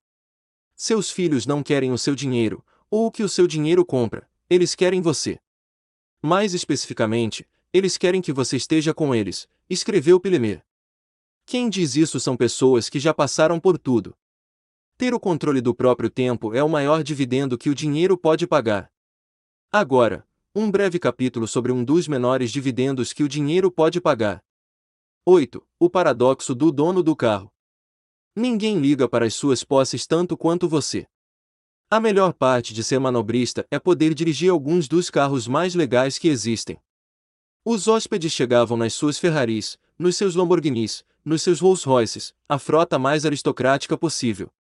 [SPEAKER 1] Seus filhos não querem o seu dinheiro, ou o que o seu dinheiro compra, eles querem você. Mais especificamente, eles querem que você esteja com eles, escreveu Pillemer. Quem diz isso são pessoas que já passaram por tudo. Ter o controle do próprio tempo é o maior dividendo que o dinheiro pode pagar. Agora, um breve capítulo sobre um dos menores dividendos que o dinheiro pode pagar. oito. O paradoxo do dono do carro. Ninguém liga para as suas posses tanto quanto você. A melhor parte de ser manobrista é poder dirigir alguns dos carros mais legais que existem. Os hóspedes chegavam nas suas Ferraris, nos seus Lamborghinis, nos seus Rolls-Royces, a frota mais aristocrática possível.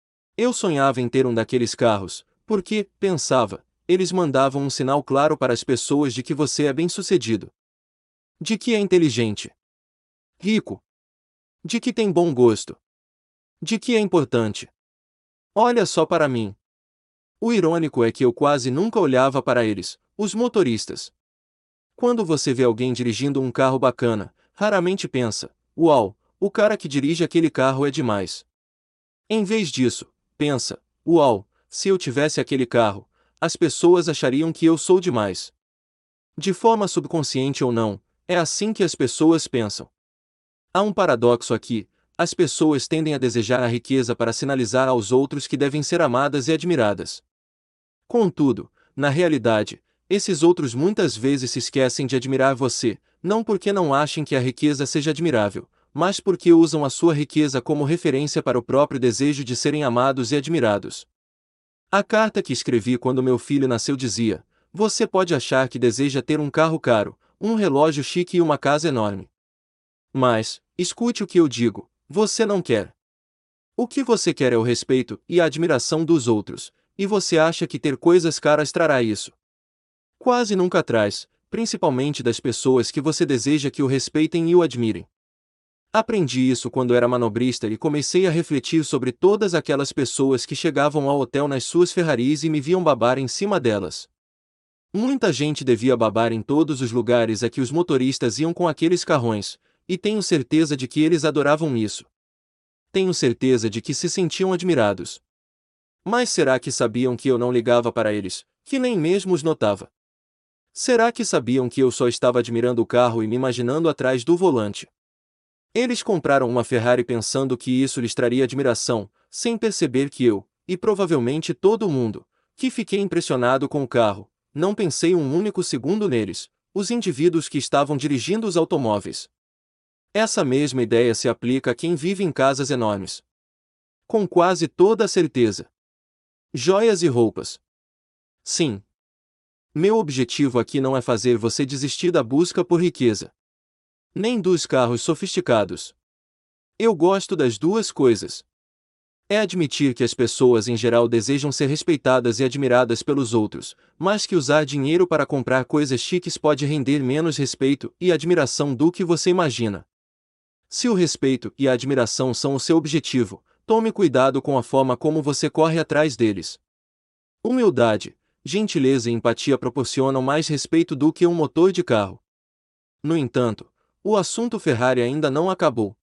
[SPEAKER 1] Eu sonhava em ter um daqueles carros, porque, pensava, eles mandavam um sinal claro para as pessoas de que você é bem-sucedido. De que é inteligente. Rico. De que tem bom gosto. De que é importante. Olha só para mim. O irônico é que eu quase nunca olhava para eles, os motoristas. Quando você vê alguém dirigindo um carro bacana, raramente pensa: uau, o cara que dirige aquele carro é demais. Em vez disso, pensa: uau, se eu tivesse aquele carro, as pessoas achariam que eu sou demais. De forma subconsciente ou não, é assim que as pessoas pensam. Há um paradoxo aqui: as pessoas tendem a desejar a riqueza para sinalizar aos outros que devem ser amadas e admiradas. Contudo, na realidade, esses outros muitas vezes se esquecem de admirar você, não porque não achem que a riqueza seja admirável, mas porque usam a sua riqueza como referência para o próprio desejo de serem amados e admirados. A carta que escrevi quando meu filho nasceu dizia: você pode achar que deseja ter um carro caro, um relógio chique e uma casa enorme. Mas, escute o que eu digo, você não quer. O que você quer é o respeito e a admiração dos outros, e você acha que ter coisas caras trará isso. Quase nunca traz, principalmente das pessoas que você deseja que o respeitem e o admirem. Aprendi isso quando era manobrista e comecei a refletir sobre todas aquelas pessoas que chegavam ao hotel nas suas Ferraris e me viam babar em cima delas. Muita gente devia babar em todos os lugares a que os motoristas iam com aqueles carrões, e tenho certeza de que eles adoravam isso. Tenho certeza de que se sentiam admirados. Mas será que sabiam que eu não ligava para eles, que nem mesmo os notava? Será que sabiam que eu só estava admirando o carro e me imaginando atrás do volante? Eles compraram uma Ferrari pensando que isso lhes traria admiração, sem perceber que eu, e provavelmente todo mundo, que fiquei impressionado com o carro, não pensei um único segundo neles, os indivíduos que estavam dirigindo os automóveis. Essa mesma ideia se aplica a quem vive em casas enormes. Com quase toda a certeza. Joias e roupas. Sim. Meu objetivo aqui não é fazer você desistir da busca por riqueza. Nem dos carros sofisticados. Eu gosto das duas coisas. É admitir que as pessoas em geral desejam ser respeitadas e admiradas pelos outros, mas que usar dinheiro para comprar coisas chiques pode render menos respeito e admiração do que você imagina. Se o respeito e a admiração são o seu objetivo, tome cuidado com a forma como você corre atrás deles. Humildade, gentileza e empatia proporcionam mais respeito do que um motor de carro. No entanto, o assunto Ferrari ainda não acabou.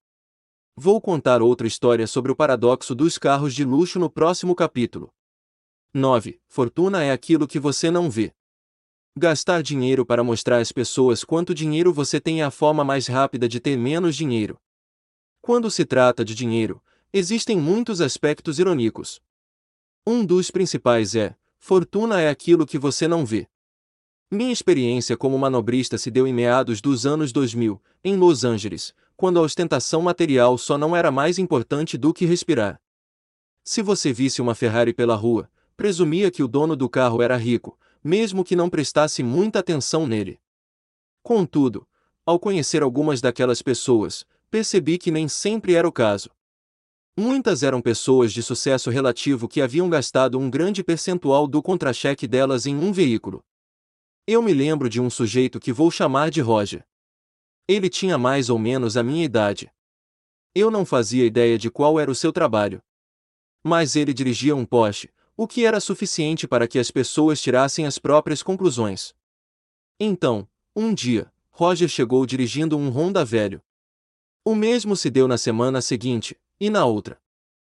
[SPEAKER 1] Vou contar outra história sobre o paradoxo dos carros de luxo no próximo capítulo. nove. Fortuna é aquilo que você não vê. Gastar dinheiro para mostrar às pessoas quanto dinheiro você tem é a forma mais rápida de ter menos dinheiro. Quando se trata de dinheiro, existem muitos aspectos irônicos. Um dos principais é: fortuna é aquilo que você não vê. Minha experiência como manobrista se deu em meados dos anos dois mil, em Los Angeles, quando a ostentação material só não era mais importante do que respirar. Se você visse uma Ferrari pela rua, presumia que o dono do carro era rico, mesmo que não prestasse muita atenção nele. Contudo, ao conhecer algumas daquelas pessoas, percebi que nem sempre era o caso. Muitas eram pessoas de sucesso relativo que haviam gastado um grande percentual do contra-cheque delas em um veículo. Eu me lembro de um sujeito que vou chamar de Roger. Ele tinha mais ou menos a minha idade. Eu não fazia ideia de qual era o seu trabalho. Mas ele dirigia um Porsche, o que era suficiente para que as pessoas tirassem as próprias conclusões. Então, um dia, Roger chegou dirigindo um Honda velho. O mesmo se deu na semana seguinte, e na outra.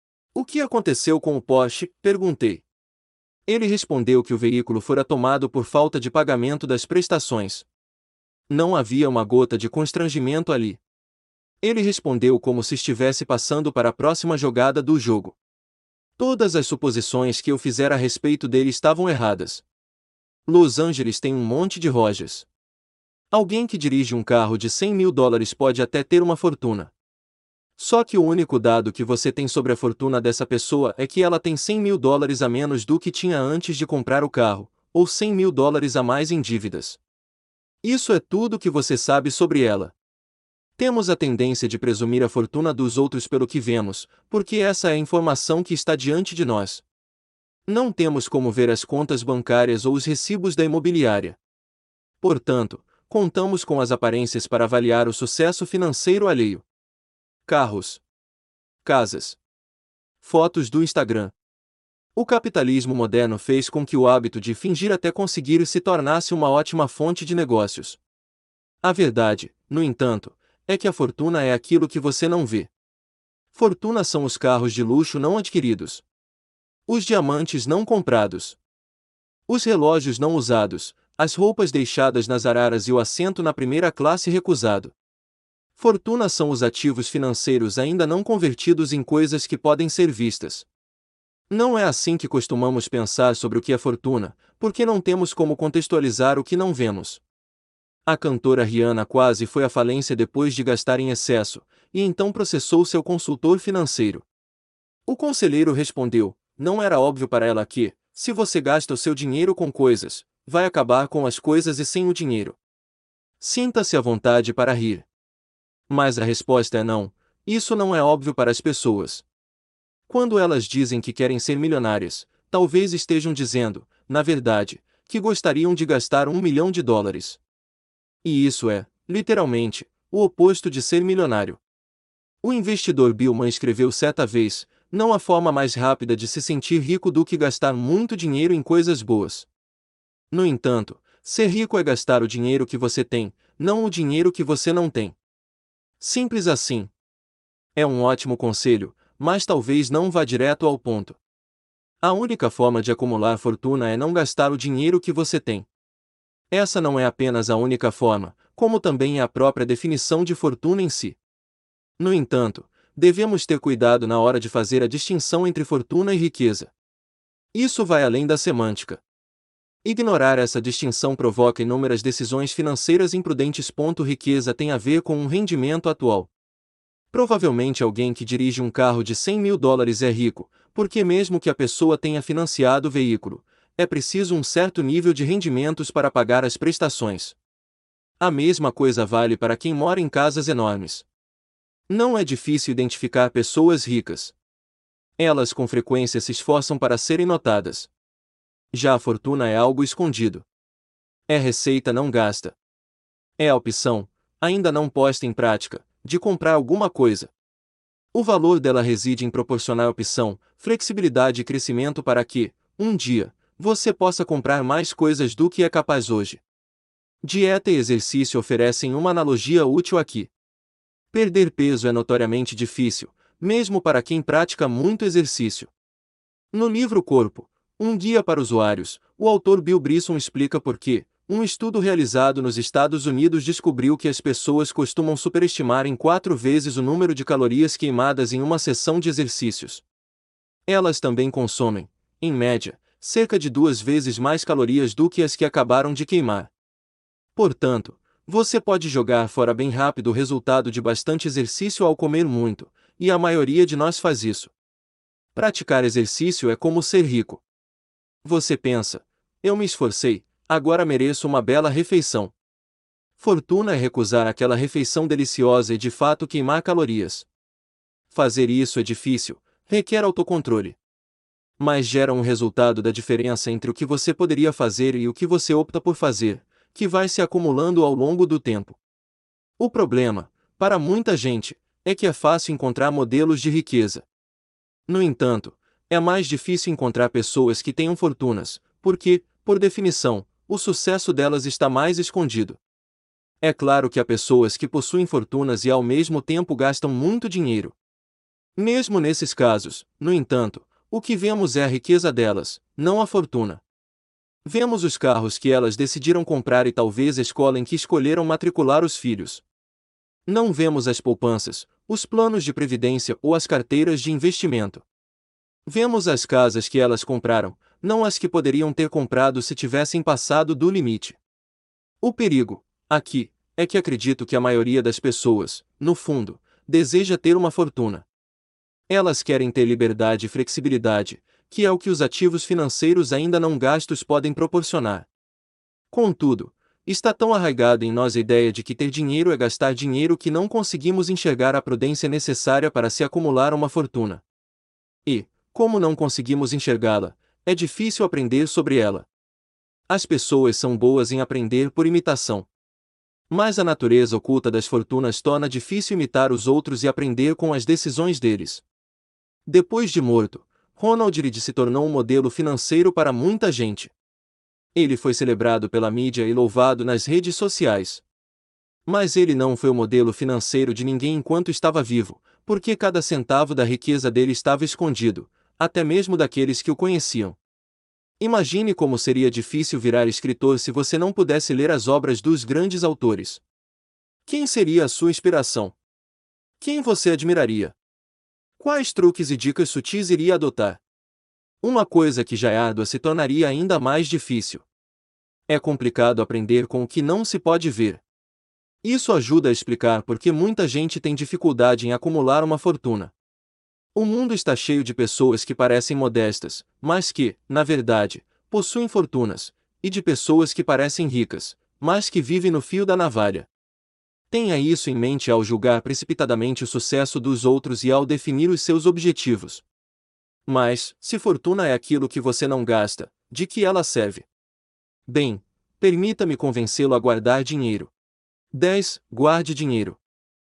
[SPEAKER 1] O que aconteceu com o Porsche? Perguntei. Ele respondeu que o veículo fora tomado por falta de pagamento das prestações. Não havia uma gota de constrangimento ali. Ele respondeu como se estivesse passando para a próxima jogada do jogo. Todas as suposições que eu fizera a respeito dele estavam erradas. Los Angeles tem um monte de Rogers. Alguém que dirige um carro de cem mil dólares pode até ter uma fortuna. Só que o único dado que você tem sobre a fortuna dessa pessoa é que ela tem cem mil dólares a menos do que tinha antes de comprar o carro, ou cem mil dólares a mais em dívidas. Isso é tudo que você sabe sobre ela. Temos a tendência de presumir a fortuna dos outros pelo que vemos, porque essa é a informação que está diante de nós. Não temos como ver as contas bancárias ou os recibos da imobiliária. Portanto, contamos com as aparências para avaliar o sucesso financeiro alheio. Carros. Casas. Fotos do Instagram. O capitalismo moderno fez com que o hábito de fingir até conseguir se tornasse uma ótima fonte de negócios. A verdade, no entanto, é que a fortuna é aquilo que você não vê. Fortuna são os carros de luxo não adquiridos, os diamantes não comprados, os relógios não usados, as roupas deixadas nas araras e o assento na primeira classe recusado. Fortuna são os ativos financeiros ainda não convertidos em coisas que podem ser vistas. Não é assim que costumamos pensar sobre o que é fortuna, porque não temos como contextualizar o que não vemos. A cantora Rihanna quase foi à falência depois de gastar em excesso, e então processou seu consultor financeiro. O conselheiro respondeu: não era óbvio para ela que, se você gasta o seu dinheiro com coisas, vai acabar com as coisas e sem o dinheiro. Sinta-se à vontade para rir. Mas a resposta é não, isso não é óbvio para as pessoas. Quando elas dizem que querem ser milionárias, talvez estejam dizendo, na verdade, que gostariam de gastar um milhão de dólares. E isso é, literalmente, o oposto de ser milionário. O investidor Bill Mann escreveu certa vez: não há forma mais rápida de se sentir rico do que gastar muito dinheiro em coisas boas. No entanto, ser rico é gastar o dinheiro que você tem, não o dinheiro que você não tem. Simples assim. É um ótimo conselho, mas talvez não vá direto ao ponto. A única forma de acumular fortuna é não gastar o dinheiro que você tem. Essa não é apenas a única forma, como também é a própria definição de fortuna em si. No entanto, devemos ter cuidado na hora de fazer a distinção entre fortuna e riqueza. Isso vai além da semântica. Ignorar essa distinção provoca inúmeras decisões financeiras imprudentes. Riqueza tem a ver com um rendimento atual. Provavelmente alguém que dirige um carro de cem mil dólares é rico, porque mesmo que a pessoa tenha financiado o veículo, é preciso um certo nível de rendimentos para pagar as prestações. A mesma coisa vale para quem mora em casas enormes. Não é difícil identificar pessoas ricas. Elas com frequência se esforçam para serem notadas. Já a fortuna é algo escondido. É receita não gasta. É a opção, ainda não posta em prática, de comprar alguma coisa. O valor dela reside em proporcionar opção, flexibilidade e crescimento para que, um dia, você possa comprar mais coisas do que é capaz hoje. Dieta e exercício oferecem uma analogia útil aqui. Perder peso é notoriamente difícil, mesmo para quem pratica muito exercício. No livro Corpo, um guia para usuários, o autor Bill Bryson explica por que um estudo realizado nos Estados Unidos descobriu que as pessoas costumam superestimar em quatro vezes o número de calorias queimadas em uma sessão de exercícios. Elas também consomem, em média, cerca de duas vezes mais calorias do que as que acabaram de queimar. Portanto, você pode jogar fora bem rápido o resultado de bastante exercício ao comer muito, e a maioria de nós faz isso. Praticar exercício é como ser rico. Você pensa: eu me esforcei, agora mereço uma bela refeição. Fortuna é recusar aquela refeição deliciosa e de fato queimar calorias. Fazer isso é difícil, requer autocontrole. Mas gera um resultado da diferença entre o que você poderia fazer e o que você opta por fazer, que vai se acumulando ao longo do tempo. O problema, para muita gente, é que é fácil encontrar modelos de riqueza. No entanto, é mais difícil encontrar pessoas que tenham fortunas, porque, por definição, o sucesso delas está mais escondido. É claro que há pessoas que possuem fortunas e ao mesmo tempo gastam muito dinheiro. Mesmo nesses casos, no entanto, o que vemos é a riqueza delas, não a fortuna. Vemos os carros que elas decidiram comprar e talvez a escola em que escolheram matricular os filhos. Não vemos as poupanças, os planos de previdência ou as carteiras de investimento. Vemos as casas que elas compraram, não as que poderiam ter comprado se tivessem passado do limite. O perigo, aqui, é que acredito que a maioria das pessoas, no fundo, deseja ter uma fortuna. Elas querem ter liberdade e flexibilidade, que é o que os ativos financeiros ainda não gastos podem proporcionar. Contudo, está tão arraigada em nós a ideia de que ter dinheiro é gastar dinheiro que não conseguimos enxergar a prudência necessária para se acumular uma fortuna. E, como não conseguimos enxergá-la, é difícil aprender sobre ela. As pessoas são boas em aprender por imitação. Mas a natureza oculta das fortunas torna difícil imitar os outros e aprender com as decisões deles. Depois de morto, Ronald Reagan se tornou um modelo financeiro para muita gente. Ele foi celebrado pela mídia e louvado nas redes sociais. Mas ele não foi o modelo financeiro de ninguém enquanto estava vivo, porque cada centavo da riqueza dele estava escondido, até mesmo daqueles que o conheciam. Imagine como seria difícil virar escritor se você não pudesse ler as obras dos grandes autores. Quem seria a sua inspiração? Quem você admiraria? Quais truques e dicas sutis iria adotar? Uma coisa que já é árdua se tornaria ainda mais difícil. É complicado aprender com o que não se pode ver. Isso ajuda a explicar por que muita gente tem dificuldade em acumular uma fortuna. O mundo está cheio de pessoas que parecem modestas, mas que, na verdade, possuem fortunas, e de pessoas que parecem ricas, mas que vivem no fio da navalha. Tenha isso em mente ao julgar precipitadamente o sucesso dos outros e ao definir os seus objetivos. Mas, se fortuna é aquilo que você não gasta, de que ela serve? Bem, permita-me convencê-lo a guardar dinheiro. dez. Guarde dinheiro.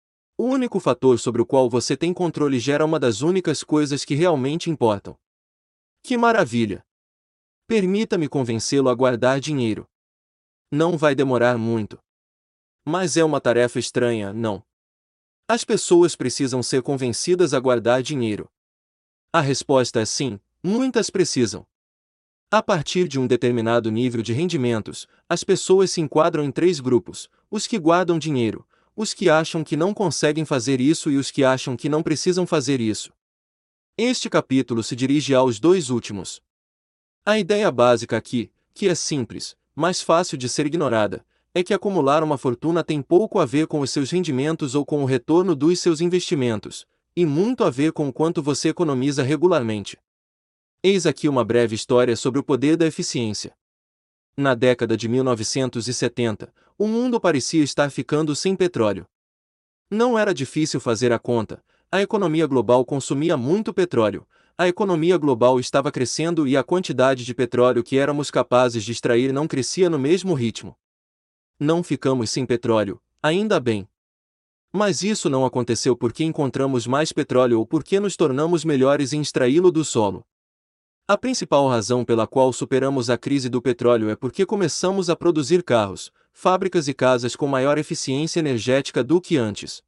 [SPEAKER 1] O único fator sobre o qual você tem controle gera uma das únicas coisas que realmente importam. Que maravilha! Permita-me convencê-lo a guardar dinheiro. Não vai demorar muito. Mas é uma tarefa estranha, não? As pessoas precisam ser convencidas a guardar dinheiro. A resposta é sim, muitas precisam. A partir de um determinado nível de rendimentos, as pessoas se enquadram em três grupos: os que guardam dinheiro, os que acham que não conseguem fazer isso e os que acham que não precisam fazer isso. Este capítulo se dirige aos dois últimos. A ideia básica aqui, que é simples, mas fácil de ser ignorada, é que acumular uma fortuna tem pouco a ver com os seus rendimentos ou com o retorno dos seus investimentos, e muito a ver com o quanto você economiza regularmente. Eis aqui uma breve história sobre o poder da eficiência. Na década de mil novecentos e setenta, o mundo parecia estar ficando sem petróleo. Não era difícil fazer a conta, a economia global consumia muito petróleo, a economia global estava crescendo e a quantidade de petróleo que éramos capazes de extrair não crescia no mesmo ritmo. Não ficamos sem petróleo, ainda bem. Mas isso não aconteceu porque encontramos mais petróleo ou porque nos tornamos melhores em extraí-lo do solo. A principal razão pela qual superamos a crise do petróleo é porque começamos a produzir carros, fábricas e casas com maior eficiência energética do que antes.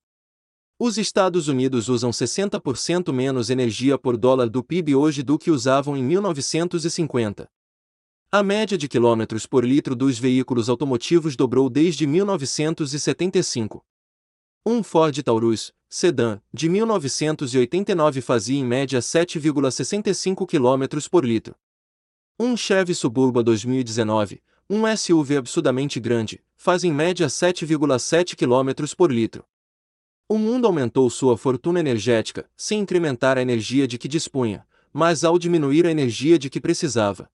[SPEAKER 1] Os Estados Unidos usam sessenta por cento menos energia por dólar do P I B hoje do que usavam em mil novecentos e cinquenta. A média de quilômetros por litro dos veículos automotivos dobrou desde mil novecentos e setenta e cinco. Um Ford Taurus, sedã, de mil novecentos e oitenta e nove fazia em média sete vírgula sessenta e cinco quilômetros por litro. Um Chevy Suburban dois mil e dezenove, um S U V absurdamente grande, faz em média sete vírgula sete quilômetros por litro. O mundo aumentou sua fortuna energética, sem incrementar a energia de que dispunha, mas ao diminuir a energia de que precisava.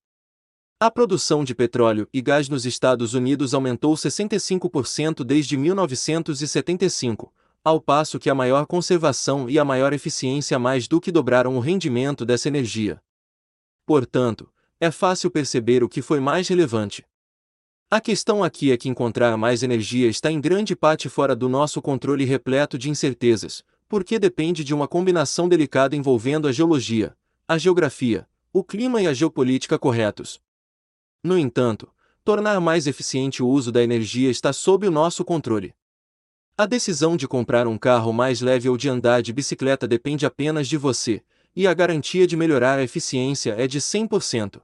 [SPEAKER 1] A produção de petróleo e gás nos Estados Unidos aumentou sessenta e cinco por cento desde mil novecentos e setenta e cinco, ao passo que a maior conservação e a maior eficiência mais do que dobraram o rendimento dessa energia. Portanto, é fácil perceber o que foi mais relevante. A questão aqui é que encontrar mais energia está em grande parte fora do nosso controle repleto de incertezas, porque depende de uma combinação delicada envolvendo a geologia, a geografia, o clima e a geopolítica corretos. No entanto, tornar mais eficiente o uso da energia está sob o nosso controle. A decisão de comprar um carro mais leve ou de andar de bicicleta depende apenas de você, e a garantia de melhorar a eficiência é de cem por cento.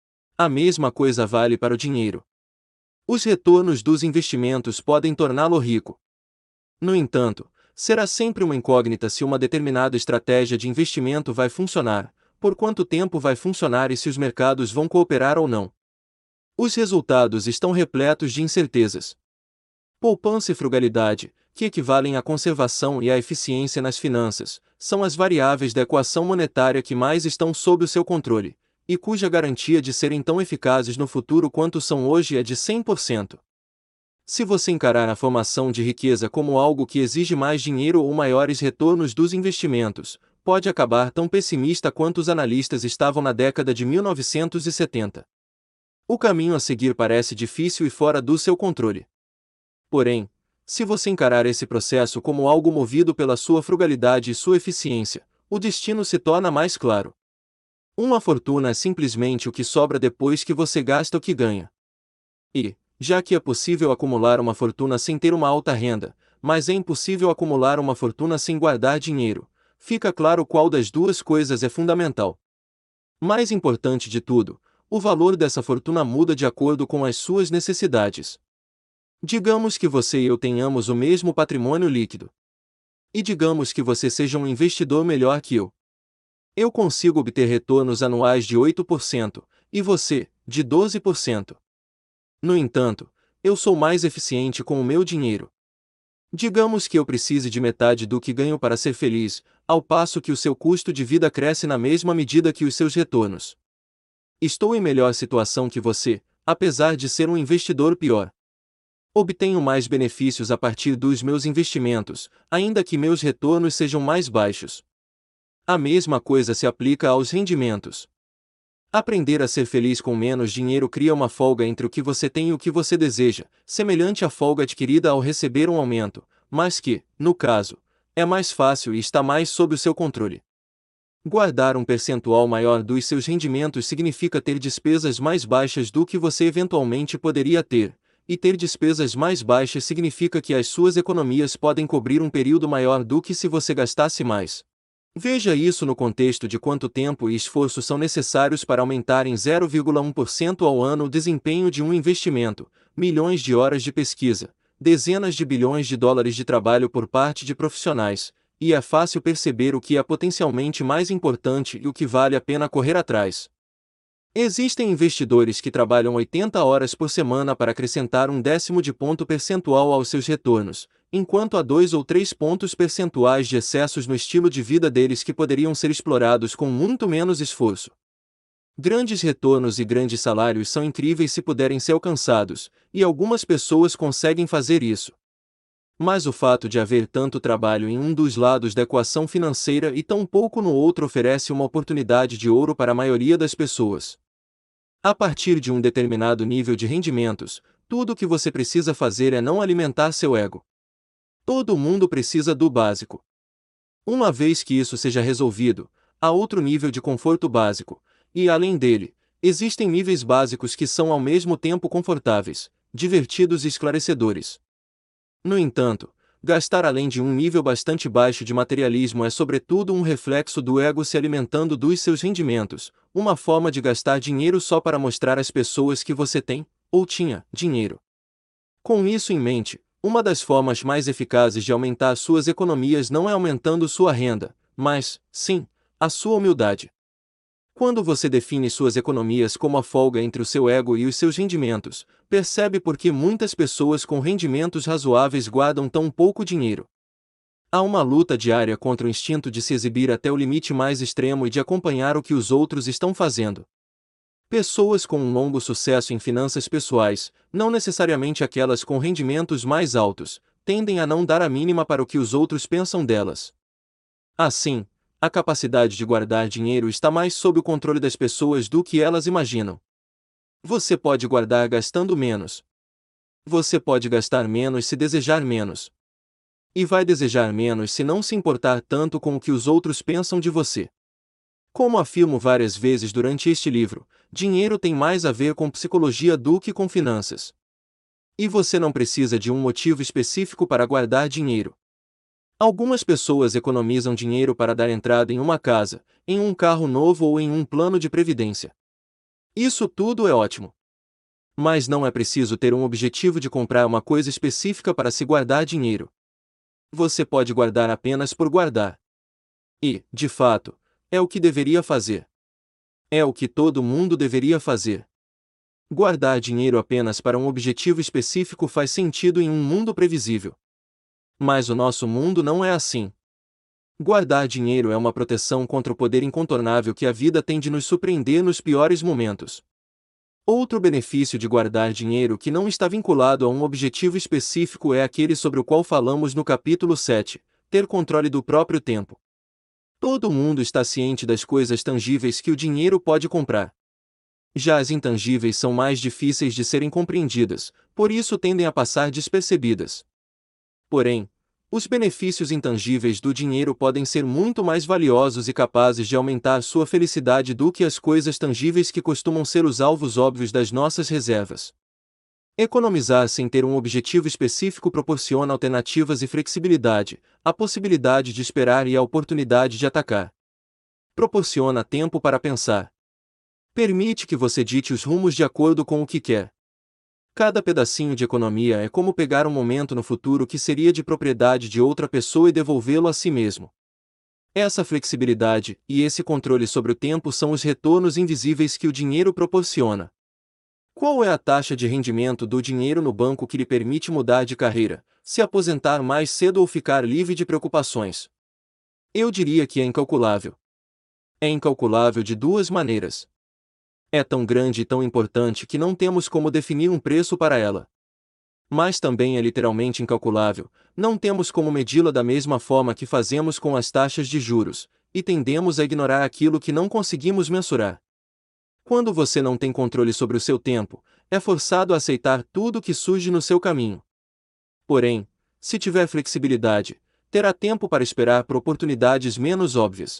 [SPEAKER 1] A mesma coisa vale para o dinheiro. Os retornos dos investimentos podem torná-lo rico. No entanto, será sempre uma incógnita se uma determinada estratégia de investimento vai funcionar, por quanto tempo vai funcionar e se os mercados vão cooperar ou não. Os resultados estão repletos de incertezas. Poupança e frugalidade, que equivalem à conservação e à eficiência nas finanças, são as variáveis da equação monetária que mais estão sob o seu controle, e cuja garantia de serem tão eficazes no futuro quanto são hoje é de cem por cento. Se você encarar a formação de riqueza como algo que exige mais dinheiro ou maiores retornos dos investimentos, pode acabar tão pessimista quanto os analistas estavam na década de mil novecentos e setenta. O caminho a seguir parece difícil e fora do seu controle. Porém, se você encarar esse processo como algo movido pela sua frugalidade e sua eficiência, o destino se torna mais claro. Uma fortuna é simplesmente o que sobra depois que você gasta o que ganha. E, já que é possível acumular uma fortuna sem ter uma alta renda, mas é impossível acumular uma fortuna sem guardar dinheiro, fica claro qual das duas coisas é fundamental. Mais importante de tudo, o valor dessa fortuna muda de acordo com as suas necessidades. Digamos que você e eu tenhamos o mesmo patrimônio líquido. E digamos que você seja um investidor melhor que eu. Eu consigo obter retornos anuais de oito por cento, e você, de doze por cento. No entanto, eu sou mais eficiente com o meu dinheiro. Digamos que eu precise de metade do que ganho para ser feliz, ao passo que o seu custo de vida cresce na mesma medida que os seus retornos. Estou em melhor situação que você, apesar de ser um investidor pior. Obtenho mais benefícios a partir dos meus investimentos, ainda que meus retornos sejam mais baixos. A mesma coisa se aplica aos rendimentos. Aprender a ser feliz com menos dinheiro cria uma folga entre o que você tem e o que você deseja, semelhante à folga adquirida ao receber um aumento, mas que, no caso, é mais fácil e está mais sob o seu controle. Guardar um percentual maior dos seus rendimentos significa ter despesas mais baixas do que você eventualmente poderia ter, e ter despesas mais baixas significa que as suas economias podem cobrir um período maior do que se você gastasse mais. Veja isso no contexto de quanto tempo e esforço são necessários para aumentar em zero vírgula um por cento ao ano o desempenho de um investimento, milhões de horas de pesquisa, dezenas de bilhões de dólares de trabalho por parte de profissionais, e é fácil perceber o que é potencialmente mais importante e o que vale a pena correr atrás. Existem investidores que trabalham oitenta horas por semana para acrescentar um décimo de ponto percentual aos seus retornos, enquanto há dois ou três pontos percentuais de excessos no estilo de vida deles que poderiam ser explorados com muito menos esforço. Grandes retornos e grandes salários são incríveis se puderem ser alcançados, e algumas pessoas conseguem fazer isso. Mas o fato de haver tanto trabalho em um dos lados da equação financeira e tão pouco no outro oferece uma oportunidade de ouro para a maioria das pessoas. A partir de um determinado nível de rendimentos, tudo o que você precisa fazer é não alimentar seu ego. Todo mundo precisa do básico. Uma vez que isso seja resolvido, há outro nível de conforto básico, e além dele, existem níveis básicos que são ao mesmo tempo confortáveis, divertidos e esclarecedores. No entanto, gastar além de um nível bastante baixo de materialismo é sobretudo um reflexo do ego se alimentando dos seus rendimentos, uma forma de gastar dinheiro só para mostrar às pessoas que você tem, ou tinha, dinheiro. Com isso em mente, uma das formas mais eficazes de aumentar suas economias não é aumentando sua renda, mas, sim, a sua humildade. Quando você define suas economias como a folga entre o seu ego e os seus rendimentos, percebe por que muitas pessoas com rendimentos razoáveis guardam tão pouco dinheiro. Há uma luta diária contra o instinto de se exibir até o limite mais extremo e de acompanhar o que os outros estão fazendo. Pessoas com um longo sucesso em finanças pessoais, não necessariamente aquelas com rendimentos mais altos, tendem a não dar a mínima para o que os outros pensam delas. Assim, a capacidade de guardar dinheiro está mais sob o controle das pessoas do que elas imaginam. Você pode guardar gastando menos. Você pode gastar menos se desejar menos. E vai desejar menos se não se importar tanto com o que os outros pensam de você. Como afirmo várias vezes durante este livro, dinheiro tem mais a ver com psicologia do que com finanças. E você não precisa de um motivo específico para guardar dinheiro. Algumas pessoas economizam dinheiro para dar entrada em uma casa, em um carro novo ou em um plano de previdência. Isso tudo é ótimo. Mas não é preciso ter um objetivo de comprar uma coisa específica para se guardar dinheiro. Você pode guardar apenas por guardar. E, de fato, é o que deveria fazer. É o que todo mundo deveria fazer. Guardar dinheiro apenas para um objetivo específico faz sentido em um mundo previsível. Mas o nosso mundo não é assim. Guardar dinheiro é uma proteção contra o poder incontornável que a vida tem de nos surpreender nos piores momentos. Outro benefício de guardar dinheiro que não está vinculado a um objetivo específico é aquele sobre o qual falamos no capítulo sete, ter controle do próprio tempo. Todo mundo está ciente das coisas tangíveis que o dinheiro pode comprar. Já as intangíveis são mais difíceis de serem compreendidas, por isso tendem a passar despercebidas. Porém, os benefícios intangíveis do dinheiro podem ser muito mais valiosos e capazes de aumentar sua felicidade do que as coisas tangíveis que costumam ser os alvos óbvios das nossas reservas. Economizar sem ter um objetivo específico proporciona alternativas e flexibilidade, a possibilidade de esperar e a oportunidade de atacar. Proporciona tempo para pensar. Permite que você dite os rumos de acordo com o que quer. Cada pedacinho de economia é como pegar um momento no futuro que seria de propriedade de outra pessoa e devolvê-lo a si mesmo. Essa flexibilidade e esse controle sobre o tempo são os retornos invisíveis que o dinheiro proporciona. Qual é a taxa de rendimento do dinheiro no banco que lhe permite mudar de carreira, se aposentar mais cedo ou ficar livre de preocupações? Eu diria que é incalculável. É incalculável de duas maneiras. É tão grande e tão importante que não temos como definir um preço para ela. Mas também é literalmente incalculável, não temos como medi-la da mesma forma que fazemos com as taxas de juros, e tendemos a ignorar aquilo que não conseguimos mensurar. Quando você não tem controle sobre o seu tempo, é forçado a aceitar tudo que surge no seu caminho. Porém, se tiver flexibilidade, terá tempo para esperar por oportunidades menos óbvias.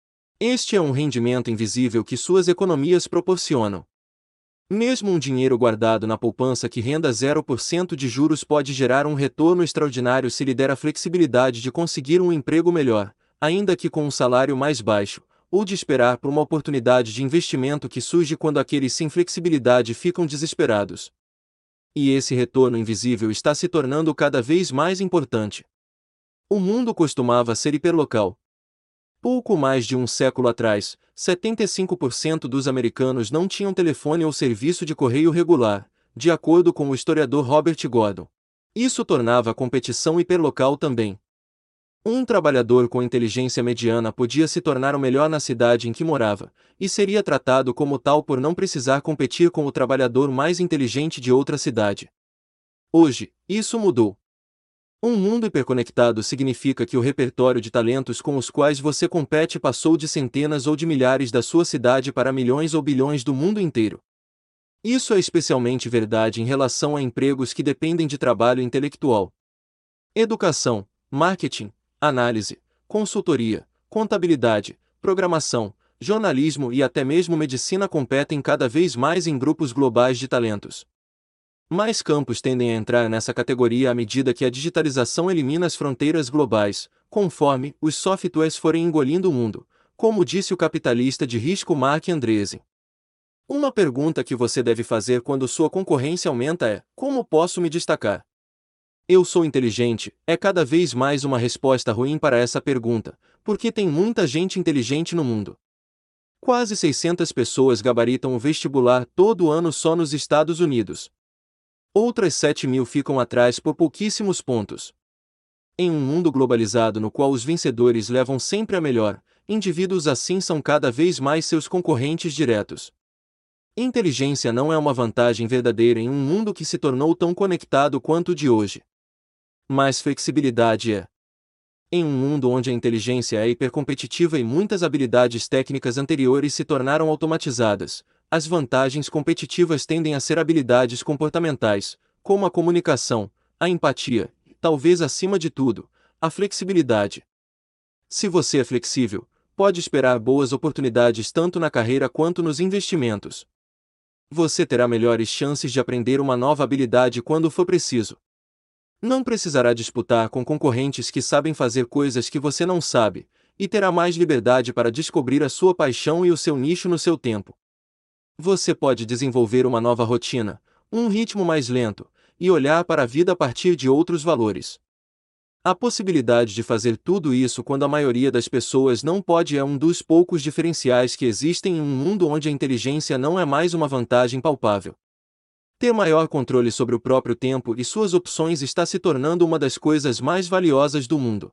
[SPEAKER 1] Este é um rendimento invisível que suas economias proporcionam. Mesmo um dinheiro guardado na poupança que renda zero por cento de juros pode gerar um retorno extraordinário se lhe der a flexibilidade de conseguir um emprego melhor, ainda que com um salário mais baixo, ou de esperar por uma oportunidade de investimento que surge quando aqueles sem flexibilidade ficam desesperados. E esse retorno invisível está se tornando cada vez mais importante. O mundo costumava ser hiperlocal. Pouco mais de um século atrás, setenta e cinco por cento dos americanos não tinham telefone ou serviço de correio regular, de acordo com o historiador Robert Gordon. Isso tornava a competição hiperlocal também. Um trabalhador com inteligência mediana podia se tornar o melhor na cidade em que morava, e seria tratado como tal por não precisar competir com o trabalhador mais inteligente de outra cidade. Hoje, isso mudou. Um mundo hiperconectado significa que o repertório de talentos com os quais você compete passou de centenas ou de milhares da sua cidade para milhões ou bilhões do mundo inteiro. Isso é especialmente verdade em relação a empregos que dependem de trabalho intelectual. Educação, marketing, análise, consultoria, contabilidade, programação, jornalismo e até mesmo medicina competem cada vez mais em grupos globais de talentos. Mais campos tendem a entrar nessa categoria à medida que a digitalização elimina as fronteiras globais, conforme os softwares forem engolindo o mundo, como disse o capitalista de risco Marc Andreessen. Uma pergunta que você deve fazer quando sua concorrência aumenta é: como posso me destacar? Eu sou inteligente, é cada vez mais uma resposta ruim para essa pergunta, porque tem muita gente inteligente no mundo. Quase seiscentas pessoas gabaritam o vestibular todo ano só nos Estados Unidos. Outras sete mil ficam atrás por pouquíssimos pontos. Em um mundo globalizado no qual os vencedores levam sempre a melhor, indivíduos assim são cada vez mais seus concorrentes diretos. Inteligência não é uma vantagem verdadeira em um mundo que se tornou tão conectado quanto o de hoje. Mas flexibilidade é. Em um mundo onde a inteligência é hipercompetitiva e muitas habilidades técnicas anteriores se tornaram automatizadas, as vantagens competitivas tendem a ser habilidades comportamentais, como a comunicação, a empatia, e, talvez acima de tudo, a flexibilidade. Se você é flexível, pode esperar boas oportunidades tanto na carreira quanto nos investimentos. Você terá melhores chances de aprender uma nova habilidade quando for preciso. Não precisará disputar com concorrentes que sabem fazer coisas que você não sabe, e terá mais liberdade para descobrir a sua paixão e o seu nicho no seu tempo. Você pode desenvolver uma nova rotina, um ritmo mais lento, e olhar para a vida a partir de outros valores. A possibilidade de fazer tudo isso quando a maioria das pessoas não pode é um dos poucos diferenciais que existem em um mundo onde a inteligência não é mais uma vantagem palpável. Ter maior controle sobre o próprio tempo e suas opções está se tornando uma das coisas mais valiosas do mundo.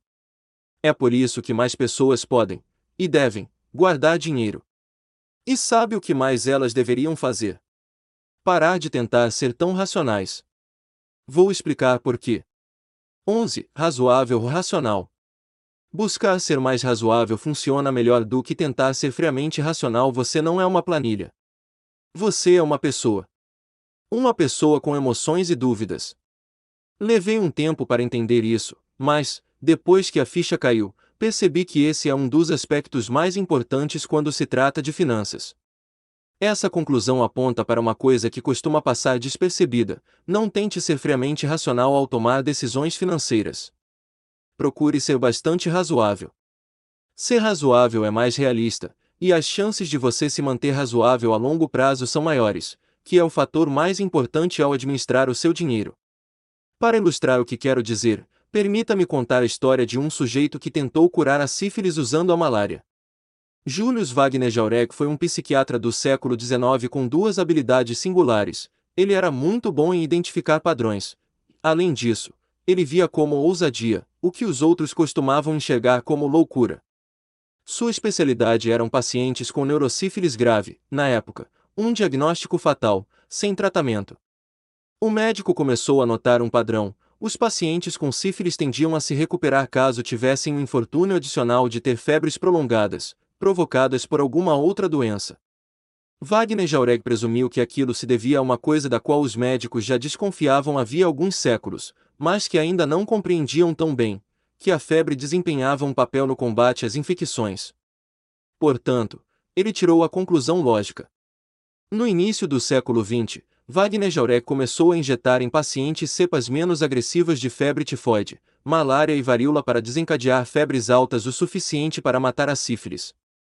[SPEAKER 1] É por isso que mais pessoas podem, e devem, guardar dinheiro. E sabe o que mais elas deveriam fazer? Parar de tentar ser tão racionais. Vou explicar por quê. onze. Razoável ou racional. Buscar ser mais razoável funciona melhor do que tentar ser friamente racional. Você não é uma planilha. Você é uma pessoa. Uma pessoa com emoções e dúvidas. Levei um tempo para entender isso, mas, depois que a ficha caiu, percebi que esse é um dos aspectos mais importantes quando se trata de finanças. Essa conclusão aponta para uma coisa que costuma passar despercebida: não tente ser friamente racional ao tomar decisões financeiras. Procure ser bastante razoável. Ser razoável é mais realista, e as chances de você se manter razoável a longo prazo são maiores, que é o fator mais importante ao administrar o seu dinheiro. Para ilustrar o que quero dizer, permita-me contar a história de um sujeito que tentou curar a sífilis usando a malária. Julius Wagner Jauregg foi um psiquiatra do século dezenove com duas habilidades singulares: ele era muito bom em identificar padrões. Além disso, ele via como ousadia o que os outros costumavam enxergar como loucura. Sua especialidade eram pacientes com neurosífilis grave, na época, um diagnóstico fatal, sem tratamento. O médico começou a notar um padrão: os pacientes com sífilis tendiam a se recuperar caso tivessem um infortúnio adicional de ter febres prolongadas, provocadas por alguma outra doença. Wagner Jauregg presumiu que aquilo se devia a uma coisa da qual os médicos já desconfiavam havia alguns séculos, mas que ainda não compreendiam tão bem: que a febre desempenhava um papel no combate às infecções. Portanto, ele tirou a conclusão lógica. No início do século vinte, Wagner Jauregg começou a injetar em pacientes cepas menos agressivas de febre tifoide, malária e varíola para desencadear febres altas o suficiente para matar a sífilis.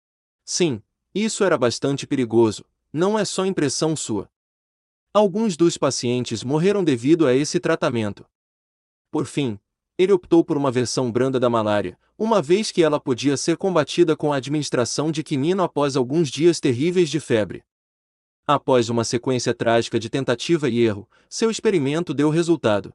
[SPEAKER 1] Sim, isso era bastante perigoso, não é só impressão sua. Alguns dos pacientes morreram devido a esse tratamento. Por fim, ele optou por uma versão branda da malária, uma vez que ela podia ser combatida com a administração de quinino após alguns dias terríveis de febre. Após uma sequência trágica de tentativa e erro, seu experimento deu resultado.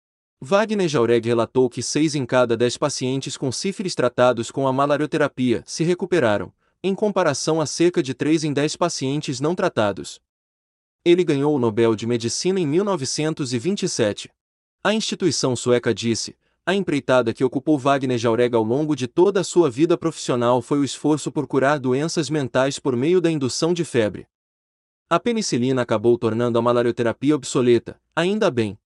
[SPEAKER 1] Wagner Jauregg relatou que seis em cada dez pacientes com sífilis tratados com a malarioterapia se recuperaram, em comparação a cerca de três em dez pacientes não tratados. Ele ganhou o Nobel de Medicina em mil novecentos e vinte e sete. A instituição sueca disse: a empreitada que ocupou Wagner Jauregg ao longo de toda a sua vida profissional foi o esforço por curar doenças mentais por meio da indução de febre. A penicilina acabou tornando a malarioterapia obsoleta, ainda bem.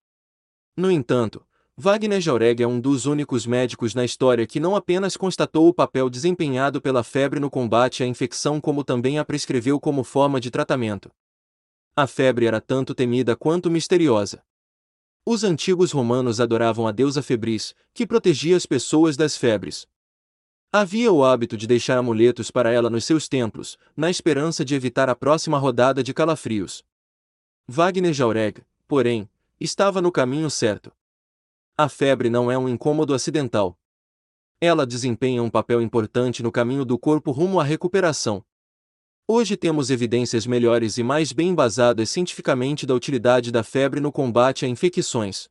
[SPEAKER 1] No entanto, Wagner Jauregg é um dos únicos médicos na história que não apenas constatou o papel desempenhado pela febre no combate à infecção como também a prescreveu como forma de tratamento. A febre era tanto temida quanto misteriosa. Os antigos romanos adoravam a deusa Febris, que protegia as pessoas das febres. Havia o hábito de deixar amuletos para ela nos seus templos, na esperança de evitar a próxima rodada de calafrios. Wagner Jauregg, porém, estava no caminho certo. A febre não é um incômodo acidental. Ela desempenha um papel importante no caminho do corpo rumo à recuperação. Hoje temos evidências melhores e mais bem embasadas cientificamente da utilidade da febre no combate a infecções.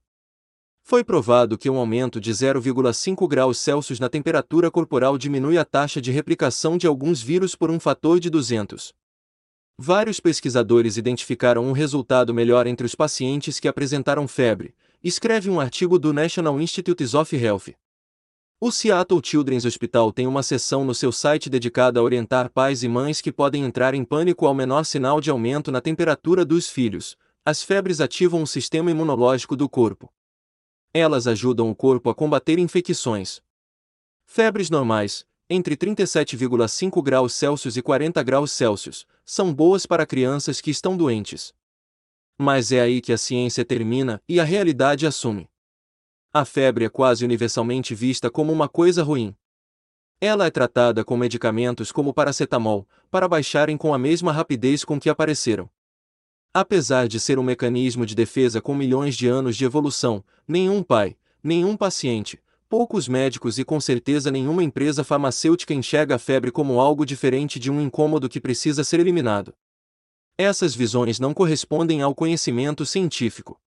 [SPEAKER 1] Foi provado que um aumento de zero vírgula cinco graus Celsius na temperatura corporal diminui a taxa de replicação de alguns vírus por um fator de duzentos. Vários pesquisadores identificaram um resultado melhor entre os pacientes que apresentaram febre, escreve um artigo do National Institutes of Health. O Seattle Children's Hospital tem uma seção no seu site dedicada a orientar pais e mães que podem entrar em pânico ao menor sinal de aumento na temperatura dos filhos. As febres ativam o sistema imunológico do corpo. Elas ajudam o corpo a combater infecções. Febres normais, entre trinta e sete vírgula cinco graus Celsius e quarenta graus Celsius, são boas para crianças que estão doentes. Mas é aí que a ciência termina e a realidade assume. A febre é quase universalmente vista como uma coisa ruim. Ela é tratada com medicamentos como paracetamol, para baixarem com a mesma rapidez com que apareceram. Apesar de ser um mecanismo de defesa com milhões de anos de evolução, nenhum pai, nenhum paciente, poucos médicos e com certeza nenhuma empresa farmacêutica enxerga a febre como algo diferente de um incômodo que precisa ser eliminado. Essas visões não correspondem ao conhecimento científico.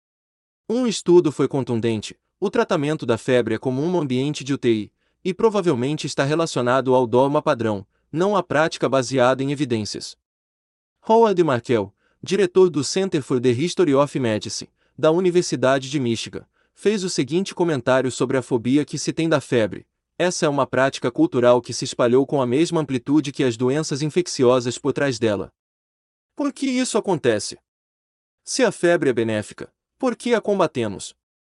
[SPEAKER 1] Um estudo foi contundente: o tratamento da febre é comum no ambiente de U T I, e provavelmente está relacionado ao dogma padrão, não à prática baseada em evidências. Howard Markel, diretor do Center for the History of Medicine, da Universidade de Michigan, fez o seguinte comentário sobre a fobia que se tem da febre: essa é uma prática cultural que se espalhou com a mesma amplitude que as doenças infecciosas por trás dela. Por que isso acontece? Se a febre é benéfica, por que a combatemos?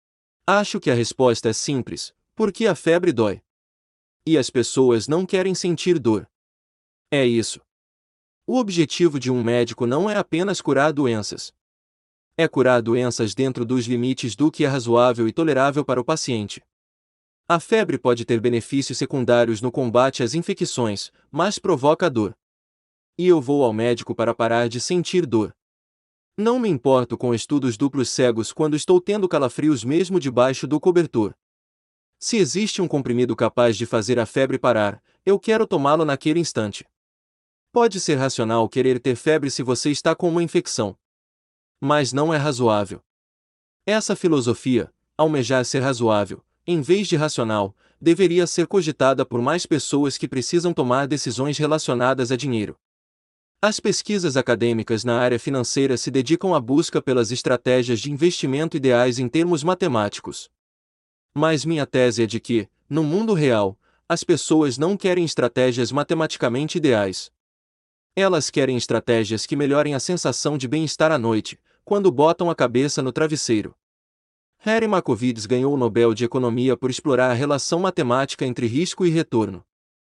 [SPEAKER 1] Acho que a resposta é simples: porque a febre dói. E as pessoas não querem sentir dor. É isso. O objetivo de um médico não é apenas curar doenças. É curar doenças dentro dos limites do que é razoável e tolerável para o paciente. A febre pode ter benefícios secundários no combate às infecções, mas provoca dor. E eu vou ao médico para parar de sentir dor. Não me importo com estudos duplos cegos quando estou tendo calafrios mesmo debaixo do cobertor. Se existe um comprimido capaz de fazer a febre parar, eu quero tomá-lo naquele instante. Pode ser racional querer ter febre se você está com uma infecção. Mas não é razoável. Essa filosofia, almejar ser razoável, em vez de racional, deveria ser cogitada por mais pessoas que precisam tomar decisões relacionadas a dinheiro. As pesquisas acadêmicas na área financeira se dedicam à busca pelas estratégias de investimento ideais em termos matemáticos. Mas minha tese é de que, no mundo real, as pessoas não querem estratégias matematicamente ideais. Elas querem estratégias que melhorem a sensação de bem-estar à noite, quando botam a cabeça no travesseiro. Harry Markowitz ganhou o Nobel de Economia por explorar a relação matemática entre risco e retorno.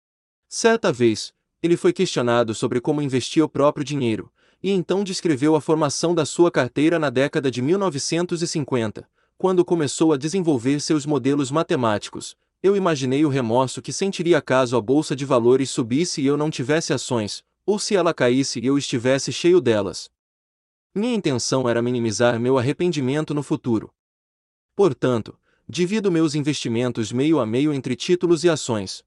[SPEAKER 1] Certa vez, ele foi questionado sobre como investia o próprio dinheiro, e então descreveu a formação da sua carteira na década de mil novecentos e cinquenta, quando começou a desenvolver seus modelos matemáticos. Eu imaginei o remorso que sentiria caso a bolsa de valores subisse e eu não tivesse ações, ou se ela caísse e eu estivesse cheio delas. Minha intenção era minimizar meu arrependimento no futuro. Portanto, divido meus investimentos meio a meio entre títulos e ações.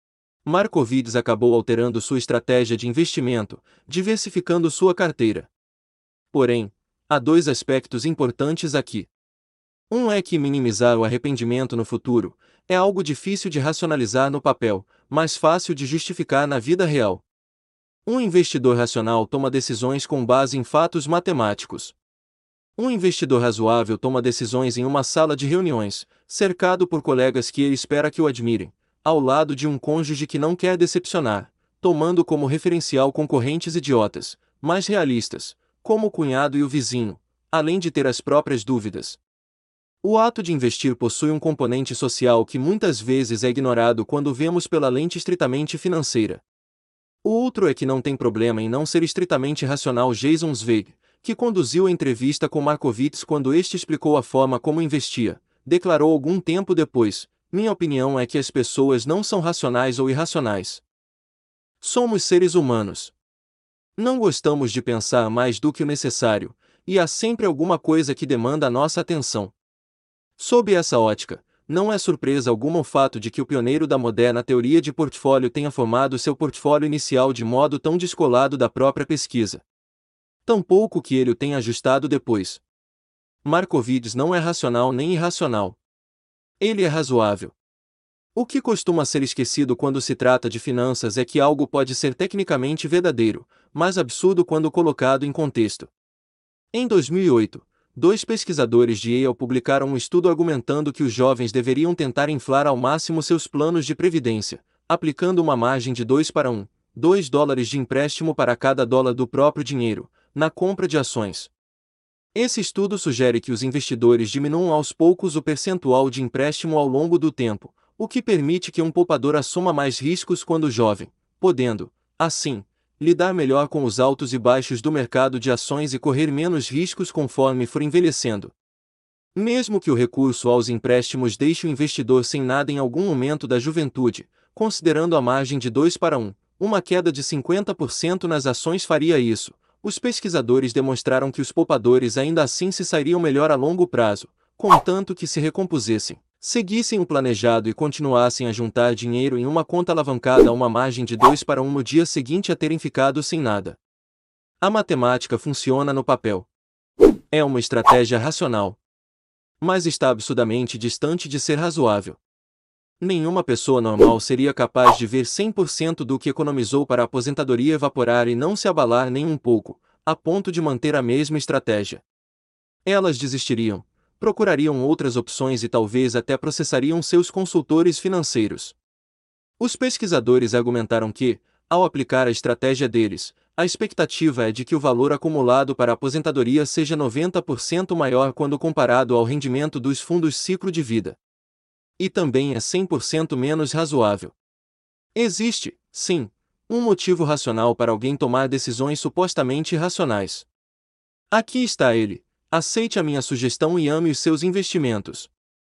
[SPEAKER 1] Markowitz acabou alterando sua estratégia de investimento, diversificando sua carteira. Porém, há dois aspectos importantes aqui. Um é que minimizar o arrependimento no futuro é algo difícil de racionalizar no papel, mas fácil de justificar na vida real. Um investidor racional toma decisões com base em fatos matemáticos. Um investidor razoável toma decisões em uma sala de reuniões, cercado por colegas que ele espera que o admirem, ao lado de um cônjuge que não quer decepcionar, tomando como referencial concorrentes idiotas, mas realistas, como o cunhado e o vizinho, além de ter as próprias dúvidas. O ato de investir possui um componente social que muitas vezes é ignorado quando vemos pela lente estritamente financeira. O outro é que não tem problema em não ser estritamente racional. Jason Zweig, que conduziu a entrevista com Markowitz quando este explicou a forma como investia, declarou algum tempo depois: minha opinião é que as pessoas não são racionais ou irracionais. Somos seres humanos. Não gostamos de pensar mais do que o necessário, e há sempre alguma coisa que demanda a nossa atenção. Sob essa ótica, não é surpresa alguma o fato de que o pioneiro da moderna teoria de portfólio tenha formado seu portfólio inicial de modo tão descolado da própria pesquisa. Tampouco que ele o tenha ajustado depois. Markowitz não é racional nem irracional. Ele é razoável. O que costuma ser esquecido quando se trata de finanças é que algo pode ser tecnicamente verdadeiro, mas absurdo quando colocado em contexto. Em dois mil e oito, dois pesquisadores de Yale publicaram um estudo argumentando que os jovens deveriam tentar inflar ao máximo seus planos de previdência, aplicando uma margem de dois para um, dois dólares de empréstimo para cada dólar do próprio dinheiro, na compra de ações. Esse estudo sugere que os investidores diminuam aos poucos o percentual de empréstimo ao longo do tempo, o que permite que um poupador assuma mais riscos quando jovem, podendo, assim, lidar melhor com os altos e baixos do mercado de ações e correr menos riscos conforme for envelhecendo. Mesmo que o recurso aos empréstimos deixe o investidor sem nada em algum momento da juventude, considerando a margem de dois para um, uma queda de cinquenta por cento nas ações faria isso. Os pesquisadores demonstraram que os poupadores ainda assim se sairiam melhor a longo prazo, contanto que se recompusessem, seguissem o planejado e continuassem a juntar dinheiro em uma conta alavancada a uma margem de dois para um no dia seguinte a terem ficado sem nada. A matemática funciona no papel. É uma estratégia racional, mas está absurdamente distante de ser razoável. Nenhuma pessoa normal seria capaz de ver cem por cento do que economizou para a aposentadoria evaporar e não se abalar nem um pouco, a ponto de manter a mesma estratégia. Elas desistiriam, procurariam outras opções e talvez até processariam seus consultores financeiros. Os pesquisadores argumentaram que, ao aplicar a estratégia deles, a expectativa é de que o valor acumulado para a aposentadoria seja noventa por cento maior quando comparado ao rendimento dos fundos ciclo de vida. E também é cem por cento menos razoável. Existe, sim, Um motivo racional para alguém tomar decisões supostamente irracionais. Aqui está ele. Aceite a minha sugestão e ame os seus investimentos.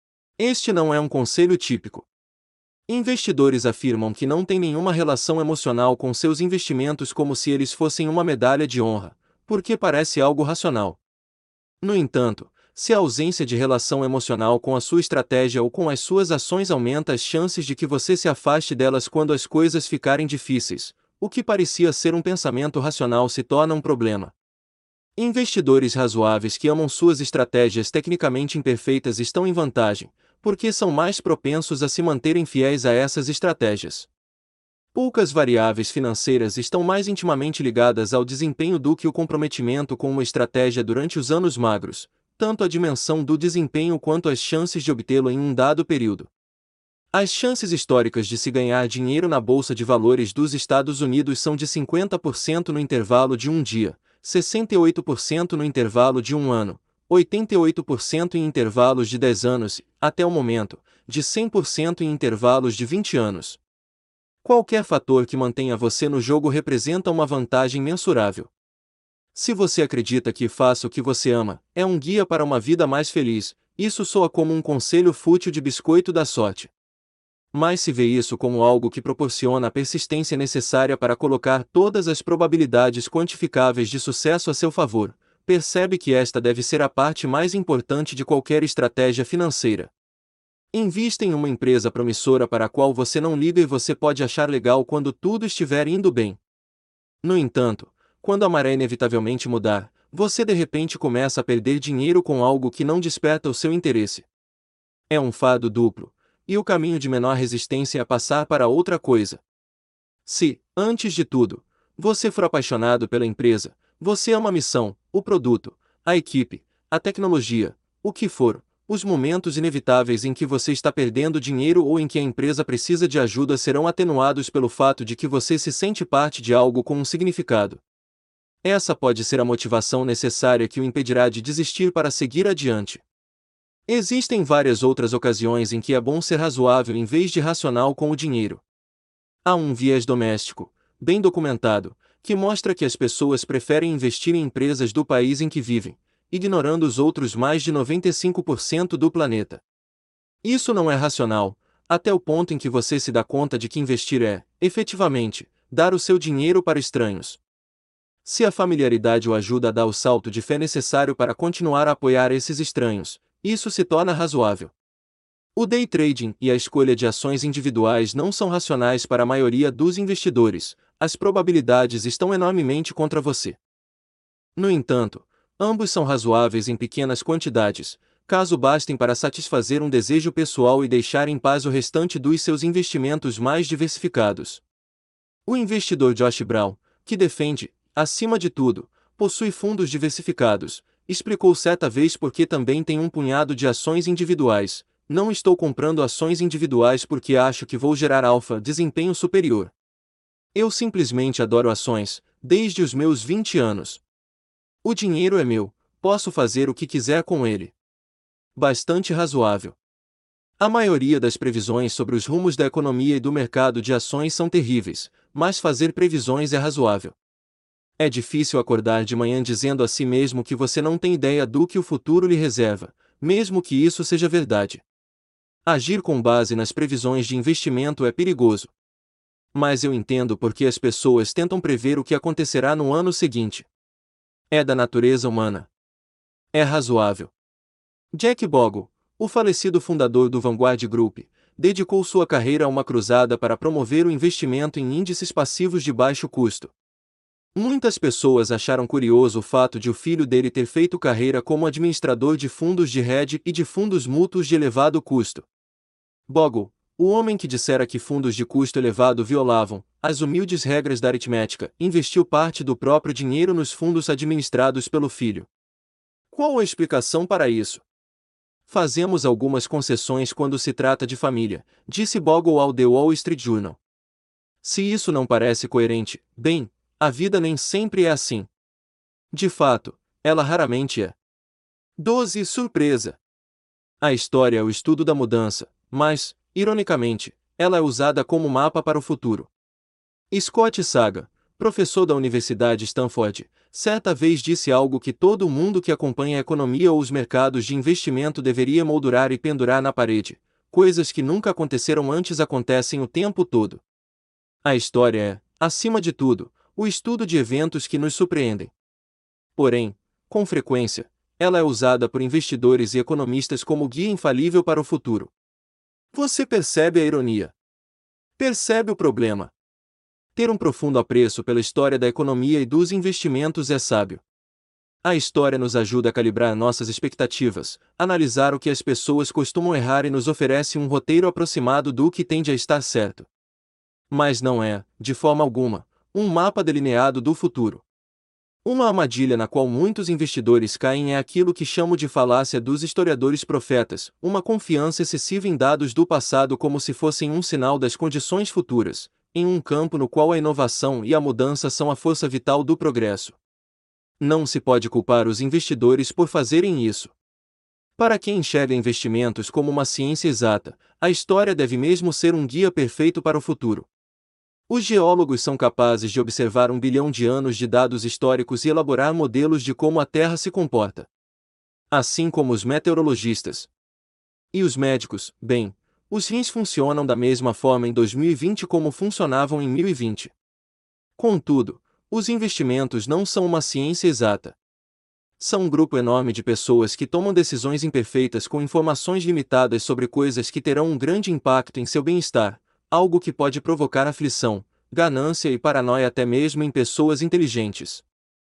[SPEAKER 1] Este não é um conselho típico. Investidores afirmam que não têm nenhuma relação emocional com seus investimentos como se eles fossem uma medalha de honra, porque parece algo racional. No entanto, se a ausência de relação emocional com a sua estratégia ou com as suas ações aumenta as chances de que você se afaste delas quando as coisas ficarem difíceis, o que parecia ser um pensamento racional se torna um problema. Investidores razoáveis que amam suas estratégias tecnicamente imperfeitas estão em vantagem, porque são mais propensos a se manterem fiéis a essas estratégias. Poucas variáveis financeiras estão mais intimamente ligadas ao desempenho do que o comprometimento com uma estratégia durante os anos magros, tanto a dimensão do desempenho quanto as chances de obtê-lo em um dado período. As chances históricas de se ganhar dinheiro na Bolsa de Valores dos Estados Unidos são de cinquenta por cento no intervalo de um dia, sessenta e oito por cento no intervalo de um ano, oitenta e oito por cento em intervalos de dez anos e, até o momento, de cem por cento em intervalos de vinte anos. Qualquer fator que mantenha você no jogo representa uma vantagem mensurável. Se você acredita que faça o que você ama, é um guia para uma vida mais feliz, isso soa como um conselho fútil de biscoito da sorte. Mas se vê isso como algo que proporciona a persistência necessária para colocar todas as probabilidades quantificáveis de sucesso a seu favor, percebe que esta deve ser a parte mais importante de qualquer estratégia financeira. Invista em uma empresa promissora para a qual você não liga e você pode achar legal quando tudo estiver indo bem. No entanto, quando a maré inevitavelmente mudar, você de repente começa a perder dinheiro com algo que não desperta o seu interesse. É um fardo duplo, e o caminho de menor resistência é passar para outra coisa. Se, antes de tudo, você for apaixonado pela empresa, você ama a missão, o produto, a equipe, a tecnologia, o que for, os momentos inevitáveis em que você está perdendo dinheiro ou em que a empresa precisa de ajuda serão atenuados pelo fato de que você se sente parte de algo com um significado. Essa pode ser a motivação necessária que o impedirá de desistir para seguir adiante. Existem várias outras ocasiões em que é bom ser razoável em vez de racional com o dinheiro. Há um viés doméstico, bem documentado, que mostra que as pessoas preferem investir em empresas do país em que vivem, ignorando os outros mais de noventa e cinco por cento do planeta. Isso não é racional, até o ponto em que você se dá conta de que investir é, efetivamente, dar o seu dinheiro para estranhos. Se a familiaridade o ajuda a dar o salto de fé necessário para continuar a apoiar esses estranhos, isso se torna razoável. O day trading e a escolha de ações individuais não são racionais para a maioria dos investidores, as probabilidades estão enormemente contra você. No entanto, ambos são razoáveis em pequenas quantidades, caso bastem para satisfazer um desejo pessoal e deixar em paz o restante dos seus investimentos mais diversificados. O investidor Josh Brown, que defende, acima de tudo, possui fundos diversificados, explicou certa vez porque também tem um punhado de ações individuais. Não estou comprando ações individuais porque acho que vou gerar alfa, desempenho superior. Eu simplesmente adoro ações, desde os meus vinte anos. O dinheiro é meu, posso fazer o que quiser com ele. Bastante razoável. A maioria das previsões sobre os rumos da economia e do mercado de ações são terríveis, mas fazer previsões é razoável. É difícil acordar de manhã dizendo a si mesmo que você não tem ideia do que o futuro lhe reserva, mesmo que isso seja verdade. Agir com base nas previsões de investimento é perigoso. Mas eu entendo por que as pessoas tentam prever o que acontecerá no ano seguinte. É da natureza humana. É razoável. Jack Bogle, o falecido fundador do Vanguard Group, dedicou sua carreira a uma cruzada para promover o investimento em índices passivos de baixo custo. Muitas pessoas acharam curioso o fato de o filho dele ter feito carreira como administrador de fundos de hedge e de fundos mútuos de elevado custo. Bogle, o homem que dissera que fundos de custo elevado violavam as humildes regras da aritmética, investiu parte do próprio dinheiro nos fundos administrados pelo filho. Qual a explicação para isso? Fazemos algumas concessões quando se trata de família, disse Bogle ao The Wall Street Journal. Se isso não parece coerente, bem, a vida nem sempre é assim. De fato, ela raramente é. doze Surpresa. A história é o estudo da mudança, mas, ironicamente, ela é usada como mapa para o futuro. Scott Saga, professor da Universidade Stanford, certa vez disse algo que todo mundo que acompanha a economia ou os mercados de investimento deveria moldurar e pendurar na parede: coisas que nunca aconteceram antes acontecem o tempo todo. A história é, acima de tudo, o estudo de eventos que nos surpreendem. Porém, com frequência, ela é usada por investidores e economistas como guia infalível para o futuro. Você percebe a ironia? Percebe o problema? Ter um profundo apreço pela história da economia e dos investimentos é sábio. A história nos ajuda a calibrar nossas expectativas, analisar o que as pessoas costumam errar e nos oferece um roteiro aproximado do que tende a estar certo. Mas não é, de forma alguma, um mapa delineado do futuro. Uma armadilha na qual muitos investidores caem é aquilo que chamo de falácia dos historiadores profetas, uma confiança excessiva em dados do passado como se fossem um sinal das condições futuras, em um campo no qual a inovação e a mudança são a força vital do progresso. Não se pode culpar os investidores por fazerem isso. Para quem enxerga investimentos como uma ciência exata, a história deve mesmo ser um guia perfeito para o futuro. Os geólogos são capazes de observar um bilhão de anos de dados históricos e elaborar modelos de como a Terra se comporta. Assim como os meteorologistas. E os médicos, bem, os rins funcionam da mesma forma em dois mil e vinte como funcionavam em mil e vinte. Contudo, os investimentos não são uma ciência exata. São um grupo enorme de pessoas que tomam decisões imperfeitas com informações limitadas sobre coisas que terão um grande impacto em seu bem-estar, algo que pode provocar aflição, ganância e paranoia até mesmo em pessoas inteligentes.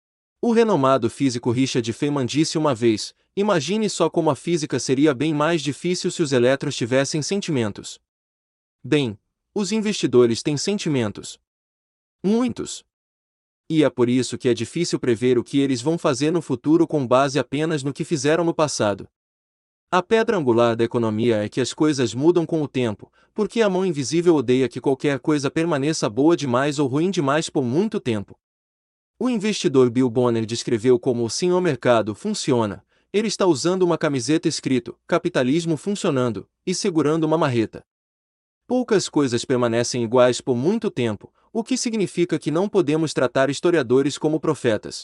[SPEAKER 1] O renomado físico Richard Feynman disse uma vez: imagine só como a física seria bem mais difícil se os elétrons tivessem sentimentos. Bem, os investidores têm sentimentos. Muitos. E é por isso que é difícil prever o que eles vão fazer no futuro com base apenas no que fizeram no passado. A pedra angular da economia é que as coisas mudam com o tempo, porque a mão invisível odeia que qualquer coisa permaneça boa demais ou ruim demais por muito tempo. O investidor Bill Bonner descreveu como "sim, o mercado funciona". Ele está usando uma camiseta escrito "capitalismo funcionando" e segurando uma marreta. Poucas coisas permanecem iguais por muito tempo, o que significa que não podemos tratar historiadores como profetas.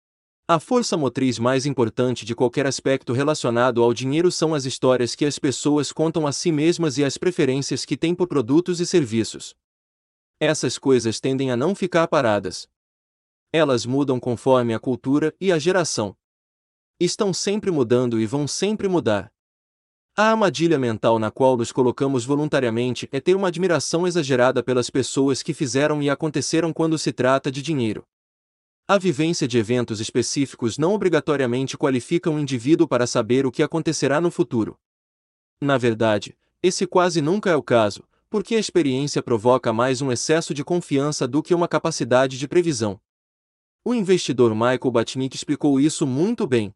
[SPEAKER 1] A força motriz mais importante de qualquer aspecto relacionado ao dinheiro são as histórias que as pessoas contam a si mesmas e as preferências que têm por produtos e serviços. Essas coisas tendem a não ficar paradas. Elas mudam conforme a cultura e a geração. Estão sempre mudando e vão sempre mudar. A armadilha mental na qual nos colocamos voluntariamente é ter uma admiração exagerada pelas pessoas que fizeram e aconteceram quando se trata de dinheiro. A vivência de eventos específicos não obrigatoriamente qualifica um indivíduo para saber o que acontecerá no futuro. Na verdade, esse quase nunca é o caso, porque a experiência provoca mais um excesso de confiança do que uma capacidade de previsão. O investidor Michael Batnick explicou isso muito bem.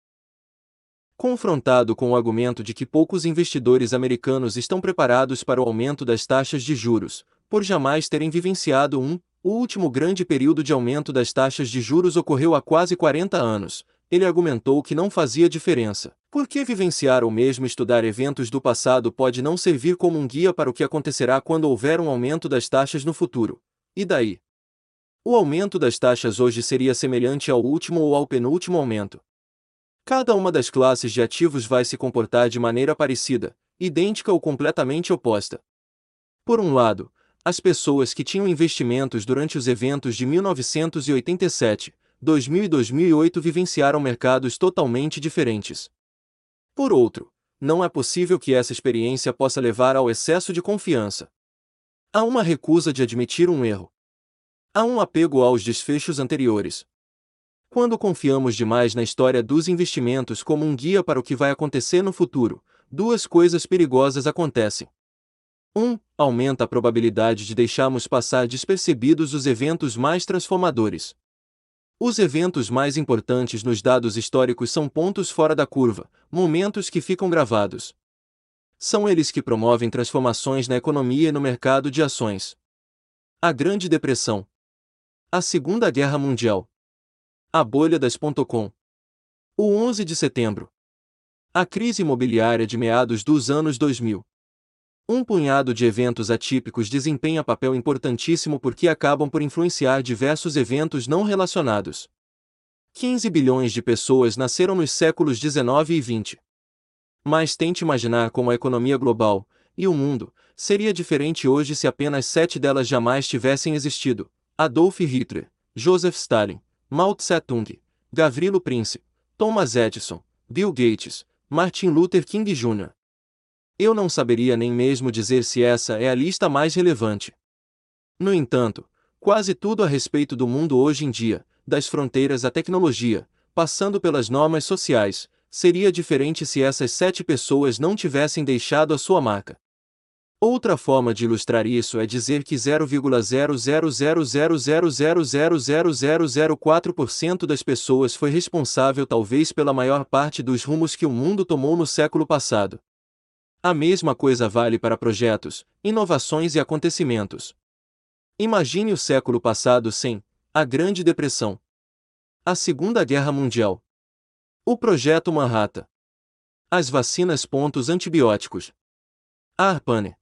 [SPEAKER 1] Confrontado com o argumento de que poucos investidores americanos estão preparados para o aumento das taxas de juros, por jamais terem vivenciado um, o último grande período de aumento das taxas de juros ocorreu há quase quarenta anos, ele argumentou que não fazia diferença, porque vivenciar ou mesmo estudar eventos do passado pode não servir como um guia para o que acontecerá quando houver um aumento das taxas no futuro. E daí? O aumento das taxas hoje seria semelhante ao último ou ao penúltimo aumento. Cada uma das classes de ativos vai se comportar de maneira parecida, idêntica ou completamente oposta. Por um lado, as pessoas que tinham investimentos durante os eventos de mil novecentos e oitenta e sete, dois mil e dois mil e oito vivenciaram mercados totalmente diferentes. Por outro, não é possível que essa experiência possa levar ao excesso de confiança. Há uma recusa de admitir um erro. Há um apego aos desfechos anteriores. Quando confiamos demais na história dos investimentos como um guia para o que vai acontecer no futuro, duas coisas perigosas acontecem. um. Aumenta a probabilidade de deixarmos passar despercebidos os eventos mais transformadores. Os eventos mais importantes nos dados históricos são pontos fora da curva, momentos que ficam gravados. São eles que promovem transformações na economia e no mercado de ações. A Grande Depressão. A Segunda Guerra Mundial. A bolha das .com. O onze de setembro. A crise imobiliária de meados dos anos dois mil. Um punhado de eventos atípicos desempenha papel importantíssimo porque acabam por influenciar diversos eventos não relacionados. quinze bilhões de pessoas nasceram nos séculos dezenove e vinte. Mas tente imaginar como a economia global, e o mundo, seria diferente hoje se apenas sete delas jamais tivessem existido: Adolf Hitler, Joseph Stalin, Mao Tse-tung, Gavrilo Princip, Thomas Edison, Bill Gates, Martin Luther King Júnior Eu não saberia nem mesmo dizer se essa é a lista mais relevante. No entanto, quase tudo a respeito do mundo hoje em dia, das fronteiras à tecnologia, passando pelas normas sociais, seria diferente se essas sete pessoas não tivessem deixado a sua marca. Outra forma de ilustrar isso é dizer que zero vírgula zero zero zero zero zero zero zero zero zero zero quatro por cento das pessoas foi responsável talvez pela maior parte dos rumos que o mundo tomou no século passado. A mesma coisa vale para projetos, inovações e acontecimentos. Imagine o século passado sem a Grande Depressão, a Segunda Guerra Mundial, o Projeto Manhattan, as vacinas pontos antibióticos, a ARPANE,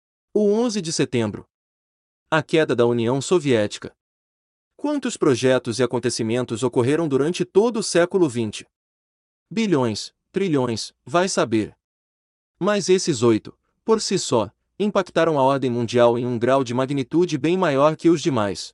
[SPEAKER 1] o onze de setembro, a queda da União Soviética. Quantos projetos e acontecimentos ocorreram durante todo o século vinte? Bilhões, trilhões, vai saber. Mas esses oito, por si só, impactaram a ordem mundial em um grau de magnitude bem maior que os demais.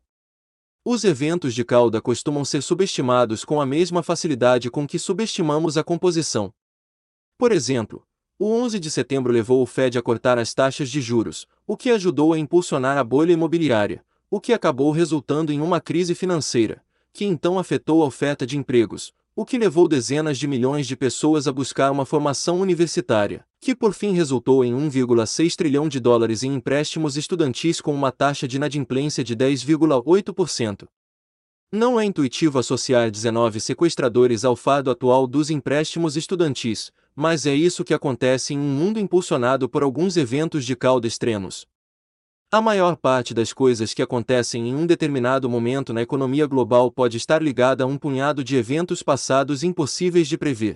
[SPEAKER 1] Os eventos de cauda costumam ser subestimados com a mesma facilidade com que subestimamos a composição. Por exemplo, o onze de setembro levou o Fed a cortar as taxas de juros, o que ajudou a impulsionar a bolha imobiliária, o que acabou resultando em uma crise financeira, que então afetou a oferta de empregos, o que levou dezenas de milhões de pessoas a buscar uma formação universitária, que por fim resultou em um vírgula seis trilhão de dólares em empréstimos estudantis com uma taxa de inadimplência de dez vírgula oito por cento. Não é intuitivo associar dezenove sequestradores ao fardo atual dos empréstimos estudantis, mas é isso que acontece em um mundo impulsionado por alguns eventos de cauda extremos. A maior parte das coisas que acontecem em um determinado momento na economia global pode estar ligada a um punhado de eventos passados impossíveis de prever.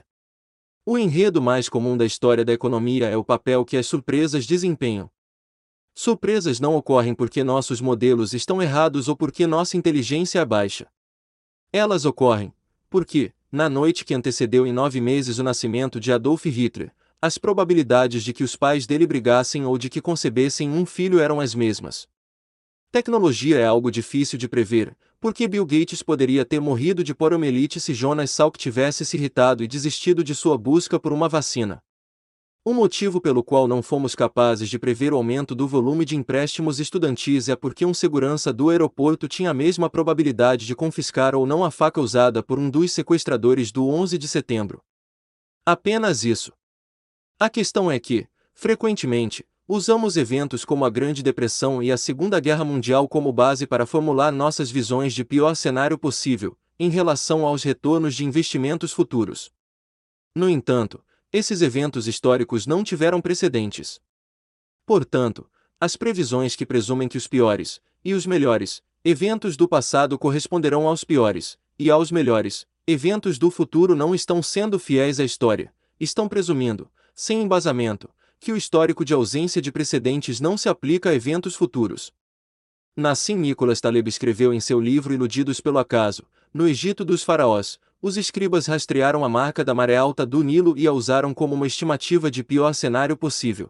[SPEAKER 1] O enredo mais comum da história da economia é o papel que as surpresas desempenham. Surpresas não ocorrem porque nossos modelos estão errados ou porque nossa inteligência é baixa. Elas ocorrem porque, na noite que antecedeu em nove meses o nascimento de Adolf Hitler, as probabilidades de que os pais dele brigassem ou de que concebessem um filho eram as mesmas. Tecnologia é algo difícil de prever, porque Bill Gates poderia ter morrido de poliomielite se Jonas Salk tivesse se irritado e desistido de sua busca por uma vacina. O motivo pelo qual não fomos capazes de prever o aumento do volume de empréstimos estudantis é porque um segurança do aeroporto tinha a mesma probabilidade de confiscar ou não a faca usada por um dos sequestradores do onze de setembro. Apenas isso. A questão é que, frequentemente, usamos eventos como a Grande Depressão e a Segunda Guerra Mundial como base para formular nossas visões de pior cenário possível, em relação aos retornos de investimentos futuros. No entanto, esses eventos históricos não tiveram precedentes. Portanto, as previsões que presumem que os piores, e os melhores, eventos do passado corresponderão aos piores, e aos melhores, eventos do futuro não estão sendo fiéis à história, estão presumindo, sem embasamento, que o histórico de ausência de precedentes não se aplica a eventos futuros. Nassim Nicholas Taleb escreveu em seu livro Iludidos pelo Acaso: no Egito dos faraós, os escribas rastrearam a marca da maré alta do Nilo e a usaram como uma estimativa de pior cenário possível.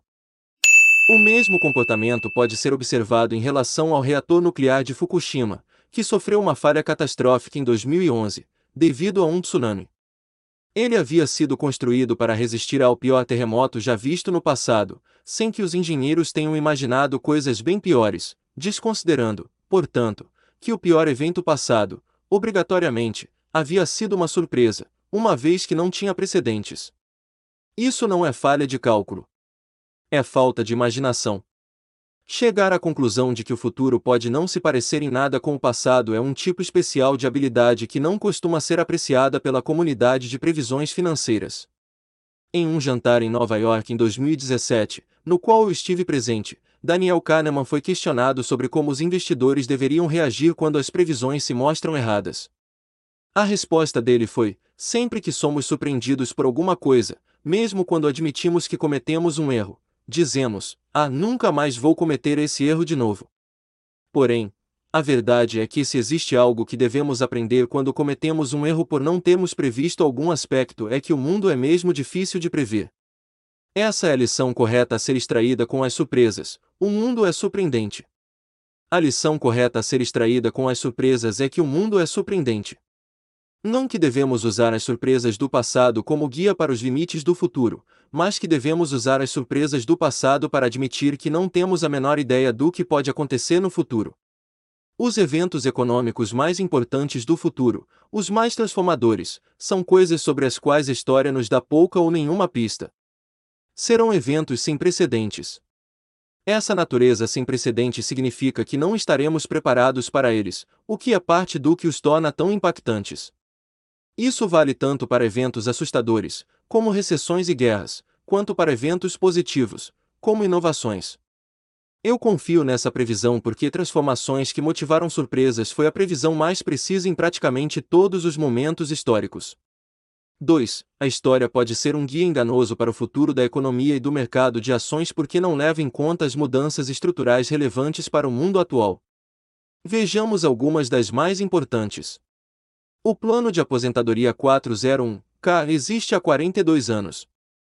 [SPEAKER 1] O mesmo comportamento pode ser observado em relação ao reator nuclear de Fukushima, que sofreu uma falha catastrófica em dois mil e onze, devido a um tsunami. Ele havia sido construído para resistir ao pior terremoto já visto no passado, sem que os engenheiros tenham imaginado coisas bem piores, desconsiderando, portanto, que o pior evento passado, obrigatoriamente, havia sido uma surpresa, uma vez que não tinha precedentes. Isso não é falha de cálculo. É falta de imaginação. Chegar à conclusão de que o futuro pode não se parecer em nada com o passado é um tipo especial de habilidade que não costuma ser apreciada pela comunidade de previsões financeiras. Em um jantar em Nova York em dois mil e dezessete, no qual eu estive presente, Daniel Kahneman foi questionado sobre como os investidores deveriam reagir quando as previsões se mostram erradas. A resposta dele foi: sempre que somos surpreendidos por alguma coisa, mesmo quando admitimos que cometemos um erro, dizemos, ah, nunca mais vou cometer esse erro de novo. Porém, a verdade é que se existe algo que devemos aprender quando cometemos um erro por não termos previsto algum aspecto é que o mundo é mesmo difícil de prever. Essa é a lição correta a ser extraída com as surpresas: o mundo é surpreendente. A lição correta a ser extraída com as surpresas é que o mundo é surpreendente. Não que devemos usar as surpresas do passado como guia para os limites do futuro, mas que devemos usar as surpresas do passado para admitir que não temos a menor ideia do que pode acontecer no futuro. Os eventos econômicos mais importantes do futuro, os mais transformadores, são coisas sobre as quais a história nos dá pouca ou nenhuma pista. Serão eventos sem precedentes. Essa natureza sem precedentes significa que não estaremos preparados para eles, o que é parte do que os torna tão impactantes. Isso vale tanto para eventos assustadores, como recessões e guerras, quanto para eventos positivos, como inovações. Eu confio nessa previsão porque transformações que motivaram surpresas foi a previsão mais precisa em praticamente todos os momentos históricos. dois. A história pode ser um guia enganoso para o futuro da economia e do mercado de ações porque não leva em conta as mudanças estruturais relevantes para o mundo atual. Vejamos algumas das mais importantes. O Plano de Aposentadoria quatrocentos e um K existe há quarenta e dois anos.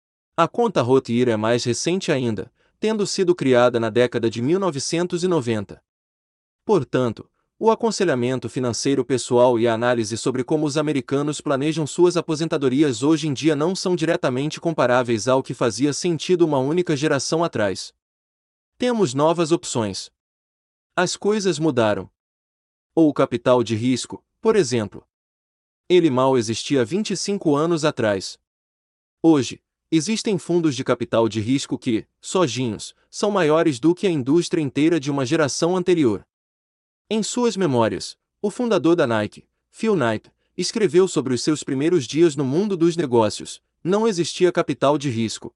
[SPEAKER 1] A conta Roth-I R é mais recente ainda, tendo sido criada na década de mil novecentos e noventa. Portanto, o aconselhamento financeiro pessoal e a análise sobre como os americanos planejam suas aposentadorias hoje em dia não são diretamente comparáveis ao que fazia sentido uma única geração atrás. Temos novas opções. As coisas mudaram. Ou o capital de risco, por exemplo. Ele mal existia vinte e cinco anos atrás. Hoje, existem fundos de capital de risco que, sozinhos, são maiores do que a indústria inteira de uma geração anterior. Em suas memórias, o fundador da Nike, Phil Knight, escreveu sobre os seus primeiros dias no mundo dos negócios: não existia capital de risco.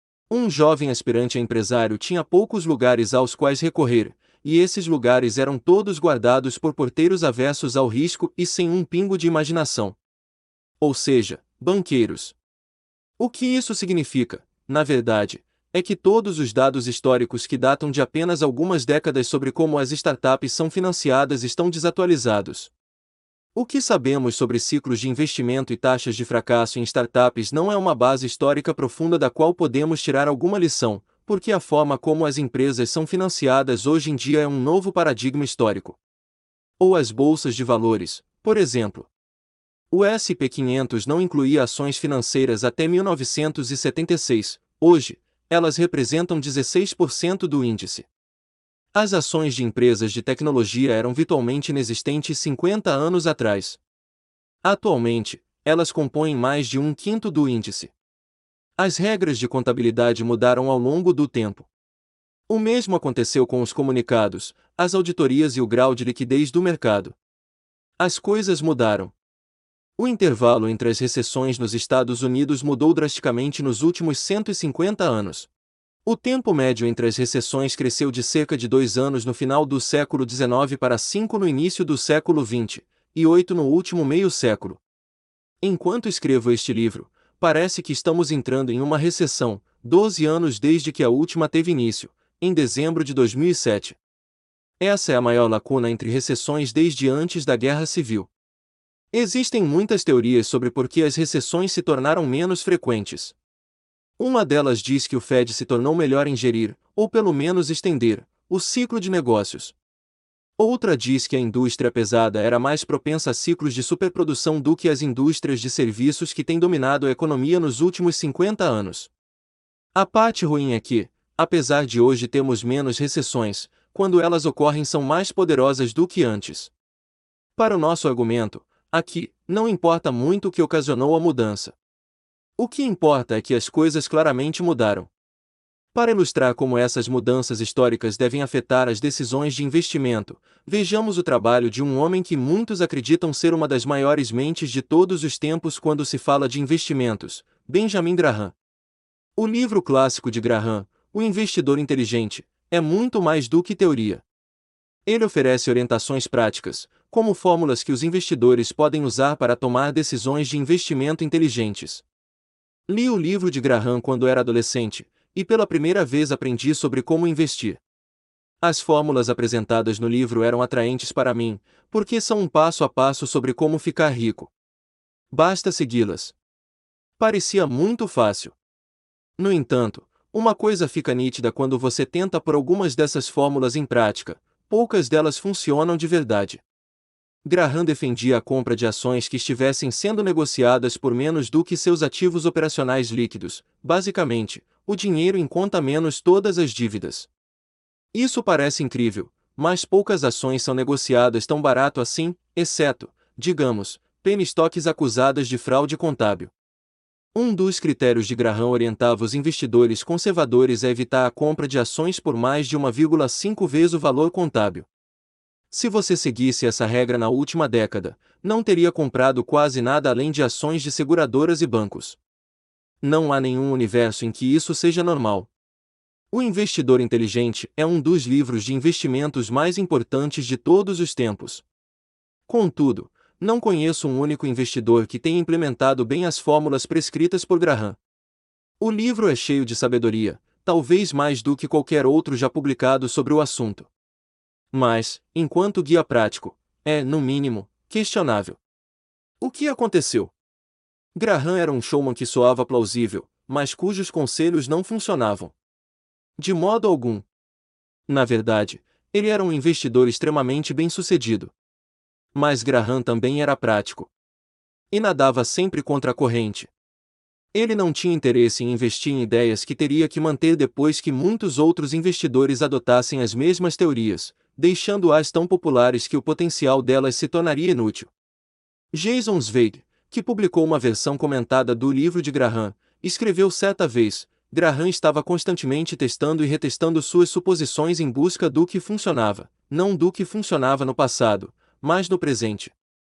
[SPEAKER 1] Um jovem aspirante a empresário tinha poucos lugares aos quais recorrer, e esses lugares eram todos guardados por porteiros avessos ao risco e sem um pingo de imaginação. Ou seja, banqueiros. O que isso significa, na verdade, é que todos os dados históricos que datam de apenas algumas décadas sobre como as startups são financiadas estão desatualizados. O que sabemos sobre ciclos de investimento e taxas de fracasso em startups não é uma base histórica profunda da qual podemos tirar alguma lição, porque a forma como as empresas são financiadas hoje em dia é um novo paradigma histórico. Ou as bolsas de valores, por exemplo. O S e P quinhentos não incluía ações financeiras até mil novecentos e setenta e seis, hoje, elas representam dezesseis por cento do índice. As ações de empresas de tecnologia eram virtualmente inexistentes cinquenta anos atrás. Atualmente, elas compõem mais de um quinto do índice. As regras de contabilidade mudaram ao longo do tempo. O mesmo aconteceu com os comunicados, as auditorias e o grau de liquidez do mercado. As coisas mudaram. O intervalo entre as recessões nos Estados Unidos mudou drasticamente nos últimos cento e cinquenta anos. O tempo médio entre as recessões cresceu de cerca de dois anos no final do século dezenove para cinco no início do século vinte, e oito no último meio século. Enquanto escrevo este livro, parece que estamos entrando em uma recessão, doze anos desde que a última teve início, em dezembro de dois mil e sete. Essa é a maior lacuna entre recessões desde antes da Guerra Civil. Existem muitas teorias sobre por que as recessões se tornaram menos frequentes. Uma delas diz que o Fed se tornou melhor em gerir, ou pelo menos estender, o ciclo de negócios. Outra diz que a indústria pesada era mais propensa a ciclos de superprodução do que as indústrias de serviços que têm dominado a economia nos últimos cinquenta anos. A parte ruim é que, apesar de hoje termos menos recessões, quando elas ocorrem são mais poderosas do que antes. Para o nosso argumento, aqui, não importa muito o que ocasionou a mudança. O que importa é que as coisas claramente mudaram. Para ilustrar como essas mudanças históricas devem afetar as decisões de investimento, vejamos o trabalho de um homem que muitos acreditam ser uma das maiores mentes de todos os tempos quando se fala de investimentos, Benjamin Graham. O livro clássico de Graham, O Investidor Inteligente, é muito mais do que teoria. Ele oferece orientações práticas, como fórmulas que os investidores podem usar para tomar decisões de investimento inteligentes. Li o livro de Graham quando era adolescente, e pela primeira vez aprendi sobre como investir. As fórmulas apresentadas no livro eram atraentes para mim, porque são um passo a passo sobre como ficar rico. Basta segui-las. Parecia muito fácil. No entanto, uma coisa fica nítida quando você tenta pôr algumas dessas fórmulas em prática: poucas delas funcionam de verdade. Graham defendia a compra de ações que estivessem sendo negociadas por menos do que seus ativos operacionais líquidos, basicamente, o dinheiro em conta menos todas as dívidas. Isso parece incrível, mas poucas ações são negociadas tão barato assim, exceto, digamos, penny stocks acusadas de fraude contábil. Um dos critérios de Graham orientava os investidores conservadores a evitar a compra de ações por mais de uma vírgula cinco vezes o valor contábil. Se você seguisse essa regra na última década, não teria comprado quase nada além de ações de seguradoras e bancos. Não há nenhum universo em que isso seja normal. O Investidor Inteligente é um dos livros de investimentos mais importantes de todos os tempos. Contudo, não conheço um único investidor que tenha implementado bem as fórmulas prescritas por Graham. O livro é cheio de sabedoria, talvez mais do que qualquer outro já publicado sobre o assunto. Mas, enquanto guia prático, é, no mínimo, questionável. O que aconteceu? Graham era um showman que soava plausível, mas cujos conselhos não funcionavam. De modo algum. Na verdade, ele era um investidor extremamente bem-sucedido. Mas Graham também era prático. E nadava sempre contra a corrente. Ele não tinha interesse em investir em ideias que teria que manter depois que muitos outros investidores adotassem as mesmas teorias, deixando-as tão populares que o potencial delas se tornaria inútil. Jason Zweig, que publicou uma versão comentada do livro de Graham, escreveu certa vez: Graham estava constantemente testando e retestando suas suposições em busca do que funcionava, não do que funcionava no passado, mas no presente.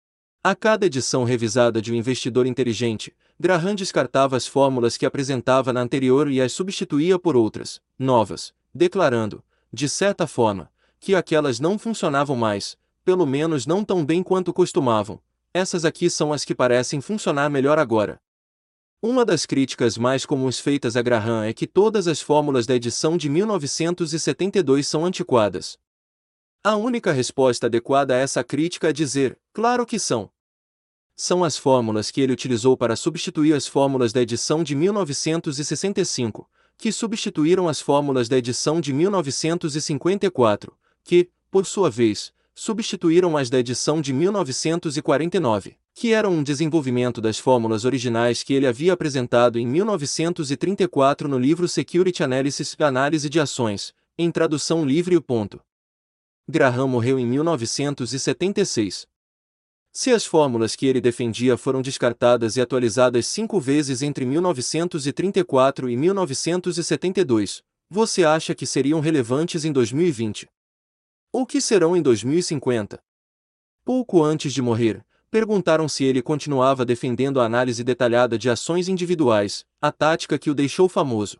[SPEAKER 1] A cada edição revisada de O Investidor Inteligente, Graham descartava as fórmulas que apresentava na anterior e as substituía por outras, novas, declarando, de certa forma, que aquelas não funcionavam mais, pelo menos não tão bem quanto costumavam. Essas aqui são as que parecem funcionar melhor agora. Uma das críticas mais comuns feitas a Graham é que todas as fórmulas da edição de mil novecentos e setenta e dois são antiquadas. A única resposta adequada a essa crítica é dizer, claro que são. São as fórmulas que ele utilizou para substituir as fórmulas da edição de mil novecentos e sessenta e cinco, que substituíram as fórmulas da edição de mil novecentos e cinquenta e quatro, que, por sua vez, substituíram as da edição de mil novecentos e quarenta e nove, que eram um desenvolvimento das fórmulas originais que ele havia apresentado em mil novecentos e trinta e quatro no livro Security Analysis, Análise de Ações, em tradução livre. Ponto. Graham morreu em mil novecentos e setenta e seis. Se as fórmulas que ele defendia foram descartadas e atualizadas cinco vezes entre mil novecentos e trinta e quatro e mil novecentos e setenta e dois, você acha que seriam relevantes em dois mil e vinte? Ou que serão em dois mil e cinquenta? Pouco antes de morrer, perguntaram se ele continuava defendendo a análise detalhada de ações individuais, a tática que o deixou famoso.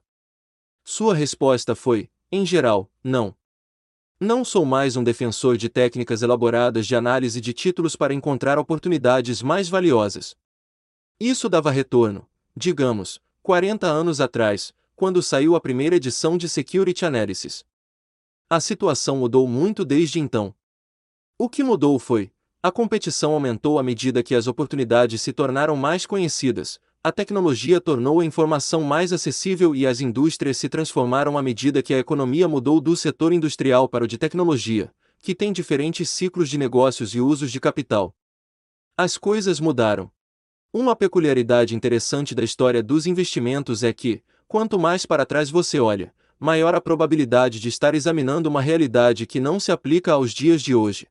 [SPEAKER 1] Sua resposta foi, em geral, não. Não sou mais um defensor de técnicas elaboradas de análise de títulos para encontrar oportunidades mais valiosas. Isso dava retorno, digamos, quarenta anos atrás, quando saiu a primeira edição de Security Analysis. A situação mudou muito desde então. O que mudou foi, a competição aumentou à medida que as oportunidades se tornaram mais conhecidas, a tecnologia tornou a informação mais acessível e as indústrias se transformaram à medida que a economia mudou do setor industrial para o de tecnologia, que tem diferentes ciclos de negócios e usos de capital. As coisas mudaram. Uma peculiaridade interessante da história dos investimentos é que, quanto mais para trás você olha, maior a probabilidade de estar examinando uma realidade que não se aplica aos dias de hoje.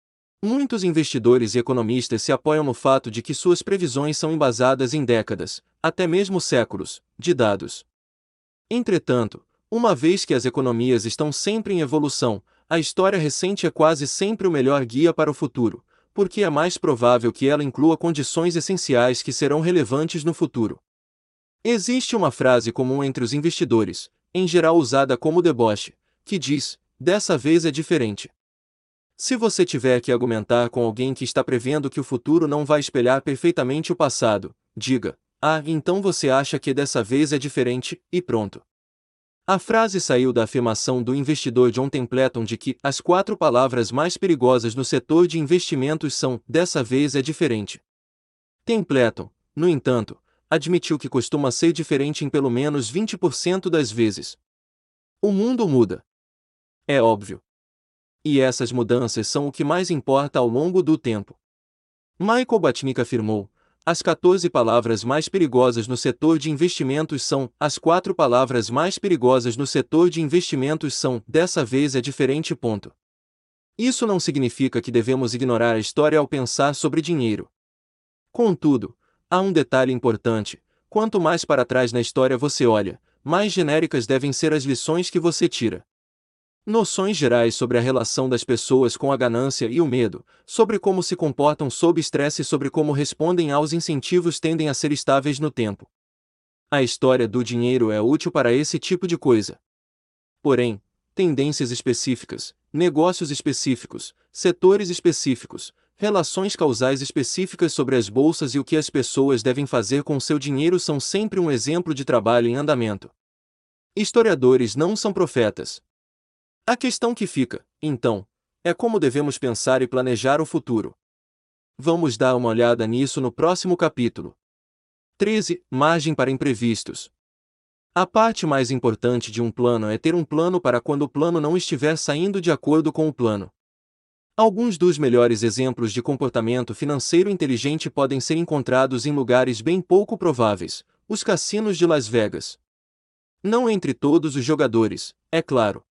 [SPEAKER 1] Muitos investidores e economistas se apoiam no fato de que suas previsões são embasadas em décadas, até mesmo séculos, de dados. Entretanto, uma vez que as economias estão sempre em evolução, a história recente é quase sempre o melhor guia para o futuro, porque é mais provável que ela inclua condições essenciais que serão relevantes no futuro. Existe uma frase comum entre os investidores, em geral usada como deboche, que diz, dessa vez é diferente. Se você tiver que argumentar com alguém que está prevendo que o futuro não vai espelhar perfeitamente o passado, diga, ah, então você acha que dessa vez é diferente, e pronto. A frase saiu da afirmação do investidor John Templeton de que as quatro palavras mais perigosas no setor de investimentos são "dessa vez é diferente". Templeton, no entanto, admitiu que costuma ser diferente em pelo menos vinte por cento das vezes. O mundo muda. É óbvio. E essas mudanças são o que mais importa ao longo do tempo. Michael Batnick afirmou: as quatorze palavras mais perigosas no setor de investimentos são, as quatro palavras mais perigosas no setor de investimentos são, dessa vez é diferente. Ponto. Isso não significa que devemos ignorar a história ao pensar sobre dinheiro. Contudo, há um detalhe importante: quanto mais para trás na história você olha, mais genéricas devem ser as lições que você tira. Noções gerais sobre a relação das pessoas com a ganância e o medo, sobre como se comportam sob estresse e sobre como respondem aos incentivos tendem a ser estáveis no tempo. A história do dinheiro é útil para esse tipo de coisa. Porém, tendências específicas, negócios específicos, setores específicos, relações causais específicas sobre as bolsas e o que as pessoas devem fazer com seu dinheiro são sempre um exemplo de trabalho em andamento. Historiadores não são profetas. A questão que fica, então, é como devemos pensar e planejar o futuro. Vamos dar uma olhada nisso no próximo capítulo. treze. Margem para imprevistos. A parte mais importante de um plano é ter um plano para quando o plano não estiver saindo de acordo com o plano. Alguns dos melhores exemplos de comportamento financeiro inteligente podem ser encontrados em lugares bem pouco prováveis: os cassinos de Las Vegas. Não entre todos os jogadores, é claro.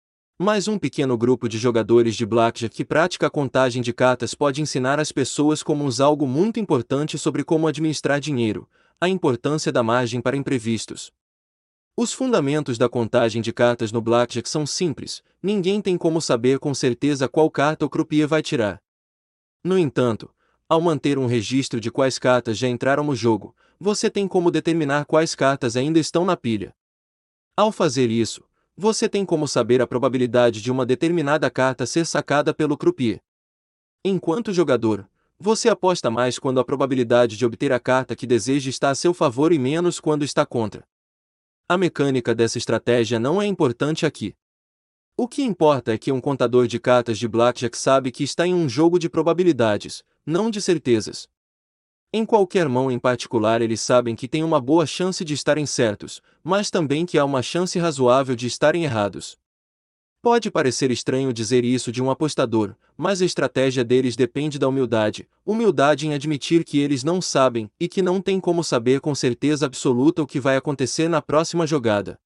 [SPEAKER 1] Mas um pequeno grupo de jogadores de blackjack que pratica a contagem de cartas pode ensinar às pessoas como usar algo muito importante sobre como administrar dinheiro: a importância da margem para imprevistos. Os fundamentos da contagem de cartas no blackjack são simples: ninguém tem como saber com certeza qual carta o croupier vai tirar. No entanto, ao manter um registro de quais cartas já entraram no jogo, você tem como determinar quais cartas ainda estão na pilha. Ao fazer isso, você tem como saber a probabilidade de uma determinada carta ser sacada pelo croupier. Enquanto jogador, você aposta mais quando a probabilidade de obter a carta que deseja está a seu favor e menos quando está contra. A mecânica dessa estratégia não é importante aqui. O que importa é que um contador de cartas de blackjack sabe que está em um jogo de probabilidades, não de certezas. Em qualquer mão em particular eles sabem que tem uma boa chance de estarem certos, mas também que há uma chance razoável de estarem errados. Pode parecer estranho dizer isso de um apostador, mas a estratégia deles depende da humildade, humildade em admitir que eles não sabem e que não têm como saber com certeza absoluta o que vai acontecer na próxima jogada.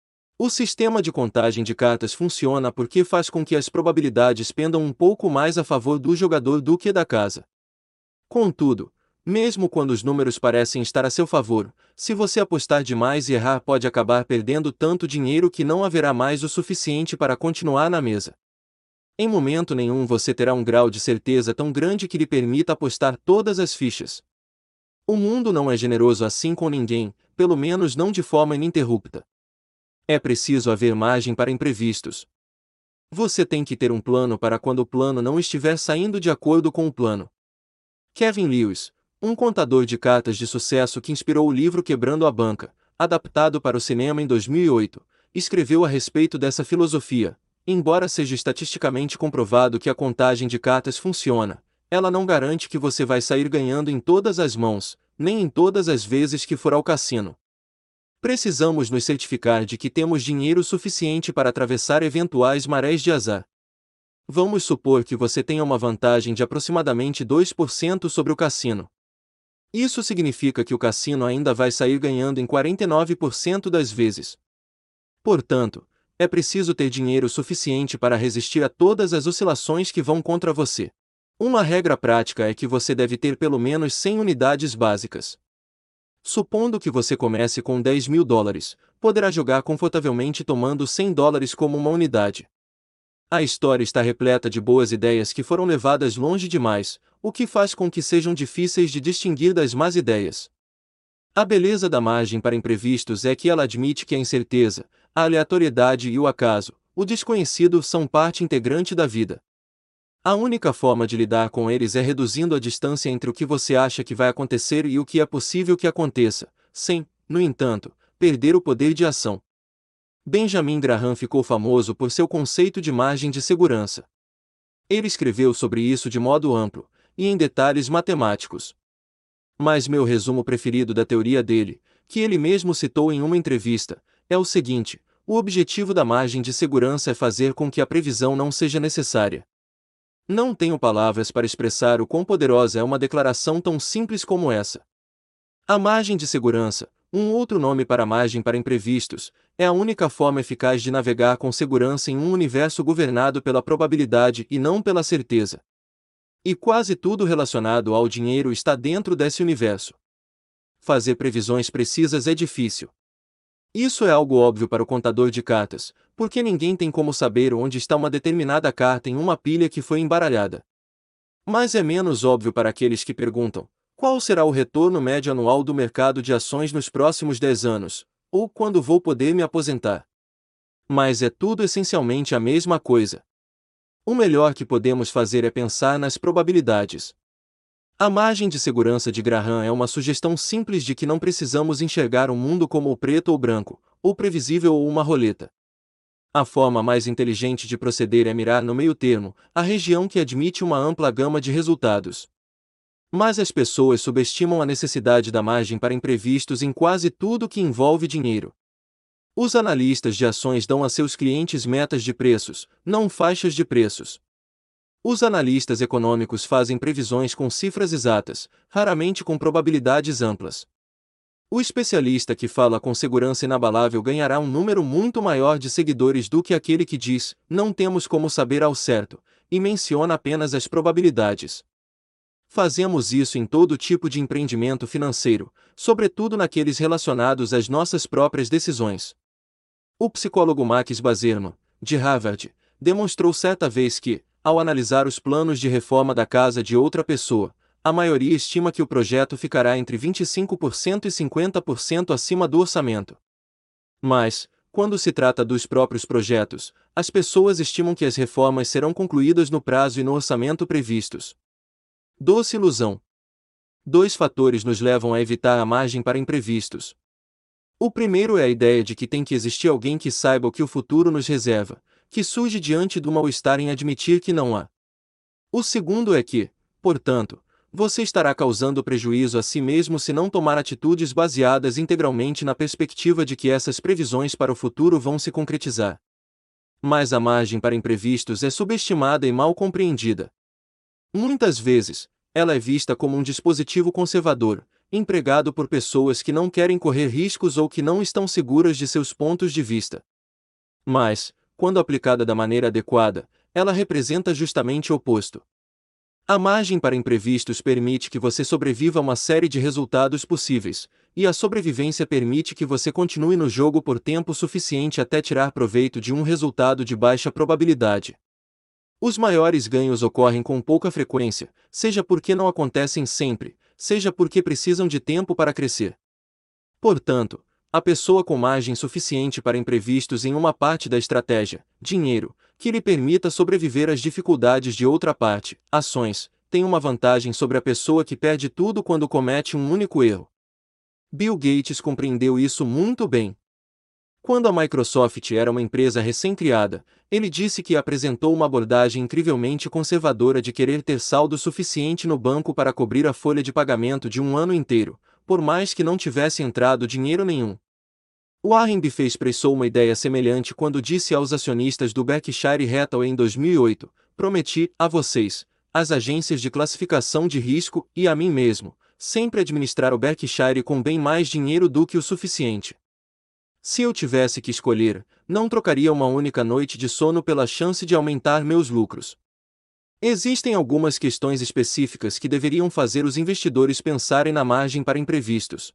[SPEAKER 1] O sistema de contagem de cartas funciona porque faz com que as probabilidades pendam um pouco mais a favor do jogador do que da casa. Contudo, mesmo quando os números parecem estar a seu favor, se você apostar demais e errar pode acabar perdendo tanto dinheiro que não haverá mais o suficiente para continuar na mesa. Em momento nenhum você terá um grau de certeza tão grande que lhe permita apostar todas as fichas. O mundo não é generoso assim com ninguém, pelo menos não de forma ininterrupta. É preciso haver margem para imprevistos. Você tem que ter um plano para quando o plano não estiver saindo de acordo com o plano. Kevin Lewis, um contador de cartas de sucesso que inspirou o livro Quebrando a Banca, adaptado para o cinema em dois mil e oito, escreveu a respeito dessa filosofia: embora seja estatisticamente comprovado que a contagem de cartas funciona, ela não garante que você vai sair ganhando em todas as mãos, nem em todas as vezes que for ao cassino. Precisamos nos certificar de que temos dinheiro suficiente para atravessar eventuais marés de azar. Vamos supor que você tenha uma vantagem de aproximadamente dois por cento sobre o cassino. Isso significa que o cassino ainda vai sair ganhando em quarenta e nove por cento das vezes. Portanto, é preciso ter dinheiro suficiente para resistir a todas as oscilações que vão contra você. Uma regra prática é que você deve ter pelo menos cem unidades básicas. Supondo que você comece com dez mil dólares, poderá jogar confortavelmente tomando cem dólares como uma unidade. A história está repleta de boas ideias que foram levadas longe demais, o que faz com que sejam difíceis de distinguir das más ideias. A beleza da margem para imprevistos é que ela admite que a incerteza, a aleatoriedade e o acaso, o desconhecido, são parte integrante da vida. A única forma de lidar com eles é reduzindo a distância entre o que você acha que vai acontecer e o que é possível que aconteça, sem, no entanto, perder o poder de ação. Benjamin Graham ficou famoso por seu conceito de margem de segurança. Ele escreveu sobre isso de modo amplo, e em detalhes matemáticos. Mas meu resumo preferido da teoria dele, que ele mesmo citou em uma entrevista, é o seguinte: o objetivo da margem de segurança é fazer com que a previsão não seja necessária. Não tenho palavras para expressar o quão poderosa é uma declaração tão simples como essa. A margem de segurança, um outro nome para margem para imprevistos, é a única forma eficaz de navegar com segurança em um universo governado pela probabilidade e não pela certeza. E quase tudo relacionado ao dinheiro está dentro desse universo. Fazer previsões precisas é difícil. Isso é algo óbvio para o contador de cartas, porque ninguém tem como saber onde está uma determinada carta em uma pilha que foi embaralhada. Mas é menos óbvio para aqueles que perguntam: qual será o retorno médio anual do mercado de ações nos próximos dez anos? Ou quando vou poder me aposentar? Mas é tudo essencialmente a mesma coisa. O melhor que podemos fazer é pensar nas probabilidades. A margem de segurança de Graham é uma sugestão simples de que não precisamos enxergar o mundo como o preto ou branco, ou previsível ou uma roleta. A forma mais inteligente de proceder é mirar no meio termo, a região que admite uma ampla gama de resultados. Mas as pessoas subestimam a necessidade da margem para imprevistos em quase tudo que envolve dinheiro. Os analistas de ações dão a seus clientes metas de preços, não faixas de preços. Os analistas econômicos fazem previsões com cifras exatas, raramente com probabilidades amplas. O especialista que fala com segurança inabalável ganhará um número muito maior de seguidores do que aquele que diz: não temos como saber ao certo, e menciona apenas as probabilidades. Fazemos isso em todo tipo de empreendimento financeiro, sobretudo naqueles relacionados às nossas próprias decisões. O psicólogo Max Bazerman, de Harvard, demonstrou certa vez que, ao analisar os planos de reforma da casa de outra pessoa, a maioria estima que o projeto ficará entre vinte e cinco por cento e cinquenta por cento acima do orçamento. Mas, quando se trata dos próprios projetos, as pessoas estimam que as reformas serão concluídas no prazo e no orçamento previstos. Doce ilusão. Dois fatores nos levam a evitar a margem para imprevistos. O primeiro é a ideia de que tem que existir alguém que saiba o que o futuro nos reserva, que surge diante do mal-estar em admitir que não há. O segundo é que, portanto, você estará causando prejuízo a si mesmo se não tomar atitudes baseadas integralmente na perspectiva de que essas previsões para o futuro vão se concretizar. Mas a margem para imprevistos é subestimada e mal compreendida. Muitas vezes, ela é vista como um dispositivo conservador, empregado por pessoas que não querem correr riscos ou que não estão seguras de seus pontos de vista. Mas, quando aplicada da maneira adequada, ela representa justamente o oposto. A margem para imprevistos permite que você sobreviva a uma série de resultados possíveis, e a sobrevivência permite que você continue no jogo por tempo suficiente até tirar proveito de um resultado de baixa probabilidade. Os maiores ganhos ocorrem com pouca frequência, seja porque não acontecem sempre, seja porque precisam de tempo para crescer. Portanto, a pessoa com margem suficiente para imprevistos em uma parte da estratégia, dinheiro, que lhe permita sobreviver às dificuldades de outra parte, ações, tem uma vantagem sobre a pessoa que perde tudo quando comete um único erro. Bill Gates compreendeu isso muito bem. Quando a Microsoft era uma empresa recém-criada, ele disse que apresentou uma abordagem incrivelmente conservadora de querer ter saldo suficiente no banco para cobrir a folha de pagamento de um ano inteiro, por mais que não tivesse entrado dinheiro nenhum. Warren Buffett expressou uma ideia semelhante quando disse aos acionistas do Berkshire Hathaway em dois mil e oito, prometi, a vocês, às agências de classificação de risco e a mim mesmo, sempre administrar o Berkshire com bem mais dinheiro do que o suficiente. Se eu tivesse que escolher, não trocaria uma única noite de sono pela chance de aumentar meus lucros. Existem algumas questões específicas que deveriam fazer os investidores pensarem na margem para imprevistos.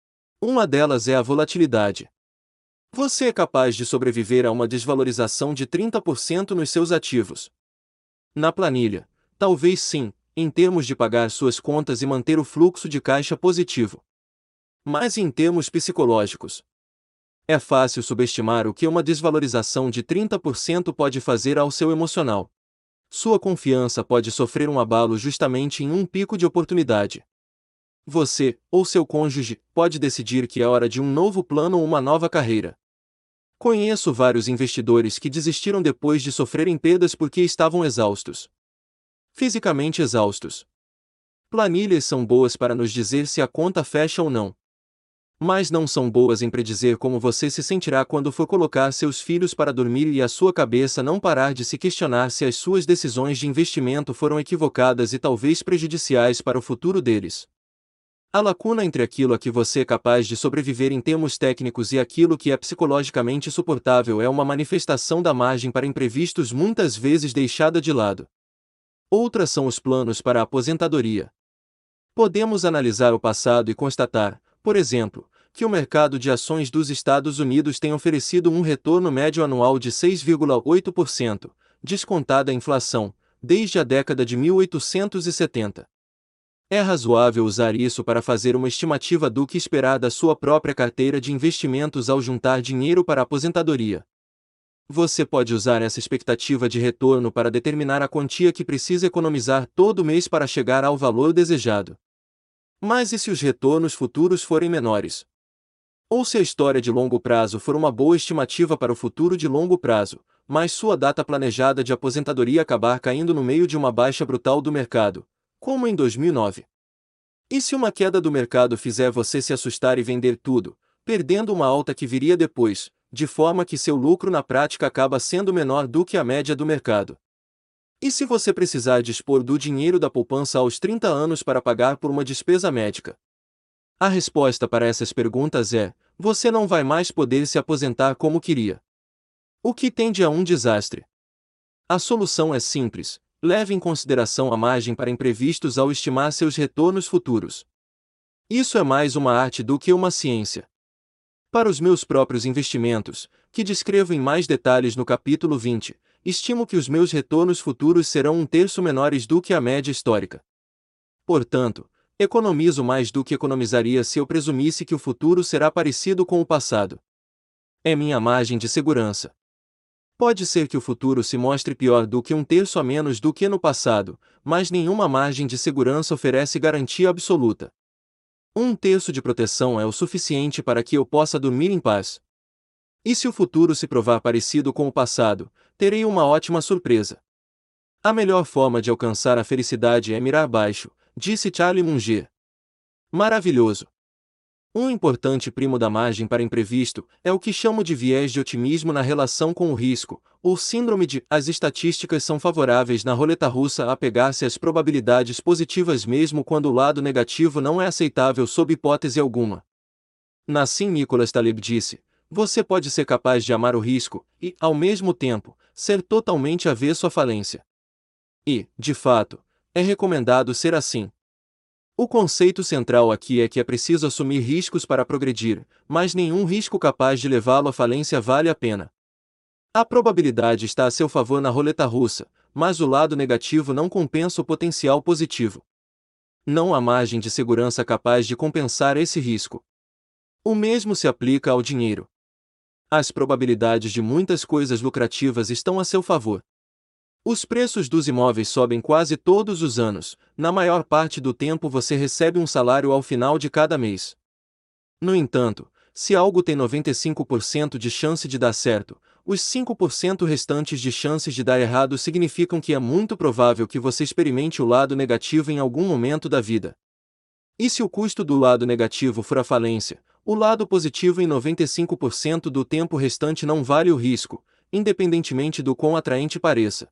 [SPEAKER 1] Uma delas é a volatilidade. Você é capaz de sobreviver a uma desvalorização de trinta por cento nos seus ativos. Na planilha, talvez sim, em termos de pagar suas contas e manter o fluxo de caixa positivo. Mas em termos psicológicos, é fácil subestimar o que uma desvalorização de trinta por cento pode fazer ao seu emocional. Sua confiança pode sofrer um abalo justamente em um pico de oportunidade. Você, ou seu cônjuge, pode decidir que é hora de um novo plano ou uma nova carreira. Conheço vários investidores que desistiram depois de sofrerem perdas porque estavam exaustos. Fisicamente exaustos. Planilhas são boas para nos dizer se a conta fecha ou não. Mas não são boas em predizer como você se sentirá quando for colocar seus filhos para dormir e a sua cabeça não parar de se questionar se as suas decisões de investimento foram equivocadas e talvez prejudiciais para o futuro deles. A lacuna entre aquilo a que você é capaz de sobreviver em termos técnicos e aquilo que é psicologicamente suportável é uma manifestação da margem para imprevistos muitas vezes deixada de lado. Outras são os planos para a aposentadoria. Podemos analisar o passado e constatar, por exemplo, que o mercado de ações dos Estados Unidos tem oferecido um retorno médio anual de seis vírgula oito por cento, descontada a inflação, desde a década de mil oitocentos e setenta. É razoável usar isso para fazer uma estimativa do que esperar da sua própria carteira de investimentos ao juntar dinheiro para a aposentadoria. Você pode usar essa expectativa de retorno para determinar a quantia que precisa economizar todo mês para chegar ao valor desejado. Mas e se os retornos futuros forem menores? Ou se a história de longo prazo for uma boa estimativa para o futuro de longo prazo, mas sua data planejada de aposentadoria acabar caindo no meio de uma baixa brutal do mercado, como em dois mil e nove? E se uma queda do mercado fizer você se assustar e vender tudo, perdendo uma alta que viria depois, de forma que seu lucro na prática acaba sendo menor do que a média do mercado? E se você precisar dispor do dinheiro da poupança aos trinta anos para pagar por uma despesa médica? A resposta para essas perguntas é: você não vai mais poder se aposentar como queria. O que tende a um desastre. A solução é simples: leve em consideração a margem para imprevistos ao estimar seus retornos futuros. Isso é mais uma arte do que uma ciência. Para os meus próprios investimentos, que descrevo em mais detalhes no capítulo vinte, estimo que os meus retornos futuros serão um terço menores do que a média histórica. Portanto, economizo mais do que economizaria se eu presumisse que o futuro será parecido com o passado. É minha margem de segurança. Pode ser que o futuro se mostre pior do que um terço a menos do que no passado, mas nenhuma margem de segurança oferece garantia absoluta. Um terço de proteção é o suficiente para que eu possa dormir em paz. E se o futuro se provar parecido com o passado, terei uma ótima surpresa. A melhor forma de alcançar a felicidade é mirar baixo, disse Charlie Munger. Maravilhoso! Um importante primo da margem para imprevisto é o que chamo de viés de otimismo na relação com o risco, ou síndrome de as estatísticas são favoráveis na roleta russa a apegar-se às probabilidades positivas mesmo quando o lado negativo não é aceitável sob hipótese alguma. Nassim Nicholas Taleb disse: você pode ser capaz de amar o risco e, ao mesmo tempo, ser totalmente avesso à falência. E, de fato, é recomendado ser assim. O conceito central aqui é que é preciso assumir riscos para progredir, mas nenhum risco capaz de levá-lo à falência vale a pena. A probabilidade está a seu favor na roleta russa, mas o lado negativo não compensa o potencial positivo. Não há margem de segurança capaz de compensar esse risco. O mesmo se aplica ao dinheiro. As probabilidades de muitas coisas lucrativas estão a seu favor. Os preços dos imóveis sobem quase todos os anos, na maior parte do tempo você recebe um salário ao final de cada mês. No entanto, se algo tem noventa e cinco por cento de chance de dar certo, os cinco por cento restantes de chances de dar errado significam que é muito provável que você experimente o lado negativo em algum momento da vida. E se o custo do lado negativo for a falência, o lado positivo em noventa e cinco por cento do tempo restante não vale o risco, independentemente do quão atraente pareça.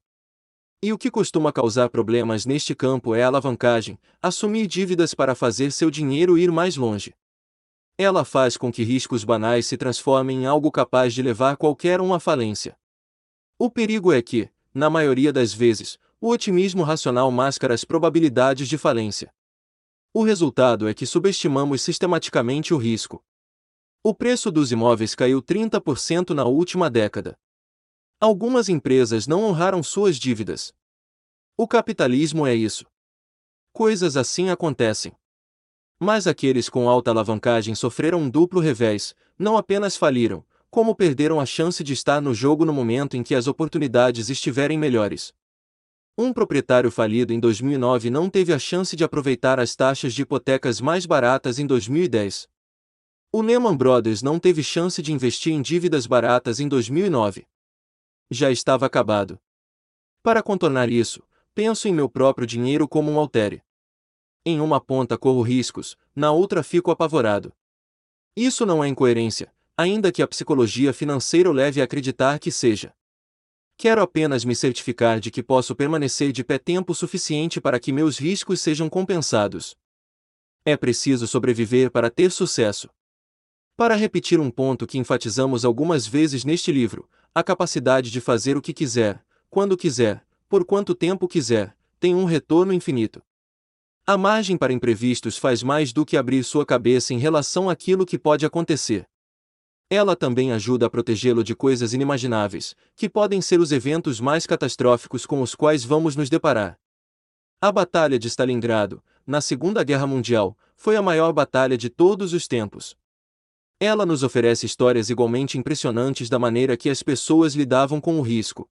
[SPEAKER 1] E o que costuma causar problemas neste campo é a alavancagem, assumir dívidas para fazer seu dinheiro ir mais longe. Ela faz com que riscos banais se transformem em algo capaz de levar qualquer um à falência. O perigo é que, na maioria das vezes, o otimismo racional mascara as probabilidades de falência. O resultado é que subestimamos sistematicamente o risco. O preço dos imóveis caiu trinta por cento na última década. Algumas empresas não honraram suas dívidas. O capitalismo é isso. Coisas assim acontecem. Mas aqueles com alta alavancagem sofreram um duplo revés, não apenas faliram, como perderam a chance de estar no jogo no momento em que as oportunidades estiverem melhores. Um proprietário falido em dois mil e nove não teve a chance de aproveitar as taxas de hipotecas mais baratas em dois mil e dez. O Lehman Brothers não teve chance de investir em dívidas baratas em dois mil e nove. Já estava acabado. Para contornar isso, penso em meu próprio dinheiro como um altere. Em uma ponta corro riscos, na outra fico apavorado. Isso não é incoerência, ainda que a psicologia financeira o leve a acreditar que seja. Quero apenas me certificar de que posso permanecer de pé tempo suficiente para que meus riscos sejam compensados. É preciso sobreviver para ter sucesso. Para repetir um ponto que enfatizamos algumas vezes neste livro, a capacidade de fazer o que quiser, quando quiser, por quanto tempo quiser, tem um retorno infinito. A margem para imprevistos faz mais do que abrir sua cabeça em relação àquilo que pode acontecer. Ela também ajuda a protegê-lo de coisas inimagináveis, que podem ser os eventos mais catastróficos com os quais vamos nos deparar. A Batalha de Stalingrado, na Segunda Guerra Mundial, foi a maior batalha de todos os tempos. Ela nos oferece histórias igualmente impressionantes da maneira que as pessoas lidavam com o risco.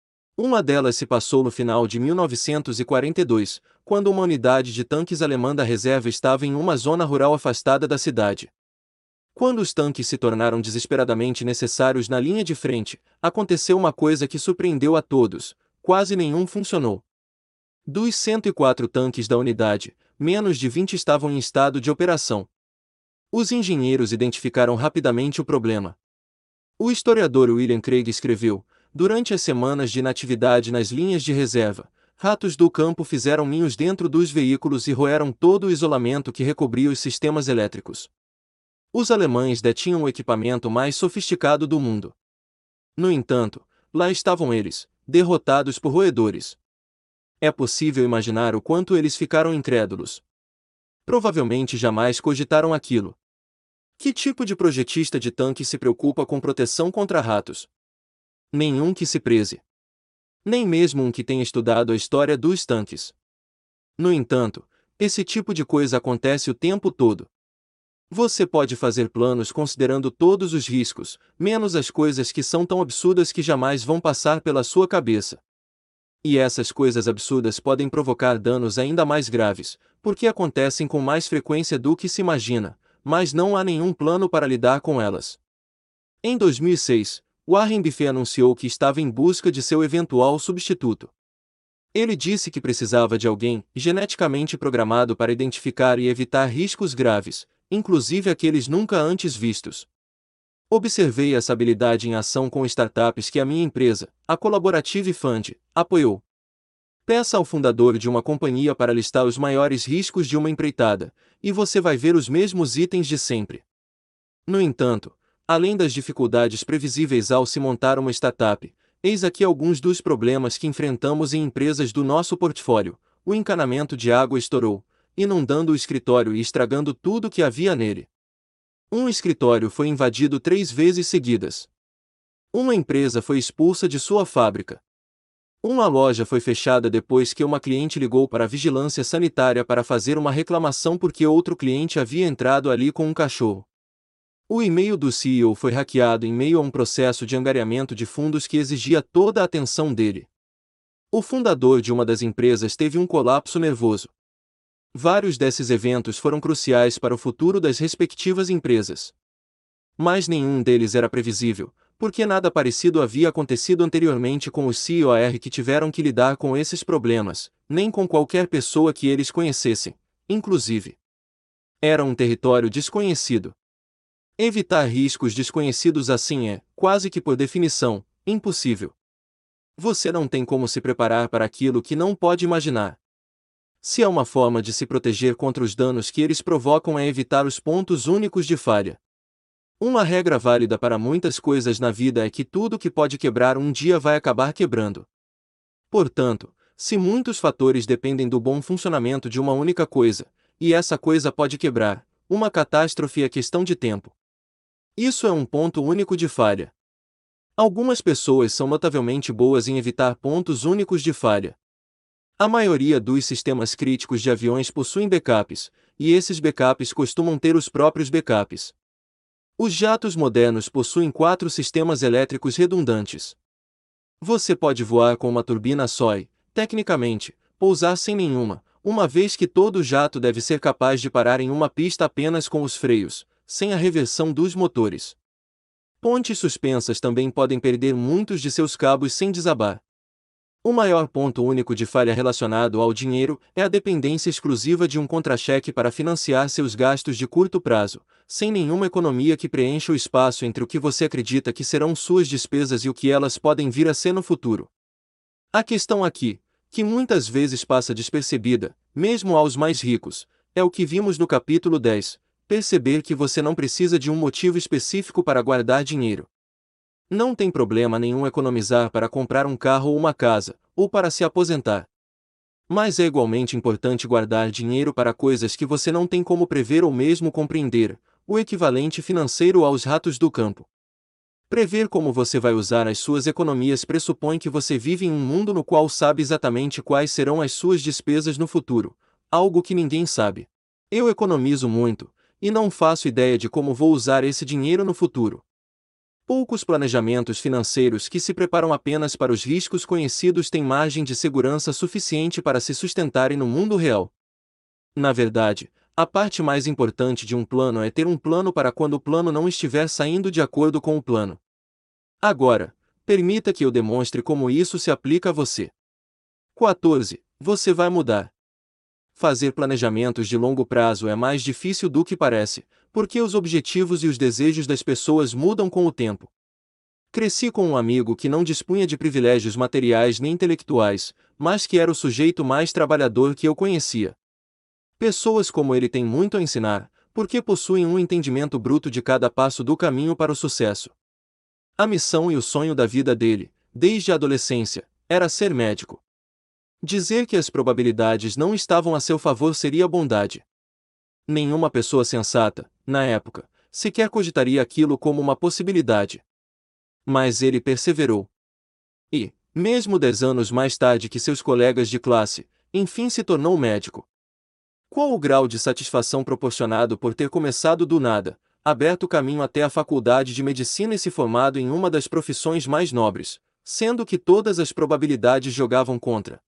[SPEAKER 1] Uma delas se passou no final de mil novecentos e quarenta e dois, quando uma unidade de tanques alemã da reserva estava em uma zona rural afastada da cidade. Quando os tanques se tornaram desesperadamente necessários na linha de frente, aconteceu uma coisa que surpreendeu a todos: quase nenhum funcionou. Dos cento e quatro tanques da unidade, menos de vinte estavam em estado de operação. Os engenheiros identificaram rapidamente o problema. O historiador William Craig escreveu: durante as semanas de inatividade nas linhas de reserva, ratos do campo fizeram ninhos dentro dos veículos e roeram todo o isolamento que recobria os sistemas elétricos. Os alemães detinham o equipamento mais sofisticado do mundo. No entanto, lá estavam eles, derrotados por roedores. É possível imaginar o quanto eles ficaram incrédulos. Provavelmente jamais cogitaram aquilo. Que tipo de projetista de tanque se preocupa com proteção contra ratos? Nenhum que se preze. Nem mesmo um que tenha estudado a história dos tanques. No entanto, esse tipo de coisa acontece o tempo todo. Você pode fazer planos considerando todos os riscos, menos as coisas que são tão absurdas que jamais vão passar pela sua cabeça. E essas coisas absurdas podem provocar danos ainda mais graves, porque acontecem com mais frequência do que se imagina, mas não há nenhum plano para lidar com elas. Em dois mil e seis, Warren Buffett anunciou que estava em busca de seu eventual substituto. Ele disse que precisava de alguém geneticamente programado para identificar e evitar riscos graves, inclusive aqueles nunca antes vistos. Observei essa habilidade em ação com startups que a minha empresa, a Collaborative Fund, apoiou. Peça ao fundador de uma companhia para listar os maiores riscos de uma empreitada, e você vai ver os mesmos itens de sempre. No entanto, além das dificuldades previsíveis ao se montar uma startup, eis aqui alguns dos problemas que enfrentamos em empresas do nosso portfólio. O encanamento de água estourou, inundando o escritório e estragando tudo que havia nele. Um escritório foi invadido três vezes seguidas. Uma empresa foi expulsa de sua fábrica. Uma loja foi fechada depois que uma cliente ligou para a vigilância sanitária para fazer uma reclamação porque outro cliente havia entrado ali com um cachorro. O e-mail do C E O foi hackeado em meio a um processo de angariamento de fundos que exigia toda a atenção dele. O fundador de uma das empresas teve um colapso nervoso. Vários desses eventos foram cruciais para o futuro das respectivas empresas. Mas nenhum deles era previsível, porque nada parecido havia acontecido anteriormente com os C E Os que tiveram que lidar com esses problemas, nem com qualquer pessoa que eles conhecessem, inclusive. Era um território desconhecido. Evitar riscos desconhecidos assim é, quase que por definição, impossível. Você não tem como se preparar para aquilo que não pode imaginar. Se há uma forma de se proteger contra os danos que eles provocam é evitar os pontos únicos de falha. Uma regra válida para muitas coisas na vida é que tudo que pode quebrar um dia vai acabar quebrando. Portanto, se muitos fatores dependem do bom funcionamento de uma única coisa, e essa coisa pode quebrar, uma catástrofe é questão de tempo. Isso é um ponto único de falha. Algumas pessoas são notavelmente boas em evitar pontos únicos de falha. A maioria dos sistemas críticos de aviões possuem backups, e esses backups costumam ter os próprios backups. Os jatos modernos possuem quatro sistemas elétricos redundantes. Você pode voar com uma turbina só e, tecnicamente, pousar sem nenhuma, uma vez que todo jato deve ser capaz de parar em uma pista apenas com os freios, sem a reversão dos motores. Pontes suspensas também podem perder muitos de seus cabos sem desabar. O maior ponto único de falha relacionado ao dinheiro é a dependência exclusiva de um contra-cheque para financiar seus gastos de curto prazo, sem nenhuma economia que preencha o espaço entre o que você acredita que serão suas despesas e o que elas podem vir a ser no futuro. A questão aqui, que muitas vezes passa despercebida, mesmo aos mais ricos, é o que vimos no capítulo dez, perceber que você não precisa de um motivo específico para guardar dinheiro. Não tem problema nenhum economizar para comprar um carro ou uma casa, ou para se aposentar. Mas é igualmente importante guardar dinheiro para coisas que você não tem como prever ou mesmo compreender, o equivalente financeiro aos ratos do campo. Prever como você vai usar as suas economias pressupõe que você vive em um mundo no qual sabe exatamente quais serão as suas despesas no futuro, algo que ninguém sabe. Eu economizo muito, e não faço ideia de como vou usar esse dinheiro no futuro. Poucos planejamentos financeiros que se preparam apenas para os riscos conhecidos têm margem de segurança suficiente para se sustentarem no mundo real. Na verdade, a parte mais importante de um plano é ter um plano para quando o plano não estiver saindo de acordo com o plano. Agora, permita que eu demonstre como isso se aplica a você. quatorze. Você vai mudar. Fazer planejamentos de longo prazo é mais difícil do que parece, porque os objetivos e os desejos das pessoas mudam com o tempo. Cresci com um amigo que não dispunha de privilégios materiais nem intelectuais, mas que era o sujeito mais trabalhador que eu conhecia. Pessoas como ele têm muito a ensinar, porque possuem um entendimento bruto de cada passo do caminho para o sucesso. A missão e o sonho da vida dele, desde a adolescência, era ser médico. Dizer que as probabilidades não estavam a seu favor seria bondade. Nenhuma pessoa sensata, na época, sequer cogitaria aquilo como uma possibilidade. Mas ele perseverou. E, mesmo dez anos mais tarde que seus colegas de classe, enfim se tornou médico. Qual o grau de satisfação proporcionado por ter começado do nada, aberto caminho até a faculdade de medicina e se formado em uma das profissões mais nobres, sendo que todas as probabilidades jogavam contra?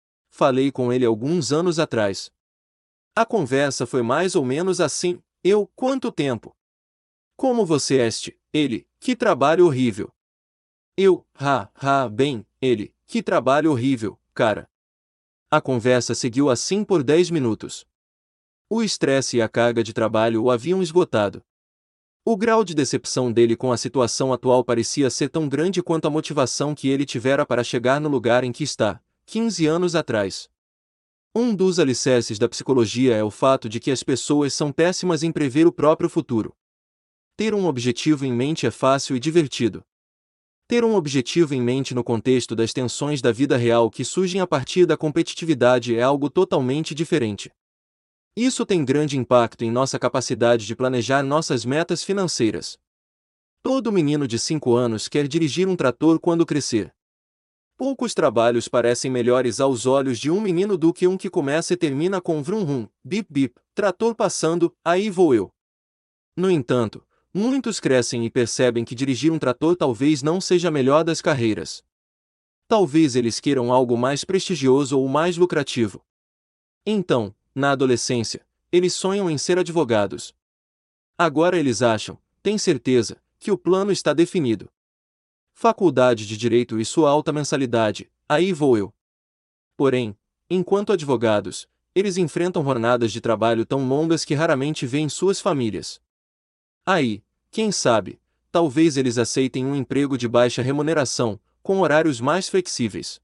[SPEAKER 1] Falei com ele alguns anos atrás. A conversa foi mais ou menos assim: eu, quanto tempo? Como você este? Ele, que trabalho horrível. Eu, ha, ha, bem, ele, que trabalho horrível, cara. A conversa seguiu assim por dez minutos. O estresse e a carga de trabalho o haviam esgotado. O grau de decepção dele com a situação atual parecia ser tão grande quanto a motivação que ele tivera para chegar no lugar em que está, quinze anos atrás. Um dos alicerces da psicologia é o fato de que as pessoas são péssimas em prever o próprio futuro. Ter um objetivo em mente é fácil e divertido. Ter um objetivo em mente no contexto das tensões da vida real que surgem a partir da competitividade é algo totalmente diferente. Isso tem grande impacto em nossa capacidade de planejar nossas metas financeiras. Todo menino de cinco anos quer dirigir um trator quando crescer. Poucos trabalhos parecem melhores aos olhos de um menino do que um que começa e termina com vrum vrum, bip bip, trator passando, aí vou eu. No entanto, muitos crescem e percebem que dirigir um trator talvez não seja a melhor das carreiras. Talvez eles queiram algo mais prestigioso ou mais lucrativo. Então, na adolescência, eles sonham em ser advogados. Agora eles acham, têm certeza, que o plano está definido. Faculdade de Direito e sua alta mensalidade, aí vou eu. Porém, enquanto advogados, eles enfrentam jornadas de trabalho tão longas que raramente veem suas famílias. Aí, quem sabe, talvez eles aceitem um emprego de baixa remuneração, com horários mais flexíveis.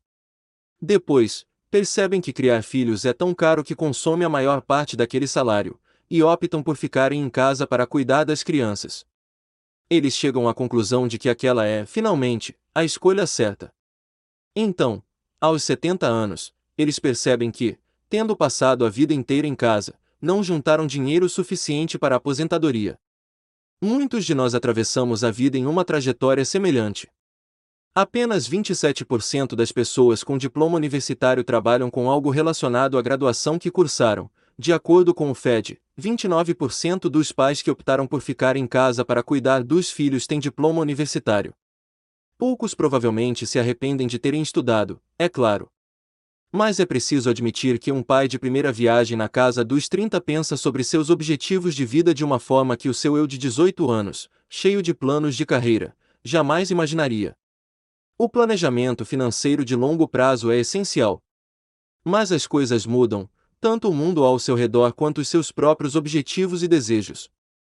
[SPEAKER 1] Depois, percebem que criar filhos é tão caro que consome a maior parte daquele salário, e optam por ficarem em casa para cuidar das crianças. Eles chegam à conclusão de que aquela é, finalmente, a escolha certa. Então, aos setenta anos, eles percebem que, tendo passado a vida inteira em casa, não juntaram dinheiro suficiente para a aposentadoria. Muitos de nós atravessamos a vida em uma trajetória semelhante. Apenas vinte e sete por cento das pessoas com diploma universitário trabalham com algo relacionado à graduação que cursaram. De acordo com o F E D, vinte e nove por cento dos pais que optaram por ficar em casa para cuidar dos filhos têm diploma universitário. Poucos provavelmente se arrependem de terem estudado, é claro. Mas é preciso admitir que um pai de primeira viagem na casa dos trinta pensa sobre seus objetivos de vida de uma forma que o seu eu de dezoito anos, cheio de planos de carreira, jamais imaginaria. O planejamento financeiro de longo prazo é essencial. Mas as coisas mudam, tanto o mundo ao seu redor quanto os seus próprios objetivos e desejos.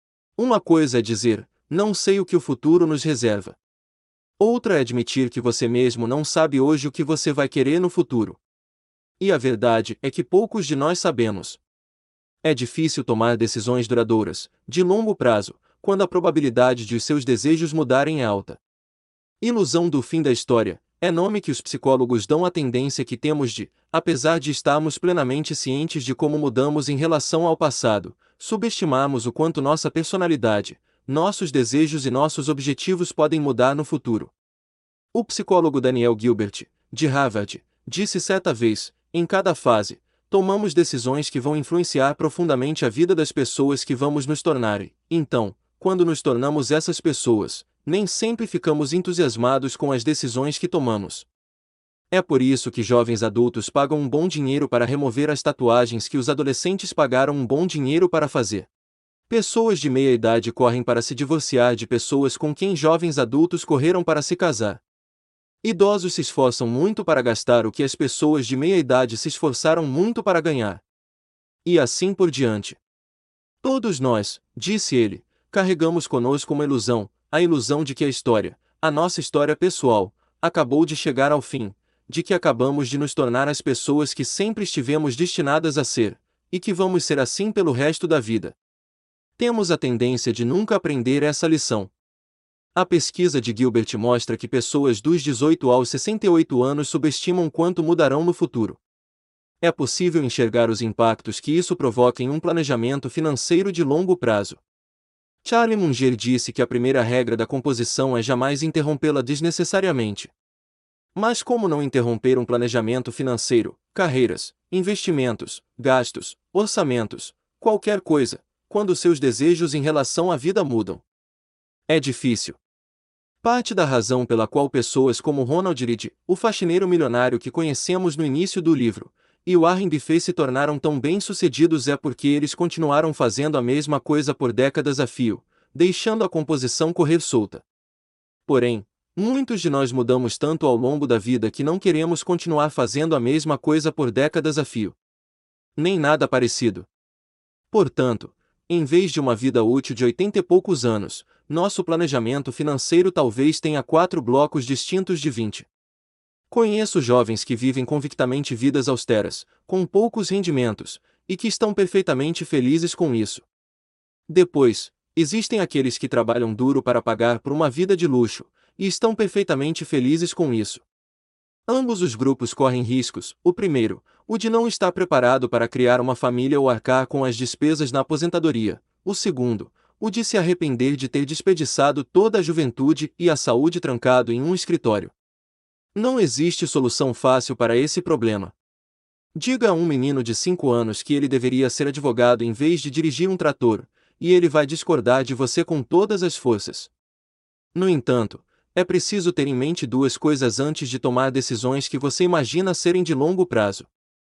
[SPEAKER 1] Uma coisa é dizer, não sei o que o futuro nos reserva. Outra é admitir que você mesmo não sabe hoje o que você vai querer no futuro. E a verdade é que poucos de nós sabemos. É difícil tomar decisões duradouras, de longo prazo, quando a probabilidade de os seus desejos mudarem é alta. Ilusão do fim da história é nome que os psicólogos dão à tendência que temos de, apesar de estarmos plenamente cientes de como mudamos em relação ao passado, subestimarmos o quanto nossa personalidade, nossos desejos e nossos objetivos podem mudar no futuro. O psicólogo Daniel Gilbert, de Harvard, disse certa vez, em cada fase, tomamos decisões que vão influenciar profundamente a vida das pessoas que vamos nos tornar e, então, quando nos tornamos essas pessoas, nem sempre ficamos entusiasmados com as decisões que tomamos. É por isso que jovens adultos pagam um bom dinheiro para remover as tatuagens que os adolescentes pagaram um bom dinheiro para fazer. Pessoas de meia idade correm para se divorciar de pessoas com quem jovens adultos correram para se casar. Idosos se esforçam muito para gastar o que as pessoas de meia idade se esforçaram muito para ganhar. E assim por diante. Todos nós, disse ele, carregamos conosco uma ilusão, a ilusão de que a história, a nossa história pessoal, acabou de chegar ao fim, de que acabamos de nos tornar as pessoas que sempre estivemos destinadas a ser, e que vamos ser assim pelo resto da vida. Temos a tendência de nunca aprender essa lição. A pesquisa de Gilbert mostra que pessoas dos dezoito aos sessenta e oito anos subestimam quanto mudarão no futuro. É possível enxergar os impactos que isso provoca em um planejamento financeiro de longo prazo. Charlie Munger disse que a primeira regra da composição é jamais interrompê-la desnecessariamente. Mas como não interromper um planejamento financeiro, carreiras, investimentos, gastos, orçamentos, qualquer coisa, quando seus desejos em relação à vida mudam? É difícil. Parte da razão pela qual pessoas como Ronald Reid, o faxineiro milionário que conhecemos no início do livro, e Warren Buffett se tornaram tão bem-sucedidos é porque eles continuaram fazendo a mesma coisa por décadas a fio, deixando a composição correr solta. Porém, muitos de nós mudamos tanto ao longo da vida que não queremos continuar fazendo a mesma coisa por décadas a fio. Nem nada parecido. Portanto, em vez de uma vida útil de oitenta e poucos anos, nosso planejamento financeiro talvez tenha quatro blocos distintos de vinte. Conheço jovens que vivem convictamente vidas austeras, com poucos rendimentos, e que estão perfeitamente felizes com isso. Depois, existem aqueles que trabalham duro para pagar por uma vida de luxo, e estão perfeitamente felizes com isso. Ambos os grupos correm riscos, o primeiro, o de não estar preparado para criar uma família ou arcar com as despesas na aposentadoria, o segundo, o de se arrepender de ter desperdiçado toda a juventude e a saúde trancado em um escritório. Não existe solução fácil para esse problema. Diga a um menino de cinco anos que ele deveria ser advogado em vez de dirigir um trator, e ele vai discordar de você com todas as forças. No entanto, é preciso ter em mente duas coisas antes de tomar decisões que você imagina serem de longo prazo.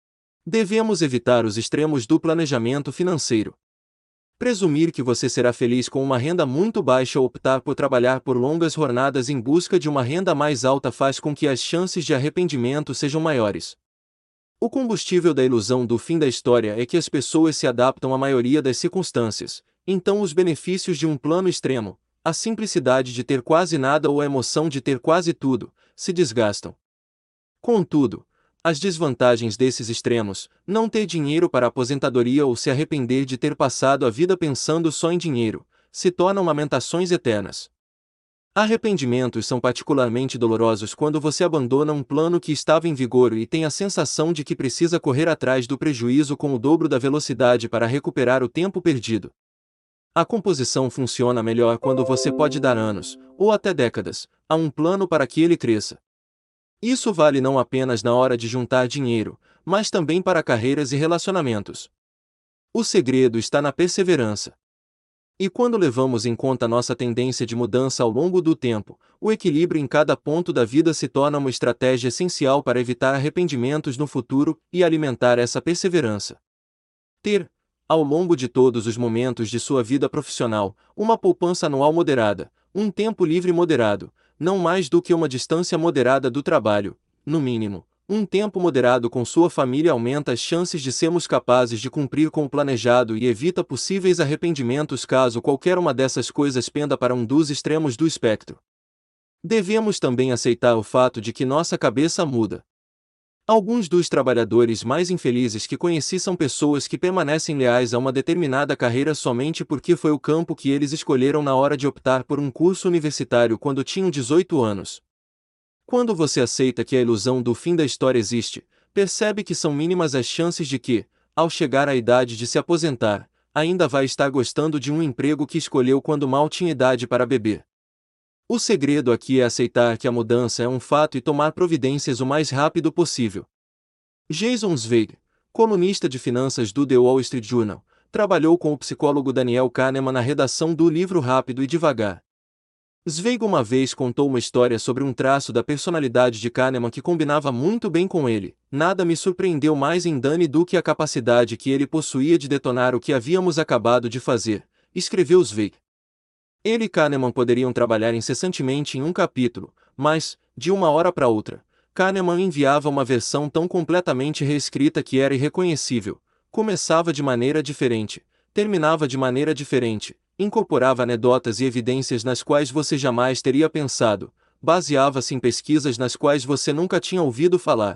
[SPEAKER 1] Devemos evitar os extremos do planejamento financeiro. Presumir que você será feliz com uma renda muito baixa ou optar por trabalhar por longas jornadas em busca de uma renda mais alta faz com que as chances de arrependimento sejam maiores. O combustível da ilusão do fim da história é que as pessoas se adaptam à maioria das circunstâncias, então os benefícios de um plano extremo, a simplicidade de ter quase nada ou a emoção de ter quase tudo, se desgastam. Contudo, as desvantagens desses extremos, não ter dinheiro para a aposentadoria ou se arrepender de ter passado a vida pensando só em dinheiro, se tornam lamentações eternas. Arrependimentos são particularmente dolorosos quando você abandona um plano que estava em vigor e tem a sensação de que precisa correr atrás do prejuízo com o dobro da velocidade para recuperar o tempo perdido. A composição funciona melhor quando você pode dar anos, ou até décadas, a um plano para que ele cresça. Isso vale não apenas na hora de juntar dinheiro, mas também para carreiras e relacionamentos. O segredo está na perseverança. E quando levamos em conta nossa tendência de mudança ao longo do tempo, o equilíbrio em cada ponto da vida se torna uma estratégia essencial para evitar arrependimentos no futuro e alimentar essa perseverança. Ter, ao longo de todos os momentos de sua vida profissional, uma poupança anual moderada, um tempo livre moderado, não mais do que uma distância moderada do trabalho, no mínimo, um tempo moderado com sua família aumenta as chances de sermos capazes de cumprir com o planejado e evita possíveis arrependimentos caso qualquer uma dessas coisas penda para um dos extremos do espectro. Devemos também aceitar o fato de que nossa cabeça muda. Alguns dos trabalhadores mais infelizes que conheci são pessoas que permanecem leais a uma determinada carreira somente porque foi o campo que eles escolheram na hora de optar por um curso universitário quando tinham dezoito anos. Quando você aceita que a ilusão do fim da história existe, percebe que são mínimas as chances de que, ao chegar à idade de se aposentar, ainda vai estar gostando de um emprego que escolheu quando mal tinha idade para beber. O segredo aqui é aceitar que a mudança é um fato e tomar providências o mais rápido possível. Jason Zweig, colunista de finanças do The Wall Street Journal, trabalhou com o psicólogo Daniel Kahneman na redação do livro Rápido e Devagar. Zweig uma vez contou uma história sobre um traço da personalidade de Kahneman que combinava muito bem com ele. Nada me surpreendeu mais em Dani do que a capacidade que ele possuía de detonar o que havíamos acabado de fazer, escreveu Zweig. Ele e Kahneman poderiam trabalhar incessantemente em um capítulo, mas, de uma hora para outra, Kahneman enviava uma versão tão completamente reescrita que era irreconhecível, começava de maneira diferente, terminava de maneira diferente, incorporava anedotas e evidências nas quais você jamais teria pensado, baseava-se em pesquisas nas quais você nunca tinha ouvido falar.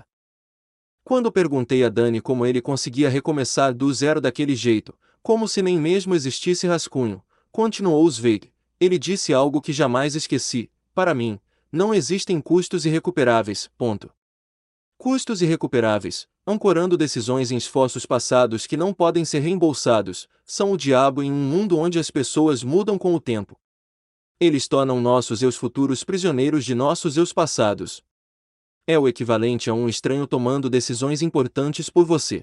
[SPEAKER 1] Quando perguntei a Dani como ele conseguia recomeçar do zero daquele jeito, como se nem mesmo existisse rascunho, continuou Zweig, ele disse algo que jamais esqueci: para mim, não existem custos irrecuperáveis, ponto. Custos irrecuperáveis, ancorando decisões em esforços passados que não podem ser reembolsados, são o diabo em um mundo onde as pessoas mudam com o tempo. Eles tornam nossos eus futuros prisioneiros de nossos eus passados. É o equivalente a um estranho tomando decisões importantes por você.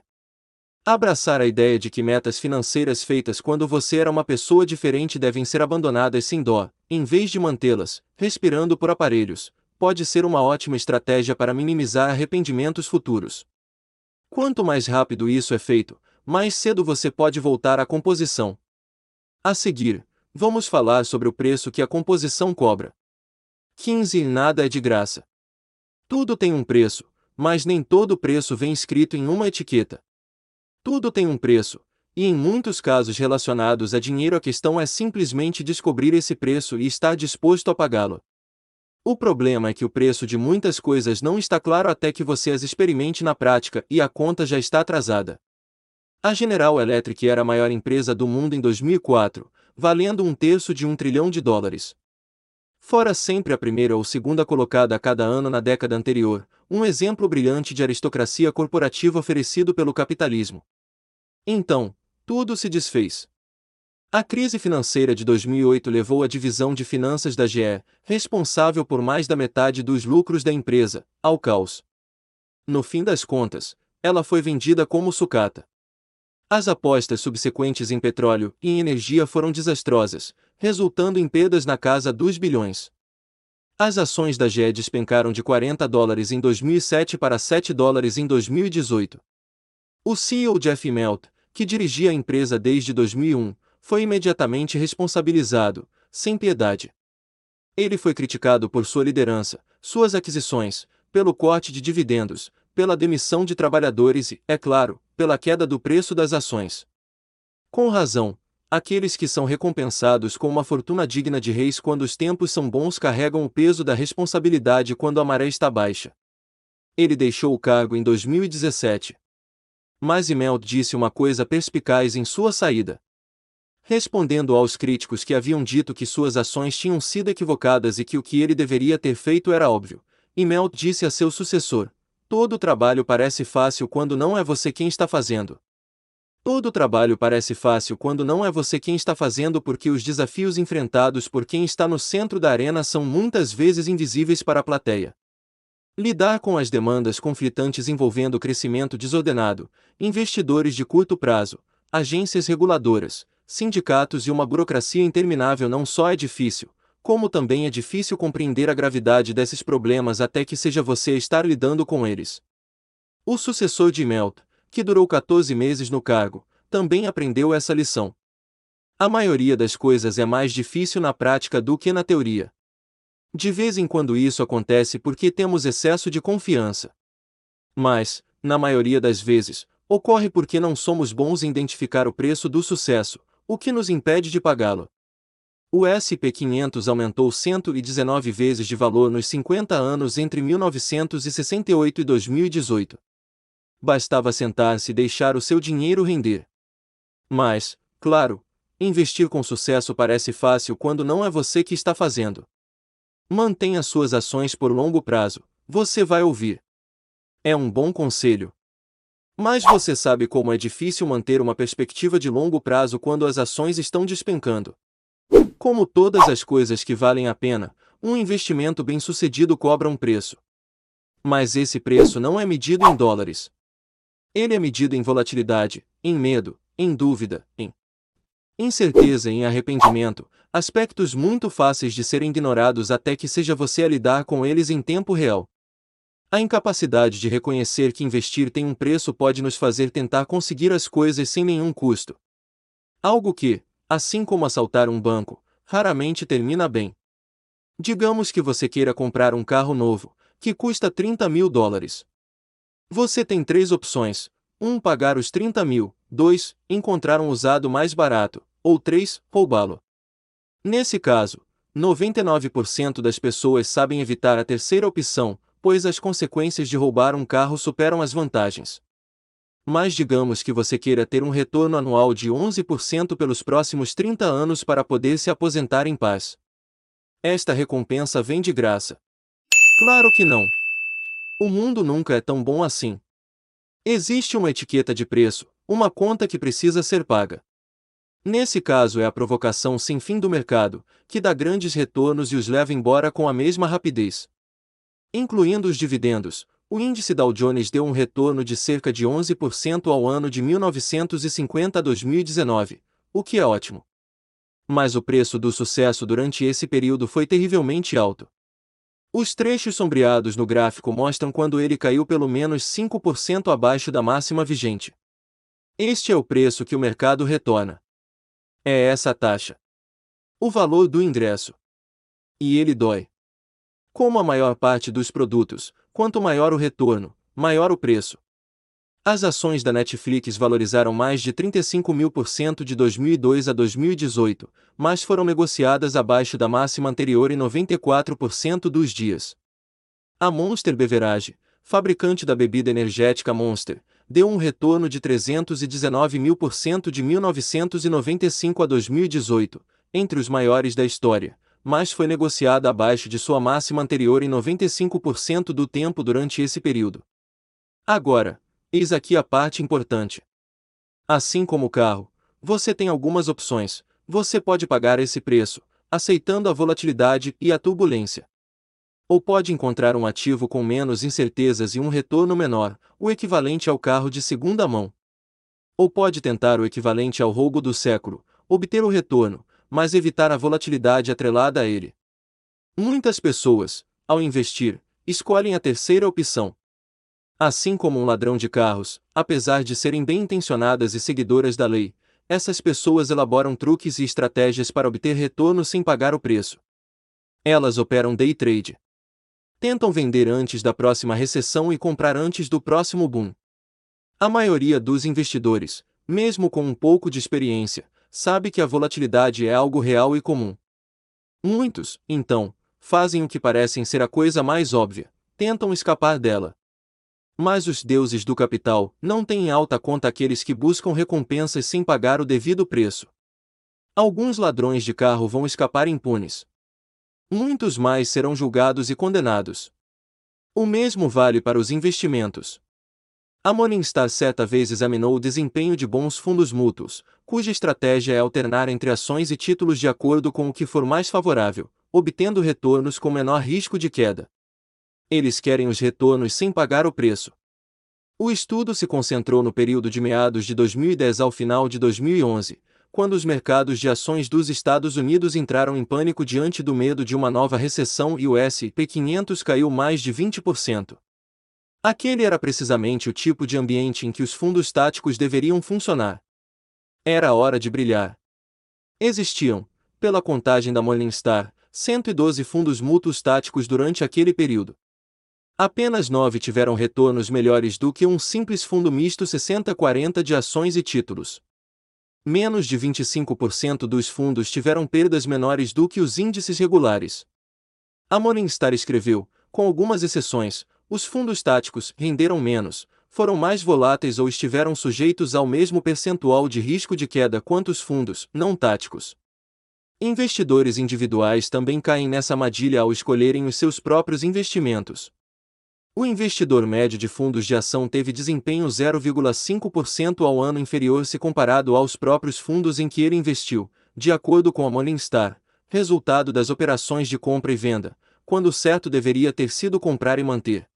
[SPEAKER 1] Abraçar a ideia de que metas financeiras feitas quando você era uma pessoa diferente devem ser abandonadas sem dó, em vez de mantê-las, respirando por aparelhos, pode ser uma ótima estratégia para minimizar arrependimentos futuros. Quanto mais rápido isso é feito, mais cedo você pode voltar à composição. A seguir, vamos falar sobre o preço que a composição cobra. quinze Nada é de graça. Tudo tem um preço, mas nem todo preço vem escrito em uma etiqueta. Tudo tem um preço, e em muitos casos relacionados a dinheiro a questão é simplesmente descobrir esse preço e estar disposto a pagá-lo. O problema é que o preço de muitas coisas não está claro até que você as experimente na prática e a conta já está atrasada. A General Electric era a maior empresa do mundo em dois mil e quatro, valendo um terço de um trilhão de dólares. Fora sempre a primeira ou segunda colocada a cada ano na década anterior, um exemplo brilhante de aristocracia corporativa oferecido pelo capitalismo. Então, tudo se desfez. A crise financeira de dois mil e oito levou a divisão de finanças da G E, responsável por mais da metade dos lucros da empresa, ao caos. No fim das contas, ela foi vendida como sucata. As apostas subsequentes em petróleo e em energia foram desastrosas, resultando em perdas na casa dos bilhões. As ações da G E despencaram de quarenta dólares em dois mil e sete para sete dólares em dois mil e dezoito. O C E O Jeff Immelt, que dirigia a empresa desde dois mil e um, foi imediatamente responsabilizado, sem piedade. Ele foi criticado por sua liderança, suas aquisições, pelo corte de dividendos, pela demissão de trabalhadores e, é claro, pela queda do preço das ações. Com razão, aqueles que são recompensados com uma fortuna digna de reis quando os tempos são bons carregam o peso da responsabilidade quando a maré está baixa. Ele deixou o cargo em dois mil e dezessete. Mas Immelt disse uma coisa perspicaz em sua saída. Respondendo aos críticos que haviam dito que suas ações tinham sido equivocadas e que o que ele deveria ter feito era óbvio, Immelt disse a seu sucessor: todo trabalho parece fácil quando não é você quem está fazendo. Todo trabalho parece fácil quando não é você quem está fazendo porque os desafios enfrentados por quem está no centro da arena são muitas vezes indizíveis para a plateia. Lidar com as demandas conflitantes envolvendo crescimento desordenado, investidores de curto prazo, agências reguladoras, sindicatos e uma burocracia interminável não só é difícil, como também é difícil compreender a gravidade desses problemas até que seja você a estar lidando com eles. O sucessor de Immelt, que durou quatorze meses no cargo, também aprendeu essa lição. A maioria das coisas é mais difícil na prática do que na teoria. De vez em quando isso acontece porque temos excesso de confiança. Mas, na maioria das vezes, ocorre porque não somos bons em identificar o preço do sucesso, o que nos impede de pagá-lo. O S e P quinhentos aumentou cento e dezenove vezes de valor nos cinquenta anos entre mil novecentos e sessenta e oito e dois mil e dezoito. Bastava sentar-se e deixar o seu dinheiro render. Mas, claro, investir com sucesso parece fácil quando não é você que está fazendo. Mantenha suas ações por longo prazo, você vai ouvir. É um bom conselho. Mas você sabe como é difícil manter uma perspectiva de longo prazo quando as ações estão despencando. Como todas as coisas que valem a pena, um investimento bem-sucedido cobra um preço. Mas esse preço não é medido em dólares. Ele é medido em volatilidade, em medo, em dúvida, em incerteza e em arrependimento, aspectos muito fáceis de serem ignorados até que seja você a lidar com eles em tempo real. A incapacidade de reconhecer que investir tem um preço pode nos fazer tentar conseguir as coisas sem nenhum custo. Algo que, assim como assaltar um banco, raramente termina bem. Digamos que você queira comprar um carro novo, que custa trinta mil dólares. Você tem três opções: um pagar os trinta mil, dois encontrar um usado mais barato, ou três roubá-lo. Nesse caso, noventa e nove por cento das pessoas sabem evitar a terceira opção, pois as consequências de roubar um carro superam as vantagens. Mas digamos que você queira ter um retorno anual de onze por cento pelos próximos trinta anos para poder se aposentar em paz. Esta recompensa vem de graça? Claro que não. O mundo nunca é tão bom assim. Existe uma etiqueta de preço, uma conta que precisa ser paga. Nesse caso é a provocação sem fim do mercado, que dá grandes retornos e os leva embora com a mesma rapidez. Incluindo os dividendos, o índice Dow Jones deu um retorno de cerca de onze por cento ao ano de mil novecentos e cinquenta a dois mil e dezenove, o que é ótimo. Mas o preço do sucesso durante esse período foi terrivelmente alto. Os trechos sombreados no gráfico mostram quando ele caiu pelo menos cinco por cento abaixo da máxima vigente. Este é o preço que o mercado retorna. É essa a taxa. O valor do ingresso. E ele dói. Como a maior parte dos produtos, quanto maior o retorno, maior o preço. As ações da Netflix valorizaram mais de trinta e cinco mil por cento de dois mil e dois a dois mil e dezoito, mas foram negociadas abaixo da máxima anterior em noventa e quatro por cento dos dias. A Monster Beverage, fabricante da bebida energética Monster, deu um retorno de trezentos e dezenove mil por cento de mil novecentos e noventa e cinco a dois mil e dezoito, entre os maiores da história, mas foi negociada abaixo de sua máxima anterior em noventa e cinco por cento do tempo durante esse período. Agora, eis aqui a parte importante. Assim como o carro, você tem algumas opções. Você pode pagar esse preço, aceitando a volatilidade e a turbulência. Ou pode encontrar um ativo com menos incertezas e um retorno menor, o equivalente ao carro de segunda mão. Ou pode tentar o equivalente ao roubo do século, obter o retorno, mas evitar a volatilidade atrelada a ele. Muitas pessoas, ao investir, escolhem a terceira opção. Assim como um ladrão de carros, apesar de serem bem-intencionadas e seguidoras da lei, essas pessoas elaboram truques e estratégias para obter retorno sem pagar o preço. Elas operam day trade. Tentam vender antes da próxima recessão e comprar antes do próximo boom. A maioria dos investidores, mesmo com um pouco de experiência, sabe que a volatilidade é algo real e comum. Muitos, então, fazem o que parecem ser a coisa mais óbvia, tentam escapar dela. Mas os deuses do capital não têm em alta conta aqueles que buscam recompensas sem pagar o devido preço. Alguns ladrões de carro vão escapar impunes. Muitos mais serão julgados e condenados. O mesmo vale para os investimentos. A Morningstar certa vez examinou o desempenho de bons fundos mútuos, cuja estratégia é alternar entre ações e títulos de acordo com o que for mais favorável, obtendo retornos com menor risco de queda. Eles querem os retornos sem pagar o preço. O estudo se concentrou no período de meados de dois mil e dez ao final de dois mil e onze, quando os mercados de ações dos Estados Unidos entraram em pânico diante do medo de uma nova recessão e o S e P quinhentos caiu mais de vinte por cento. Aquele era precisamente o tipo de ambiente em que os fundos táticos deveriam funcionar. Era a hora de brilhar. Existiam, pela contagem da Morningstar, cento e doze fundos mútuos táticos durante aquele período. Apenas nove tiveram retornos melhores do que um simples fundo misto sessenta quarenta de ações e títulos. Menos de vinte e cinco por cento dos fundos tiveram perdas menores do que os índices regulares. A Morningstar escreveu, com algumas exceções, os fundos táticos renderam menos, foram mais voláteis ou estiveram sujeitos ao mesmo percentual de risco de queda quanto os fundos não táticos. Investidores individuais também caem nessa armadilha ao escolherem os seus próprios investimentos. O investidor médio de fundos de ação teve desempenho zero vírgula cinco por cento ao ano inferior se comparado aos próprios fundos em que ele investiu, de acordo com a Morningstar, resultado das operações de compra e venda, quando o certo deveria ter sido comprar e manter.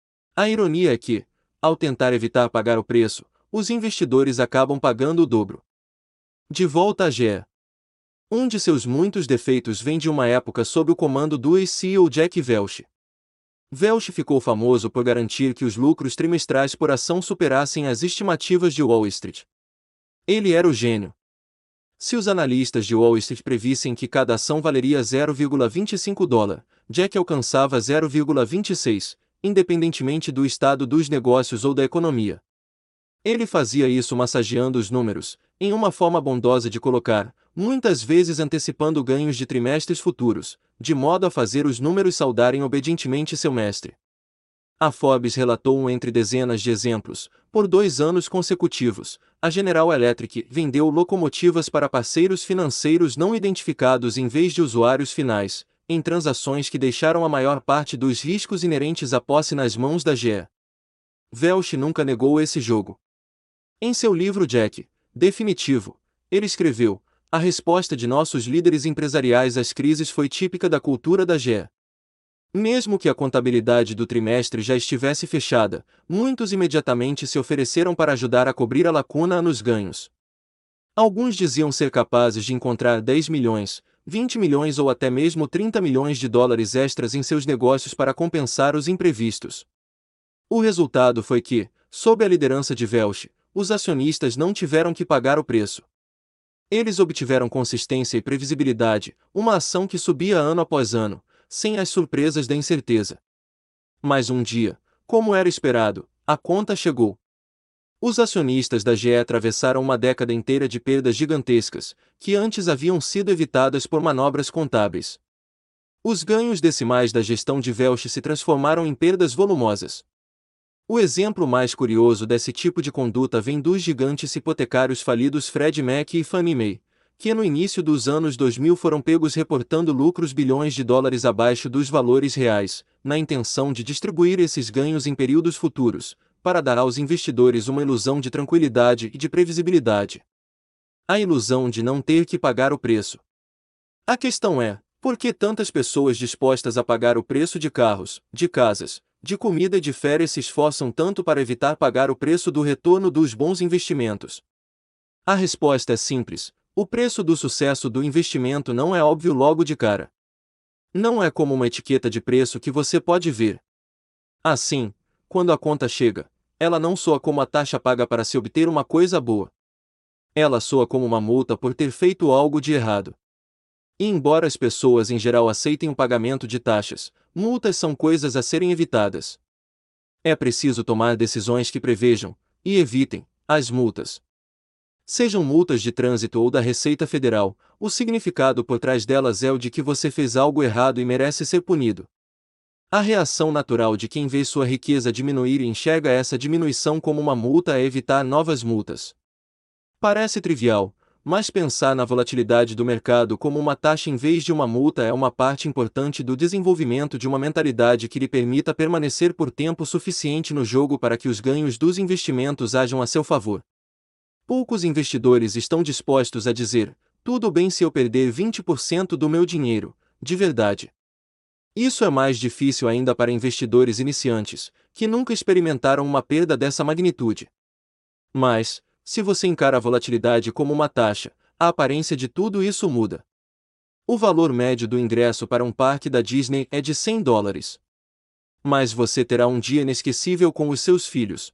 [SPEAKER 1] A ironia é que, ao tentar evitar pagar o preço, os investidores acabam pagando o dobro. De volta a G E. Um de seus muitos defeitos vem de uma época sob o comando do ex-C E O Jack Welch. Welch ficou famoso por garantir que os lucros trimestrais por ação superassem as estimativas de Wall Street. Ele era o gênio. Se os analistas de Wall Street previssem que cada ação valeria zero vírgula vinte e cinco dólares, Jack alcançava zero vírgula vinte e seis, independentemente do estado dos negócios ou da economia. Ele fazia isso massageando os números, em uma forma bondosa de colocar, muitas vezes antecipando ganhos de trimestres futuros, de modo a fazer os números saudarem obedientemente seu mestre. A Forbes relatou um entre dezenas de exemplos. Por dois anos consecutivos, a General Electric vendeu locomotivas para parceiros financeiros não identificados em vez de usuários finais, em transações que deixaram a maior parte dos riscos inerentes à posse nas mãos da G E. Welch nunca negou esse jogo. Em seu livro Jack, Definitivo, ele escreveu: a resposta de nossos líderes empresariais às crises foi típica da cultura da G E. Mesmo que a contabilidade do trimestre já estivesse fechada, muitos imediatamente se ofereceram para ajudar a cobrir a lacuna nos ganhos. Alguns diziam ser capazes de encontrar dez milhões, vinte milhões ou até mesmo trinta milhões de dólares extras em seus negócios para compensar os imprevistos. O resultado foi que, sob a liderança de Welch, os acionistas não tiveram que pagar o preço. Eles obtiveram consistência e previsibilidade, uma ação que subia ano após ano, sem as surpresas da incerteza. Mas um dia, como era esperado, a conta chegou. Os acionistas da G E atravessaram uma década inteira de perdas gigantescas, que antes haviam sido evitadas por manobras contábeis. Os ganhos decimais da gestão de Welch se transformaram em perdas volumosas. O exemplo mais curioso desse tipo de conduta vem dos gigantes hipotecários falidos Freddie Mac e Fannie Mae, que no início dos anos dois mil foram pegos reportando lucros bilhões de dólares abaixo dos valores reais, na intenção de distribuir esses ganhos em períodos futuros, para dar aos investidores uma ilusão de tranquilidade e de previsibilidade. A ilusão de não ter que pagar o preço. A questão é, por que tantas pessoas dispostas a pagar o preço de carros, de casas, de comida e de férias se esforçam tanto para evitar pagar o preço do retorno dos bons investimentos? A resposta é simples: o preço do sucesso do investimento não é óbvio logo de cara. Não é como uma etiqueta de preço que você pode ver. Assim, quando a conta chega, ela não soa como a taxa paga para se obter uma coisa boa. Ela soa como uma multa por ter feito algo de errado. E embora as pessoas em geral aceitem o pagamento de taxas, multas são coisas a serem evitadas. É preciso tomar decisões que prevejam, e evitem, as multas. Sejam multas de trânsito ou da Receita Federal, o significado por trás delas é o de que você fez algo errado e merece ser punido. A reação natural de quem vê sua riqueza diminuir e enxerga essa diminuição como uma multa é evitar novas multas. Parece trivial, mas pensar na volatilidade do mercado como uma taxa em vez de uma multa é uma parte importante do desenvolvimento de uma mentalidade que lhe permita permanecer por tempo suficiente no jogo para que os ganhos dos investimentos hajam a seu favor. Poucos investidores estão dispostos a dizer: tudo bem se eu perder vinte por cento do meu dinheiro, de verdade. Isso é mais difícil ainda para investidores iniciantes, que nunca experimentaram uma perda dessa magnitude. Mas, se você encara a volatilidade como uma taxa, a aparência de tudo isso muda. O valor médio do ingresso para um parque da Disney é de cem dólares. Mas você terá um dia inesquecível com os seus filhos.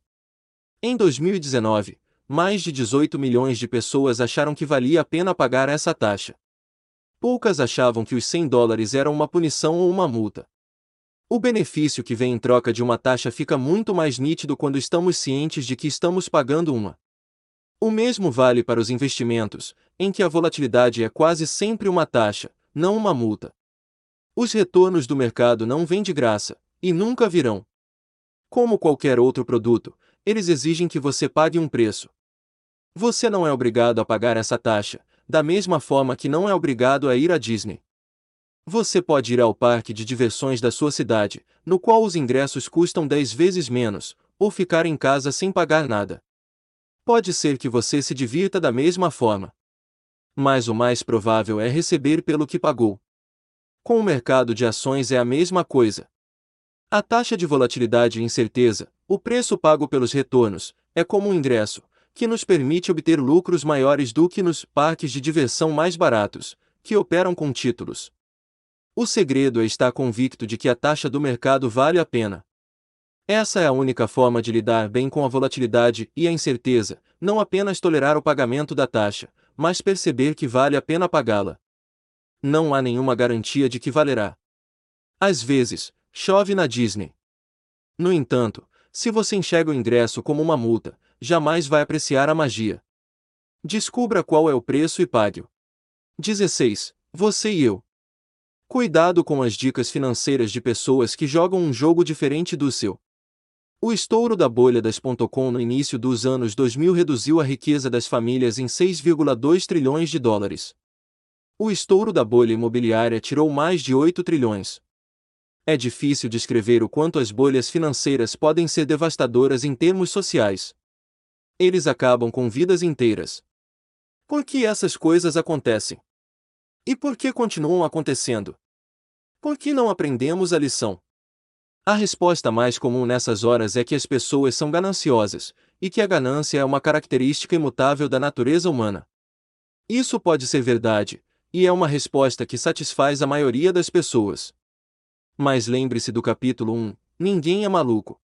[SPEAKER 1] Em dois mil e dezenove, mais de dezoito milhões de pessoas acharam que valia a pena pagar essa taxa. Poucas achavam que os cem dólares eram uma punição ou uma multa. O benefício que vem em troca de uma taxa fica muito mais nítido quando estamos cientes de que estamos pagando uma. O mesmo vale para os investimentos, em que a volatilidade é quase sempre uma taxa, não uma multa. Os retornos do mercado não vêm de graça, e nunca virão. Como qualquer outro produto, eles exigem que você pague um preço. Você não é obrigado a pagar essa taxa, da mesma forma que não é obrigado a ir à Disney. Você pode ir ao parque de diversões da sua cidade, no qual os ingressos custam dez vezes menos, ou ficar em casa sem pagar nada. Pode ser que você se divirta da mesma forma. Mas o mais provável é receber pelo que pagou. Com o mercado de ações é a mesma coisa. A taxa de volatilidade e incerteza, o preço pago pelos retornos, é como um ingresso, que nos permite obter lucros maiores do que nos parques de diversão mais baratos, que operam com títulos. O segredo é estar convicto de que a taxa do mercado vale a pena. Essa é a única forma de lidar bem com a volatilidade e a incerteza, não apenas tolerar o pagamento da taxa, mas perceber que vale a pena pagá-la. Não há nenhuma garantia de que valerá. Às vezes, chove na Disney. No entanto, se você enxerga o ingresso como uma multa, jamais vai apreciar a magia. Descubra qual é o preço e pague-o. dezesseis. Você e eu. Cuidado com as dicas financeiras de pessoas que jogam um jogo diferente do seu. O estouro da bolha das ponto com no início dos anos dois mil reduziu a riqueza das famílias em seis vírgula dois trilhões de dólares. O estouro da bolha imobiliária tirou mais de oito trilhões. É difícil descrever o quanto as bolhas financeiras podem ser devastadoras em termos sociais. Eles acabam com vidas inteiras. Por que essas coisas acontecem? E por que continuam acontecendo? Por que não aprendemos a lição? A resposta mais comum nessas horas é que as pessoas são gananciosas, e que a ganância é uma característica imutável da natureza humana. Isso pode ser verdade, e é uma resposta que satisfaz a maioria das pessoas. Mas lembre-se do capítulo um, ninguém é maluco.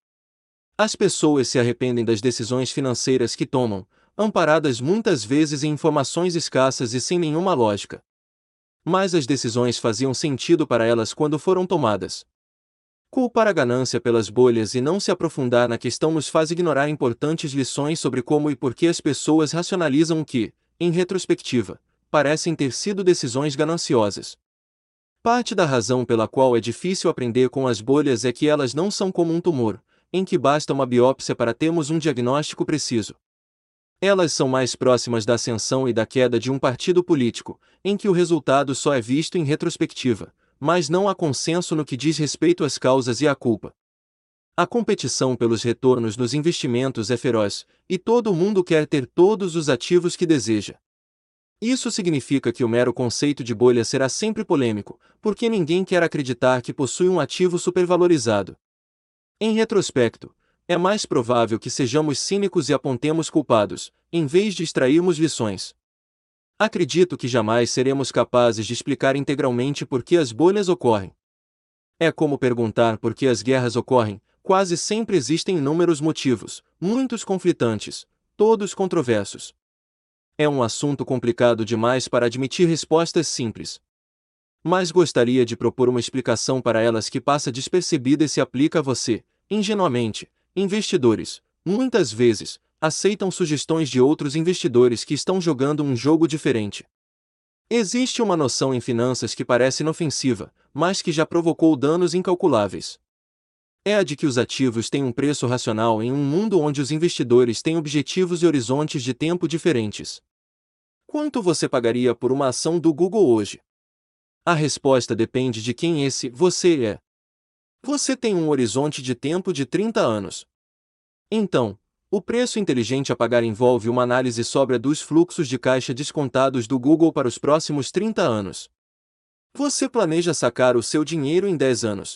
[SPEAKER 1] As pessoas se arrependem das decisões financeiras que tomam, amparadas muitas vezes em informações escassas e sem nenhuma lógica. Mas as decisões faziam sentido para elas quando foram tomadas. Culpar a ganância pelas bolhas e não se aprofundar na questão nos faz ignorar importantes lições sobre como e por que as pessoas racionalizam o que, em retrospectiva, parecem ter sido decisões gananciosas. Parte da razão pela qual é difícil aprender com as bolhas é que elas não são como um tumor, em que basta uma biópsia para termos um diagnóstico preciso. Elas são mais próximas da ascensão e da queda de um partido político, em que o resultado só é visto em retrospectiva, mas não há consenso no que diz respeito às causas e à culpa. A competição pelos retornos nos investimentos é feroz, e todo mundo quer ter todos os ativos que deseja. Isso significa que o mero conceito de bolha será sempre polêmico, porque ninguém quer acreditar que possui um ativo supervalorizado. Em retrospecto, é mais provável que sejamos cínicos e apontemos culpados, em vez de extrairmos lições. Acredito que jamais seremos capazes de explicar integralmente por que as bolhas ocorrem. É como perguntar por que as guerras ocorrem, quase sempre existem inúmeros motivos, muitos conflitantes, todos controversos. É um assunto complicado demais para admitir respostas simples. Mas gostaria de propor uma explicação para elas que passa despercebida e se aplica a você, ingenuamente. Investidores, muitas vezes, aceitam sugestões de outros investidores que estão jogando um jogo diferente. Existe uma noção em finanças que parece inofensiva, mas que já provocou danos incalculáveis. É a de que os ativos têm um preço racional em um mundo onde os investidores têm objetivos e horizontes de tempo diferentes. Quanto você pagaria por uma ação do Google hoje? A resposta depende de quem esse você é. Você tem um horizonte de tempo de trinta anos. Então, o preço inteligente a pagar envolve uma análise sóbria dos fluxos de caixa descontados do Google para os próximos trinta anos. Você planeja sacar o seu dinheiro em dez anos.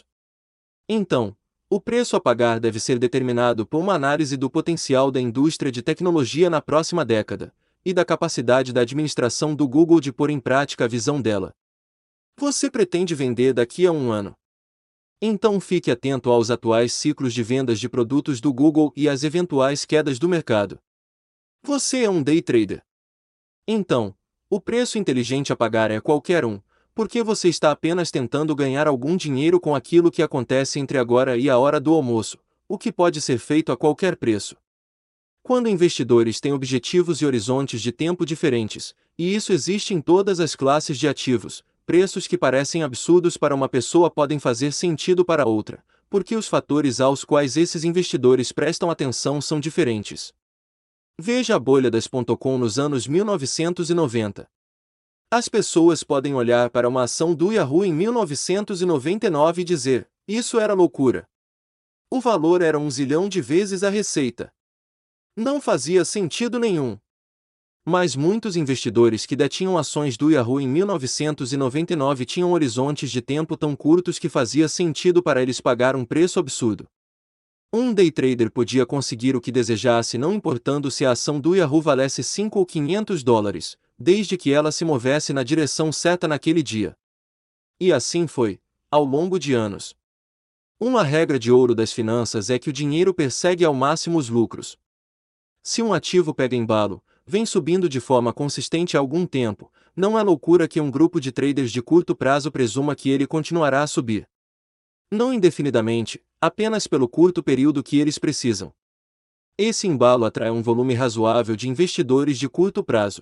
[SPEAKER 1] Então, o preço a pagar deve ser determinado por uma análise do potencial da indústria de tecnologia na próxima década, e da capacidade da administração do Google de pôr em prática a visão dela. Você pretende vender daqui a um ano? Então fique atento aos atuais ciclos de vendas de produtos do Google e às eventuais quedas do mercado. Você é um day trader. Então, o preço inteligente a pagar é qualquer um, porque você está apenas tentando ganhar algum dinheiro com aquilo que acontece entre agora e a hora do almoço, o que pode ser feito a qualquer preço. Quando investidores têm objetivos e horizontes de tempo diferentes, e isso existe em todas as classes de ativos, preços que parecem absurdos para uma pessoa podem fazer sentido para outra, porque os fatores aos quais esses investidores prestam atenção são diferentes. Veja a bolha das ponto com nos anos mil novecentos e noventa. As pessoas podem olhar para uma ação do Yahoo em mil novecentos e noventa e nove e dizer, isso era loucura. O valor era um zilhão de vezes a receita. Não fazia sentido nenhum. Mas muitos investidores que detinham ações do Yahoo em mil novecentos e noventa e nove tinham horizontes de tempo tão curtos que fazia sentido para eles pagar um preço absurdo. Um day trader podia conseguir o que desejasse não importando se a ação do Yahoo valesse cinco ou quinhentos dólares, desde que ela se movesse na direção certa naquele dia. E assim foi, ao longo de anos. Uma regra de ouro das finanças é que o dinheiro persegue ao máximo os lucros. Se um ativo pega embalo, vem subindo de forma consistente há algum tempo, não é loucura que um grupo de traders de curto prazo presuma que ele continuará a subir. Não indefinidamente, apenas pelo curto período que eles precisam. Esse embalo atrai um volume razoável de investidores de curto prazo.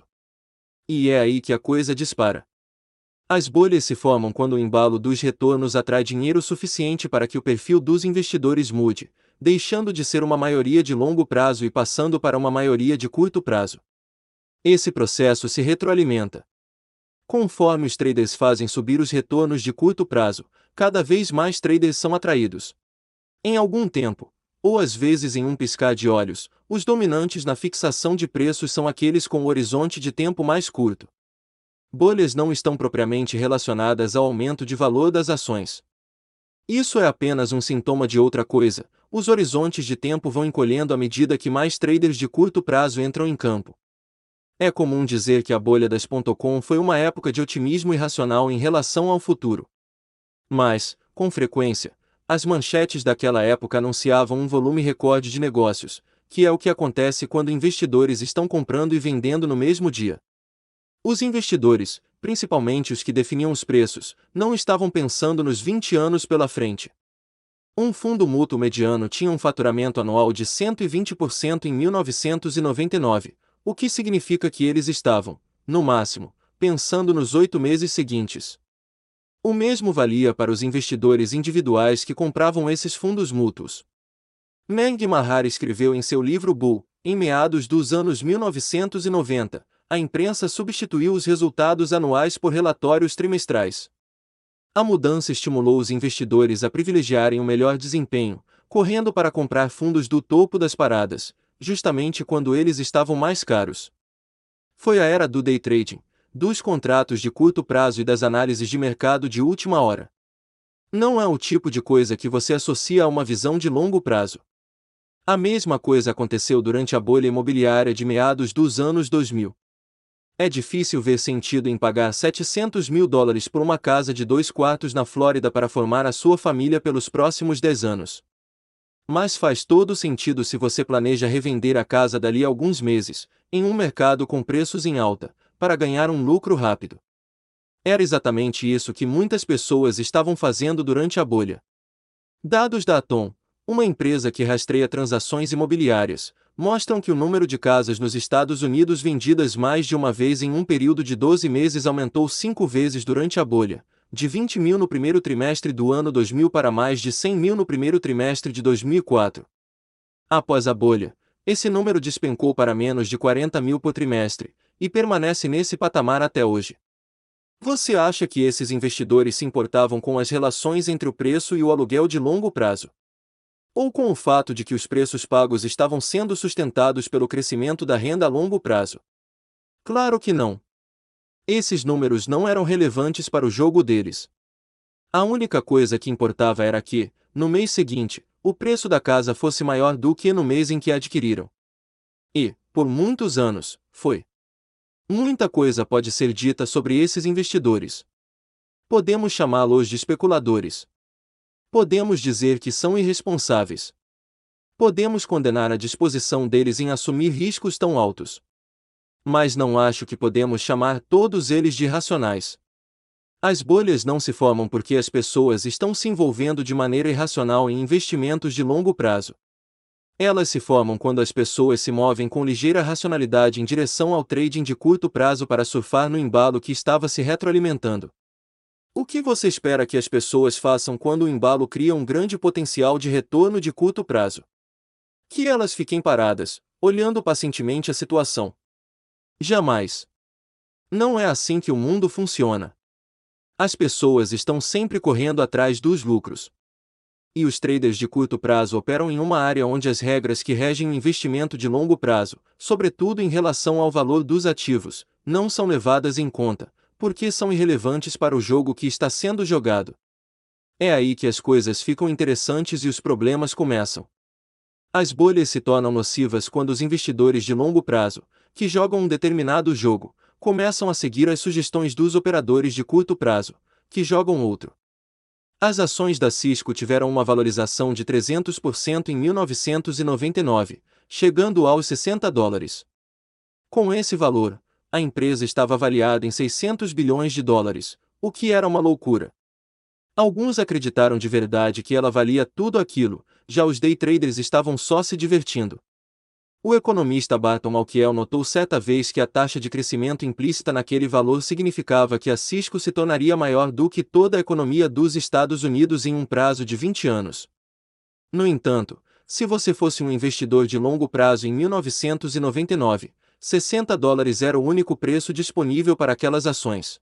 [SPEAKER 1] E é aí que a coisa dispara. As bolhas se formam quando o embalo dos retornos atrai dinheiro suficiente para que o perfil dos investidores mude, deixando de ser uma maioria de longo prazo e passando para uma maioria de curto prazo. Esse processo se retroalimenta. Conforme os traders fazem subir os retornos de curto prazo, cada vez mais traders são atraídos. Em algum tempo, ou às vezes em um piscar de olhos, os dominantes na fixação de preços são aqueles com o horizonte de tempo mais curto. Bolhas não estão propriamente relacionadas ao aumento de valor das ações. Isso é apenas um sintoma de outra coisa. Os horizontes de tempo vão encolhendo à medida que mais traders de curto prazo entram em campo. É comum dizer que a bolha das ponto com foi uma época de otimismo irracional em relação ao futuro. Mas, com frequência, as manchetes daquela época anunciavam um volume recorde de negócios, que é o que acontece quando investidores estão comprando e vendendo no mesmo dia. Os investidores, principalmente os que definiam os preços, não estavam pensando nos vinte anos pela frente. Um fundo mútuo mediano tinha um faturamento anual de cento e vinte por cento em mil novecentos e noventa e nove, o que significa que eles estavam, no máximo, pensando nos oito meses seguintes. O mesmo valia para os investidores individuais que compravam esses fundos mútuos. Meng Mahar escreveu em seu livro Bull, em meados dos anos mil novecentos e noventa, a imprensa substituiu os resultados anuais por relatórios trimestrais. A mudança estimulou os investidores a privilegiarem o melhor desempenho, correndo para comprar fundos do topo das paradas, justamente quando eles estavam mais caros. Foi a era do day trading, dos contratos de curto prazo e das análises de mercado de última hora. Não é o tipo de coisa que você associa a uma visão de longo prazo. A mesma coisa aconteceu durante a bolha imobiliária de meados dos anos dois mil. É difícil ver sentido em pagar setecentos mil dólares por uma casa de dois quartos na Flórida para formar a sua família pelos próximos dez anos. Mas faz todo sentido se você planeja revender a casa dali a alguns meses, em um mercado com preços em alta, para ganhar um lucro rápido. Era exatamente isso que muitas pessoas estavam fazendo durante a bolha. Dados da Atom, uma empresa que rastreia transações imobiliárias, mostram que o número de casas nos Estados Unidos vendidas mais de uma vez em um período de doze meses aumentou cinco vezes durante a bolha, de vinte mil no primeiro trimestre do ano dois mil para mais de cem mil no primeiro trimestre de dois mil e quatro. Após a bolha, esse número despencou para menos de quarenta mil por trimestre, e permanece nesse patamar até hoje. Você acha que esses investidores se importavam com as relações entre o preço e o aluguel de longo prazo? Ou com o fato de que os preços pagos estavam sendo sustentados pelo crescimento da renda a longo prazo? Claro que não. Esses números não eram relevantes para o jogo deles. A única coisa que importava era que, no mês seguinte, o preço da casa fosse maior do que no mês em que a adquiriram. E, por muitos anos, foi. Muita coisa pode ser dita sobre esses investidores. Podemos chamá-los de especuladores. Podemos dizer que são irresponsáveis. Podemos condenar a disposição deles em assumir riscos tão altos. Mas não acho que podemos chamar todos eles de irracionais. As bolhas não se formam porque as pessoas estão se envolvendo de maneira irracional em investimentos de longo prazo. Elas se formam quando as pessoas se movem com ligeira racionalidade em direção ao trading de curto prazo para surfar no embalo que estava se retroalimentando. O que você espera que as pessoas façam quando o embalo cria um grande potencial de retorno de curto prazo? Que elas fiquem paradas, olhando pacientemente a situação. Jamais. Não é assim que o mundo funciona. As pessoas estão sempre correndo atrás dos lucros. E os traders de curto prazo operam em uma área onde as regras que regem o investimento de longo prazo, sobretudo em relação ao valor dos ativos, não são levadas em conta, porque são irrelevantes para o jogo que está sendo jogado. É aí que as coisas ficam interessantes e os problemas começam. As bolhas se tornam nocivas quando os investidores de longo prazo, que jogam um determinado jogo, começam a seguir as sugestões dos operadores de curto prazo, que jogam outro. As ações da Cisco tiveram uma valorização de trezentos por cento em mil novecentos e noventa e nove, chegando aos sessenta dólares. Com esse valor, a empresa estava avaliada em seiscentos bilhões de dólares, o que era uma loucura. Alguns acreditaram de verdade que ela valia tudo aquilo, já os day traders estavam só se divertindo. O economista Barton Malkiel notou certa vez que a taxa de crescimento implícita naquele valor significava que a Cisco se tornaria maior do que toda a economia dos Estados Unidos em um prazo de vinte anos. No entanto, se você fosse um investidor de longo prazo em mil novecentos e noventa e nove, sessenta dólares era o único preço disponível para aquelas ações.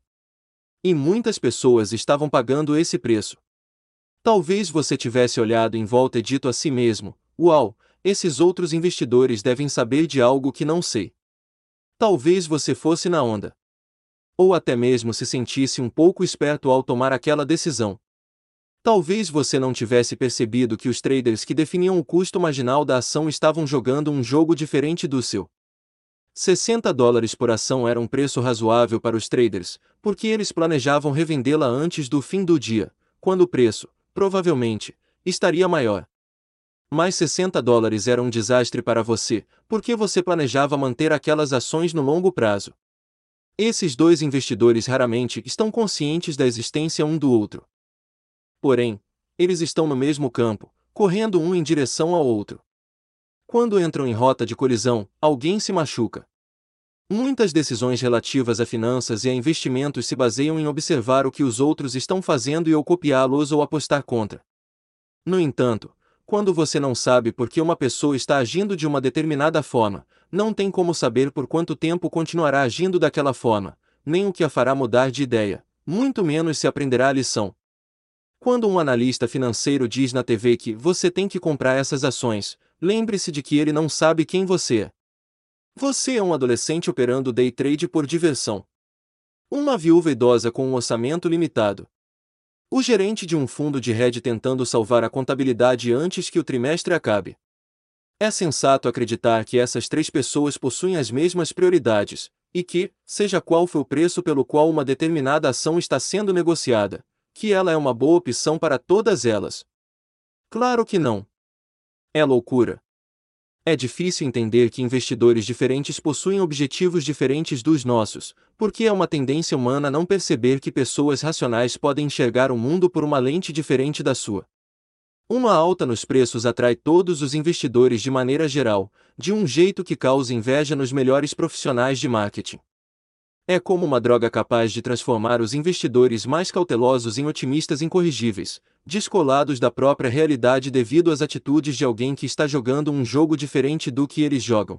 [SPEAKER 1] E muitas pessoas estavam pagando esse preço. Talvez você tivesse olhado em volta e dito a si mesmo: uau! Esses outros investidores devem saber de algo que não sei. Talvez você fosse na onda. Ou até mesmo se sentisse um pouco esperto ao tomar aquela decisão. Talvez você não tivesse percebido que os traders que definiam o custo marginal da ação estavam jogando um jogo diferente do seu. sessenta dólares por ação era um preço razoável para os traders, porque eles planejavam revendê-la antes do fim do dia, quando o preço, provavelmente, estaria maior. Mas sessenta dólares era um desastre para você, porque você planejava manter aquelas ações no longo prazo. Esses dois investidores raramente estão conscientes da existência um do outro. Porém, eles estão no mesmo campo, correndo um em direção ao outro. Quando entram em rota de colisão, alguém se machuca. Muitas decisões relativas a finanças e a investimentos se baseiam em observar o que os outros estão fazendo e ou copiá-los ou apostar contra. No entanto, quando você não sabe por que uma pessoa está agindo de uma determinada forma, não tem como saber por quanto tempo continuará agindo daquela forma, nem o que a fará mudar de ideia, muito menos se aprenderá a lição. Quando um analista financeiro diz na T V que você tem que comprar essas ações, lembre-se de que ele não sabe quem você é. Você é um adolescente operando day trade por diversão. Uma viúva idosa com um orçamento limitado. O gerente de um fundo de hedge tentando salvar a contabilidade antes que o trimestre acabe. É sensato acreditar que essas três pessoas possuem as mesmas prioridades, e que, seja qual for o preço pelo qual uma determinada ação está sendo negociada, que ela é uma boa opção para todas elas. Claro que não. É loucura. É difícil entender que investidores diferentes possuem objetivos diferentes dos nossos, porque é uma tendência humana não perceber que pessoas racionais podem enxergar o mundo por uma lente diferente da sua. Uma alta nos preços atrai todos os investidores de maneira geral, de um jeito que causa inveja nos melhores profissionais de marketing. É como uma droga capaz de transformar os investidores mais cautelosos em otimistas incorrigíveis, descolados da própria realidade devido às atitudes de alguém que está jogando um jogo diferente do que eles jogam.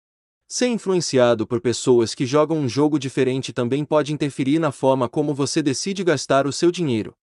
[SPEAKER 1] Ser influenciado por pessoas que jogam um jogo diferente também pode interferir na forma como você decide gastar o seu dinheiro.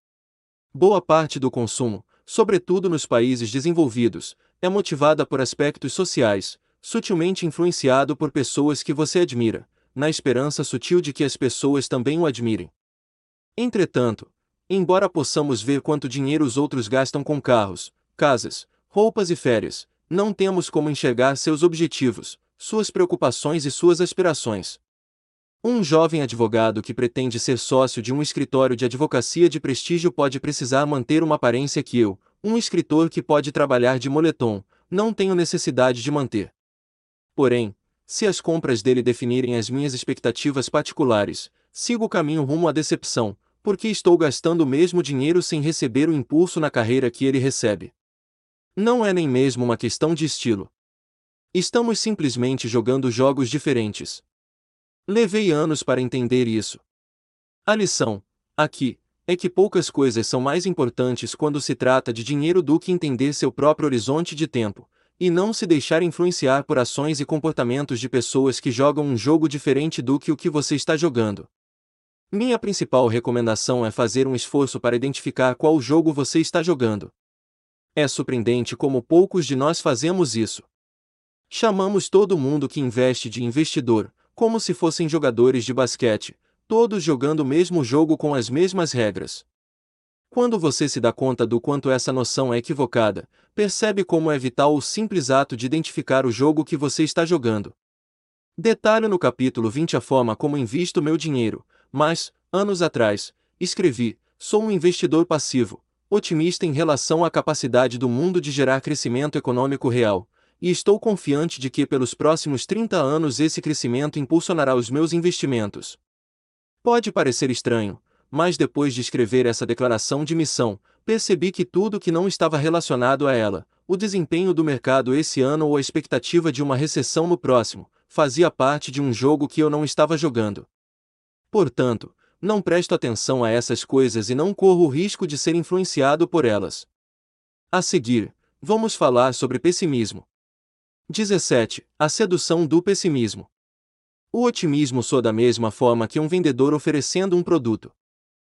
[SPEAKER 1] Boa parte do consumo, sobretudo nos países desenvolvidos, é motivada por aspectos sociais, sutilmente influenciado por pessoas que você admira, na esperança sutil de que as pessoas também o admirem. Entretanto, embora possamos ver quanto dinheiro os outros gastam com carros, casas, roupas e férias, não temos como enxergar seus objetivos, suas preocupações e suas aspirações. Um jovem advogado que pretende ser sócio de um escritório de advocacia de prestígio pode precisar manter uma aparência que eu, um escritor que pode trabalhar de moletom, não tenho necessidade de manter. Porém, se as compras dele definirem as minhas expectativas particulares, sigo o caminho rumo à decepção, porque estou gastando o mesmo dinheiro sem receber o impulso na carreira que ele recebe. Não é nem mesmo uma questão de estilo. Estamos simplesmente jogando jogos diferentes. Levei anos para entender isso. A lição, aqui, é que poucas coisas são mais importantes quando se trata de dinheiro do que entender seu próprio horizonte de tempo, e não se deixar influenciar por ações e comportamentos de pessoas que jogam um jogo diferente do que o que você está jogando. Minha principal recomendação é fazer um esforço para identificar qual jogo você está jogando. É surpreendente como poucos de nós fazemos isso. Chamamos todo mundo que investe de investidor, como se fossem jogadores de basquete, todos jogando o mesmo jogo com as mesmas regras. Quando você se dá conta do quanto essa noção é equivocada, percebe como é vital o simples ato de identificar o jogo que você está jogando. Detalho no capítulo vinte a forma como invisto meu dinheiro, mas, anos atrás, escrevi: sou um investidor passivo, otimista em relação à capacidade do mundo de gerar crescimento econômico real, e estou confiante de que pelos próximos trinta anos esse crescimento impulsionará os meus investimentos. Pode parecer estranho, mas depois de escrever essa declaração de missão, percebi que tudo que não estava relacionado a ela, o desempenho do mercado esse ano ou a expectativa de uma recessão no próximo, fazia parte de um jogo que eu não estava jogando. Portanto, não presto atenção a essas coisas e não corro o risco de ser influenciado por elas. A seguir, vamos falar sobre pessimismo. dezessete. A sedução do pessimismo. O otimismo soa da mesma forma que um vendedor oferecendo um produto.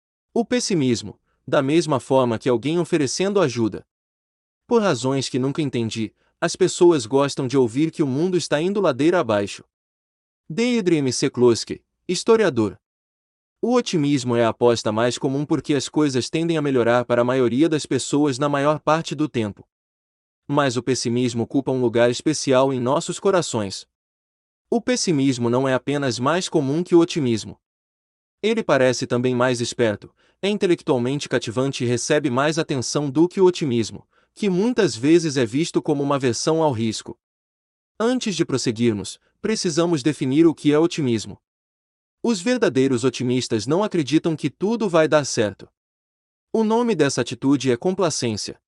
[SPEAKER 1] O pessimismo, da mesma forma que alguém oferecendo ajuda. Por razões que nunca entendi, as pessoas gostam de ouvir que o mundo está indo ladeira abaixo. Deirdre M. McCloskey, historiador. O otimismo é a aposta mais comum porque as coisas tendem a melhorar para a maioria das pessoas na maior parte do tempo. Mas o pessimismo ocupa um lugar especial em nossos corações. O pessimismo não é apenas mais comum que o otimismo. Ele parece também mais esperto, é intelectualmente cativante e recebe mais atenção do que o otimismo, que muitas vezes é visto como uma aversão ao risco. Antes de prosseguirmos, precisamos definir o que é otimismo. Os verdadeiros otimistas não acreditam que tudo vai dar certo. O nome dessa atitude é complacência.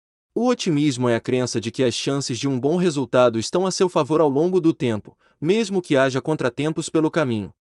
[SPEAKER 1] O otimismo é a crença de que as chances de um bom resultado estão a seu favor ao longo do tempo, mesmo que haja contratempos pelo caminho.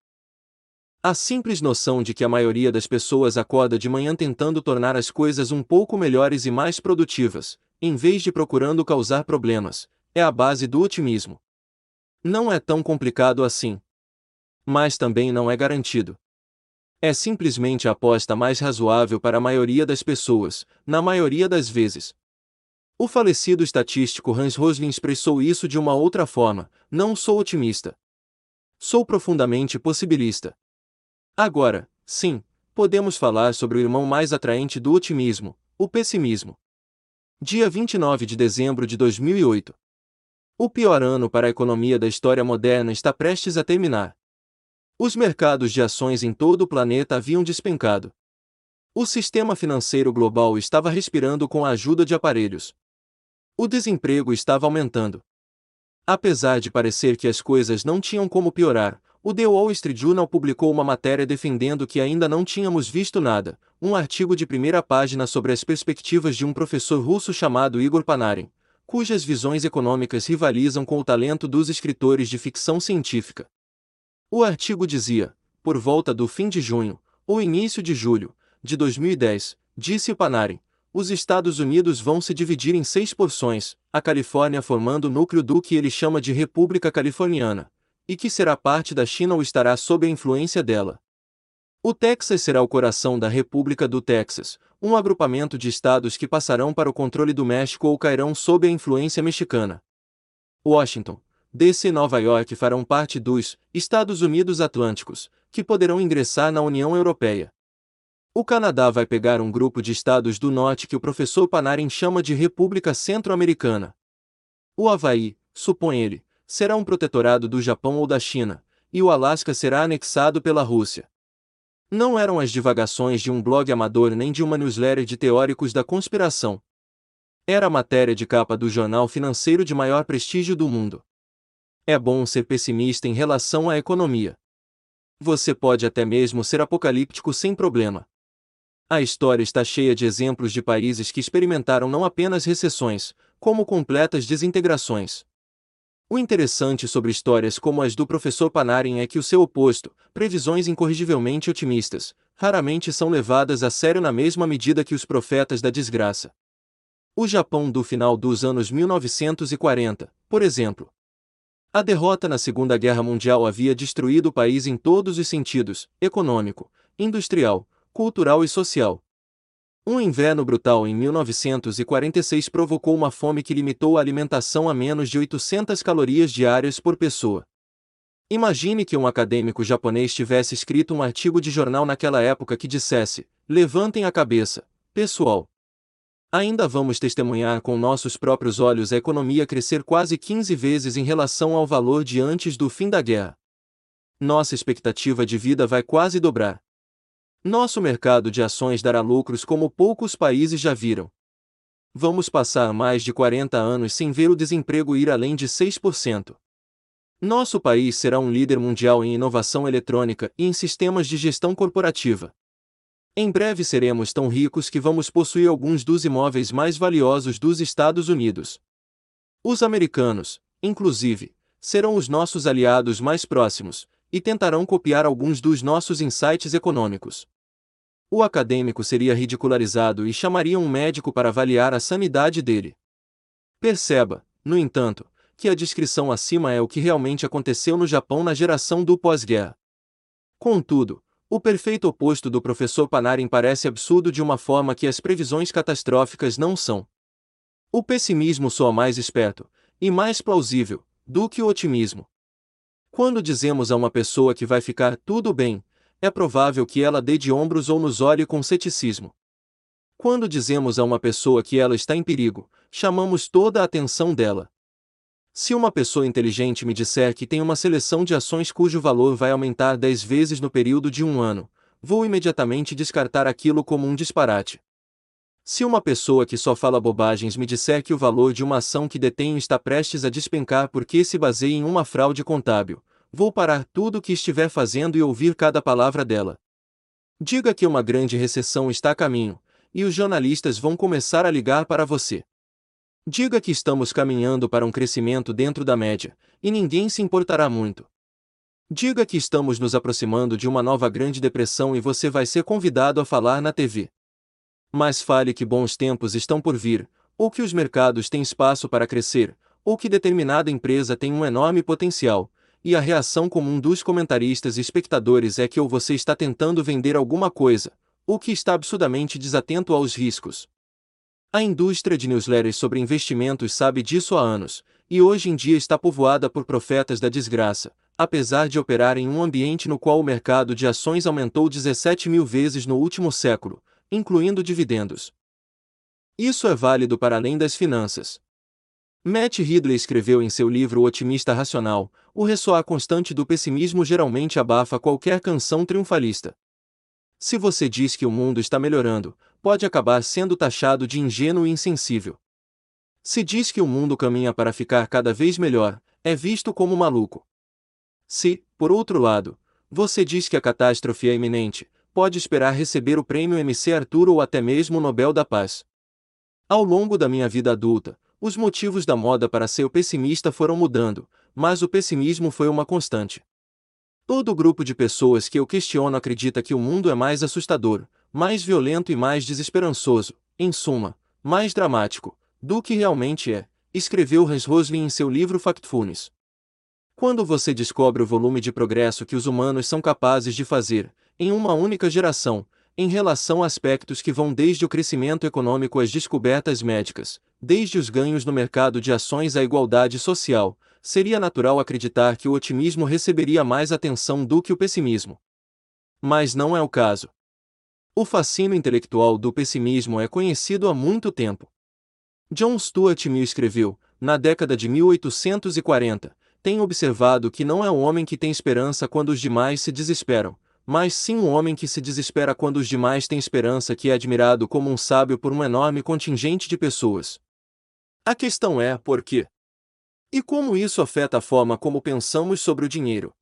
[SPEAKER 1] A simples noção de que a maioria das pessoas acorda de manhã tentando tornar as coisas um pouco melhores e mais produtivas, em vez de procurando causar problemas, é a base do otimismo. Não é tão complicado assim. Mas também não é garantido. É simplesmente a aposta mais razoável para a maioria das pessoas, na maioria das vezes. O falecido estatístico Hans Rosling expressou isso de uma outra forma: não sou otimista. Sou profundamente possibilista. Agora, sim, podemos falar sobre o irmão mais atraente do otimismo, o pessimismo. Dia vinte e nove de dezembro de dois mil e oito. O pior ano para a economia da história moderna está prestes a terminar. Os mercados de ações em todo o planeta haviam despencado. O sistema financeiro global estava respirando com a ajuda de aparelhos. O desemprego estava aumentando. Apesar de parecer que as coisas não tinham como piorar, o The Wall Street Journal publicou uma matéria defendendo que ainda não tínhamos visto nada, um artigo de primeira página sobre as perspectivas de um professor russo chamado Igor Panarin, cujas visões econômicas rivalizam com o talento dos escritores de ficção científica. O artigo dizia: por volta do fim de junho, ou início de julho, de dois mil e dez, disse Panarin, os Estados Unidos vão se dividir em seis porções, a Califórnia formando o núcleo do que ele chama de República Californiana, e que será parte da China ou estará sob a influência dela. O Texas será o coração da República do Texas, um agrupamento de estados que passarão para o controle do México ou cairão sob a influência mexicana. Washington, D C e Nova York farão parte dos Estados Unidos Atlânticos, que poderão ingressar na União Europeia. O Canadá vai pegar um grupo de estados do norte que o professor Panarin chama de República Centro-Americana. O Havaí, supõe ele, será um protetorado do Japão ou da China, e o Alasca será anexado pela Rússia. Não eram as divagações de um blog amador nem de uma newsletter de teóricos da conspiração. Era a matéria de capa do jornal financeiro de maior prestígio do mundo. É bom ser pessimista em relação à economia. Você pode até mesmo ser apocalíptico sem problema. A história está cheia de exemplos de países que experimentaram não apenas recessões, como completas desintegrações. O interessante sobre histórias como as do professor Panarin é que o seu oposto, previsões incorrigivelmente otimistas, raramente são levadas a sério na mesma medida que os profetas da desgraça. O Japão do final dos anos mil novecentos e quarenta, por exemplo. A derrota na Segunda Guerra Mundial havia destruído o país em todos os sentidos, econômico, industrial, cultural e social. Um inverno brutal em mil novecentos e quarenta e seis provocou uma fome que limitou a alimentação a menos de oitocentas calorias diárias por pessoa. Imagine que um acadêmico japonês tivesse escrito um artigo de jornal naquela época que dissesse: levantem a cabeça, pessoal. Ainda vamos testemunhar com nossos próprios olhos a economia crescer quase quinze vezes em relação ao valor de antes do fim da guerra. Nossa expectativa de vida vai quase dobrar. Nosso mercado de ações dará lucros como poucos países já viram. Vamos passar mais de quarenta anos sem ver o desemprego ir além de seis por cento. Nosso país será um líder mundial em inovação eletrônica e em sistemas de gestão corporativa. Em breve seremos tão ricos que vamos possuir alguns dos imóveis mais valiosos dos Estados Unidos. Os americanos, inclusive, serão os nossos aliados mais próximos, e tentarão copiar alguns dos nossos insights econômicos. O acadêmico seria ridicularizado e chamariam um médico para avaliar a sanidade dele. Perceba, no entanto, que a descrição acima é o que realmente aconteceu no Japão na geração do pós-guerra. Contudo, o perfeito oposto do professor Panarin parece absurdo de uma forma que as previsões catastróficas não são. O pessimismo soa mais esperto, e mais plausível, do que o otimismo. Quando dizemos a uma pessoa que vai ficar tudo bem, é provável que ela dê de ombros ou nos olhe com ceticismo. Quando dizemos a uma pessoa que ela está em perigo, chamamos toda a atenção dela. Se uma pessoa inteligente me disser que tem uma seleção de ações cujo valor vai aumentar dez vezes no período de um ano, vou imediatamente descartar aquilo como um disparate. Se uma pessoa que só fala bobagens me disser que o valor de uma ação que detenho está prestes a despencar porque se baseia em uma fraude contábil, vou parar tudo o que estiver fazendo e ouvir cada palavra dela. Diga que uma grande recessão está a caminho, e os jornalistas vão começar a ligar para você. Diga que estamos caminhando para um crescimento dentro da média, e ninguém se importará muito. Diga que estamos nos aproximando de uma nova Grande Depressão e você vai ser convidado a falar na T V. Mas fale que bons tempos estão por vir, ou que os mercados têm espaço para crescer, ou que determinada empresa tem um enorme potencial, e a reação comum dos comentaristas e espectadores é que ou você está tentando vender alguma coisa, ou que está absurdamente desatento aos riscos. A indústria de newsletters sobre investimentos sabe disso há anos, e hoje em dia está povoada por profetas da desgraça, apesar de operar em um ambiente no qual o mercado de ações aumentou dezessete mil vezes no último século, incluindo dividendos. Isso é válido para além das finanças. Matt Ridley escreveu em seu livro O Otimista Racional: o ressoar constante do pessimismo geralmente abafa qualquer canção triunfalista. Se você diz que o mundo está melhorando, pode acabar sendo taxado de ingênuo e insensível. Se diz que o mundo caminha para ficar cada vez melhor, é visto como maluco. Se, por outro lado, você diz que a catástrofe é iminente, pode esperar receber o prêmio M C Arthur ou até mesmo o Nobel da Paz. Ao longo da minha vida adulta, os motivos da moda para ser pessimista foram mudando, mas o pessimismo foi uma constante. Todo grupo de pessoas que eu questiono acredita que o mundo é mais assustador, mais violento e mais desesperançoso, em suma, mais dramático, do que realmente é, escreveu Hans Rosling em seu livro Factfulness. Quando você descobre o volume de progresso que os humanos são capazes de fazer, em uma única geração, em relação a aspectos que vão desde o crescimento econômico às descobertas médicas, desde os ganhos no mercado de ações à igualdade social, seria natural acreditar que o otimismo receberia mais atenção do que o pessimismo. Mas não é o caso. O fascínio intelectual do pessimismo é conhecido há muito tempo. John Stuart Mill escreveu, na década de mil oitocentos e quarenta, tenho observado que não é o homem que tem esperança quando os demais se desesperam, mas sim o homem que se desespera quando os demais têm esperança que é admirado como um sábio por um enorme contingente de pessoas. A questão é por quê? E como isso afeta a forma como pensamos sobre o dinheiro?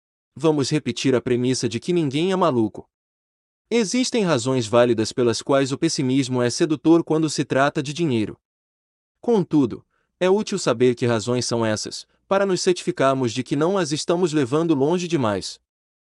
[SPEAKER 1] Vamos repetir a premissa de que ninguém é maluco. Existem razões válidas pelas quais o pessimismo é sedutor quando se trata de dinheiro. Contudo, é útil saber que razões são essas, para nos certificarmos de que não as estamos levando longe demais.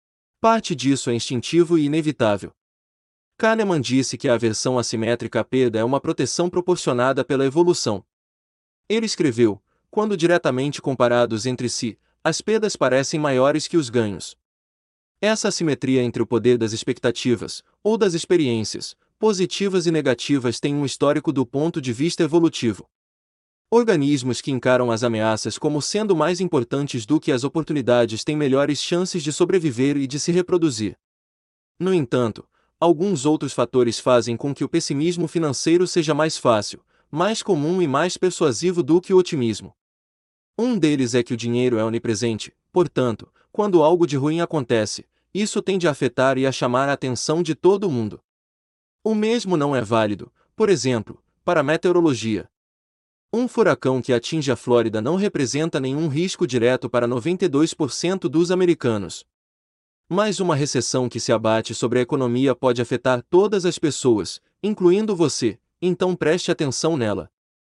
[SPEAKER 1] Parte disso é instintivo e inevitável. Kahneman disse que a aversão assimétrica à perda é uma proteção proporcionada pela evolução. Ele escreveu: quando diretamente comparados entre si, as perdas parecem maiores que os ganhos. Essa assimetria entre o poder das expectativas, ou das experiências, positivas e negativas tem um histórico do ponto de vista evolutivo. Organismos que encaram as ameaças como sendo mais importantes do que as oportunidades têm melhores chances de sobreviver e de se reproduzir. No entanto, alguns outros fatores fazem com que o pessimismo financeiro seja mais fácil, mais comum e mais persuasivo do que o otimismo. Um deles é que o dinheiro é onipresente, portanto, quando algo de ruim acontece, isso tende a afetar e a chamar a atenção de todo mundo. O mesmo não é válido, por exemplo, para a meteorologia. Um furacão que atinge a Flórida não representa nenhum risco direto para noventa e dois por cento dos americanos. Mas uma recessão que se abate sobre a economia pode afetar todas as pessoas, incluindo você, então preste atenção nela.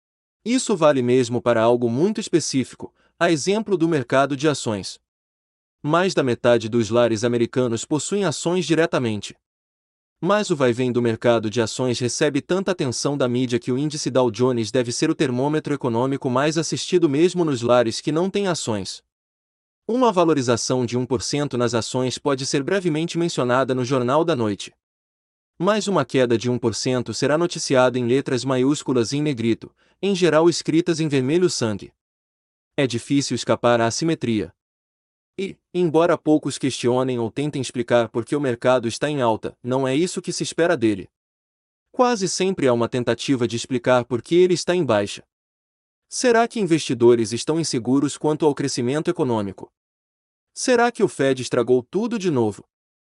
[SPEAKER 1] Isso vale mesmo para algo muito específico, a exemplo do mercado de ações. Mais da metade dos lares americanos possuem ações diretamente. Mas o vai-vem do mercado de ações recebe tanta atenção da mídia que o índice Dow Jones deve ser o termômetro econômico mais assistido mesmo nos lares que não têm ações. Uma valorização de um por cento nas ações pode ser brevemente mencionada no Jornal da Noite. Mas uma queda de um por cento será noticiada em letras maiúsculas e em negrito, em geral escritas em vermelho sangue. É difícil escapar à assimetria. E, embora poucos questionem ou tentem explicar por que o mercado está em alta, não é isso que se espera dele. Quase sempre há uma tentativa de explicar por que ele está em baixa. Será que investidores estão inseguros quanto ao crescimento econômico? Será que o Fed estragou tudo de novo?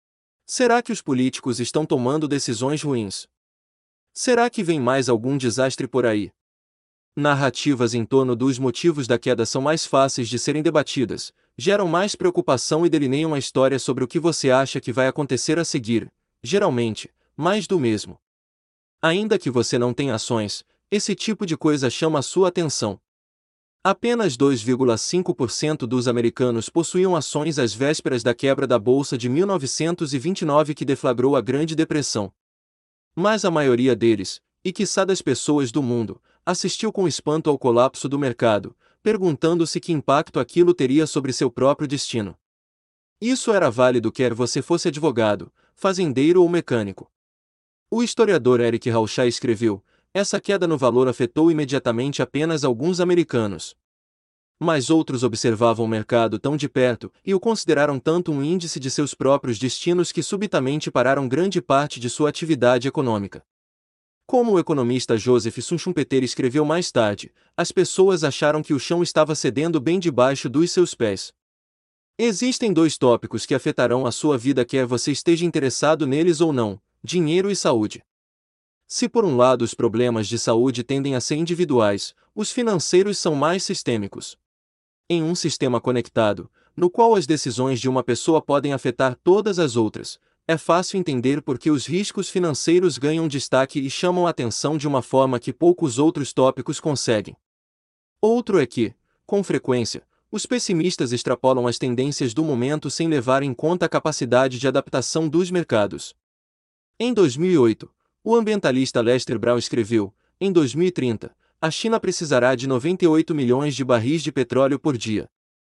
[SPEAKER 1] Será que os políticos estão tomando decisões ruins? Será que vem mais algum desastre por aí? Narrativas em torno dos motivos da queda são mais fáceis de serem debatidas, geram mais preocupação e delineiam a história sobre o que você acha que vai acontecer a seguir, geralmente, mais do mesmo. Ainda que você não tenha ações, esse tipo de coisa chama a sua atenção. Apenas dois vírgula cinco por cento dos americanos possuíam ações às vésperas da quebra da Bolsa de mil novecentos e vinte e nove que deflagrou a Grande Depressão. Mas a maioria deles, e quiçá das pessoas do mundo, assistiu com espanto ao colapso do mercado, perguntando-se que impacto aquilo teria sobre seu próprio destino. Isso era válido quer você fosse advogado, fazendeiro ou mecânico. O historiador Eric Rauschay escreveu: essa queda no valor afetou imediatamente apenas alguns americanos. Mas outros observavam o mercado tão de perto e o consideraram tanto um índice de seus próprios destinos que subitamente pararam grande parte de sua atividade econômica. Como o economista Joseph Schumpeter escreveu mais tarde, as pessoas acharam que o chão estava cedendo bem debaixo dos seus pés. Existem dois tópicos que afetarão a sua vida quer você esteja interessado neles ou não: dinheiro e saúde. Se por um lado os problemas de saúde tendem a ser individuais, os financeiros são mais sistêmicos. Em um sistema conectado, no qual as decisões de uma pessoa podem afetar todas as outras, é fácil entender por que os riscos financeiros ganham destaque e chamam a atenção de uma forma que poucos outros tópicos conseguem. Outro é que, com frequência, os pessimistas extrapolam as tendências do momento sem levar em conta a capacidade de adaptação dos mercados. Em dois mil e oito, o ambientalista Lester Brown escreveu: em dois mil e trinta, a China precisará de noventa e oito milhões de barris de petróleo por dia.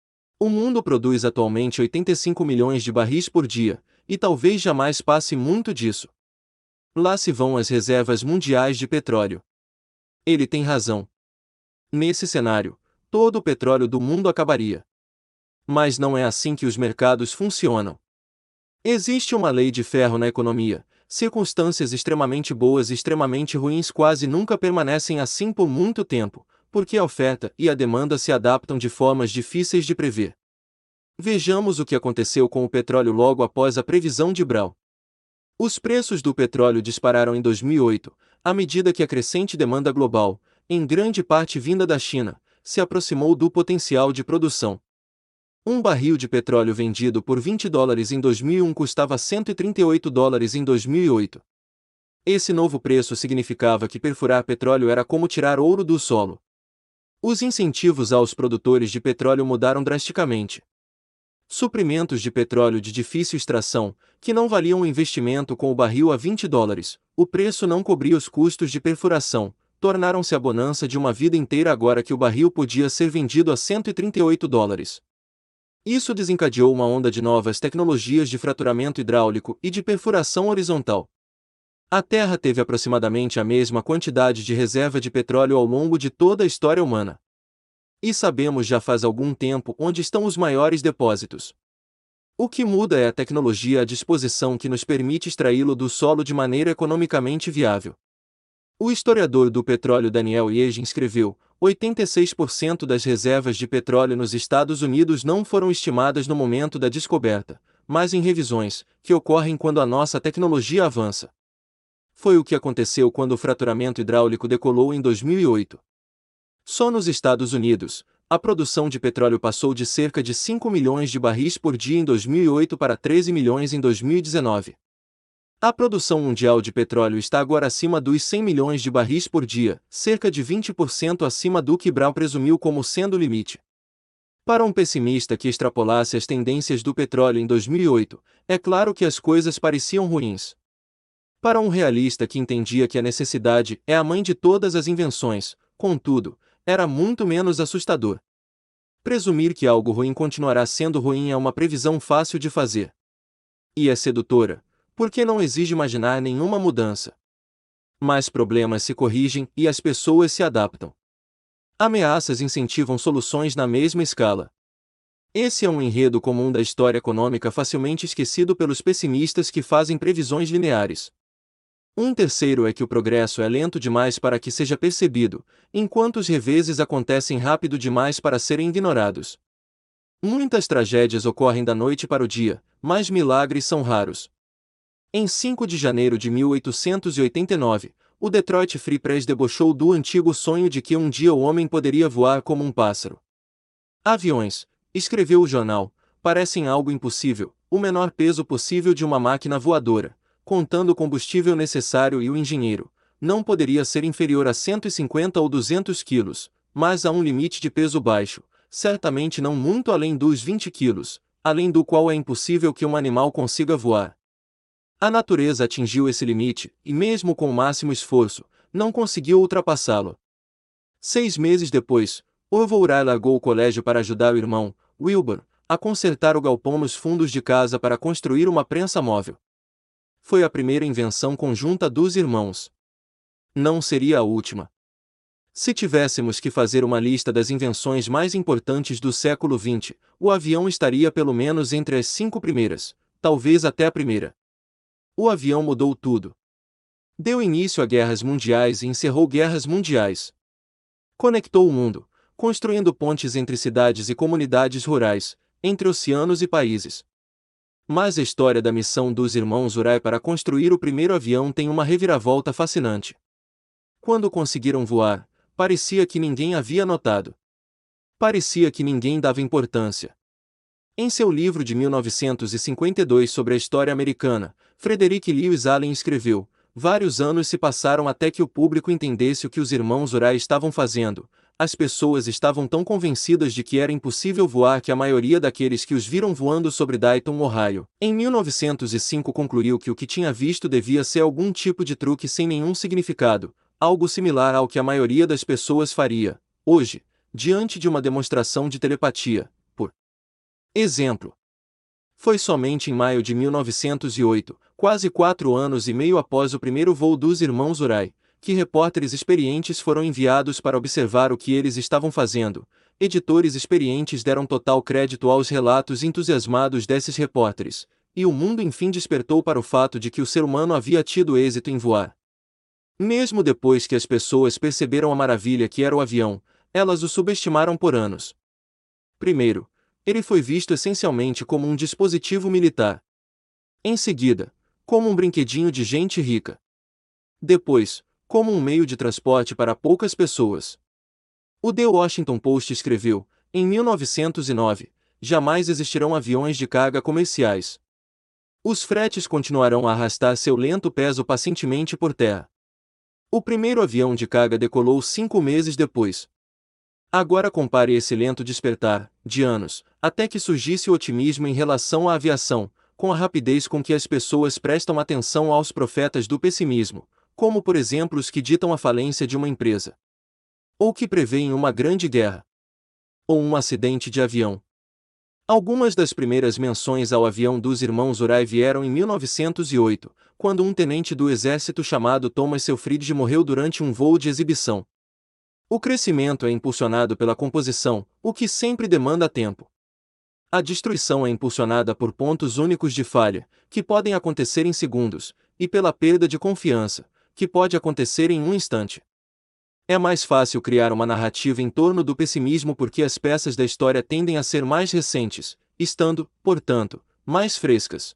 [SPEAKER 1] O mundo produz atualmente oitenta e cinco milhões de barris por dia, e talvez jamais passe muito disso. Lá se vão as reservas mundiais de petróleo. Ele tem razão. Nesse cenário, todo o petróleo do mundo acabaria. Mas não é assim que os mercados funcionam. Existe uma lei de ferro na economia: circunstâncias extremamente boas e extremamente ruins quase nunca permanecem assim por muito tempo, porque a oferta e a demanda se adaptam de formas difíceis de prever. Vejamos o que aconteceu com o petróleo logo após a previsão de Brown. Os preços do petróleo dispararam em dois mil e oito, à medida que a crescente demanda global, em grande parte vinda da China, se aproximou do potencial de produção. Um barril de petróleo vendido por vinte dólares em dois mil e um custava cento e trinta e oito dólares em dois mil e oito. Esse novo preço significava que perfurar petróleo era como tirar ouro do solo. Os incentivos aos produtores de petróleo mudaram drasticamente. Suprimentos de petróleo de difícil extração, que não valiam o investimento com o barril a vinte dólares, o preço não cobria os custos de perfuração, tornaram-se a bonança de uma vida inteira agora que o barril podia ser vendido a cento e trinta e oito dólares. Isso desencadeou uma onda de novas tecnologias de fraturamento hidráulico e de perfuração horizontal. A Terra teve aproximadamente a mesma quantidade de reserva de petróleo ao longo de toda a história humana. E sabemos já faz algum tempo onde estão os maiores depósitos. O que muda é a tecnologia à disposição que nos permite extraí-lo do solo de maneira economicamente viável. O historiador do petróleo Daniel Yegin escreveu: oitenta e seis por cento das reservas de petróleo nos Estados Unidos não foram estimadas no momento da descoberta, mas em revisões, que ocorrem quando a nossa tecnologia avança. Foi o que aconteceu quando o fraturamento hidráulico decolou em dois mil e oito. Só nos Estados Unidos, a produção de petróleo passou de cerca de cinco milhões de barris por dia em dois mil e oito para treze milhões em dois mil e dezenove. A produção mundial de petróleo está agora acima dos cem milhões de barris por dia, cerca de vinte por cento acima do que Brown presumiu como sendo o limite. Para um pessimista que extrapolasse as tendências do petróleo em dois mil e oito, é claro que as coisas pareciam ruins. Para um realista que entendia que a necessidade é a mãe de todas as invenções, contudo, era muito menos assustador. Presumir que algo ruim continuará sendo ruim é uma previsão fácil de fazer. E é sedutora, porque não exige imaginar nenhuma mudança. Mas problemas se corrigem e as pessoas se adaptam. Ameaças incentivam soluções na mesma escala. Esse é um enredo comum da história econômica facilmente esquecido pelos pessimistas que fazem previsões lineares. Um terceiro é que o progresso é lento demais para que seja percebido, enquanto os reveses acontecem rápido demais para serem ignorados. Muitas tragédias ocorrem da noite para o dia, mas milagres são raros. Em cinco de janeiro de mil oitocentos e oitenta e nove, o Detroit Free Press debochou do antigo sonho de que um dia o homem poderia voar como um pássaro. Aviões, escreveu o jornal, parecem algo impossível, o menor peso possível de uma máquina voadora, contando o combustível necessário e o engenheiro, não poderia ser inferior a cento e cinquenta ou duzentos quilos, mas há um limite de peso baixo, certamente não muito além dos vinte quilos, além do qual é impossível que um animal consiga voar. A natureza atingiu esse limite, e mesmo com o máximo esforço, não conseguiu ultrapassá-lo. Seis meses depois, Orville Wright largou o colégio para ajudar o irmão, Wilbur, a consertar o galpão nos fundos de casa para construir uma prensa móvel. Foi a primeira invenção conjunta dos irmãos. Não seria a última. Se tivéssemos que fazer uma lista das invenções mais importantes do século vinte, o avião estaria pelo menos entre as cinco primeiras, talvez até a primeira. O avião mudou tudo. Deu início a guerras mundiais e encerrou guerras mundiais. Conectou o mundo, construindo pontes entre cidades e comunidades rurais, entre oceanos e países. Mas a história da missão dos irmãos Wright para construir o primeiro avião tem uma reviravolta fascinante. Quando conseguiram voar, parecia que ninguém havia notado. Parecia que ninguém dava importância. Em seu livro de mil novecentos e cinquenta e dois sobre a história americana, Frederick Lewis Allen escreveu: vários anos se passaram até que o público entendesse o que os irmãos Wright estavam fazendo. As pessoas estavam tão convencidas de que era impossível voar que a maioria daqueles que os viram voando sobre Dayton, Ohio, em mil novecentos e cinco concluiu que o que tinha visto devia ser algum tipo de truque sem nenhum significado, algo similar ao que a maioria das pessoas faria, hoje, diante de uma demonstração de telepatia, por exemplo. Foi somente em maio de mil novecentos e oito, quase quatro anos e meio após o primeiro voo dos irmãos Wright, que repórteres experientes foram enviados para observar o que eles estavam fazendo. Editores experientes deram total crédito aos relatos entusiasmados desses repórteres, e o mundo enfim despertou para o fato de que o ser humano havia tido êxito em voar. Mesmo depois que as pessoas perceberam a maravilha que era o avião, elas o subestimaram por anos. Primeiro, ele foi visto essencialmente como um dispositivo militar. Em seguida, como um brinquedinho de gente rica. Depois, como um meio de transporte para poucas pessoas. O The Washington Post escreveu, em mil novecentos e nove, jamais existirão aviões de carga comerciais. Os fretes continuarão a arrastar seu lento peso pacientemente por terra. O primeiro avião de carga decolou cinco meses depois. Agora compare esse lento despertar, de anos, até que surgisse o otimismo em relação à aviação, com a rapidez com que as pessoas prestam atenção aos profetas do pessimismo, como por exemplo os que ditam a falência de uma empresa. Ou que prevêem uma grande guerra. Ou um acidente de avião. Algumas das primeiras menções ao avião dos irmãos Wright vieram em mil novecentos e oito, quando um tenente do exército chamado Thomas Selfridge morreu durante um voo de exibição. O crescimento é impulsionado pela composição, o que sempre demanda tempo. A destruição é impulsionada por pontos únicos de falha, que podem acontecer em segundos, e pela perda de confiança, que pode acontecer em um instante. É mais fácil criar uma narrativa em torno do pessimismo porque as peças da história tendem a ser mais recentes, estando, portanto, mais frescas.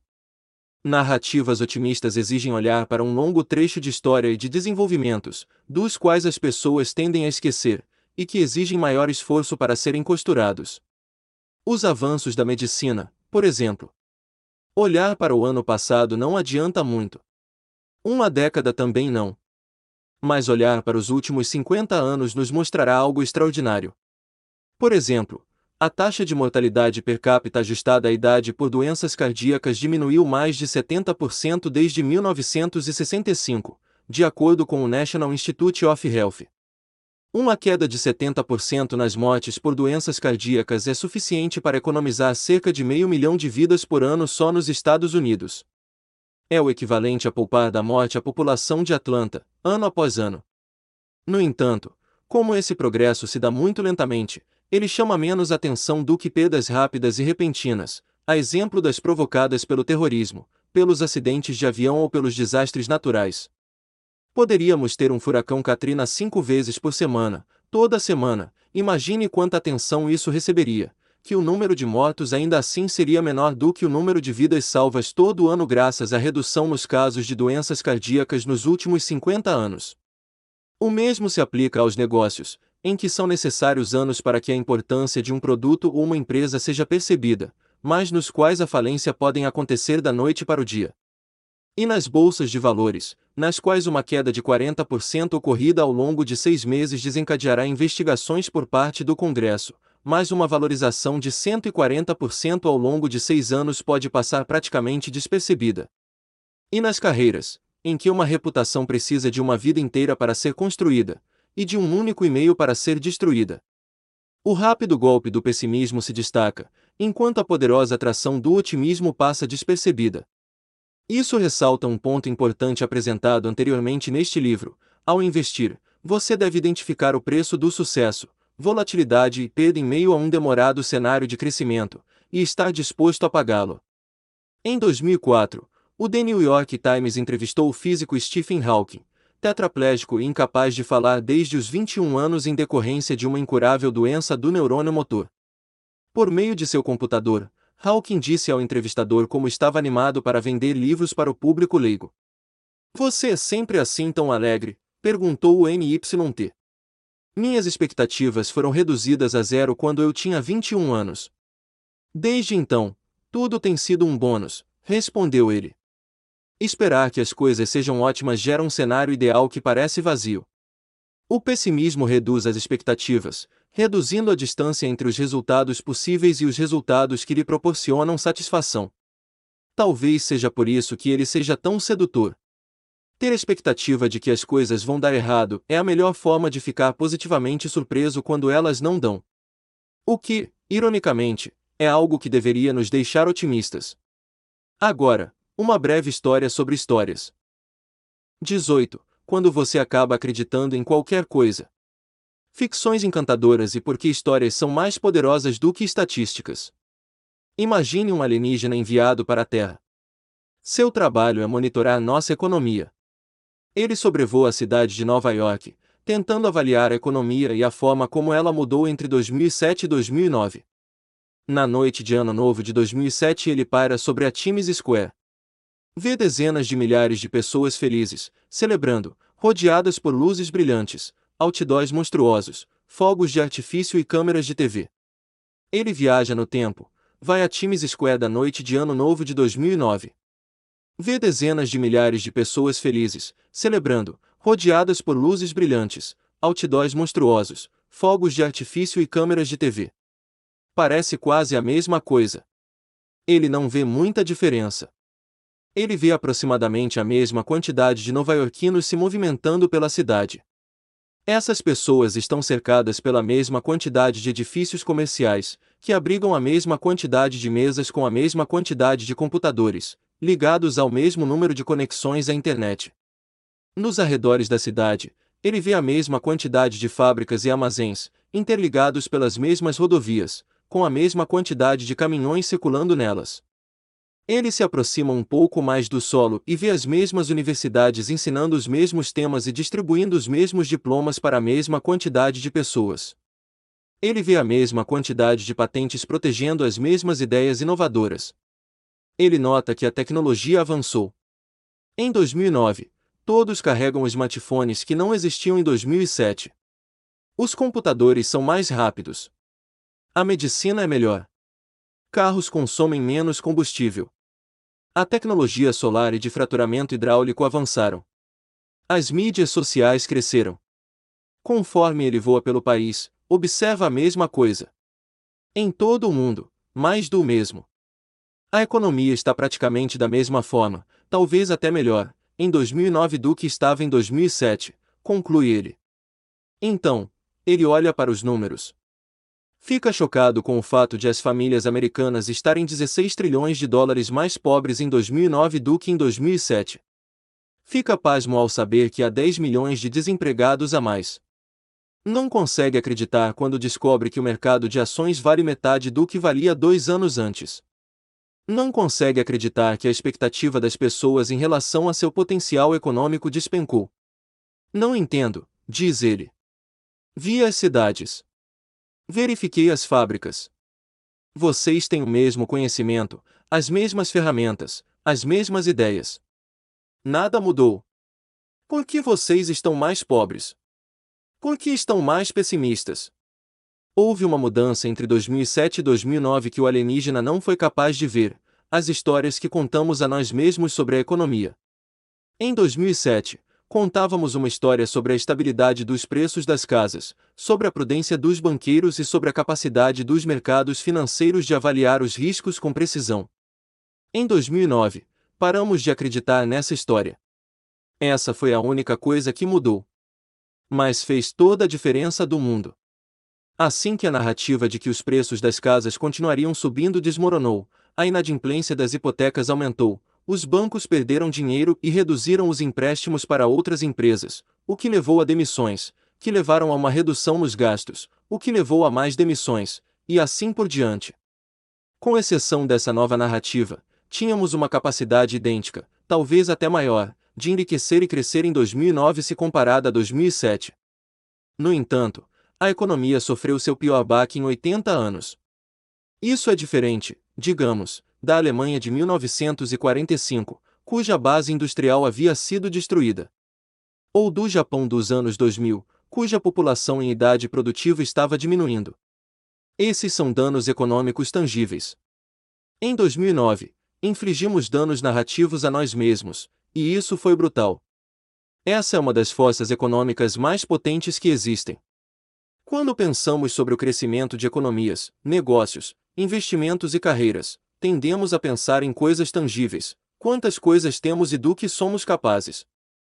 [SPEAKER 1] Narrativas otimistas exigem olhar para um longo trecho de história e de desenvolvimentos, dos quais as pessoas tendem a esquecer, e que exigem maior esforço para serem costurados. Os avanços da medicina, por exemplo. Olhar para o ano passado não adianta muito. Uma década também não. Mas olhar para os últimos cinquenta anos nos mostrará algo extraordinário. Por exemplo, a taxa de mortalidade per capita ajustada à idade por doenças cardíacas diminuiu mais de setenta por cento desde mil novecentos e sessenta e cinco, de acordo com o National Institute of Health. Uma queda de setenta por cento nas mortes por doenças cardíacas é suficiente para economizar cerca de meio milhão de vidas por ano só nos Estados Unidos. É o equivalente a poupar da morte a população de Atlanta, ano após ano. No entanto, como esse progresso se dá muito lentamente, ele chama menos atenção do que perdas rápidas e repentinas, a exemplo das provocadas pelo terrorismo, pelos acidentes de avião ou pelos desastres naturais. Poderíamos ter um furacão Katrina cinco vezes por semana, toda semana, imagine quanta atenção isso receberia, que o número de mortos ainda assim seria menor do que o número de vidas salvas todo ano graças à redução nos casos de doenças cardíacas nos últimos cinquenta anos. O mesmo se aplica aos negócios, em que são necessários anos para que a importância de um produto ou uma empresa seja percebida, mas nos quais a falência podem acontecer da noite para o dia. E nas bolsas de valores, nas quais uma queda de quarenta por cento ocorrida ao longo de seis meses desencadeará investigações por parte do Congresso, mas uma valorização de cento e quarenta por cento ao longo de seis anos pode passar praticamente despercebida. E nas carreiras, em que uma reputação precisa de uma vida inteira para ser construída, e de um único e-mail para ser destruída. O rápido golpe do pessimismo se destaca, enquanto a poderosa atração do otimismo passa despercebida. Isso ressalta um ponto importante apresentado anteriormente neste livro. Ao investir, você deve identificar o preço do sucesso, volatilidade e perda em meio a um demorado cenário de crescimento, e estar disposto a pagá-lo. Em dois mil e quatro, o The New York Times entrevistou o físico Stephen Hawking, tetraplégico e incapaz de falar desde os vinte e um anos em decorrência de uma incurável doença do neurônio motor. Por meio de seu computador, Hawking disse ao entrevistador como estava animado para vender livros para o público leigo. "Você é sempre assim tão alegre?", perguntou o M Y T. "Minhas expectativas foram reduzidas a zero quando eu tinha vinte e um anos. Desde então, tudo tem sido um bônus", respondeu ele. Esperar que as coisas sejam ótimas gera um cenário ideal que parece vazio. O pessimismo reduz as expectativas, reduzindo a distância entre os resultados possíveis e os resultados que lhe proporcionam satisfação. Talvez seja por isso que ele seja tão sedutor. Ter a expectativa de que as coisas vão dar errado é a melhor forma de ficar positivamente surpreso quando elas não dão. O que, ironicamente, é algo que deveria nos deixar otimistas. Agora, uma breve história sobre histórias. dezoito. Quando você acaba acreditando em qualquer coisa. Ficções encantadoras e por que histórias são mais poderosas do que estatísticas. Imagine um alienígena enviado para a Terra. Seu trabalho é monitorar nossa economia. Ele sobrevoa a cidade de Nova York, tentando avaliar a economia e a forma como ela mudou entre dois mil e sete e dois mil e nove. Na noite de Ano Novo de dois mil e sete ele paira sobre a Times Square. Vê dezenas de milhares de pessoas felizes, celebrando, rodeadas por luzes brilhantes, outdoors monstruosos, fogos de artifício e câmeras de T V. Ele viaja no tempo, vai à Times Square da noite de Ano Novo de dois mil e nove. Vê dezenas de milhares de pessoas felizes, celebrando, rodeadas por luzes brilhantes, outdoors monstruosos, fogos de artifício e câmeras de T V. Parece quase a mesma coisa. Ele não vê muita diferença. Ele vê aproximadamente a mesma quantidade de nova-iorquinos se movimentando pela cidade. Essas pessoas estão cercadas pela mesma quantidade de edifícios comerciais, que abrigam a mesma quantidade de mesas com a mesma quantidade de computadores, ligados ao mesmo número de conexões à internet. Nos arredores da cidade, ele vê a mesma quantidade de fábricas e armazéns, interligados pelas mesmas rodovias, com a mesma quantidade de caminhões circulando nelas. Ele se aproxima um pouco mais do solo e vê as mesmas universidades ensinando os mesmos temas e distribuindo os mesmos diplomas para a mesma quantidade de pessoas. Ele vê a mesma quantidade de patentes protegendo as mesmas ideias inovadoras. Ele nota que a tecnologia avançou. Em dois mil e nove, todos carregam smartphones que não existiam em dois mil e sete. Os computadores são mais rápidos. A medicina é melhor. Carros consomem menos combustível. A tecnologia solar e de fraturamento hidráulico avançaram. As mídias sociais cresceram. Conforme ele voa pelo país, observa a mesma coisa. Em todo o mundo, mais do mesmo. A economia está praticamente da mesma forma, talvez até melhor, em dois mil e nove do que estava em dois mil e sete, conclui ele. Então, ele olha para os números. Fica chocado com o fato de as famílias americanas estarem dezesseis trilhões de dólares mais pobres em dois mil e nove do que em dois mil e sete. Fica pasmo ao saber que há dez milhões de desempregados a mais. Não consegue acreditar quando descobre que o mercado de ações vale metade do que valia dois anos antes. Não consegue acreditar que a expectativa das pessoas em relação a seu potencial econômico despencou. Não entendo, diz ele. Vi as cidades. Verifiquei as fábricas. Vocês têm o mesmo conhecimento, as mesmas ferramentas, as mesmas ideias. Nada mudou. Por que vocês estão mais pobres? Por que estão mais pessimistas? Houve uma mudança entre dois mil e sete e dois mil e nove que o alienígena não foi capaz de ver, as histórias que contamos a nós mesmos sobre a economia. Em dois mil e sete, contávamos uma história sobre a estabilidade dos preços das casas, sobre a prudência dos banqueiros e sobre a capacidade dos mercados financeiros de avaliar os riscos com precisão. Em dois mil e nove, paramos de acreditar nessa história. Essa foi a única coisa que mudou. Mas fez toda a diferença do mundo. Assim que a narrativa de que os preços das casas continuariam subindo desmoronou, a inadimplência das hipotecas aumentou, os bancos perderam dinheiro e reduziram os empréstimos para outras empresas, o que levou a demissões, que levaram a uma redução nos gastos, o que levou a mais demissões, e assim por diante. Com exceção dessa nova narrativa, tínhamos uma capacidade idêntica, talvez até maior, de enriquecer e crescer em dois mil e nove se comparada a dois mil e sete. No entanto, a economia sofreu seu pior baque em oitenta anos. Isso é diferente, digamos, da Alemanha de mil novecentos e quarenta e cinco, cuja base industrial havia sido destruída. Ou do Japão dos anos dois mil, cuja população em idade produtiva estava diminuindo. Esses são danos econômicos tangíveis. Em dois mil e nove, infligimos danos narrativos a nós mesmos, e isso foi brutal. Essa é uma das forças econômicas mais potentes que existem. Quando pensamos sobre o crescimento de economias, negócios, investimentos e carreiras, tendemos a pensar em coisas tangíveis, quantas coisas temos e do que somos capazes.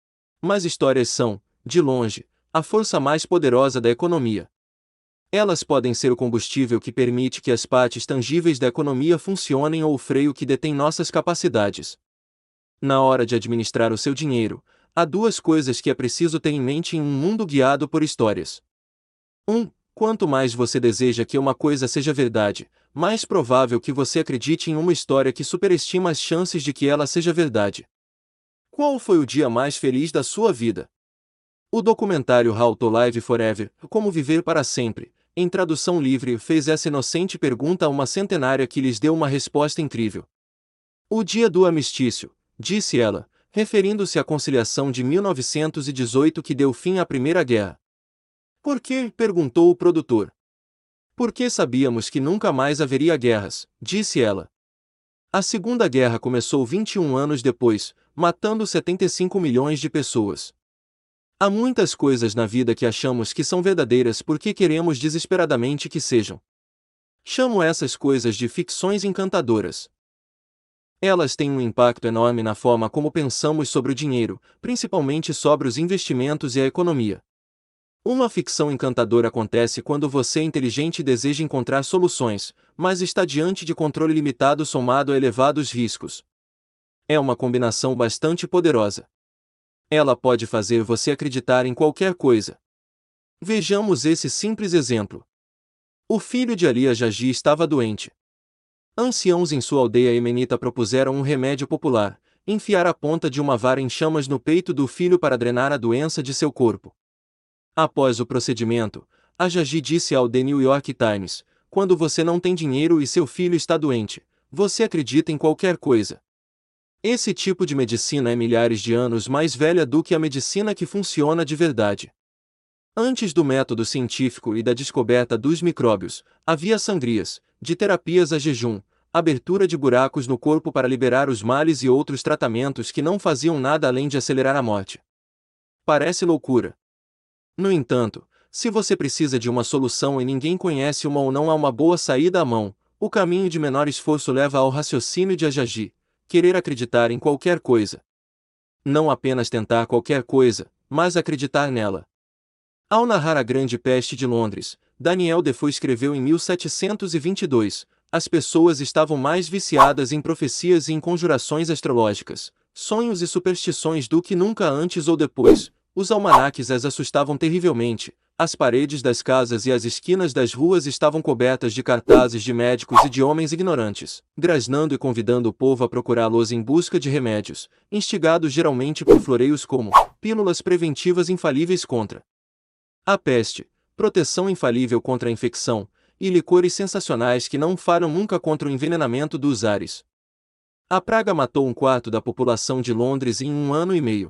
[SPEAKER 1] Mas histórias são, de longe, a força mais poderosa da economia. Elas podem ser o combustível que permite que as partes tangíveis da economia funcionem ou o freio que detém nossas capacidades. Na hora de administrar o seu dinheiro, há duas coisas que é preciso ter em mente em um mundo guiado por histórias. um. Quanto mais você deseja que uma coisa seja verdade, mais provável que você acredite em uma história que superestima as chances de que ela seja verdade. Qual foi o dia mais feliz da sua vida? O documentário How to Live Forever, Como Viver para Sempre, em tradução livre, fez essa inocente pergunta a uma centenária que lhes deu uma resposta incrível. O dia do armistício, disse ela, referindo-se à conciliação de mil novecentos e dezoito que deu fim à Primeira Guerra. Por quê? Perguntou o produtor. Porque sabíamos que nunca mais haveria guerras, disse ela. A Segunda Guerra começou vinte e um anos depois, matando setenta e cinco milhões de pessoas. Há muitas coisas na vida que achamos que são verdadeiras porque queremos desesperadamente que sejam. Chamo essas coisas de ficções encantadoras. Elas têm um impacto enorme na forma como pensamos sobre o dinheiro, principalmente sobre os investimentos e a economia. Uma ficção encantadora acontece quando você é inteligente e deseja encontrar soluções, mas está diante de controle limitado somado a elevados riscos. É uma combinação bastante poderosa. Ela pode fazer você acreditar em qualquer coisa. Vejamos esse simples exemplo. O filho de Ali Ajajji estava doente. Anciãos em sua aldeia iemenita propuseram um remédio popular: enfiar a ponta de uma vara em chamas no peito do filho para drenar a doença de seu corpo. Após o procedimento, Ajajji disse ao The New York Times: quando você não tem dinheiro e seu filho está doente, você acredita em qualquer coisa. Esse tipo de medicina é milhares de anos mais velha do que a medicina que funciona de verdade. Antes do método científico e da descoberta dos micróbios, havia sangrias, de terapias a jejum, abertura de buracos no corpo para liberar os males e outros tratamentos que não faziam nada além de acelerar a morte. Parece loucura. No entanto, se você precisa de uma solução e ninguém conhece uma ou não há uma boa saída à mão, o caminho de menor esforço leva ao raciocínio de Ajajji: querer acreditar em qualquer coisa. Não apenas tentar qualquer coisa, mas acreditar nela. Ao narrar a Grande Peste de Londres, Daniel Defoe escreveu em mil setecentos e vinte e dois, as pessoas estavam mais viciadas em profecias e em conjurações astrológicas, sonhos e superstições do que nunca antes ou depois. Os almanaques as assustavam terrivelmente, as paredes das casas e as esquinas das ruas estavam cobertas de cartazes de médicos e de homens ignorantes, grasnando e convidando o povo a procurá-los em busca de remédios, instigados geralmente por floreios como pílulas preventivas infalíveis contra a peste, proteção infalível contra a infecção, e licores sensacionais que não falham nunca contra o envenenamento dos ares. A praga matou um quarto da população de Londres em um ano e meio.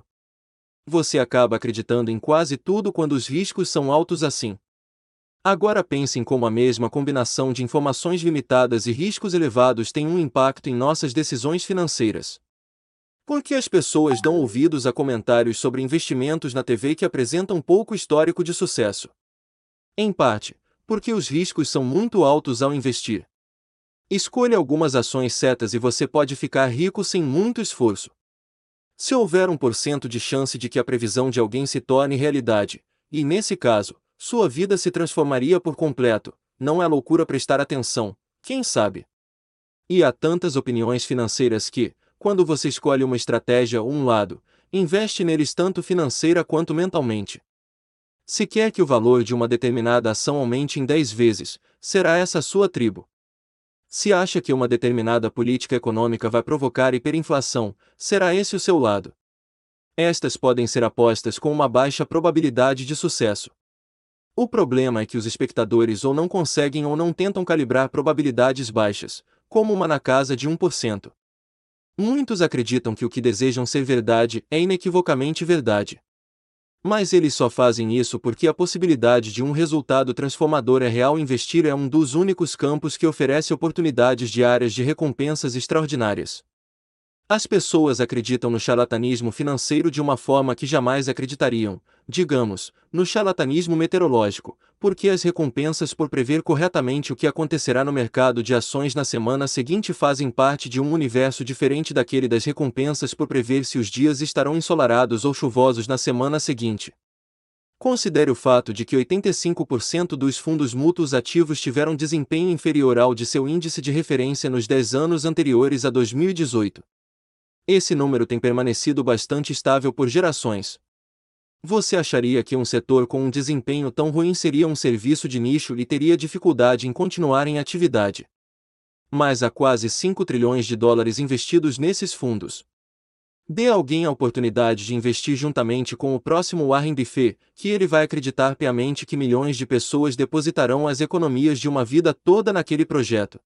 [SPEAKER 1] Você acaba acreditando em quase tudo quando os riscos são altos assim. Agora pense em como a mesma combinação de informações limitadas e riscos elevados tem um impacto em nossas decisões financeiras. Por que as pessoas dão ouvidos a comentários sobre investimentos na T V que apresentam pouco histórico de sucesso? Em parte, porque os riscos são muito altos ao investir. Escolha algumas ações certas e você pode ficar rico sem muito esforço. Se houver um por cento de chance de que a previsão de alguém se torne realidade, e nesse caso, sua vida se transformaria por completo, não é loucura prestar atenção, quem sabe? E há tantas opiniões financeiras que, quando você escolhe uma estratégia ou um lado, investe neles tanto financeira quanto mentalmente. Se quer que o valor de uma determinada ação aumente em dez vezes, será essa a sua tribo. Se acha que uma determinada política econômica vai provocar hiperinflação, será esse o seu lado. Estas podem ser apostas com uma baixa probabilidade de sucesso. O problema é que os espectadores ou não conseguem ou não tentam calibrar probabilidades baixas, como uma na casa de um por cento. Muitos acreditam que o que desejam ser verdade é inequivocamente verdade. Mas eles só fazem isso porque a possibilidade de um resultado transformador é real. Investir é um dos únicos campos que oferece oportunidades diárias de recompensas extraordinárias. As pessoas acreditam no charlatanismo financeiro de uma forma que jamais acreditariam, digamos, no charlatanismo meteorológico, porque as recompensas por prever corretamente o que acontecerá no mercado de ações na semana seguinte fazem parte de um universo diferente daquele das recompensas por prever se os dias estarão ensolarados ou chuvosos na semana seguinte. Considere o fato de que oitenta e cinco por cento dos fundos mútuos ativos tiveram desempenho inferior ao de seu índice de referência nos dez anos anteriores a dois mil e dezoito. Esse número tem permanecido bastante estável por gerações. Você acharia que um setor com um desempenho tão ruim seria um serviço de nicho e teria dificuldade em continuar em atividade? Mas há quase cinco trilhões de dólares investidos nesses fundos. Dê a alguém a oportunidade de investir juntamente com o próximo Warren Buffett, que ele vai acreditar piamente que milhões de pessoas depositarão as economias de uma vida toda naquele projeto.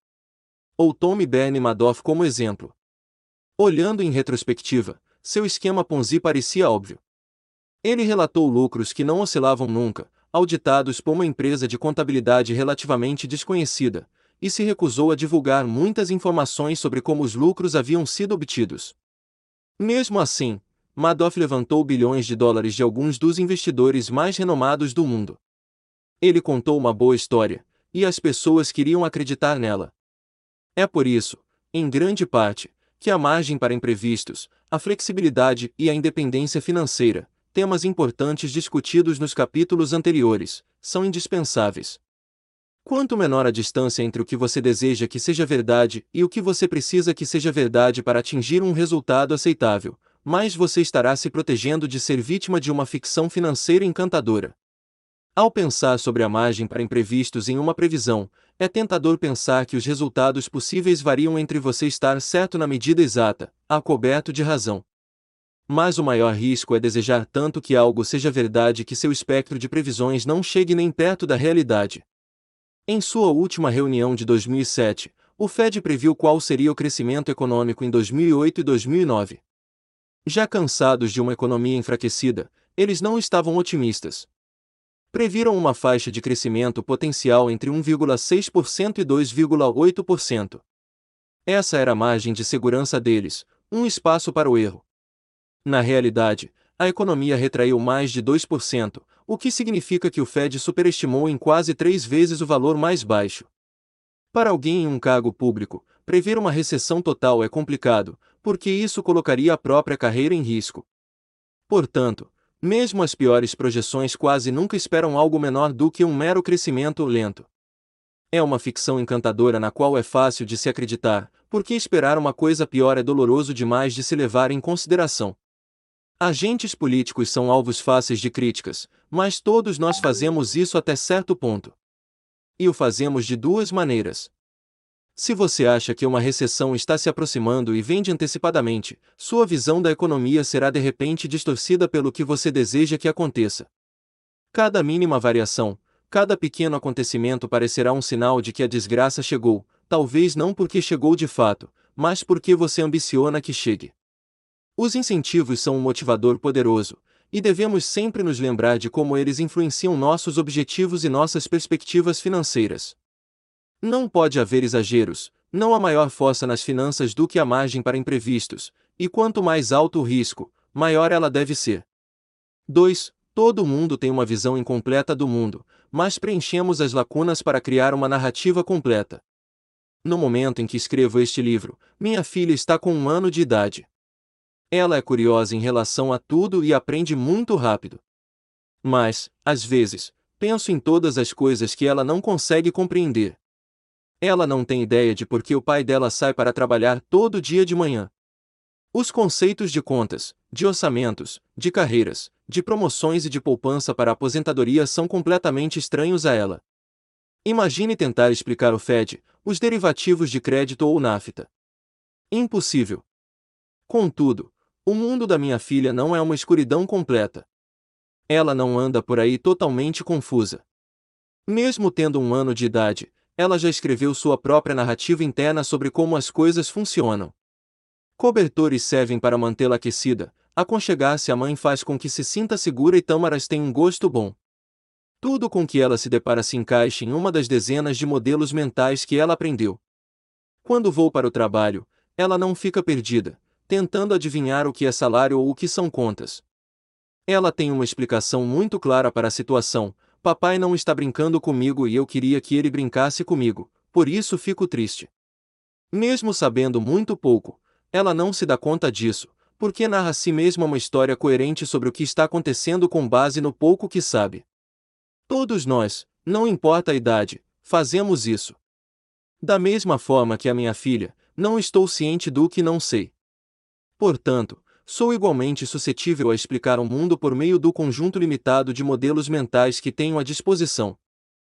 [SPEAKER 1] Ou tome Bernie Madoff como exemplo. Olhando em retrospectiva, seu esquema Ponzi parecia óbvio. Ele relatou lucros que não oscilavam nunca, auditados por uma empresa de contabilidade relativamente desconhecida, e se recusou a divulgar muitas informações sobre como os lucros haviam sido obtidos. Mesmo assim, Madoff levantou bilhões de dólares de alguns dos investidores mais renomados do mundo. Ele contou uma boa história, e as pessoas queriam acreditar nela. É por isso, em grande parte, que a margem para imprevistos, a flexibilidade e a independência financeira, temas importantes discutidos nos capítulos anteriores, são indispensáveis. Quanto menor a distância entre o que você deseja que seja verdade e o que você precisa que seja verdade para atingir um resultado aceitável, mais você estará se protegendo de ser vítima de uma ficção financeira encantadora. Ao pensar sobre a margem para imprevistos em uma previsão, é tentador pensar que os resultados possíveis variam entre você estar certo na medida exata, a coberto de razão. Mas o maior risco é desejar tanto que algo seja verdade que seu espectro de previsões não chegue nem perto da realidade. Em sua última reunião de dois mil e sete, o Fed previu qual seria o crescimento econômico em dois mil e oito e dois mil e nove. Já cansados de uma economia enfraquecida, eles não estavam otimistas. Previram uma faixa de crescimento potencial entre um vírgula seis por cento e dois vírgula oito por cento. Essa era a margem de segurança deles, um espaço para o erro. Na realidade, a economia retraiu mais de dois por cento, o que significa que o Fed superestimou em quase três vezes o valor mais baixo. Para alguém em um cargo público, prever uma recessão total é complicado, porque isso colocaria a própria carreira em risco. Portanto, mesmo as piores projeções quase nunca esperam algo menor do que um mero crescimento lento. É uma ficção encantadora na qual é fácil de se acreditar, porque esperar uma coisa pior é doloroso demais de se levar em consideração. Agentes políticos são alvos fáceis de críticas, mas todos nós fazemos isso até certo ponto. E o fazemos de duas maneiras. Se você acha que uma recessão está se aproximando e vende antecipadamente, sua visão da economia será de repente distorcida pelo que você deseja que aconteça. Cada mínima variação, cada pequeno acontecimento parecerá um sinal de que a desgraça chegou, talvez não porque chegou de fato, mas porque você ambiciona que chegue. Os incentivos são um motivador poderoso, e devemos sempre nos lembrar de como eles influenciam nossos objetivos e nossas perspectivas financeiras. Não pode haver exageros, não há maior força nas finanças do que a margem para imprevistos, e quanto mais alto o risco, maior ela deve ser. dois. Todo mundo tem uma visão incompleta do mundo, mas preenchemos as lacunas para criar uma narrativa completa. No momento em que escrevo este livro, minha filha está com um ano de idade. Ela é curiosa em relação a tudo e aprende muito rápido. Mas, às vezes, penso em todas as coisas que ela não consegue compreender. Ela não tem ideia de por que o pai dela sai para trabalhar todo dia de manhã. Os conceitos de contas, de orçamentos, de carreiras, de promoções e de poupança para a aposentadoria são completamente estranhos a ela. Imagine tentar explicar o Fed, os derivativos de crédito ou NAFTA. Impossível. Contudo, o mundo da minha filha não é uma escuridão completa. Ela não anda por aí totalmente confusa. Mesmo tendo um ano de idade, ela já escreveu sua própria narrativa interna sobre como as coisas funcionam. Cobertores servem para mantê-la aquecida, aconchegar-se à mãe faz com que se sinta segura e tâmaras têm um gosto bom. Tudo com que ela se depara se encaixa em uma das dezenas de modelos mentais que ela aprendeu. Quando vou para o trabalho, ela não fica perdida, tentando adivinhar o que é salário ou o que são contas. Ela tem uma explicação muito clara para a situação: papai não está brincando comigo e eu queria que ele brincasse comigo, por isso fico triste. Mesmo sabendo muito pouco, ela não se dá conta disso, porque narra a si mesma uma história coerente sobre o que está acontecendo com base no pouco que sabe. Todos nós, não importa a idade, fazemos isso. Da mesma forma que a minha filha, não estou ciente do que não sei. Portanto, sou igualmente suscetível a explicar o mundo por meio do conjunto limitado de modelos mentais que tenho à disposição.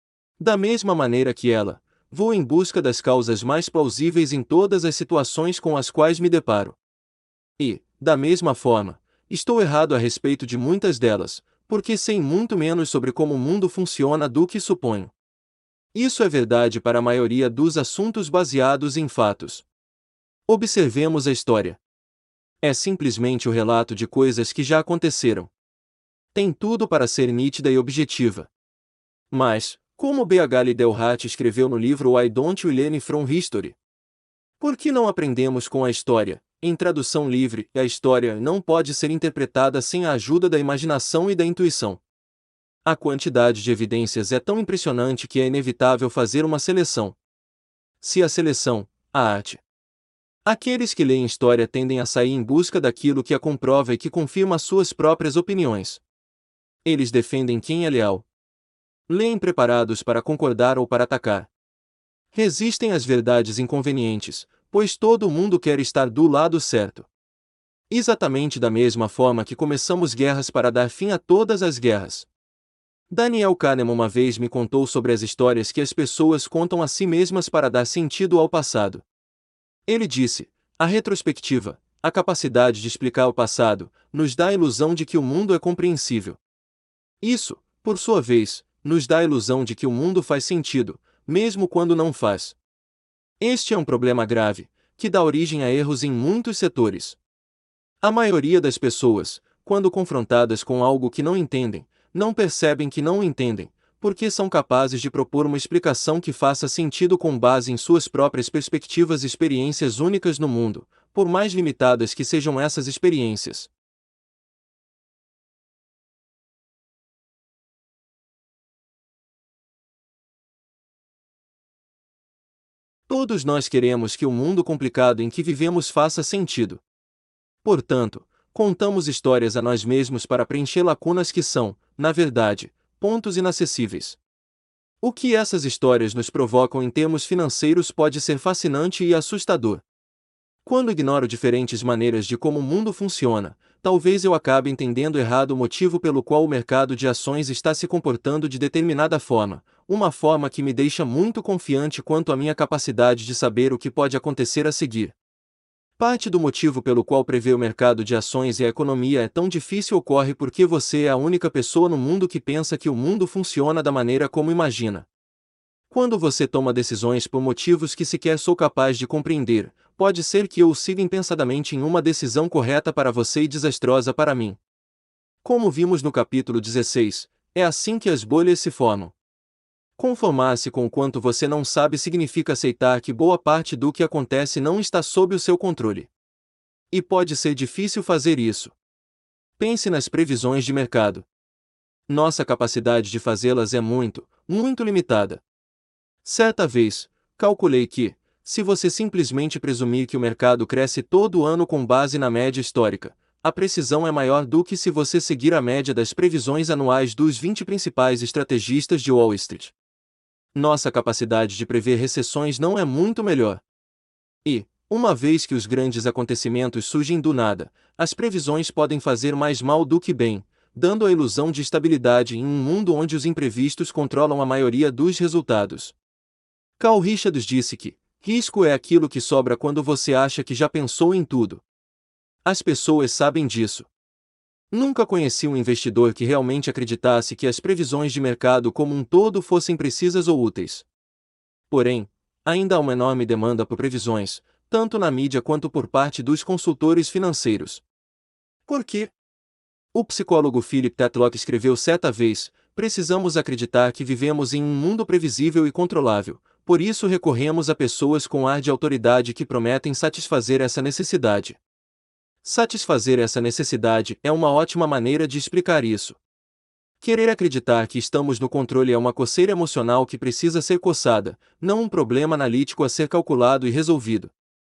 [SPEAKER 1] Da mesma maneira que ela, vou em busca das causas mais plausíveis em todas as situações com as quais me deparo. E, Da mesma forma, estou errado a respeito de muitas delas, porque sei muito menos sobre como o mundo funciona do que suponho. Isso é verdade para a maioria dos assuntos baseados em fatos. Observemos a história. É simplesmente o relato de coisas que já aconteceram. Tem tudo para ser nítida e objetiva. Mas, como B H Liddell-Hart escreveu no livro Why Don't We Learn from History? Por que não aprendemos com a história? Em tradução livre, a história não pode ser interpretada sem a ajuda da imaginação e da intuição. A quantidade de evidências é tão impressionante que é inevitável fazer uma seleção. Se a seleção, a arte. Aqueles que leem história tendem a sair em busca daquilo que a comprova e que confirma suas próprias opiniões. Eles defendem quem é leal. Leem preparados para concordar ou para atacar. Resistem às verdades inconvenientes, pois todo mundo quer estar do lado certo. Exatamente da mesma forma que começamos guerras para dar fim a todas as guerras. Daniel Kahneman uma vez me contou sobre as histórias que as pessoas contam a si mesmas para dar sentido ao passado. Ele disse: a retrospectiva, a capacidade de explicar o passado, nos dá a ilusão de que o mundo é compreensível. Isso, por sua vez, nos dá a ilusão de que o mundo faz sentido, mesmo quando não faz. Este é um problema grave, que dá origem a erros em muitos setores. A maioria das pessoas, quando confrontadas com algo que não entendem, não percebem que não o entendem, porque são capazes de propor uma explicação que faça sentido com base em suas próprias perspectivas e experiências únicas no mundo, por mais limitadas que sejam essas experiências. Todos nós queremos que o mundo complicado em que vivemos faça sentido. Portanto, contamos histórias a nós mesmos para preencher lacunas que são, na verdade, pontos inacessíveis. O que essas histórias nos provocam em termos financeiros pode ser fascinante e assustador. Quando ignoro diferentes maneiras de como o mundo funciona, talvez eu acabe entendendo errado o motivo pelo qual o mercado de ações está se comportando de determinada forma, uma forma que me deixa muito confiante quanto à minha capacidade de saber o que pode acontecer a seguir. Parte do motivo pelo qual prever o mercado de ações e a economia é tão difícil ocorre porque você é a única pessoa no mundo que pensa que o mundo funciona da maneira como imagina. Quando você toma decisões por motivos que sequer sou capaz de compreender, pode ser que eu siga impensadamente em uma decisão correta para você e desastrosa para mim. Como vimos no capítulo dezesseis, é assim que as bolhas se formam. Conformar-se com o quanto você não sabe significa aceitar que boa parte do que acontece não está sob o seu controle. E pode ser difícil fazer isso. Pense nas previsões de mercado. Nossa capacidade de fazê-las é muito, muito limitada. Certa vez, calculei que, se você simplesmente presumir que o mercado cresce todo ano com base na média histórica, a precisão é maior do que se você seguir a média das previsões anuais dos vinte principais estrategistas de Wall Street. Nossa capacidade de prever recessões não é muito melhor. E, uma vez que os grandes acontecimentos surgem do nada, as previsões podem fazer mais mal do que bem, dando a ilusão de estabilidade em um mundo onde os imprevistos controlam a maioria dos resultados. Carl Richards disse que risco é aquilo que sobra quando você acha que já pensou em tudo. As pessoas sabem disso. Nunca conheci um investidor que realmente acreditasse que as previsões de mercado como um todo fossem precisas ou úteis. Porém, ainda há uma enorme demanda por previsões, tanto na mídia quanto por parte dos consultores financeiros. Por quê? O psicólogo Philip Tetlock escreveu certa vez: precisamos acreditar que vivemos em um mundo previsível e controlável, por isso recorremos a pessoas com ar de autoridade que prometem satisfazer essa necessidade. Satisfazer essa necessidade é uma ótima maneira de explicar isso. Querer acreditar que estamos no controle é uma coceira emocional que precisa ser coçada, não um problema analítico a ser calculado e resolvido.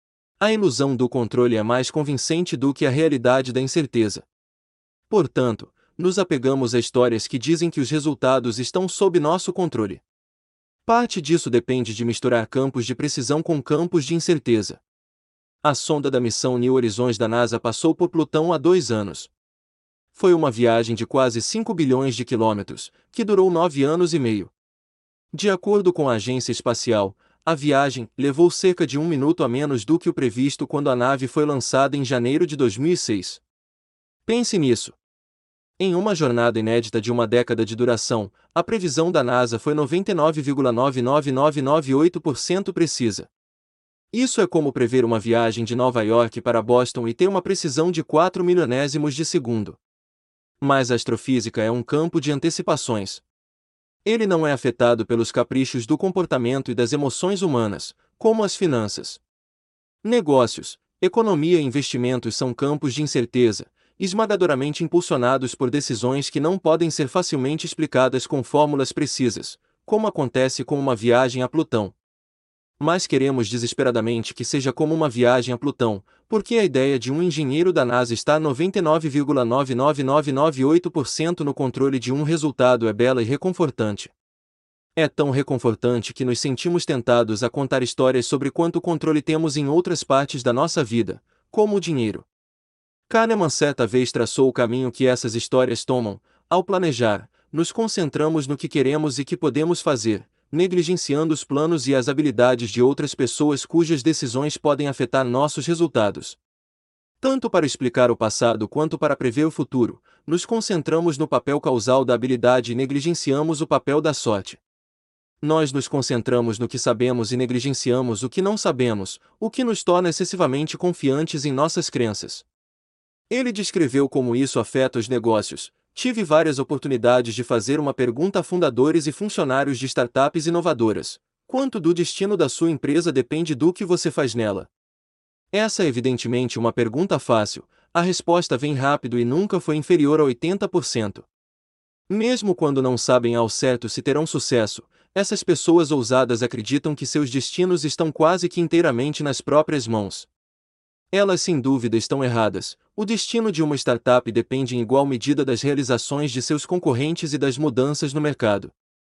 [SPEAKER 1] A ilusão do controle é mais convincente do que a realidade da incerteza. Portanto, nos apegamos a histórias que dizem que os resultados estão sob nosso controle. Parte disso depende de misturar campos de precisão com campos de incerteza. A sonda da missão New Horizons da NASA passou por Plutão há dois anos. Foi uma viagem de quase cinco bilhões de quilômetros, que durou nove anos e meio. De acordo com a agência espacial, a viagem levou cerca de um minuto a menos do que o previsto quando a nave foi lançada em janeiro de dois mil e seis. Pense nisso. Em uma jornada inédita de uma década de duração, a previsão da NASA foi noventa e nove vírgula nove nove nove nove oito por cento precisa. Isso é como prever uma viagem de Nova York para Boston e ter uma precisão de quatro milionésimos de segundo. Mas a astrofísica é um campo de antecipações. Ele não é afetado pelos caprichos do comportamento e das emoções humanas, como as finanças. Negócios, economia e investimentos são campos de incerteza, esmagadoramente impulsionados por decisões que não podem ser facilmente explicadas com fórmulas precisas, como acontece com uma viagem a Plutão. Mas queremos desesperadamente que seja como uma viagem a Plutão, porque a ideia de um engenheiro da NASA estar noventa e nove vírgula nove nove nove nove oito por cento no controle de um resultado é bela e reconfortante. É tão reconfortante que nos sentimos tentados a contar histórias sobre quanto controle temos em outras partes da nossa vida, como o dinheiro. Kahneman certa vez traçou o caminho que essas histórias tomam. Ao planejar, nos concentramos no que queremos e que podemos fazer, negligenciando os planos e as habilidades de outras pessoas cujas decisões podem afetar nossos resultados. Tanto para explicar o passado quanto para prever o futuro, nos concentramos no papel causal da habilidade e negligenciamos o papel da sorte. Nós nos concentramos no que sabemos e negligenciamos o que não sabemos, o que nos torna excessivamente confiantes em nossas crenças. Ele descreveu como isso afeta os negócios. Tive várias oportunidades de fazer uma pergunta a fundadores e funcionários de startups inovadoras: quanto do destino da sua empresa depende do que você faz nela? Essa é evidentemente uma pergunta fácil, a resposta vem rápido e nunca foi inferior a oitenta por cento. Mesmo quando não sabem ao certo se terão sucesso, essas pessoas ousadas acreditam que seus destinos estão quase que inteiramente nas próprias mãos. Elas sem dúvida estão erradas. O destino de uma startup depende em igual medida das realizações de seus concorrentes e das mudanças no mercado.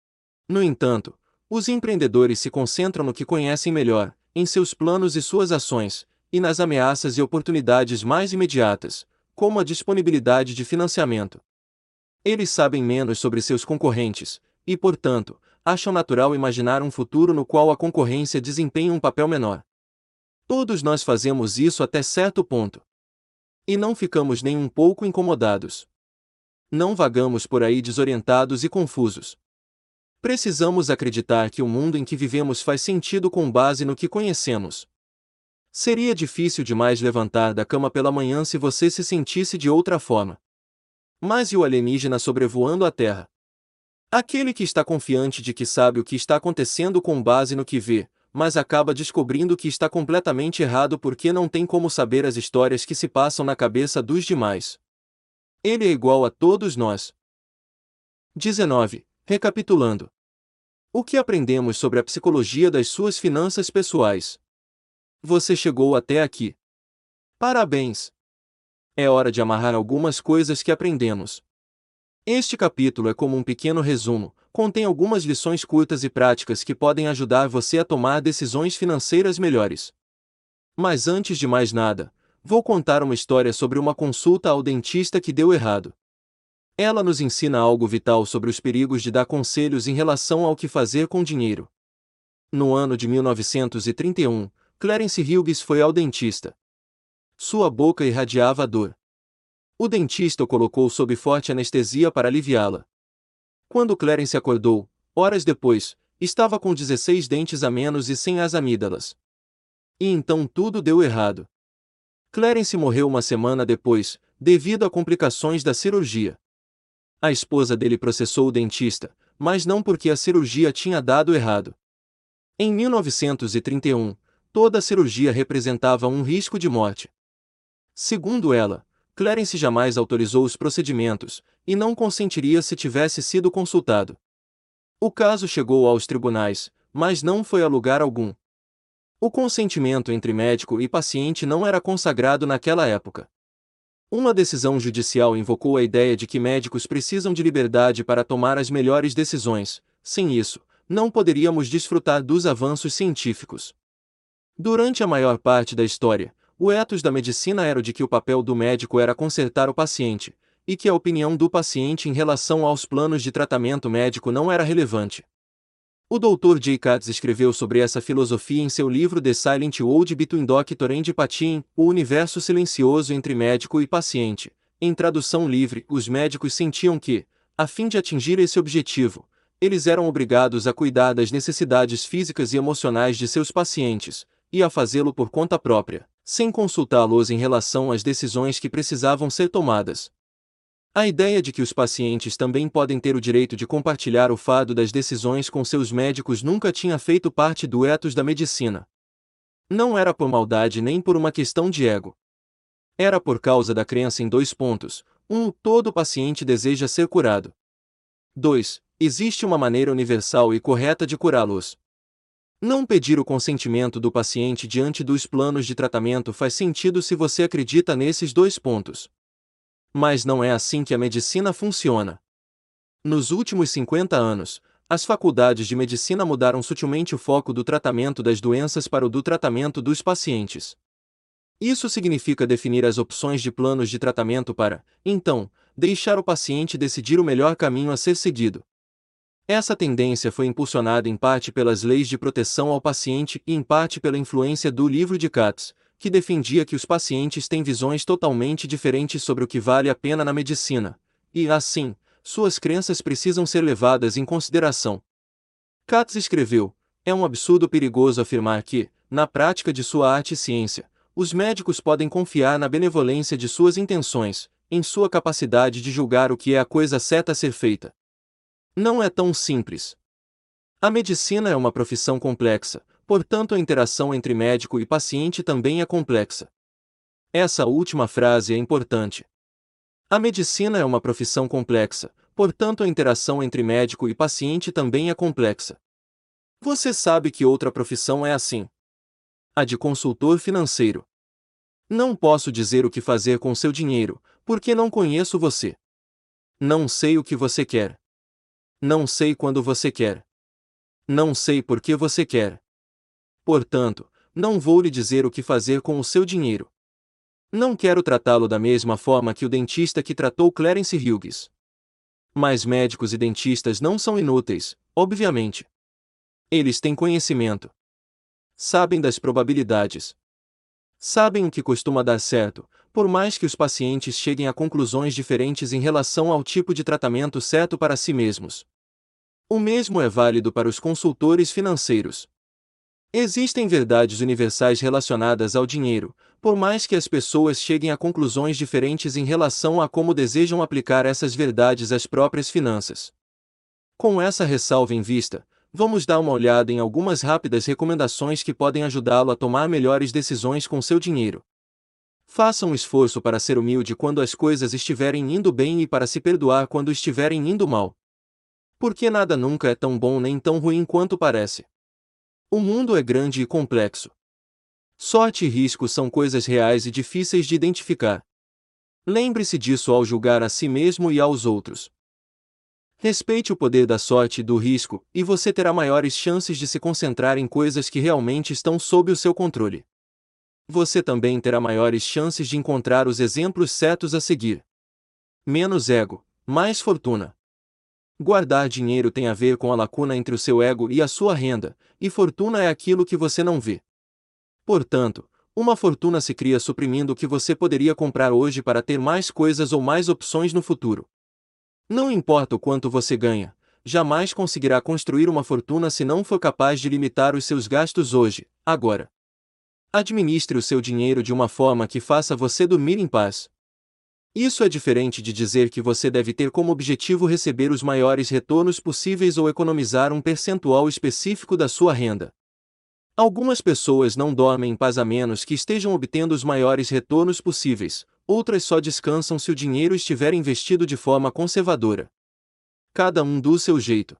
[SPEAKER 1] No entanto, os empreendedores se concentram no que conhecem melhor, em seus planos e suas ações, e nas ameaças e oportunidades mais imediatas, como a disponibilidade de financiamento. Eles sabem menos sobre seus concorrentes, e, portanto, acham natural imaginar um futuro no qual a concorrência desempenha um papel menor. Todos nós fazemos isso até certo ponto. E não ficamos nem um pouco incomodados. Não vagamos por aí desorientados e confusos. Precisamos acreditar que o mundo em que vivemos faz sentido com base no que conhecemos. Seria difícil demais levantar da cama pela manhã se você se sentisse de outra forma. Mas e o alienígena sobrevoando a Terra? Aquele que está confiante de que sabe o que está acontecendo com base no que vê, mas acaba descobrindo que está completamente errado porque não tem como saber as histórias que se passam na cabeça dos demais. Ele é igual a todos nós. dezenove. Recapitulando. O que aprendemos sobre a psicologia das suas finanças pessoais? Você chegou até aqui. Parabéns! É hora de amarrar algumas coisas que aprendemos. Este capítulo é como um pequeno resumo, contém algumas lições curtas e práticas que podem ajudar você a tomar decisões financeiras melhores. Mas antes de mais nada, vou contar uma história sobre uma consulta ao dentista que deu errado. Ela nos ensina algo vital sobre os perigos de dar conselhos em relação ao que fazer com dinheiro. No ano de mil novecentos e trinta e um, Clarence Hughes foi ao dentista. Sua boca irradiava dor. O dentista o colocou sob forte anestesia para aliviá-la. Quando Clarence acordou, horas depois, estava com dezesseis dentes a menos e sem as amígdalas. E então tudo deu errado. Clarence morreu uma semana depois, devido a complicações da cirurgia. A esposa dele processou o dentista, mas não porque a cirurgia tinha dado errado. Em mil novecentos e trinta e um, toda a cirurgia representava um risco de morte. Segundo ela, Clarence jamais autorizou os procedimentos, e não consentiria se tivesse sido consultado. O caso chegou aos tribunais, mas não foi a lugar algum. O consentimento entre médico e paciente não era consagrado naquela época. Uma decisão judicial invocou a ideia de que médicos precisam de liberdade para tomar as melhores decisões. Sem isso, não poderíamos desfrutar dos avanços científicos. Durante a maior parte da história, o ethos da medicina era o de que o papel do médico era consertar o paciente, e que a opinião do paciente em relação aos planos de tratamento médico não era relevante. O doutor J. Katz escreveu sobre essa filosofia em seu livro The Silent World Between Doctor and Patient, O Universo Silencioso entre Médico e Paciente. Em tradução livre, os médicos sentiam que, a fim de atingir esse objetivo, eles eram obrigados a cuidar das necessidades físicas e emocionais de seus pacientes, e a fazê-lo por conta própria, sem consultá-los em relação às decisões que precisavam ser tomadas. A ideia de que os pacientes também podem ter o direito de compartilhar o fardo das decisões com seus médicos nunca tinha feito parte do ethos da medicina. Não era por maldade nem por uma questão de ego. Era por causa da crença em dois pontos. Um, todo paciente deseja ser curado. dois. Existe uma maneira universal e correta de curá-los. Não pedir o consentimento do paciente diante dos planos de tratamento faz sentido se você acredita nesses dois pontos. Mas não é assim que a medicina funciona. Nos últimos cinquenta anos, as faculdades de medicina mudaram sutilmente o foco do tratamento das doenças para o do tratamento dos pacientes. Isso significa definir as opções de planos de tratamento para, então, deixar o paciente decidir o melhor caminho a ser seguido. Essa tendência foi impulsionada em parte pelas leis de proteção ao paciente e em parte pela influência do livro de Katz, que defendia que os pacientes têm visões totalmente diferentes sobre o que vale a pena na medicina, e, assim, suas crenças precisam ser levadas em consideração. Katz escreveu: é um absurdo perigoso afirmar que, na prática de sua arte e ciência, os médicos podem confiar na benevolência de suas intenções, em sua capacidade de julgar o que é a coisa certa a ser feita. Não é tão simples. A medicina é uma profissão complexa, portanto a interação entre médico e paciente também é complexa. Essa última frase é importante. A medicina é uma profissão complexa, portanto a interação entre médico e paciente também é complexa. Você sabe que outra profissão é assim? A de consultor financeiro. Não posso dizer o que fazer com seu dinheiro, porque não conheço você. Não sei o que você quer. Não sei quando você quer. Não sei por que você quer. Portanto, não vou lhe dizer o que fazer com o seu dinheiro. Não quero tratá-lo da mesma forma que o dentista que tratou Clarence Hughes. Mas médicos e dentistas não são inúteis, obviamente. Eles têm conhecimento. Sabem das probabilidades. Sabem o que costuma dar certo, por mais que os pacientes cheguem a conclusões diferentes em relação ao tipo de tratamento certo para si mesmos. O mesmo é válido para os consultores financeiros. Existem verdades universais relacionadas ao dinheiro, por mais que as pessoas cheguem a conclusões diferentes em relação a como desejam aplicar essas verdades às próprias finanças. Com essa ressalva em vista, vamos dar uma olhada em algumas rápidas recomendações que podem ajudá-lo a tomar melhores decisões com seu dinheiro. Faça um esforço para ser humilde quando as coisas estiverem indo bem e para se perdoar quando estiverem indo mal. Porque nada nunca é tão bom nem tão ruim quanto parece. O mundo é grande e complexo. Sorte e risco são coisas reais e difíceis de identificar. Lembre-se disso ao julgar a si mesmo e aos outros. Respeite o poder da sorte e do risco, e você terá maiores chances de se concentrar em coisas que realmente estão sob o seu controle. Você também terá maiores chances de encontrar os exemplos certos a seguir. Menos ego, mais fortuna. Guardar dinheiro tem a ver com a lacuna entre o seu ego e a sua renda, e fortuna é aquilo que você não vê. Portanto, uma fortuna se cria suprimindo o que você poderia comprar hoje para ter mais coisas ou mais opções no futuro. Não importa o quanto você ganha, jamais conseguirá construir uma fortuna se não for capaz de limitar os seus gastos hoje, agora. Administre o seu dinheiro de uma forma que faça você dormir em paz. Isso é diferente de dizer que você deve ter como objetivo receber os maiores retornos possíveis ou economizar um percentual específico da sua renda. Algumas pessoas não dormem em paz a menos que estejam obtendo os maiores retornos possíveis, outras só descansam se o dinheiro estiver investido de forma conservadora. Cada um do seu jeito.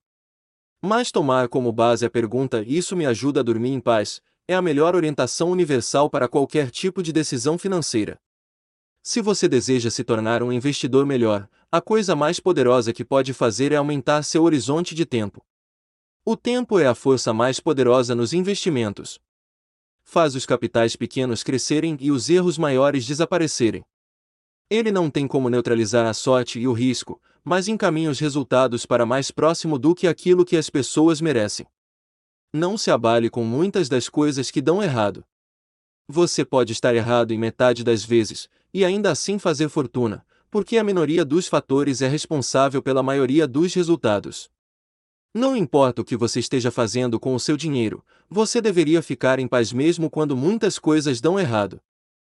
[SPEAKER 1] Mas tomar como base a pergunta "isso me ajuda a dormir em paz" é a melhor orientação universal para qualquer tipo de decisão financeira. Se você deseja se tornar um investidor melhor, a coisa mais poderosa que pode fazer é aumentar seu horizonte de tempo. O tempo é a força mais poderosa nos investimentos. Faz os capitais pequenos crescerem e os erros maiores desaparecerem. Ele não tem como neutralizar a sorte e o risco, mas encaminha os resultados para mais próximo do que aquilo que as pessoas merecem. Não se abale com muitas das coisas que dão errado. Você pode estar errado em metade das vezes, e ainda assim fazer fortuna, porque a minoria dos fatores é responsável pela maioria dos resultados. Não importa o que você esteja fazendo com o seu dinheiro, você deveria ficar em paz mesmo quando muitas coisas dão errado.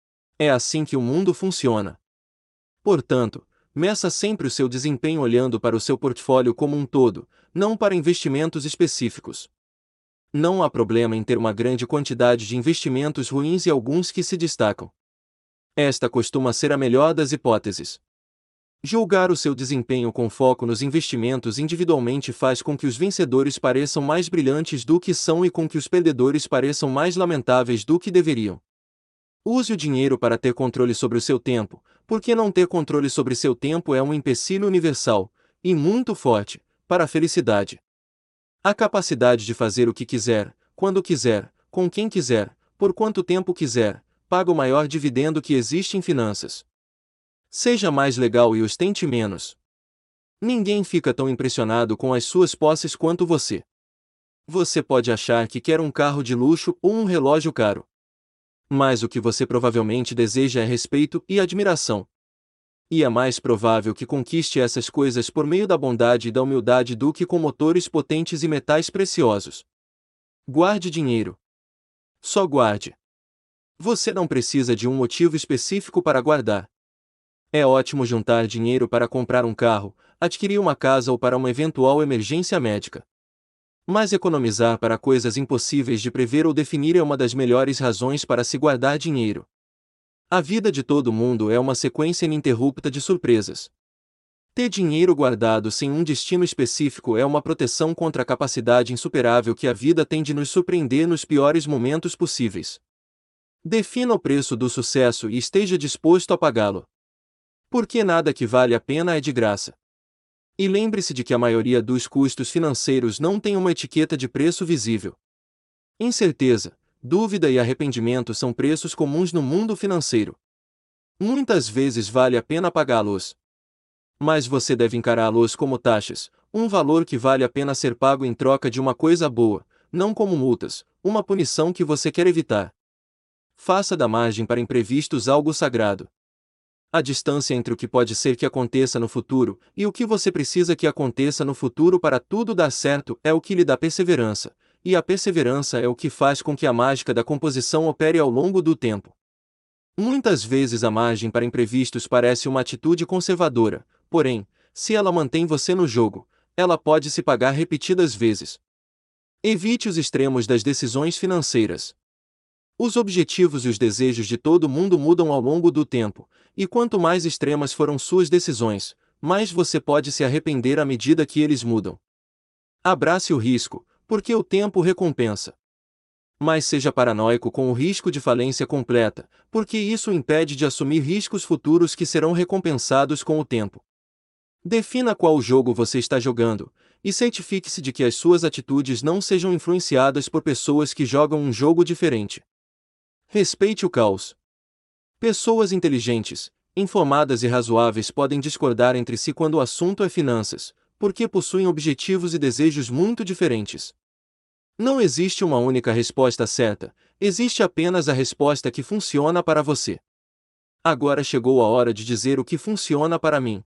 [SPEAKER 1] É assim que o mundo funciona. Portanto, meça sempre o seu desempenho olhando para o seu portfólio como um todo, não para investimentos específicos. Não há problema em ter uma grande quantidade de investimentos ruins e alguns que se destacam. Esta costuma ser a melhor das hipóteses. Julgar o seu desempenho com foco nos investimentos individualmente faz com que os vencedores pareçam mais brilhantes do que são e com que os perdedores pareçam mais lamentáveis do que deveriam. Use o dinheiro para ter controle sobre o seu tempo, porque não ter controle sobre seu tempo é um empecilho universal, e muito forte, para a felicidade. A capacidade de fazer o que quiser, quando quiser, com quem quiser, por quanto tempo quiser, paga o maior dividendo que existe em finanças. Seja mais legal e ostente menos. Ninguém fica tão impressionado com as suas posses quanto você. Você pode achar que quer um carro de luxo ou um relógio caro. Mas o que você provavelmente deseja é respeito e admiração. E é mais provável que conquiste essas coisas por meio da bondade e da humildade do que com motores potentes e metais preciosos. Guarde dinheiro. Só guarde. Você não precisa de um motivo específico para guardar. É ótimo juntar dinheiro para comprar um carro, adquirir uma casa ou para uma eventual emergência médica. Mas economizar para coisas impossíveis de prever ou definir é uma das melhores razões para se guardar dinheiro. A vida de todo mundo é uma sequência ininterrupta de surpresas. Ter dinheiro guardado sem um destino específico é uma proteção contra a capacidade insuperável que a vida tem de nos surpreender nos piores momentos possíveis. Defina o preço do sucesso e esteja disposto a pagá-lo. Porque nada que vale a pena é de graça. E lembre-se de que a maioria dos custos financeiros não tem uma etiqueta de preço visível. Incerteza, dúvida e arrependimento são preços comuns no mundo financeiro. Muitas vezes vale a pena pagá-los. Mas você deve encará-los como taxas, um valor que vale a pena ser pago em troca de uma coisa boa, não como multas, uma punição que você quer evitar. Faça da margem para imprevistos algo sagrado. A distância entre o que pode ser que aconteça no futuro e o que você precisa que aconteça no futuro para tudo dar certo é o que lhe dá perseverança, e a perseverança é o que faz com que a mágica da composição opere ao longo do tempo. Muitas vezes a margem para imprevistos parece uma atitude conservadora, porém, se ela mantém você no jogo, ela pode se pagar repetidas vezes. Evite os extremos das decisões financeiras. Os objetivos e os desejos de todo mundo mudam ao longo do tempo, e quanto mais extremas foram suas decisões, mais você pode se arrepender à medida que eles mudam. Abrace o risco, porque o tempo recompensa. Mas seja paranoico com o risco de falência completa, porque isso o impede de assumir riscos futuros que serão recompensados com o tempo. Defina qual jogo você está jogando, e certifique-se de que as suas atitudes não sejam influenciadas por pessoas que jogam um jogo diferente. Respeite o caos. Pessoas inteligentes, informadas e razoáveis podem discordar entre si quando o assunto é finanças, porque possuem objetivos e desejos muito diferentes. Não existe uma única resposta certa, existe apenas a resposta que funciona para você. Agora chegou a hora de dizer o que funciona para mim.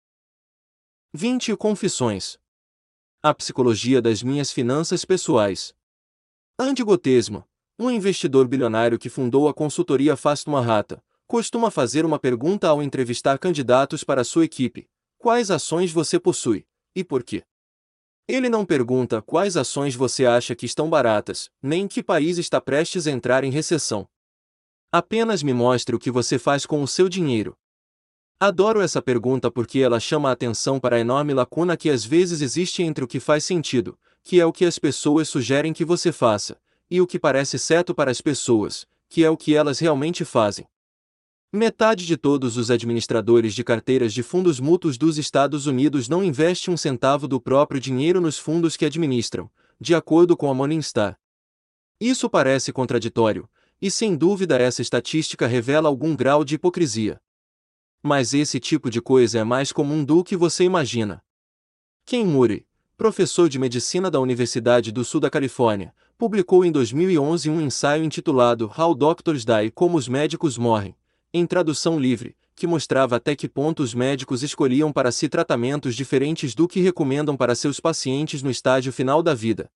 [SPEAKER 1] vinte Confissões. A psicologia das minhas finanças pessoais. Andy Gotesma, um investidor bilionário que fundou a consultoria Fast Manhattan, costuma fazer uma pergunta ao entrevistar candidatos para sua equipe: quais ações você possui, e por quê? Ele não pergunta quais ações você acha que estão baratas, nem que país está prestes a entrar em recessão. Apenas me mostre o que você faz com o seu dinheiro. Adoro essa pergunta porque ela chama a atenção para a enorme lacuna que às vezes existe entre o que faz sentido, que é o que as pessoas sugerem que você faça, e o que parece certo para as pessoas, que é o que elas realmente fazem. Metade de todos os administradores de carteiras de fundos mútuos dos Estados Unidos não investe um centavo do próprio dinheiro nos fundos que administram, de acordo com a Morningstar. Isso parece contraditório, e sem dúvida essa estatística revela algum grau de hipocrisia. Mas esse tipo de coisa é mais comum do que você imagina. Ken Murray, professor de medicina da Universidade do Sul da Califórnia, publicou em dois mil e onze um ensaio intitulado How Doctors Die, Como os Médicos Morrem, em tradução livre, que mostrava até que ponto os médicos escolhiam para si tratamentos diferentes do que recomendam para seus pacientes no estágio final da vida.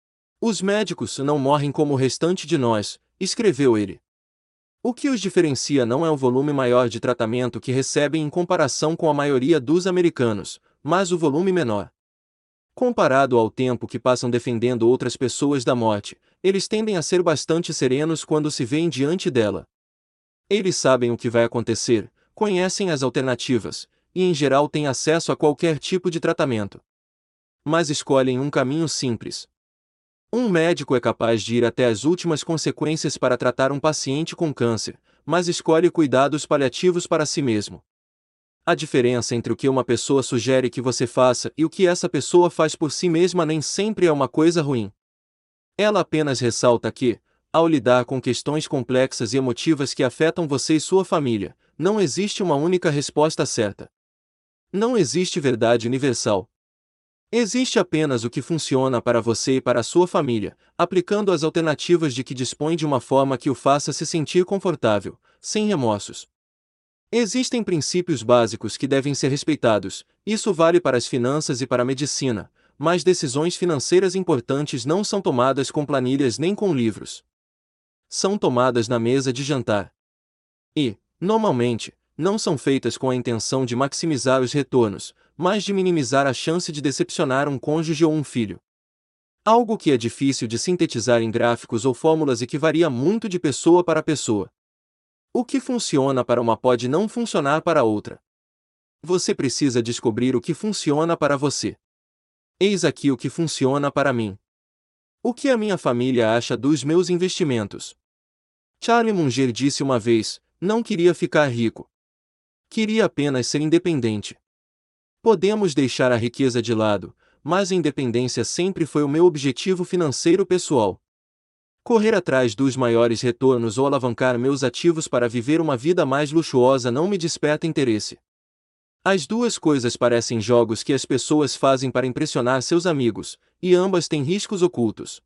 [SPEAKER 1] Os médicos não morrem como o restante de nós, escreveu ele. O que os diferencia não é o volume maior de tratamento que recebem em comparação com a maioria dos americanos, mas o volume menor. Comparado ao tempo que passam defendendo outras pessoas da morte, eles tendem a ser bastante serenos quando se veem diante dela. Eles sabem o que vai acontecer, conhecem as alternativas, e em geral têm acesso a qualquer tipo de tratamento. Mas escolhem um caminho simples. Um médico é capaz de ir até as últimas consequências para tratar um paciente com câncer, mas escolhe cuidados paliativos para si mesmo. A diferença entre o que uma pessoa sugere que você faça e o que essa pessoa faz por si mesma nem sempre é uma coisa ruim. Ela apenas ressalta que, ao lidar com questões complexas e emotivas que afetam você e sua família, não existe uma única resposta certa. Não existe verdade universal. Existe apenas o que funciona para você e para a sua família, aplicando as alternativas de que dispõe de uma forma que o faça se sentir confortável, sem remorsos. Existem princípios básicos que devem ser respeitados, isso vale para as finanças e para a medicina, mas decisões financeiras importantes não são tomadas com planilhas nem com livros. São tomadas na mesa de jantar. E, normalmente, não são feitas com a intenção de maximizar os retornos, mas de minimizar a chance de decepcionar um cônjuge ou um filho. Algo que é difícil de sintetizar em gráficos ou fórmulas e que varia muito de pessoa para pessoa. O que funciona para uma pode não funcionar para outra. Você precisa descobrir o que funciona para você. Eis aqui o que funciona para mim. O que a minha família acha dos meus investimentos? Charlie Munger disse uma vez: não queria ficar rico. Queria apenas ser independente. Podemos deixar a riqueza de lado, mas a independência sempre foi o meu objetivo financeiro pessoal. Correr atrás dos maiores retornos ou alavancar meus ativos para viver uma vida mais luxuosa não me desperta interesse. As duas coisas parecem jogos que as pessoas fazem para impressionar seus amigos, e ambas têm riscos ocultos.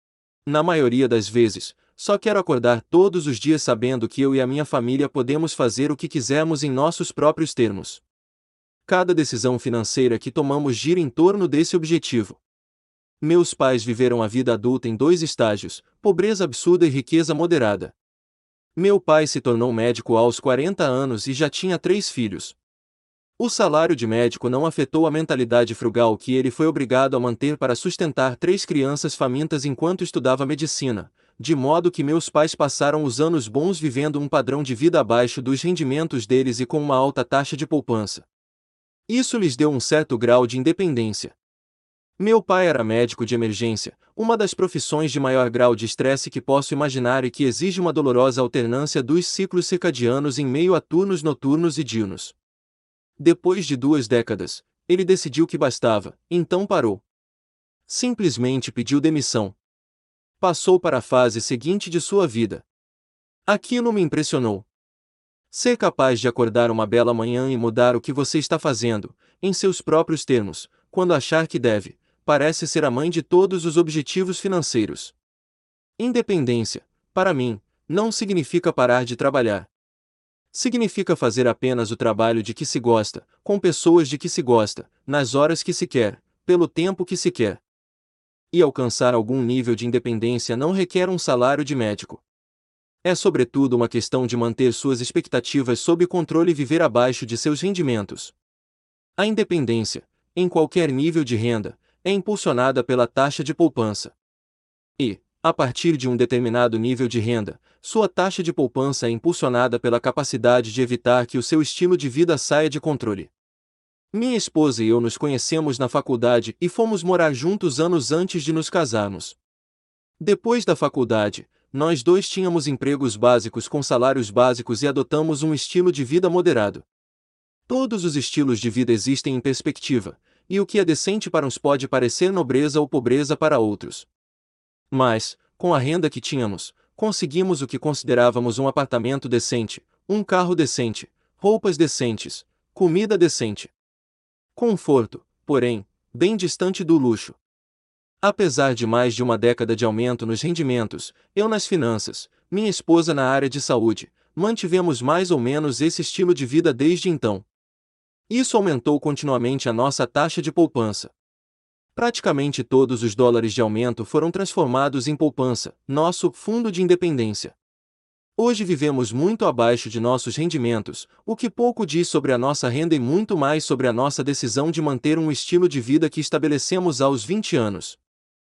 [SPEAKER 1] Na maioria das vezes, só quero acordar todos os dias sabendo que eu e a minha família podemos fazer o que quisermos em nossos próprios termos. Cada decisão financeira que tomamos gira em torno desse objetivo. Meus pais viveram a vida adulta em dois estágios, pobreza absurda e riqueza moderada. Meu pai se tornou médico aos quarenta anos e já tinha três filhos. O salário de médico não afetou a mentalidade frugal que ele foi obrigado a manter para sustentar três crianças famintas enquanto estudava medicina, de modo que meus pais passaram os anos bons vivendo um padrão de vida abaixo dos rendimentos deles e com uma alta taxa de poupança. Isso lhes deu um certo grau de independência. Meu pai era médico de emergência, uma das profissões de maior grau de estresse que posso imaginar e que exige uma dolorosa alternância dos ciclos circadianos em meio a turnos noturnos e diurnos. Depois de duas décadas, ele decidiu que bastava, então parou. Simplesmente pediu demissão. Passou para a fase seguinte de sua vida. Aquilo me impressionou. Ser capaz de acordar uma bela manhã e mudar o que você está fazendo, em seus próprios termos, quando achar que deve, parece ser a mãe de todos os objetivos financeiros. Independência, para mim, não significa parar de trabalhar. Significa fazer apenas o trabalho de que se gosta, com pessoas de que se gosta, nas horas que se quer, pelo tempo que se quer. E alcançar algum nível de independência não requer um salário de médico. É sobretudo uma questão de manter suas expectativas sob controle e viver abaixo de seus rendimentos. A independência, em qualquer nível de renda, é impulsionada pela taxa de poupança. E, a partir de um determinado nível de renda, sua taxa de poupança é impulsionada pela capacidade de evitar que o seu estilo de vida saia de controle. Minha esposa e eu nos conhecemos na faculdade e fomos morar juntos anos antes de nos casarmos. Depois da faculdade, nós dois tínhamos empregos básicos com salários básicos e adotamos um estilo de vida moderado. Todos os estilos de vida existem em perspectiva, e o que é decente para uns pode parecer nobreza ou pobreza para outros. Mas, com a renda que tínhamos, conseguimos o que considerávamos um apartamento decente, um carro decente, roupas decentes, comida decente. Conforto, porém, bem distante do luxo. Apesar de mais de uma década de aumento nos rendimentos, eu nas finanças, minha esposa na área de saúde, mantivemos mais ou menos esse estilo de vida desde então. Isso aumentou continuamente a nossa taxa de poupança. Praticamente todos os dólares de aumento foram transformados em poupança, nosso fundo de independência. Hoje vivemos muito abaixo de nossos rendimentos, o que pouco diz sobre a nossa renda e muito mais sobre a nossa decisão de manter um estilo de vida que estabelecemos aos vinte anos.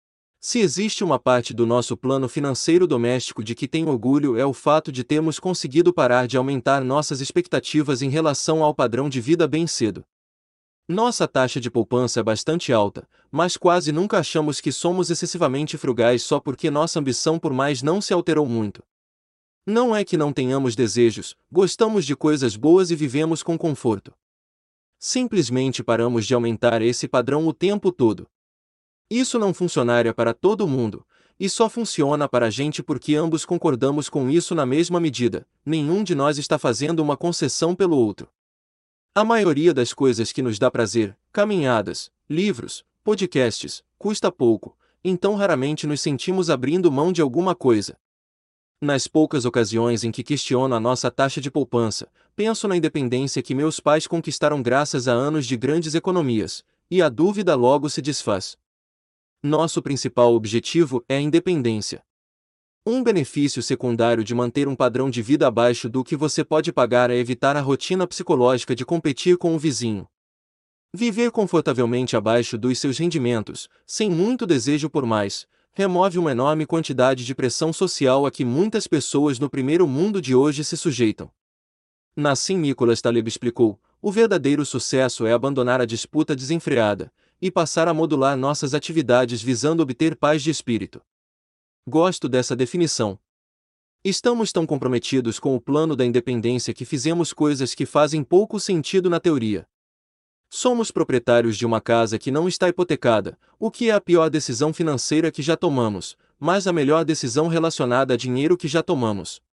[SPEAKER 1] Se existe uma parte do nosso plano financeiro doméstico de que tenho orgulho é o fato de termos conseguido parar de aumentar nossas expectativas em relação ao padrão de vida bem cedo. Nossa taxa de poupança é bastante alta, mas quase nunca achamos que somos excessivamente frugais só porque nossa ambição por mais não se alterou muito. Não é que não tenhamos desejos, gostamos de coisas boas e vivemos com conforto. Simplesmente paramos de aumentar esse padrão o tempo todo. Isso não funcionaria para todo mundo, e só funciona para a gente porque ambos concordamos com isso na mesma medida, nenhum de nós está fazendo uma concessão pelo outro. A maioria das coisas que nos dá prazer, caminhadas, livros, podcasts, custa pouco, então raramente nos sentimos abrindo mão de alguma coisa. Nas poucas ocasiões em que questiono a nossa taxa de poupança, penso na independência que meus pais conquistaram graças a anos de grandes economias, e a dúvida logo se desfaz. Nosso principal objetivo é a independência. Um benefício secundário de manter um padrão de vida abaixo do que você pode pagar é evitar a rotina psicológica de competir com o vizinho. Viver confortavelmente abaixo dos seus rendimentos, sem muito desejo por mais, remove uma enorme quantidade de pressão social a que muitas pessoas no primeiro mundo de hoje se sujeitam. Nassim Nicholas Taleb explicou, o verdadeiro sucesso é abandonar a disputa desenfreada, e passar a modular nossas atividades visando obter paz de espírito. Gosto dessa definição. Estamos tão comprometidos com o plano da independência que fizemos coisas que fazem pouco sentido na teoria. Somos proprietários de uma casa que não está hipotecada, o que é a pior decisão financeira que já tomamos, mas a melhor decisão relacionada a dinheiro que já tomamos.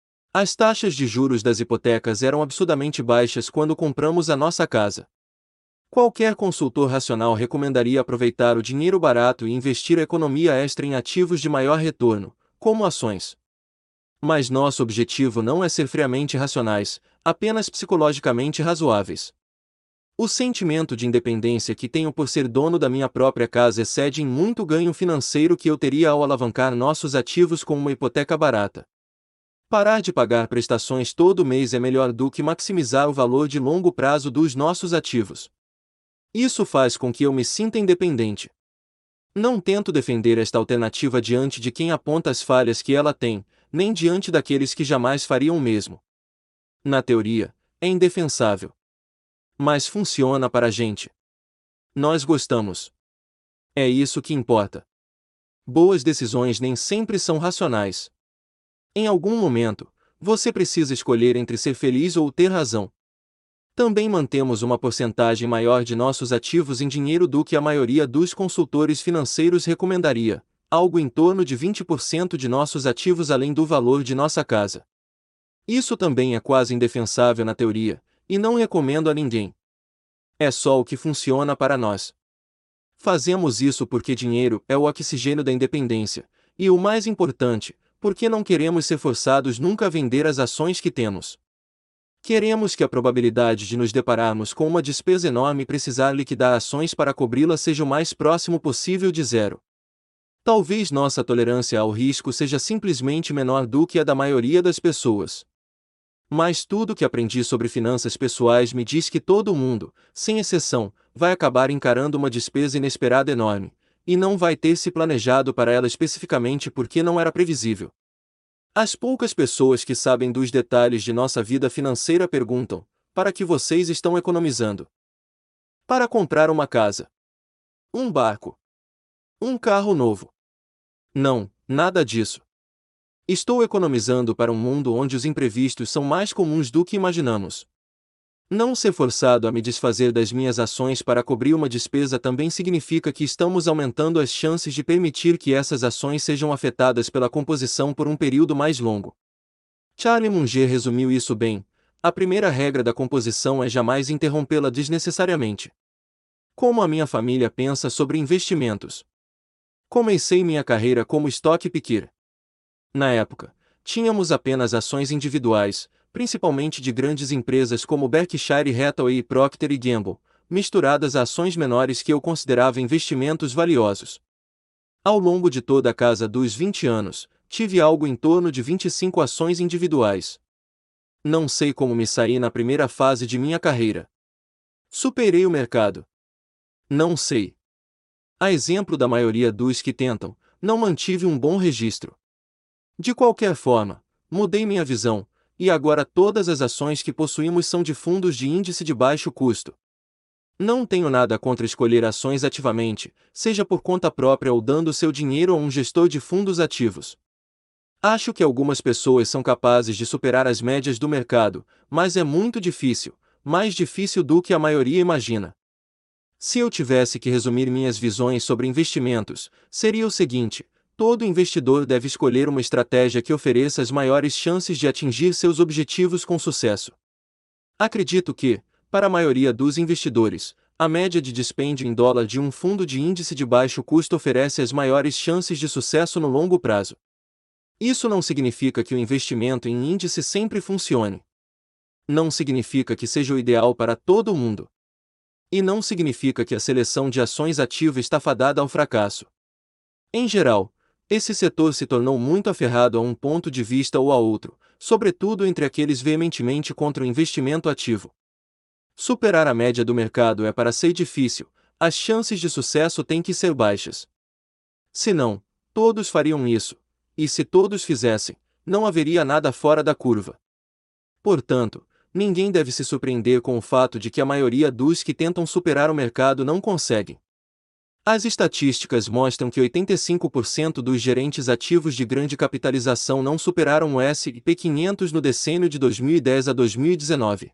[SPEAKER 1] As taxas de juros das hipotecas eram absurdamente baixas quando compramos a nossa casa. Qualquer consultor racional recomendaria aproveitar o dinheiro barato e investir a economia extra em ativos de maior retorno, como ações. Mas nosso objetivo não é ser friamente racionais, apenas psicologicamente razoáveis. O sentimento de independência que tenho por ser dono da minha própria casa excede em muito o ganho financeiro que eu teria ao alavancar nossos ativos com uma hipoteca barata. Parar de pagar prestações todo mês é melhor do que maximizar o valor de longo prazo dos nossos ativos. Isso faz com que eu me sinta independente. Não tento defender esta alternativa diante de quem aponta as falhas que ela tem, nem diante daqueles que jamais fariam o mesmo. Na teoria, é indefensável. Mas funciona para a gente. Nós gostamos. É isso que importa. Boas decisões nem sempre são racionais. Em algum momento, você precisa escolher entre ser feliz ou ter razão. Também mantemos uma porcentagem maior de nossos ativos em dinheiro do que a maioria dos consultores financeiros recomendaria, algo em torno de vinte por cento de nossos ativos além do valor de nossa casa. Isso também é quase indefensável na teoria, e não recomendo a ninguém. É só o que funciona para nós. Fazemos isso porque dinheiro é o oxigênio da independência, e o mais importante, porque não queremos ser forçados nunca a vender as ações que temos. Queremos que a probabilidade de nos depararmos com uma despesa enorme e precisar liquidar ações para cobri-la seja o mais próximo possível de zero. Talvez nossa tolerância ao risco seja simplesmente menor do que a da maioria das pessoas. Mas tudo que aprendi sobre finanças pessoais me diz que todo mundo, sem exceção, vai acabar encarando uma despesa inesperada enorme, e não vai ter se planejado para ela especificamente porque não era previsível. As poucas pessoas que sabem dos detalhes de nossa vida financeira perguntam: para que vocês estão economizando? Para comprar uma casa, um barco, um carro novo. Não, nada disso. Estou economizando para um mundo onde os imprevistos são mais comuns do que imaginamos. Não ser forçado a me desfazer das minhas ações para cobrir uma despesa também significa que estamos aumentando as chances de permitir que essas ações sejam afetadas pela composição por um período mais longo. Charlie Munger resumiu isso bem: a primeira regra da composição é jamais interrompê-la desnecessariamente. Como a minha família pensa sobre investimentos? Comecei minha carreira como stock picker. Na época, tínhamos apenas ações individuais, principalmente de grandes empresas como Berkshire Hathaway e Procter e Gamble, misturadas a ações menores que eu considerava investimentos valiosos. Ao longo de toda a casa dos vinte anos, tive algo em torno de vinte e cinco ações individuais. Não sei como me saí na primeira fase de minha carreira. Superei o mercado. Não sei. A exemplo da maioria dos que tentam, não mantive um bom registro. De qualquer forma, mudei minha visão, e agora todas as ações que possuímos são de fundos de índice de baixo custo. Não tenho nada contra escolher ações ativamente, seja por conta própria ou dando seu dinheiro a um gestor de fundos ativos. Acho que algumas pessoas são capazes de superar as médias do mercado, mas é muito difícil, mais difícil do que a maioria imagina. Se eu tivesse que resumir minhas visões sobre investimentos, seria o seguinte: todo investidor deve escolher uma estratégia que ofereça as maiores chances de atingir seus objetivos com sucesso. Acredito que, para a maioria dos investidores, a média de dispêndio em dólar de um fundo de índice de baixo custo oferece as maiores chances de sucesso no longo prazo. Isso não significa que o investimento em índice sempre funcione. Não significa que seja o ideal para todo mundo. E não significa que a seleção de ações ativa está fadada ao fracasso. Em geral, esse setor se tornou muito aferrado a um ponto de vista ou a outro, sobretudo entre aqueles veementemente contra o investimento ativo. Superar a média do mercado é para ser difícil, as chances de sucesso têm que ser baixas. Se não, todos fariam isso, e se todos fizessem, não haveria nada fora da curva. Portanto, ninguém deve se surpreender com o fato de que a maioria dos que tentam superar o mercado não conseguem. As estatísticas mostram que oitenta e cinco por cento dos gerentes ativos de grande capitalização não superaram o S e P quinhentos no decênio de dois mil e dez a dois mil e dezenove.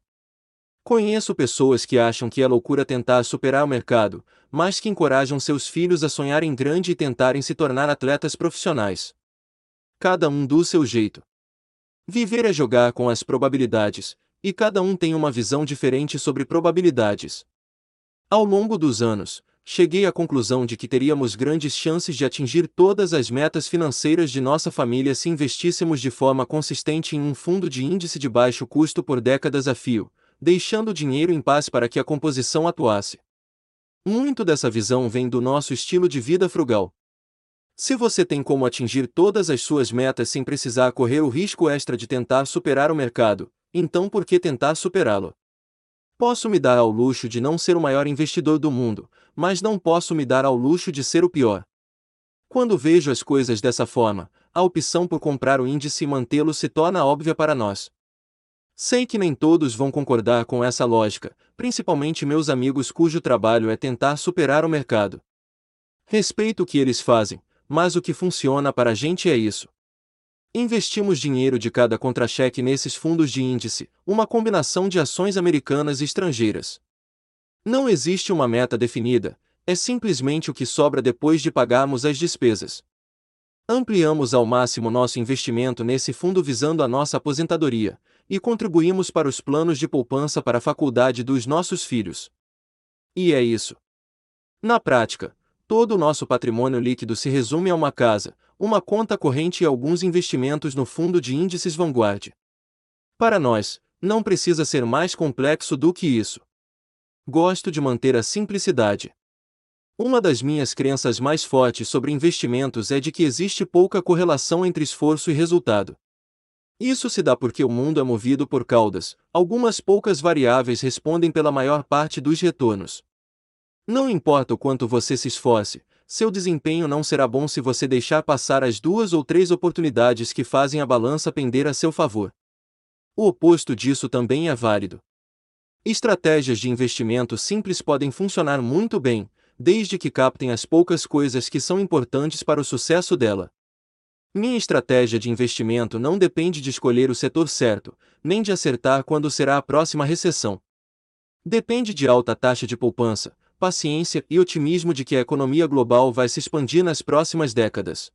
[SPEAKER 1] Conheço pessoas que acham que é loucura tentar superar o mercado, mas que encorajam seus filhos a sonharem grande e tentarem se tornar atletas profissionais. Cada um do seu jeito. Viver é jogar com as probabilidades, e cada um tem uma visão diferente sobre probabilidades. Ao longo dos anos, cheguei à conclusão de que teríamos grandes chances de atingir todas as metas financeiras de nossa família se investíssemos de forma consistente em um fundo de índice de baixo custo por décadas a fio, deixando o dinheiro em paz para que a composição atuasse. Muito dessa visão vem do nosso estilo de vida frugal. Se você tem como atingir todas as suas metas sem precisar correr o risco extra de tentar superar o mercado, então por que tentar superá-lo? Posso me dar ao luxo de não ser o maior investidor do mundo, mas não posso me dar ao luxo de ser o pior. Quando vejo as coisas dessa forma, a opção por comprar o índice e mantê-lo se torna óbvia para nós. Sei que nem todos vão concordar com essa lógica, principalmente meus amigos cujo trabalho é tentar superar o mercado. Respeito o que eles fazem, mas o que funciona para a gente é isso. Investimos dinheiro de cada contra-cheque nesses fundos de índice, uma combinação de ações americanas e estrangeiras. Não existe uma meta definida, é simplesmente o que sobra depois de pagarmos as despesas. Ampliamos ao máximo nosso investimento nesse fundo visando a nossa aposentadoria, e contribuímos para os planos de poupança para a faculdade dos nossos filhos. E é isso. Na prática, todo o nosso patrimônio líquido se resume a uma casa, uma conta corrente e alguns investimentos no fundo de índices Vanguard. Para nós, não precisa ser mais complexo do que isso. Gosto de manter a simplicidade. Uma das minhas crenças mais fortes sobre investimentos é de que existe pouca correlação entre esforço e resultado. Isso se dá porque o mundo é movido por caudas, algumas poucas variáveis respondem pela maior parte dos retornos. Não importa o quanto você se esforce, seu desempenho não será bom se você deixar passar as duas ou três oportunidades que fazem a balança pender a seu favor. O oposto disso também é válido. Estratégias de investimento simples podem funcionar muito bem, desde que captem as poucas coisas que são importantes para o sucesso dela. Minha estratégia de investimento não depende de escolher o setor certo, nem de acertar quando será a próxima recessão. Depende de alta taxa de poupança, paciência e otimismo de que a economia global vai se expandir nas próximas décadas.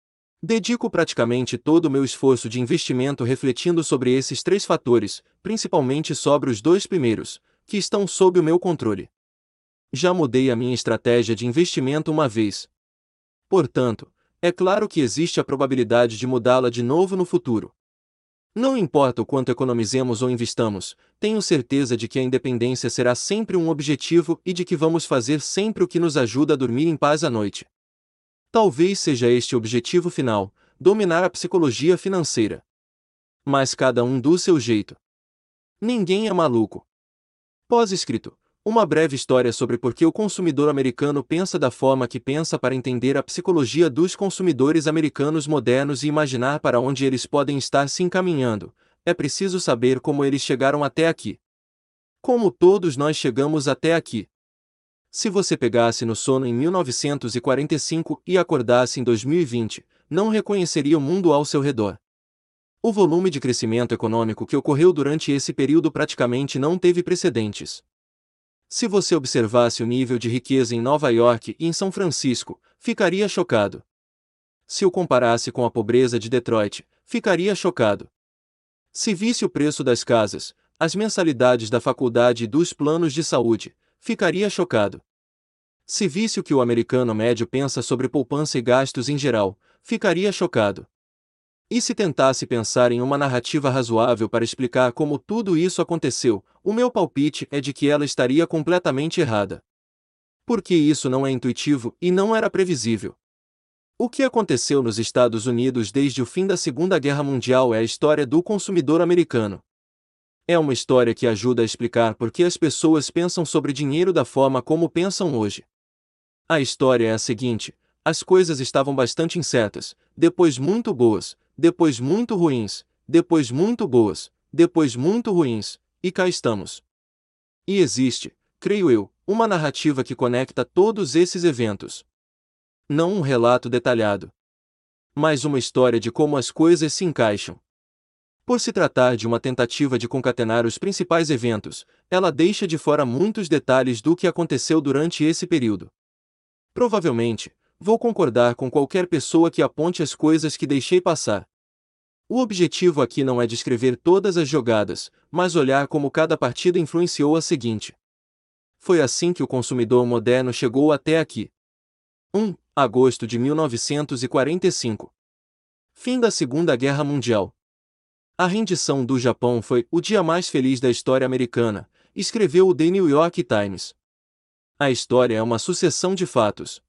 [SPEAKER 1] Dedico praticamente todo o meu esforço de investimento refletindo sobre esses três fatores, principalmente sobre os dois primeiros, que estão sob o meu controle. Já mudei a minha estratégia de investimento uma vez. Portanto, é claro que existe a probabilidade de mudá-la de novo no futuro. Não importa o quanto economizemos ou investamos, tenho certeza de que a independência será sempre um objetivo e de que vamos fazer sempre o que nos ajuda a dormir em paz à noite. Talvez seja este o objetivo final, dominar a psicologia financeira. Mas cada um do seu jeito. Ninguém é maluco. Pós-escrito. Uma breve história sobre por que o consumidor americano pensa da forma que pensa para entender a psicologia dos consumidores americanos modernos e imaginar para onde eles podem estar se encaminhando. É preciso saber como eles chegaram até aqui. Como todos nós chegamos até aqui. Se você pegasse no sono em mil novecentos e quarenta e cinco e acordasse em dois mil e vinte, não reconheceria o mundo ao seu redor. O volume de crescimento econômico que ocorreu durante esse período praticamente não teve precedentes. Se você observasse o nível de riqueza em Nova York e em São Francisco, ficaria chocado. Se o comparasse com a pobreza de Detroit, ficaria chocado. Se visse o preço das casas, as mensalidades da faculdade e dos planos de saúde, ficaria chocado. Se visse o que o americano médio pensa sobre poupança e gastos em geral, ficaria chocado. E se tentasse pensar em uma narrativa razoável para explicar como tudo isso aconteceu, o meu palpite é de que ela estaria completamente errada. Porque isso não é intuitivo e não era previsível. O que aconteceu nos Estados Unidos desde o fim da Segunda Guerra Mundial é a história do consumidor americano. É uma história que ajuda a explicar por que as pessoas pensam sobre dinheiro da forma como pensam hoje. A história é a seguinte: as coisas estavam bastante incertas, depois muito boas, depois muito ruins, depois muito boas, depois muito ruins, e cá estamos. E existe, creio eu, uma narrativa que conecta todos esses eventos. Não um relato detalhado, mas uma história de como as coisas se encaixam. Por se tratar de uma tentativa de concatenar os principais eventos, ela deixa de fora muitos detalhes do que aconteceu durante esse período. Provavelmente, vou concordar com qualquer pessoa que aponte as coisas que deixei passar. O objetivo aqui não é descrever todas as jogadas, mas olhar como cada partida influenciou a seguinte. Foi assim que o consumidor moderno chegou até aqui. um. Agosto de mil novecentos e quarenta e cinco. Fim da Segunda Guerra Mundial. A rendição do Japão foi o dia mais feliz da história americana, escreveu o The New York Times. A história é uma sucessão de fatos.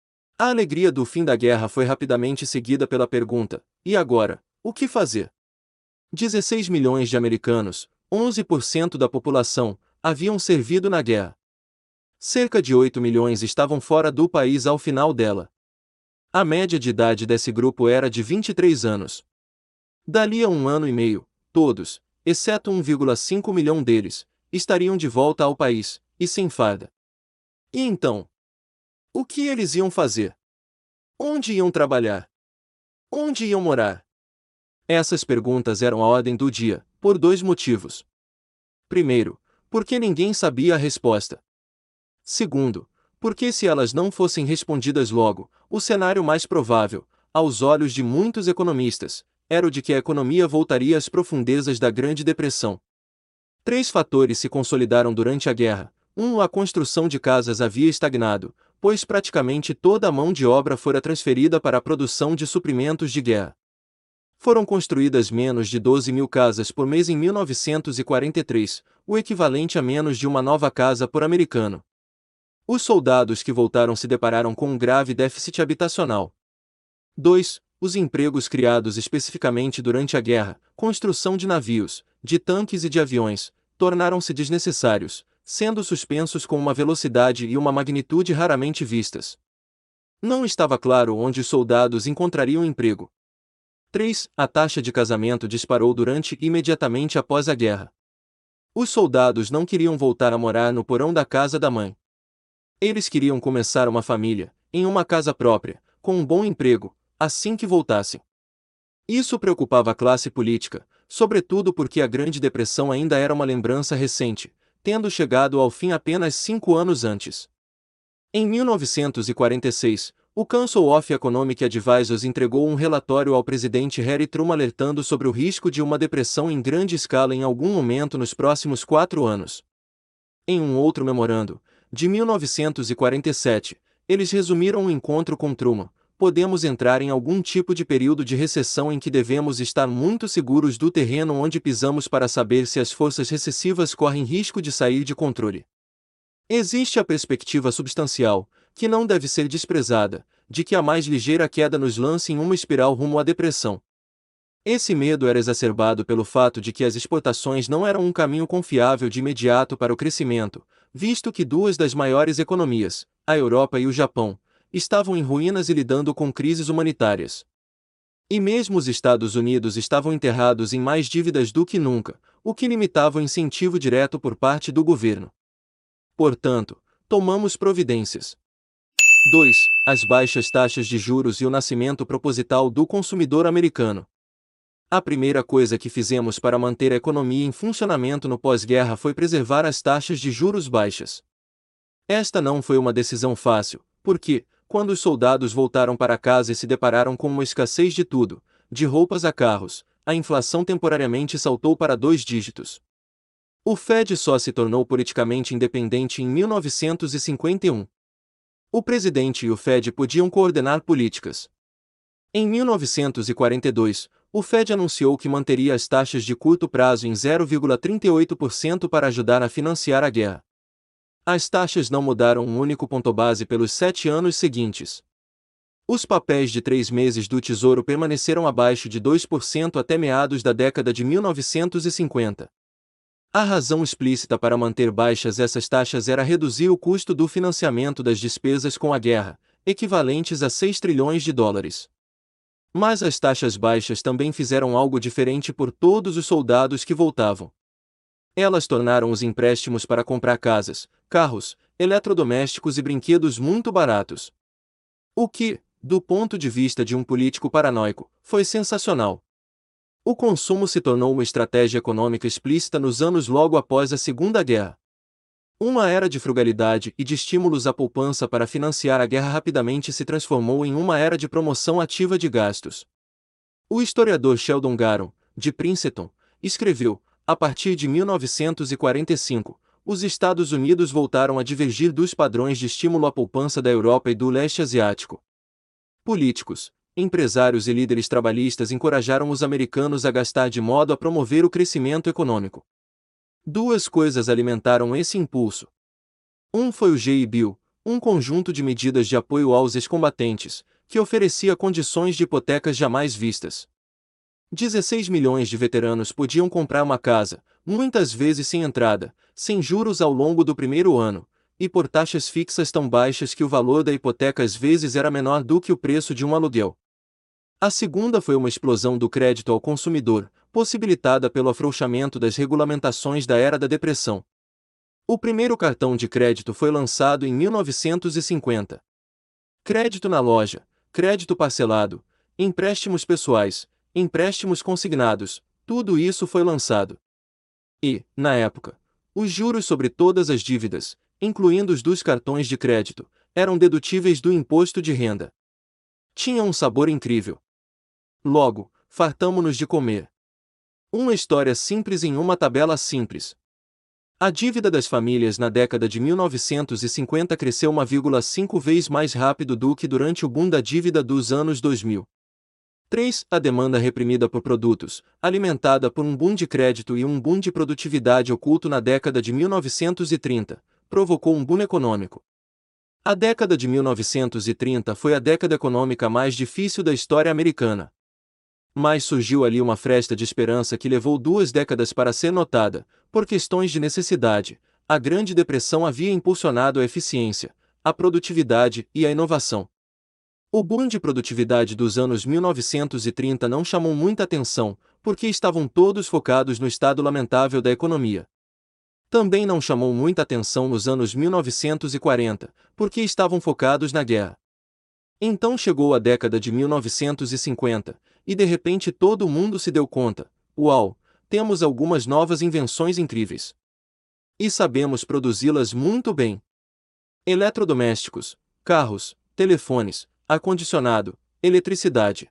[SPEAKER 1] A alegria do fim da guerra foi rapidamente seguida pela pergunta: e agora, o que fazer? dezesseis milhões de americanos, onze por cento da população, haviam servido na guerra. Cerca de oito milhões estavam fora do país ao final dela. A média de idade desse grupo era de vinte e três anos. Dali a um ano e meio, todos, exceto um vírgula cinco milhão deles, estariam de volta ao país, e sem farda. E então? O que eles iam fazer? Onde iam trabalhar? Onde iam morar? Essas perguntas eram a ordem do dia, por dois motivos. Primeiro, porque ninguém sabia a resposta. Segundo, porque se elas não fossem respondidas logo, o cenário mais provável, aos olhos de muitos economistas, era o de que a economia voltaria às profundezas da Grande Depressão. Três fatores se consolidaram durante a guerra. Um, a construção de casas havia estagnado, pois praticamente toda a mão de obra fora transferida para a produção de suprimentos de guerra. Foram construídas menos de doze mil casas por mês em mil novecentos e quarenta e três, o equivalente a menos de uma nova casa por americano. Os soldados que voltaram se depararam com um grave déficit habitacional. dois. Os empregos criados especificamente durante a guerra, construção de navios, de tanques e de aviões, tornaram-se desnecessários, sendo suspensos com uma velocidade e uma magnitude raramente vistas. Não estava claro onde os soldados encontrariam emprego. três. A taxa de casamento disparou durante e imediatamente após a guerra. Os soldados não queriam voltar a morar no porão da casa da mãe. Eles queriam começar uma família, em uma casa própria, com um bom emprego, assim que voltassem. Isso preocupava a classe política, sobretudo porque a Grande Depressão ainda era uma lembrança recente, tendo chegado ao fim apenas cinco anos antes. Em mil novecentos e quarenta e seis, o Council of Economic Advisors entregou um relatório ao presidente Harry Truman alertando sobre o risco de uma depressão em grande escala em algum momento nos próximos quatro anos. Em um outro memorando, de mil novecentos e quarenta e sete, eles resumiram o encontro com Truman, podemos entrar em algum tipo de período de recessão em que devemos estar muito seguros do terreno onde pisamos para saber se as forças recessivas correm risco de sair de controle. Existe a perspectiva substancial, que não deve ser desprezada, de que a mais ligeira queda nos lance em uma espiral rumo à depressão. Esse medo era exacerbado pelo fato de que as exportações não eram um caminho confiável de imediato para o crescimento, visto que duas das maiores economias, a Europa e o Japão, estavam em ruínas e lidando com crises humanitárias. E mesmo os Estados Unidos estavam enterrados em mais dívidas do que nunca, o que limitava o incentivo direto por parte do governo. Portanto, tomamos providências. dois. As baixas taxas de juros e o nascimento proposital do consumidor americano. A primeira coisa que fizemos para manter a economia em funcionamento no pós-guerra foi preservar as taxas de juros baixas. Esta não foi uma decisão fácil, porque, quando os soldados voltaram para casa e se depararam com uma escassez de tudo, de roupas a carros, a inflação temporariamente saltou para dois dígitos. O Fed só se tornou politicamente independente em mil novecentos e cinquenta e um. O presidente e o Fed podiam coordenar políticas. Em mil novecentos e quarenta e dois, o Fed anunciou que manteria as taxas de curto prazo em zero vírgula trinta e oito por cento para ajudar a financiar a guerra. As taxas não mudaram um único ponto base pelos sete anos seguintes. Os papéis de três meses do Tesouro permaneceram abaixo de dois por cento até meados da década de mil novecentos e cinquenta. A razão explícita para manter baixas essas taxas era reduzir o custo do financiamento das despesas com a guerra, equivalentes a seis trilhões de dólares. Mas as taxas baixas também fizeram algo diferente por todos os soldados que voltavam. Elas tornaram os empréstimos para comprar casas, carros, eletrodomésticos e brinquedos muito baratos. O que, do ponto de vista de um político paranoico, foi sensacional. O consumo se tornou uma estratégia econômica explícita nos anos logo após a Segunda Guerra. Uma era de frugalidade e de estímulos à poupança para financiar a guerra rapidamente se transformou em uma era de promoção ativa de gastos. O historiador Sheldon Garon, de Princeton, escreveu: a partir de mil novecentos e quarenta e cinco, os Estados Unidos voltaram a divergir dos padrões de estímulo à poupança da Europa e do leste asiático. Políticos, empresários e líderes trabalhistas encorajaram os americanos a gastar de modo a promover o crescimento econômico. Duas coisas alimentaram esse impulso. Um foi o G I Bill, um conjunto de medidas de apoio aos ex-combatentes, que oferecia condições de hipotecas jamais vistas. dezesseis milhões de veteranos podiam comprar uma casa, muitas vezes sem entrada, sem juros ao longo do primeiro ano, e por taxas fixas tão baixas que o valor da hipoteca às vezes era menor do que o preço de um aluguel. A segunda foi uma explosão do crédito ao consumidor, possibilitada pelo afrouxamento das regulamentações da era da depressão. O primeiro cartão de crédito foi lançado em mil novecentos e cinquenta. Crédito na loja, crédito parcelado, empréstimos pessoais, empréstimos consignados, tudo isso foi lançado. E, na época, os juros sobre todas as dívidas, incluindo os dos cartões de crédito, eram dedutíveis do imposto de renda. Tinha um sabor incrível. Logo, fartamo-nos de comer. Uma história simples em uma tabela simples. A dívida das famílias na década de mil novecentos e cinquenta cresceu uma vírgula cinco vezes mais rápido do que durante o boom da dívida dos anos dois mil. três. A demanda reprimida por produtos, alimentada por um boom de crédito e um boom de produtividade oculto na década de mil novecentos e trinta, provocou um boom econômico. A década de mil novecentos e trinta foi a década econômica mais difícil da história americana. Mas surgiu ali uma fresta de esperança que levou duas décadas para ser notada. Por questões de necessidade, a Grande Depressão havia impulsionado a eficiência, a produtividade e a inovação. O boom de produtividade dos anos mil novecentos e trinta não chamou muita atenção, porque estavam todos focados no estado lamentável da economia. Também não chamou muita atenção nos anos mil novecentos e quarenta, porque estavam focados na guerra. Então chegou a década de mil novecentos e cinquenta, e de repente todo mundo se deu conta: uau, temos algumas novas invenções incríveis. E sabemos produzi-las muito bem. Eletrodomésticos, carros, telefones, ar-condicionado, eletricidade.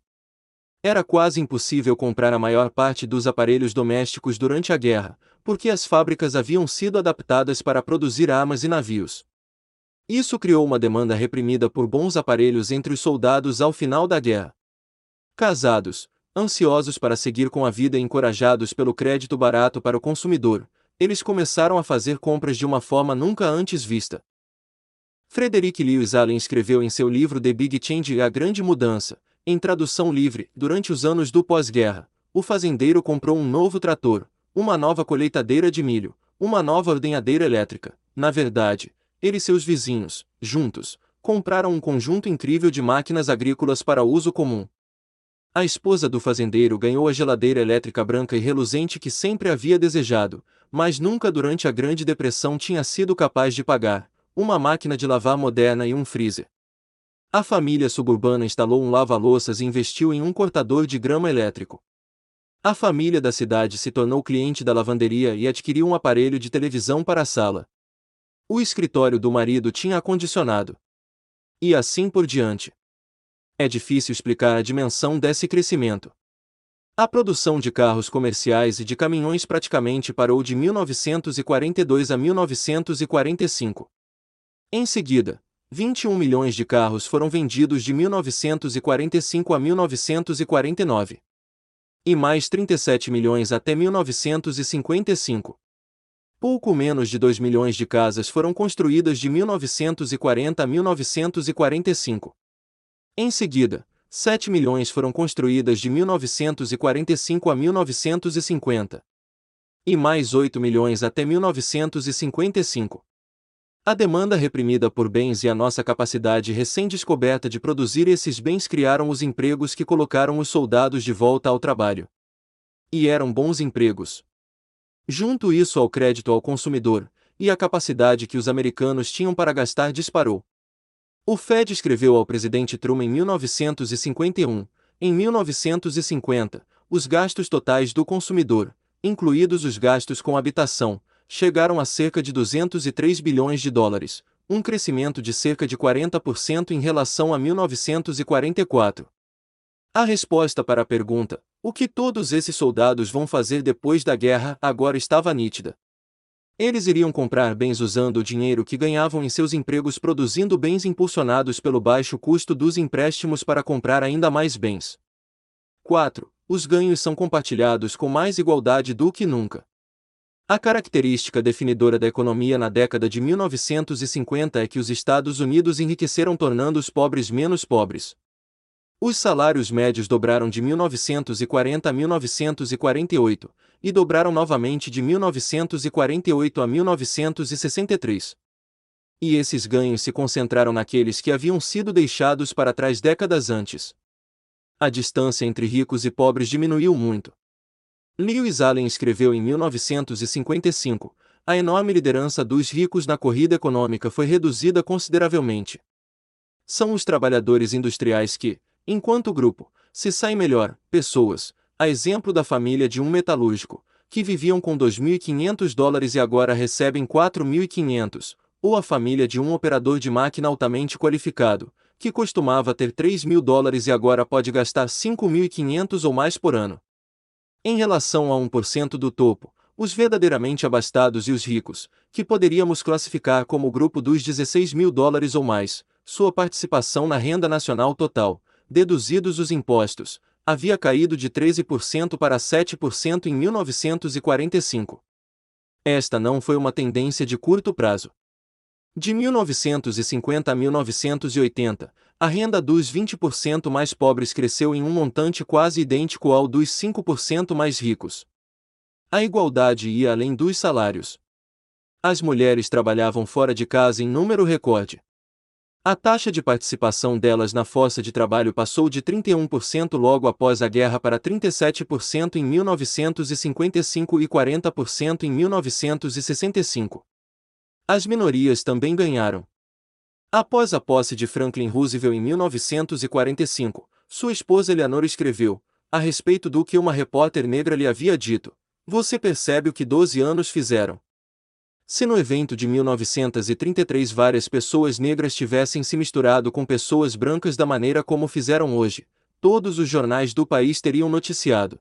[SPEAKER 1] Era quase impossível comprar a maior parte dos aparelhos domésticos durante a guerra, porque as fábricas haviam sido adaptadas para produzir armas e navios. Isso criou uma demanda reprimida por bons aparelhos entre os soldados ao final da guerra. Casados, ansiosos para seguir com a vida e encorajados pelo crédito barato para o consumidor, eles começaram a fazer compras de uma forma nunca antes vista. Frederick Lewis Allen escreveu em seu livro The Big Change, A Grande Mudança, em tradução livre: durante os anos do pós-guerra, o fazendeiro comprou um novo trator, uma nova colheitadeira de milho, uma nova ordenhadeira elétrica. Na verdade, ele e seus vizinhos, juntos, compraram um conjunto incrível de máquinas agrícolas para uso comum. A esposa do fazendeiro ganhou a geladeira elétrica branca e reluzente que sempre havia desejado, mas nunca durante a Grande Depressão tinha sido capaz de pagar, uma máquina de lavar moderna e um freezer. A família suburbana instalou um lava-louças e investiu em um cortador de grama elétrico. A família da cidade se tornou cliente da lavanderia e adquiriu um aparelho de televisão para a sala. O escritório do marido tinha ar-condicionado. E assim por diante. É difícil explicar a dimensão desse crescimento. A produção de carros comerciais e de caminhões praticamente parou de mil novecentos e quarenta e dois a mil novecentos e quarenta e cinco. Em seguida, vinte e um milhões de carros foram vendidos de mil novecentos e quarenta e cinco a mil novecentos e quarenta e nove. E mais trinta e sete milhões até mil novecentos e cinquenta e cinco. Pouco menos de dois milhões de casas foram construídas de mil novecentos e quarenta a mil novecentos e quarenta e cinco. Em seguida, sete milhões foram construídas de mil novecentos e quarenta e cinco a mil novecentos e cinquenta. E mais oito milhões até mil novecentos e cinquenta e cinco. A demanda reprimida por bens e a nossa capacidade recém-descoberta de produzir esses bens criaram os empregos que colocaram os soldados de volta ao trabalho. E eram bons empregos. Junto isso ao crédito ao consumidor, e a capacidade que os americanos tinham para gastar disparou. O Fed escreveu ao presidente Truman em mil novecentos e cinquenta e um, em mil novecentos e cinquenta, os gastos totais do consumidor, incluídos os gastos com habitação, chegaram a cerca de duzentos e três bilhões de dólares, um crescimento de cerca de quarenta por cento em relação a mil novecentos e quarenta e quatro. A resposta para a pergunta, o que todos esses soldados vão fazer depois da guerra, agora estava nítida. Eles iriam comprar bens usando o dinheiro que ganhavam em seus empregos produzindo bens impulsionados pelo baixo custo dos empréstimos para comprar ainda mais bens. quatro. Os ganhos são compartilhados com mais igualdade do que nunca. A característica definidora da economia na década de mil novecentos e cinquenta é que os Estados Unidos enriqueceram tornando os pobres menos pobres. Os salários médios dobraram de mil novecentos e quarenta a mil novecentos e quarenta e oito, e dobraram novamente de mil novecentos e quarenta e oito a mil novecentos e sessenta e três. E esses ganhos se concentraram naqueles que haviam sido deixados para trás décadas antes. A distância entre ricos e pobres diminuiu muito. Lewis Allen escreveu em mil novecentos e cinquenta e cinco, a enorme liderança dos ricos na corrida econômica foi reduzida consideravelmente. São os trabalhadores industriais que, enquanto grupo, se saem melhor, pessoas, a exemplo da família de um metalúrgico, que viviam com dois mil e quinhentos dólares e agora recebem quatro mil e quinhentos, ou a família de um operador de máquina altamente qualificado, que costumava ter três mil dólares e agora pode gastar cinco mil e quinhentos ou mais por ano. Em relação a um por cento do topo, os verdadeiramente abastados e os ricos, que poderíamos classificar como o grupo dos dezesseis mil dólares ou mais, sua participação na renda nacional total, deduzidos os impostos, havia caído de treze por cento para sete por cento em mil novecentos e quarenta e cinco. Esta não foi uma tendência de curto prazo. De mil novecentos e cinquenta a mil novecentos e oitenta, a renda dos vinte por cento mais pobres cresceu em um montante quase idêntico ao dos cinco por cento mais ricos. A igualdade ia além dos salários. As mulheres trabalhavam fora de casa em número recorde. A taxa de participação delas na força de trabalho passou de trinta e um por cento logo após a guerra para trinta e sete por cento em mil novecentos e cinquenta e cinco e quarenta por cento em mil novecentos e sessenta e cinco. As minorias também ganharam. Após a posse de Franklin Roosevelt em mil novecentos e quarenta e cinco, sua esposa Eleanor escreveu, a respeito do que uma repórter negra lhe havia dito: "Você percebe o que doze anos fizeram?" Se no evento de mil novecentos e trinta e três várias pessoas negras tivessem se misturado com pessoas brancas da maneira como fizeram hoje, todos os jornais do país teriam noticiado.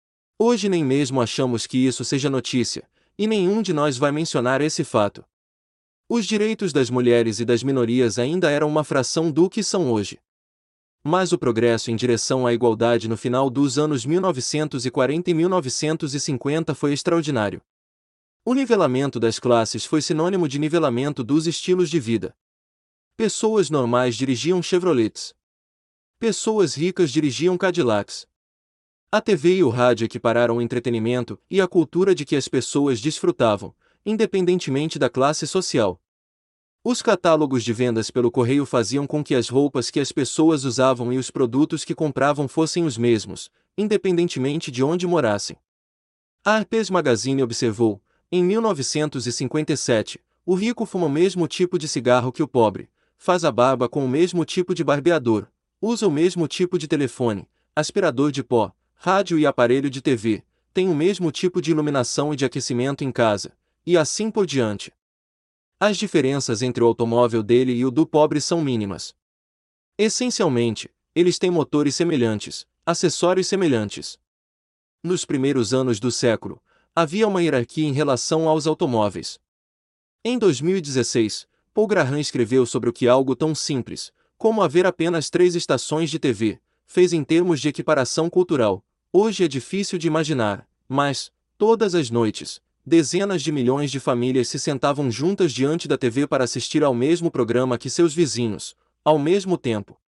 [SPEAKER 1] Hoje nem mesmo achamos que isso seja notícia, e nenhum de nós vai mencionar esse fato. Os direitos das mulheres e das minorias ainda eram uma fração do que são hoje. Mas o progresso em direção à igualdade no final dos anos mil novecentos e quarenta e mil novecentos e cinquenta foi extraordinário. O nivelamento das classes foi sinônimo de nivelamento dos estilos de vida. Pessoas normais dirigiam Chevrolets. Pessoas ricas dirigiam Cadillacs. A T V e o rádio equipararam o entretenimento e a cultura de que as pessoas desfrutavam, independentemente da classe social. Os catálogos de vendas pelo correio faziam com que as roupas que as pessoas usavam e os produtos que compravam fossem os mesmos, independentemente de onde morassem. A Harper's Magazine observou, em mil novecentos e cinquenta e sete, o rico fuma o mesmo tipo de cigarro que o pobre, faz a barba com o mesmo tipo de barbeador, usa o mesmo tipo de telefone, aspirador de pó, rádio e aparelho de T V, tem o mesmo tipo de iluminação e de aquecimento em casa, e assim por diante. As diferenças entre o automóvel dele e o do pobre são mínimas. Essencialmente, eles têm motores semelhantes, acessórios semelhantes. Nos primeiros anos do século, havia uma hierarquia em relação aos automóveis. Em dois mil e dezesseis, Paul Graham escreveu sobre o que algo tão simples, como haver apenas três estações de T V, fez em termos de equiparação cultural. Hoje é difícil de imaginar, mas, todas as noites, dezenas de milhões de famílias se sentavam juntas diante da T V para assistir ao mesmo programa que seus vizinhos, ao mesmo tempo.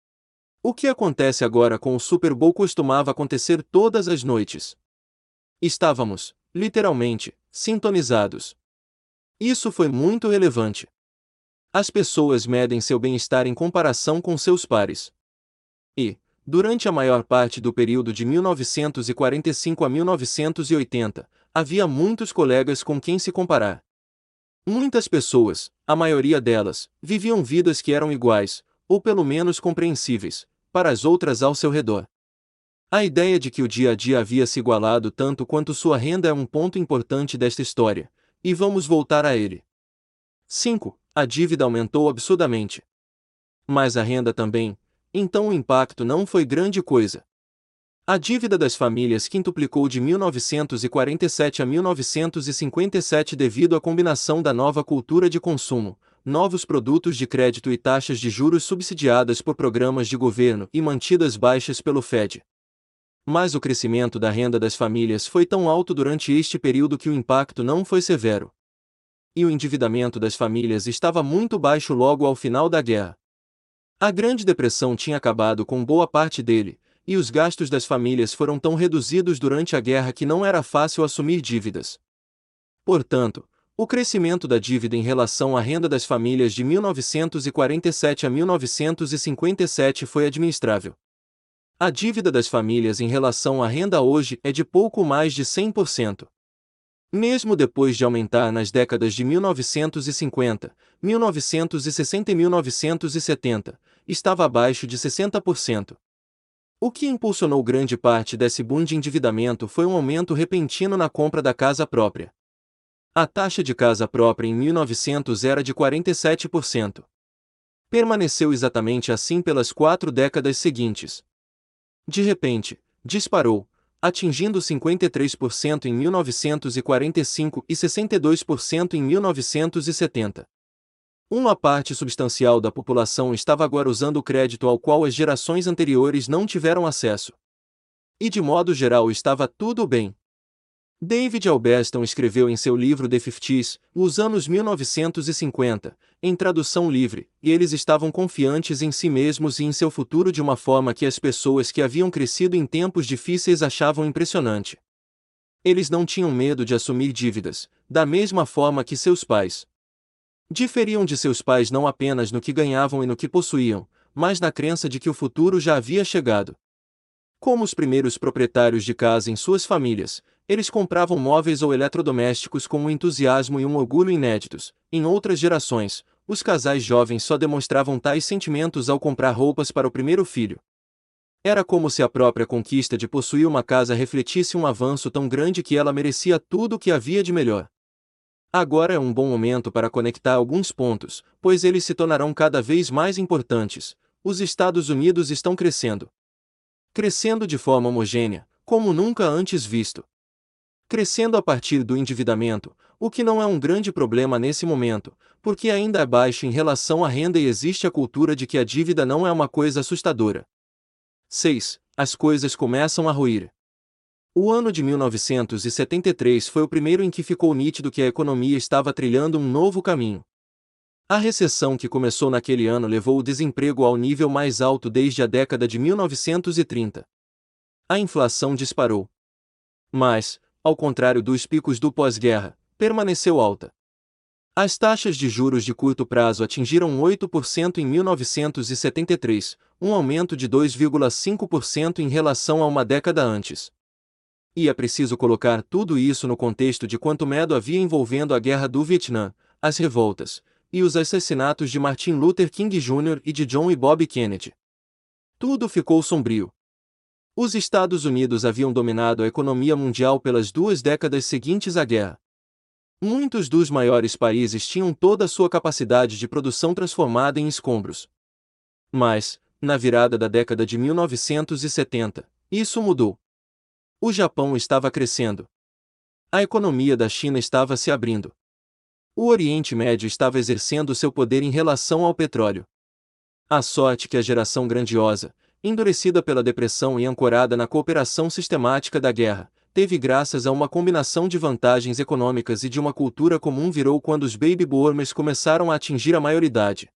[SPEAKER 1] O que acontece agora com o Super Bowl costumava acontecer todas as noites. Estávamos, literalmente, sintonizados. Isso foi muito relevante. As pessoas medem seu bem-estar em comparação com seus pares. E, durante a maior parte do período de mil novecentos e quarenta e cinco a mil novecentos e oitenta, havia muitos colegas com quem se comparar. Muitas pessoas, a maioria delas, viviam vidas que eram iguais, ou pelo menos compreensíveis, para as outras ao seu redor. A ideia de que o dia a dia havia se igualado tanto quanto sua renda é um ponto importante desta história, e vamos voltar a ele. cinco. A dívida aumentou absurdamente. Mas a renda também, então o impacto não foi grande coisa. A dívida das famílias quintuplicou de mil novecentos e quarenta e sete a mil novecentos e cinquenta e sete devido à combinação da nova cultura de consumo, novos produtos de crédito e taxas de juros subsidiadas por programas de governo e mantidas baixas pelo F E D. Mas o crescimento da renda das famílias foi tão alto durante este período que o impacto não foi severo. E o endividamento das famílias estava muito baixo logo ao final da guerra. A Grande Depressão tinha acabado com boa parte dele, e os gastos das famílias foram tão reduzidos durante a guerra que não era fácil assumir dívidas. Portanto, o crescimento da dívida em relação à renda das famílias de mil novecentos e quarenta e sete a mil novecentos e cinquenta e sete foi administrável. A dívida das famílias em relação à renda hoje é de pouco mais de cem por cento. Mesmo depois de aumentar nas décadas de mil novecentos e cinquenta, mil novecentos e sessenta e mil novecentos e setenta, estava abaixo de sessenta por cento. O que impulsionou grande parte desse boom de endividamento foi um aumento repentino na compra da casa própria. A taxa de casa própria em mil e novecentos era de quarenta e sete por cento. Permaneceu exatamente assim pelas quatro décadas seguintes. De repente, disparou, atingindo cinquenta e três por cento em mil novecentos e quarenta e cinco e sessenta e dois por cento em mil novecentos e setenta. Uma parte substancial da população estava agora usando o crédito ao qual as gerações anteriores não tiveram acesso. E de modo geral estava tudo bem. David Alberston escreveu em seu livro The fifties, os anos mil novecentos e cinquenta, em tradução livre, e eles estavam confiantes em si mesmos e em seu futuro de uma forma que as pessoas que haviam crescido em tempos difíceis achavam impressionante. Eles não tinham medo de assumir dívidas, da mesma forma que seus pais. Diferiam de seus pais não apenas no que ganhavam e no que possuíam, mas na crença de que o futuro já havia chegado. Como os primeiros proprietários de casa em suas famílias, eles compravam móveis ou eletrodomésticos com um entusiasmo e um orgulho inéditos. Em outras gerações, os casais jovens só demonstravam tais sentimentos ao comprar roupas para o primeiro filho. Era como se a própria conquista de possuir uma casa refletisse um avanço tão grande que ela merecia tudo o que havia de melhor. Agora é um bom momento para conectar alguns pontos, pois eles se tornarão cada vez mais importantes. Os Estados Unidos estão crescendo. Crescendo de forma homogênea, como nunca antes visto. crescendo a partir do endividamento, o que não é um grande problema nesse momento, porque ainda é baixo em relação à renda e existe a cultura de que a dívida não é uma coisa assustadora. seis. As coisas começam a ruir. O ano de mil novecentos e setenta e três foi o primeiro em que ficou nítido que a economia estava trilhando um novo caminho. A recessão que começou naquele ano levou o desemprego ao nível mais alto desde a década de mil novecentos e trinta. A inflação disparou. Mas, ao contrário dos picos do pós-guerra, permaneceu alta. As taxas de juros de curto prazo atingiram oito por cento em mil novecentos e setenta e três, um aumento de dois vírgula cinco por cento em relação a uma década antes. E é preciso colocar tudo isso no contexto de quanto medo havia envolvendo a Guerra do Vietnã, as revoltas, e os assassinatos de Martin Luther King Júnior e de John e Bob Kennedy. Tudo ficou sombrio. Os Estados Unidos haviam dominado a economia mundial pelas duas décadas seguintes à guerra. Muitos dos maiores países tinham toda a sua capacidade de produção transformada em escombros. Mas, na virada da década de mil novecentos e setenta, isso mudou. O Japão estava crescendo. A economia da China estava se abrindo. O Oriente Médio estava exercendo seu poder em relação ao petróleo. A sorte que a geração grandiosa, endurecida pela depressão e ancorada na cooperação sistemática da guerra, teve graças a uma combinação de vantagens econômicas e de uma cultura comum virou quando os baby boomers começaram a atingir a maioridade.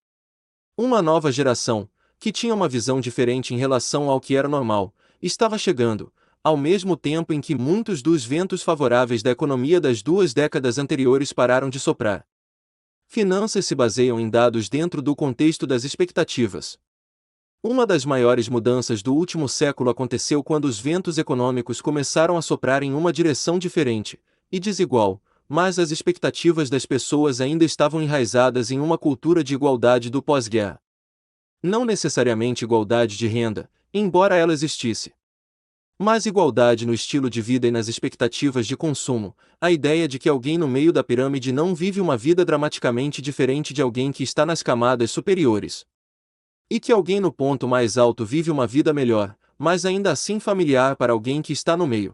[SPEAKER 1] Uma nova geração, que tinha uma visão diferente em relação ao que era normal, estava chegando, ao mesmo tempo em que muitos dos ventos favoráveis da economia das duas décadas anteriores pararam de soprar. Finanças se baseiam em dados dentro do contexto das expectativas. Uma das maiores mudanças do último século aconteceu quando os ventos econômicos começaram a soprar em uma direção diferente e desigual, mas as expectativas das pessoas ainda estavam enraizadas em uma cultura de igualdade do pós-guerra. Não necessariamente igualdade de renda, embora ela existisse. Mas igualdade no estilo de vida e nas expectativas de consumo, a ideia de que alguém no meio da pirâmide não vive uma vida dramaticamente diferente de alguém que está nas camadas superiores. E que alguém no ponto mais alto vive uma vida melhor, mas ainda assim familiar para alguém que está no meio.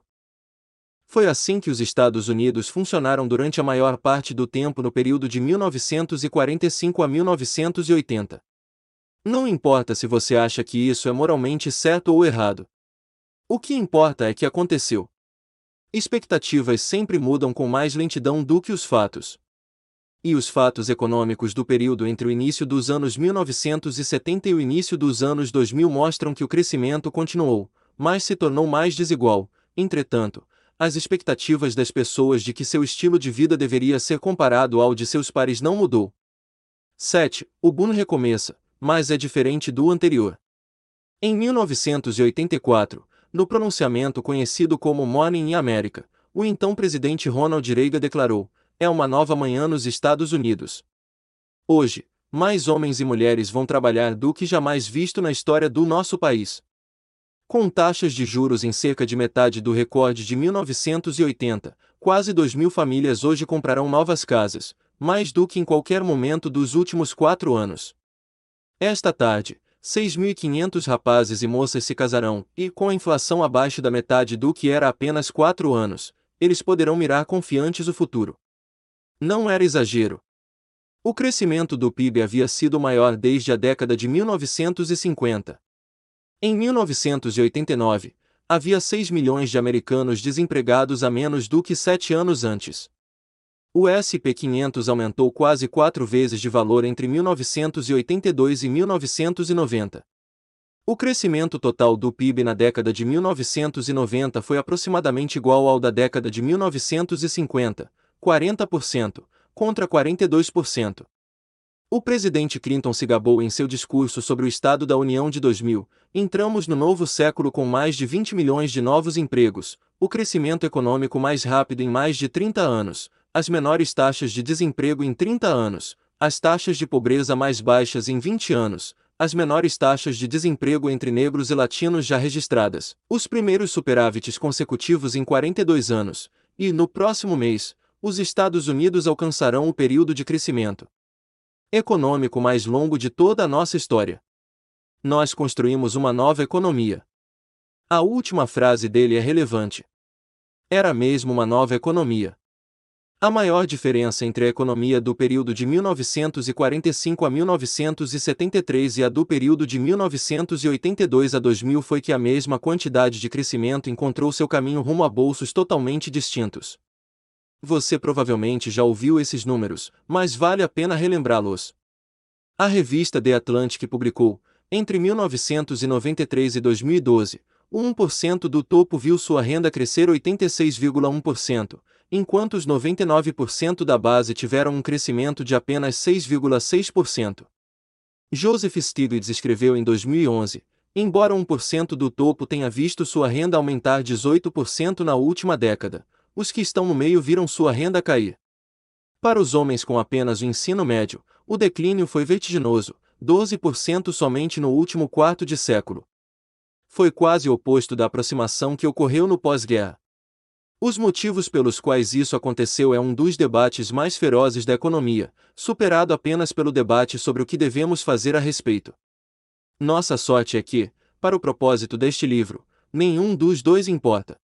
[SPEAKER 1] Foi assim que os Estados Unidos funcionaram durante a maior parte do tempo no período de mil novecentos e quarenta e cinco a mil novecentos e oitenta. Não importa se você acha que isso é moralmente certo ou errado. O que importa é que aconteceu. Expectativas sempre mudam com mais lentidão do que os fatos. E os fatos econômicos do período entre o início dos anos mil novecentos e setenta e o início dos anos dois mil mostram que o crescimento continuou, mas se tornou mais desigual. Entretanto, as expectativas das pessoas de que seu estilo de vida deveria ser comparado ao de seus pares não mudou. sete. O boom recomeça, mas é diferente do anterior. Em mil novecentos e oitenta e quatro, no pronunciamento conhecido como Morning in America, o então presidente Ronald Reagan declarou: "É uma nova manhã nos Estados Unidos. Hoje, mais homens e mulheres vão trabalhar do que jamais visto na história do nosso país." Com taxas de juros em cerca de metade do recorde de mil novecentos e oitenta, quase dois mil famílias hoje comprarão novas casas, mais do que em qualquer momento dos últimos quatro anos. Esta tarde, seis mil e quinhentos rapazes e moças se casarão, e, com a inflação abaixo da metade do que era há apenas quatro anos, eles poderão mirar confiantes o futuro. Não era exagero. O crescimento do P I B havia sido maior desde a década de mil novecentos e cinquenta. Em mil novecentos e oitenta e nove, havia seis milhões de americanos desempregados a menos do que sete anos antes. O S e P quinhentos aumentou quase quatro vezes de valor entre mil novecentos e oitenta e dois e mil novecentos e noventa. O crescimento total do P I B na década de mil novecentos e noventa foi aproximadamente igual ao da década de mil novecentos e cinquenta, quarenta por cento, contra quarenta e dois por cento. O presidente Clinton se gabou em seu discurso sobre o Estado da União de dois mil, entramos no novo século com mais de vinte milhões de novos empregos, o crescimento econômico mais rápido em mais de trinta anos, as menores taxas de desemprego em trinta anos, as taxas de pobreza mais baixas em vinte anos, as menores taxas de desemprego entre negros e latinos já registradas, os primeiros superávites consecutivos em quarenta e dois anos, e, no próximo mês, os Estados Unidos alcançarão o período de crescimento econômico mais longo de toda a nossa história. Nós construímos uma nova economia. A última frase dele é relevante. Era mesmo uma nova economia. A maior diferença entre a economia do período de mil novecentos e quarenta e cinco a mil novecentos e setenta e três e a do período de mil novecentos e oitenta e dois a dois mil foi que a mesma quantidade de crescimento encontrou seu caminho rumo a bolsos totalmente distintos. Você provavelmente já ouviu esses números, mas vale a pena relembrá-los. A revista The Atlantic publicou, entre mil novecentos e noventa e três e dois mil e doze, o um por cento do topo viu sua renda crescer oitenta e seis vírgula um por cento, enquanto os noventa e nove por cento da base tiveram um crescimento de apenas seis vírgula seis por cento. Joseph Stiglitz escreveu em dois mil e onze, embora um por cento do topo tenha visto sua renda aumentar dezoito por cento na última década, os que estão no meio viram sua renda cair. Para os homens com apenas o ensino médio, o declínio foi vertiginoso, doze por cento somente no último quarto de século. Foi quase o oposto da aproximação que ocorreu no pós-guerra. Os motivos pelos quais isso aconteceu é um dos debates mais ferozes da economia, superado apenas pelo debate sobre o que devemos fazer a respeito. Nossa sorte é que, para o propósito deste livro, nenhum dos dois importa.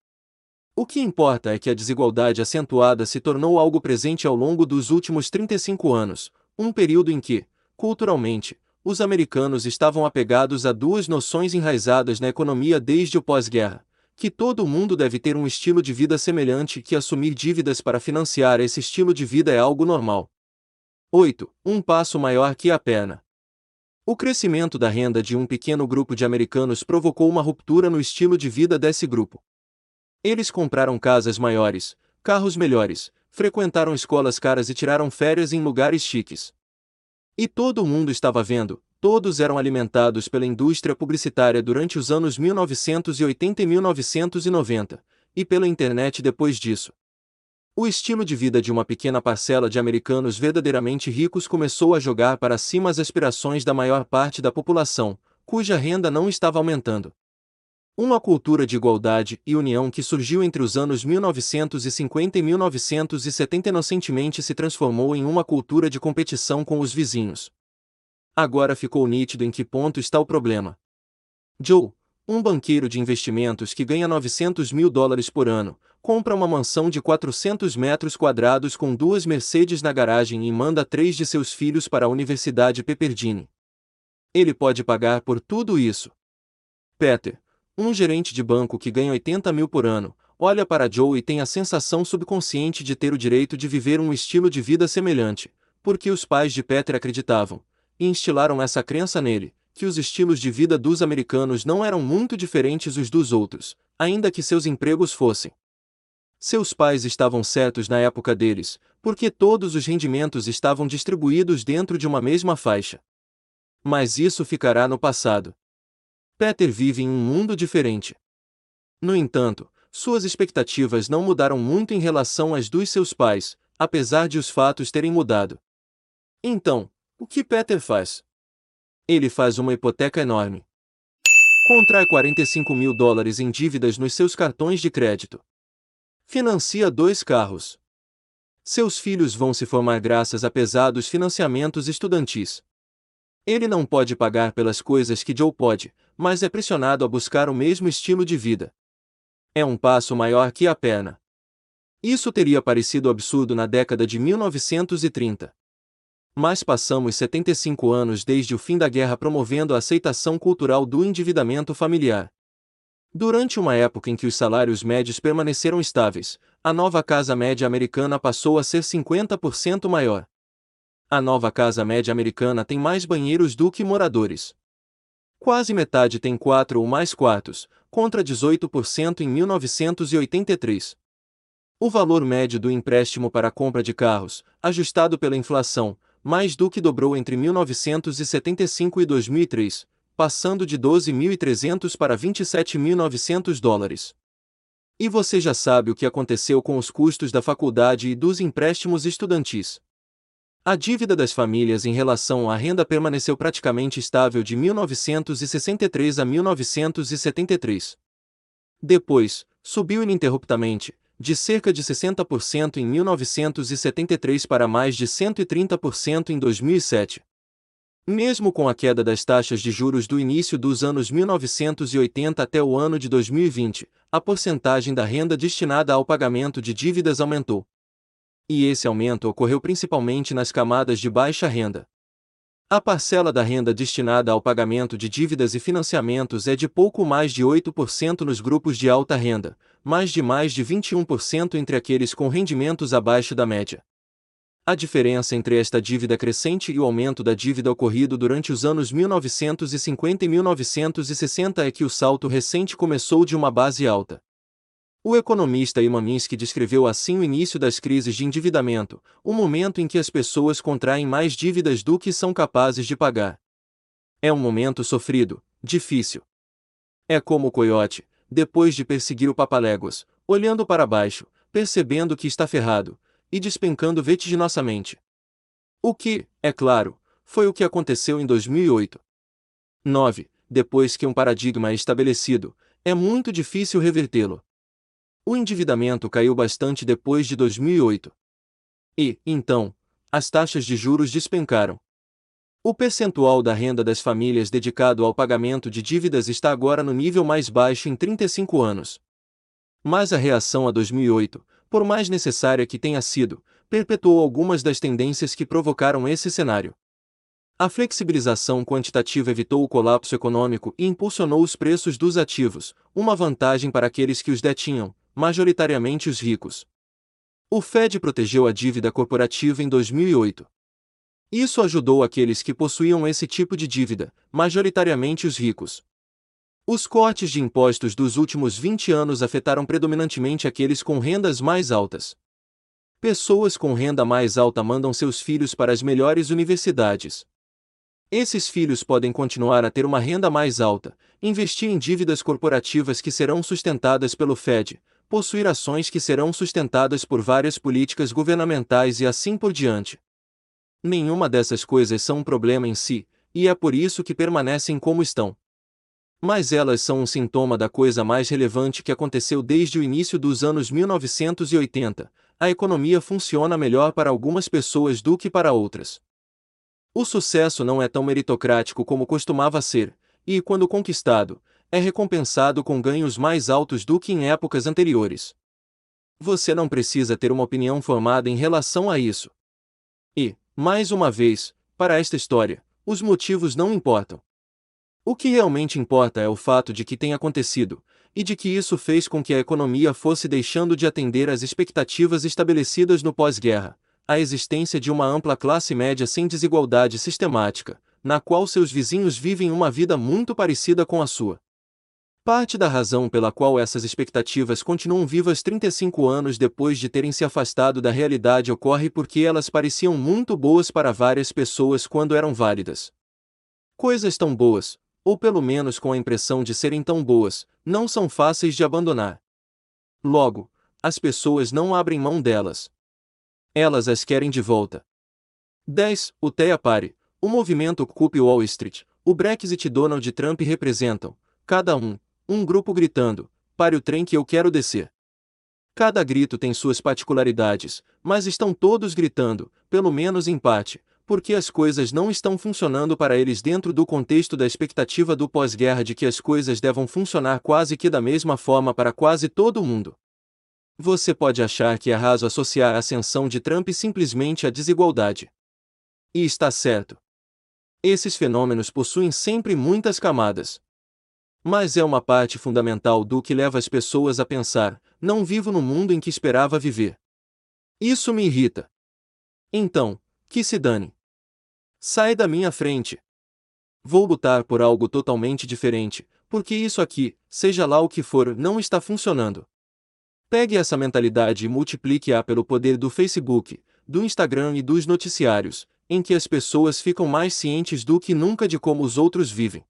[SPEAKER 1] O que importa é que a desigualdade acentuada se tornou algo presente ao longo dos últimos trinta e cinco anos, um período em que, culturalmente, os americanos estavam apegados a duas noções enraizadas na economia desde o pós-guerra: que todo mundo deve ter um estilo de vida semelhante e que assumir dívidas para financiar esse estilo de vida é algo normal. oito. Um passo maior que a perna. O crescimento da renda de um pequeno grupo de americanos provocou uma ruptura no estilo de vida desse grupo. Eles compraram casas maiores, carros melhores, frequentaram escolas caras e tiraram férias em lugares chiques. E todo mundo estava vendo, todos eram alimentados pela indústria publicitária durante os anos mil novecentos e oitenta e mil novecentos e noventa, e pela internet depois disso. O estilo de vida de uma pequena parcela de americanos verdadeiramente ricos começou a jogar para cima as aspirações da maior parte da população, cuja renda não estava aumentando. Uma cultura de igualdade e união que surgiu entre os anos mil novecentos e cinquenta e mil novecentos e setenta inocentemente se transformou em uma cultura de competição com os vizinhos. Agora ficou nítido em que ponto está o problema. Joe, um banqueiro de investimentos que ganha novecentos mil dólares por ano, compra uma mansão de quatrocentos metros quadrados com duas Mercedes na garagem e manda três de seus filhos para a Universidade Pepperdine. Ele pode pagar por tudo isso. Peter, um gerente de banco que ganha oitenta mil por ano, olha para Joe e tem a sensação subconsciente de ter o direito de viver um estilo de vida semelhante, porque os pais de Peter acreditavam, e instilaram essa crença nele, que os estilos de vida dos americanos não eram muito diferentes uns dos outros, ainda que seus empregos fossem. Seus pais estavam certos na época deles, porque todos os rendimentos estavam distribuídos dentro de uma mesma faixa. Mas isso ficará no passado. Peter vive em um mundo diferente. No entanto, suas expectativas não mudaram muito em relação às dos seus pais, apesar de os fatos terem mudado. Então, o que Peter faz? Ele faz uma hipoteca enorme. Contrai quarenta e cinco mil dólares em dívidas nos seus cartões de crédito. Financia dois carros. Seus filhos vão se formar graças a pesados financiamentos estudantis. Ele não pode pagar pelas coisas que Joe pode, mas é pressionado a buscar o mesmo estilo de vida. É um passo maior que a perna. Isso teria parecido absurdo na década de mil novecentos e trinta. Mas passamos setenta e cinco anos desde o fim da guerra promovendo a aceitação cultural do endividamento familiar. Durante uma época em que os salários médios permaneceram estáveis, a nova casa média americana passou a ser cinquenta por cento maior. A nova casa média americana tem mais banheiros do que moradores. Quase metade tem quatro ou mais quartos, contra dezoito por cento em mil novecentos e oitenta e três. O valor médio do empréstimo para a compra de carros, ajustado pela inflação, mais do que dobrou entre mil novecentos e setenta e cinco e dois mil e três, passando de doze mil e trezentos para vinte e sete mil e novecentos dólares. E você já sabe o que aconteceu com os custos da faculdade e dos empréstimos estudantis. A dívida das famílias em relação à renda permaneceu praticamente estável de mil novecentos e sessenta e três a mil novecentos e setenta e três. Depois, subiu ininterruptamente, de cerca de sessenta por cento em mil novecentos e setenta e três para mais de cento e trinta por cento em dois mil e sete. Mesmo com a queda das taxas de juros do início dos anos mil novecentos e oitenta até o ano de dois mil e vinte, a porcentagem da renda destinada ao pagamento de dívidas aumentou. E esse aumento ocorreu principalmente nas camadas de baixa renda. A parcela da renda destinada ao pagamento de dívidas e financiamentos é de pouco mais de oito por cento nos grupos de alta renda, mais de mais de vinte e um por cento entre aqueles com rendimentos abaixo da média. A diferença entre esta dívida crescente e o aumento da dívida ocorrido durante os anos mil novecentos e cinquenta e mil novecentos e sessenta é que o salto recente começou de uma base alta. O economista Ivan Minsky descreveu assim o início das crises de endividamento, o momento em que as pessoas contraem mais dívidas do que são capazes de pagar. É um momento sofrido, difícil. É como o coiote, depois de perseguir o papaléguas, olhando para baixo, percebendo que está ferrado, e despencando vertiginosamente. O que, é claro, foi o que aconteceu em dois mil e oito. nove. Depois que um paradigma é estabelecido, é muito difícil revertê-lo. O endividamento caiu bastante depois de dois mil e oito. E, então, as taxas de juros despencaram. O percentual da renda das famílias dedicado ao pagamento de dívidas está agora no nível mais baixo em trinta e cinco anos. Mas a reação a dois mil e oito, por mais necessária que tenha sido, perpetuou algumas das tendências que provocaram esse cenário. A flexibilização quantitativa evitou o colapso econômico e impulsionou os preços dos ativos, uma vantagem para aqueles que os detinham, majoritariamente os ricos. O Fed protegeu a dívida corporativa em dois mil e oito. Isso ajudou aqueles que possuíam esse tipo de dívida, majoritariamente os ricos. Os cortes de impostos dos últimos vinte anos afetaram predominantemente aqueles com rendas mais altas. Pessoas com renda mais alta mandam seus filhos para as melhores universidades. Esses filhos podem continuar a ter uma renda mais alta, investir em dívidas corporativas que serão sustentadas pelo Fed, possuir ações que serão sustentadas por várias políticas governamentais e assim por diante. Nenhuma dessas coisas são um problema em si, e é por isso que permanecem como estão. Mas elas são um sintoma da coisa mais relevante que aconteceu desde o início dos anos mil novecentos e oitenta, a economia funciona melhor para algumas pessoas do que para outras. O sucesso não é tão meritocrático como costumava ser, e, quando conquistado, é recompensado com ganhos mais altos do que em épocas anteriores. Você não precisa ter uma opinião formada em relação a isso. E, mais uma vez, para esta história, os motivos não importam. O que realmente importa é o fato de que tem acontecido, e de que isso fez com que a economia fosse deixando de atender às expectativas estabelecidas no pós-guerra, a existência de uma ampla classe média sem desigualdade sistemática, na qual seus vizinhos vivem uma vida muito parecida com a sua. Parte da razão pela qual essas expectativas continuam vivas trinta e cinco anos depois de terem se afastado da realidade ocorre porque elas pareciam muito boas para várias pessoas quando eram válidas. Coisas tão boas, ou pelo menos com a impressão de serem tão boas, não são fáceis de abandonar. Logo, as pessoas não abrem mão delas. Elas as querem de volta. dez. O Tea Party, o movimento Occupy Wall Street, o Brexit e Donald Trump representam, cada um, um grupo gritando, pare o trem que eu quero descer. Cada grito tem suas particularidades, mas estão todos gritando, pelo menos em parte, porque as coisas não estão funcionando para eles dentro do contexto da expectativa do pós-guerra de que as coisas devam funcionar quase que da mesma forma para quase todo mundo. Você pode achar que é raso associar a ascensão de Trump simplesmente à desigualdade. E está certo. Esses fenômenos possuem sempre muitas camadas. Mas é uma parte fundamental do que leva as pessoas a pensar, não vivo no mundo em que esperava viver. Isso me irrita. Então, que se dane. Sai da minha frente. Vou lutar por algo totalmente diferente, porque isso aqui, seja lá o que for, não está funcionando. Pegue essa mentalidade e multiplique-a pelo poder do Facebook, do Instagram e dos noticiários, em que as pessoas ficam mais cientes do que nunca de como os outros vivem.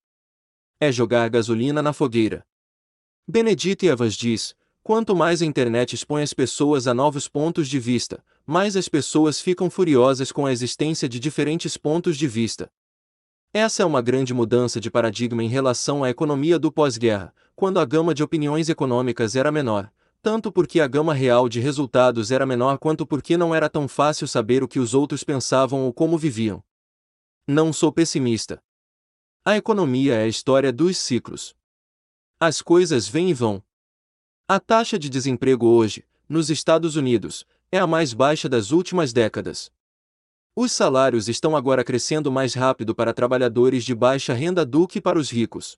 [SPEAKER 1] É jogar gasolina na fogueira. Benedict Evans diz: quanto mais a internet expõe as pessoas a novos pontos de vista, mais as pessoas ficam furiosas com a existência de diferentes pontos de vista. Essa é uma grande mudança de paradigma em relação à economia do pós-guerra, quando a gama de opiniões econômicas era menor, tanto porque a gama real de resultados era menor quanto porque não era tão fácil saber o que os outros pensavam ou como viviam. Não sou pessimista. A economia é a história dos ciclos. As coisas vêm e vão. A taxa de desemprego hoje, nos Estados Unidos, é a mais baixa das últimas décadas. Os salários estão agora crescendo mais rápido para trabalhadores de baixa renda do que para os ricos.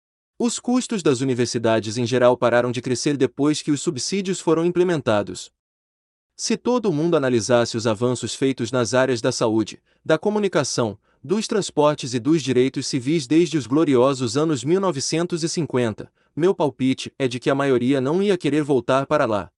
[SPEAKER 1] Os custos das universidades em geral pararam de crescer depois que os subsídios foram implementados. Se todo mundo analisasse os avanços feitos nas áreas da saúde, da comunicação, dos transportes e dos direitos civis desde os gloriosos anos mil novecentos e cinquenta, meu palpite é de que a maioria não ia querer voltar para lá.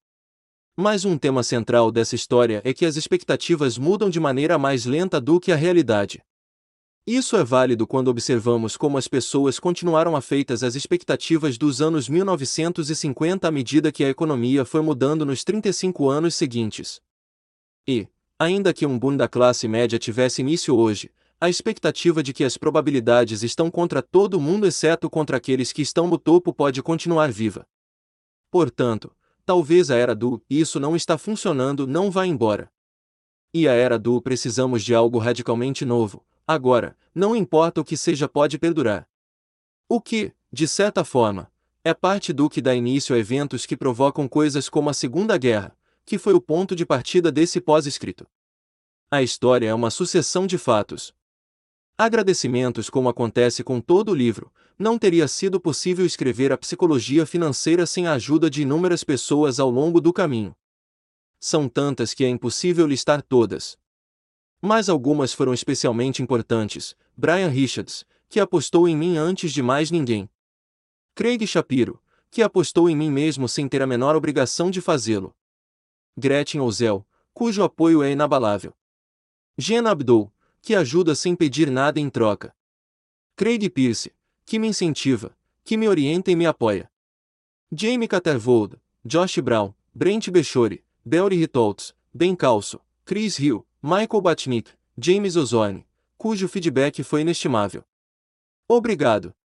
[SPEAKER 1] Mas um tema central dessa história é que as expectativas mudam de maneira mais lenta do que a realidade. Isso é válido quando observamos como as pessoas continuaram afeitas às expectativas dos anos mil novecentos e cinquenta à medida que a economia foi mudando nos trinta e cinco anos seguintes. E, ainda que um boom da classe média tivesse início hoje, a expectativa de que as probabilidades estão contra todo mundo exceto contra aqueles que estão no topo pode continuar viva. Portanto, talvez a era do "isso não está funcionando" não vá embora. E a era do "precisamos de algo radicalmente novo", agora, não importa o que seja, pode perdurar. O que, de certa forma, é parte do que dá início a eventos que provocam coisas como a Segunda Guerra, que foi o ponto de partida desse pós-escrito. A história é uma sucessão de fatos. Agradecimentos, como acontece com todo o livro, não teria sido possível escrever a psicologia financeira sem a ajuda de inúmeras pessoas ao longo do caminho. São tantas que é impossível listar todas. Mas algumas foram especialmente importantes. Brian Richards, que apostou em mim antes de mais ninguém. Craig Shapiro, que apostou em mim mesmo sem ter a menor obrigação de fazê-lo. Gretchen Hozel, cujo apoio é inabalável. Jenna Abdul, que ajuda sem pedir nada em troca. Craig Pierce, que me incentiva, que me orienta e me apoia. Jamie Cattervold, Josh Brown, Brent Bechori, Belry Ritholtz, Ben Calso, Chris Hill, Michael Batnick, James Ozorne, cujo feedback foi inestimável. Obrigado.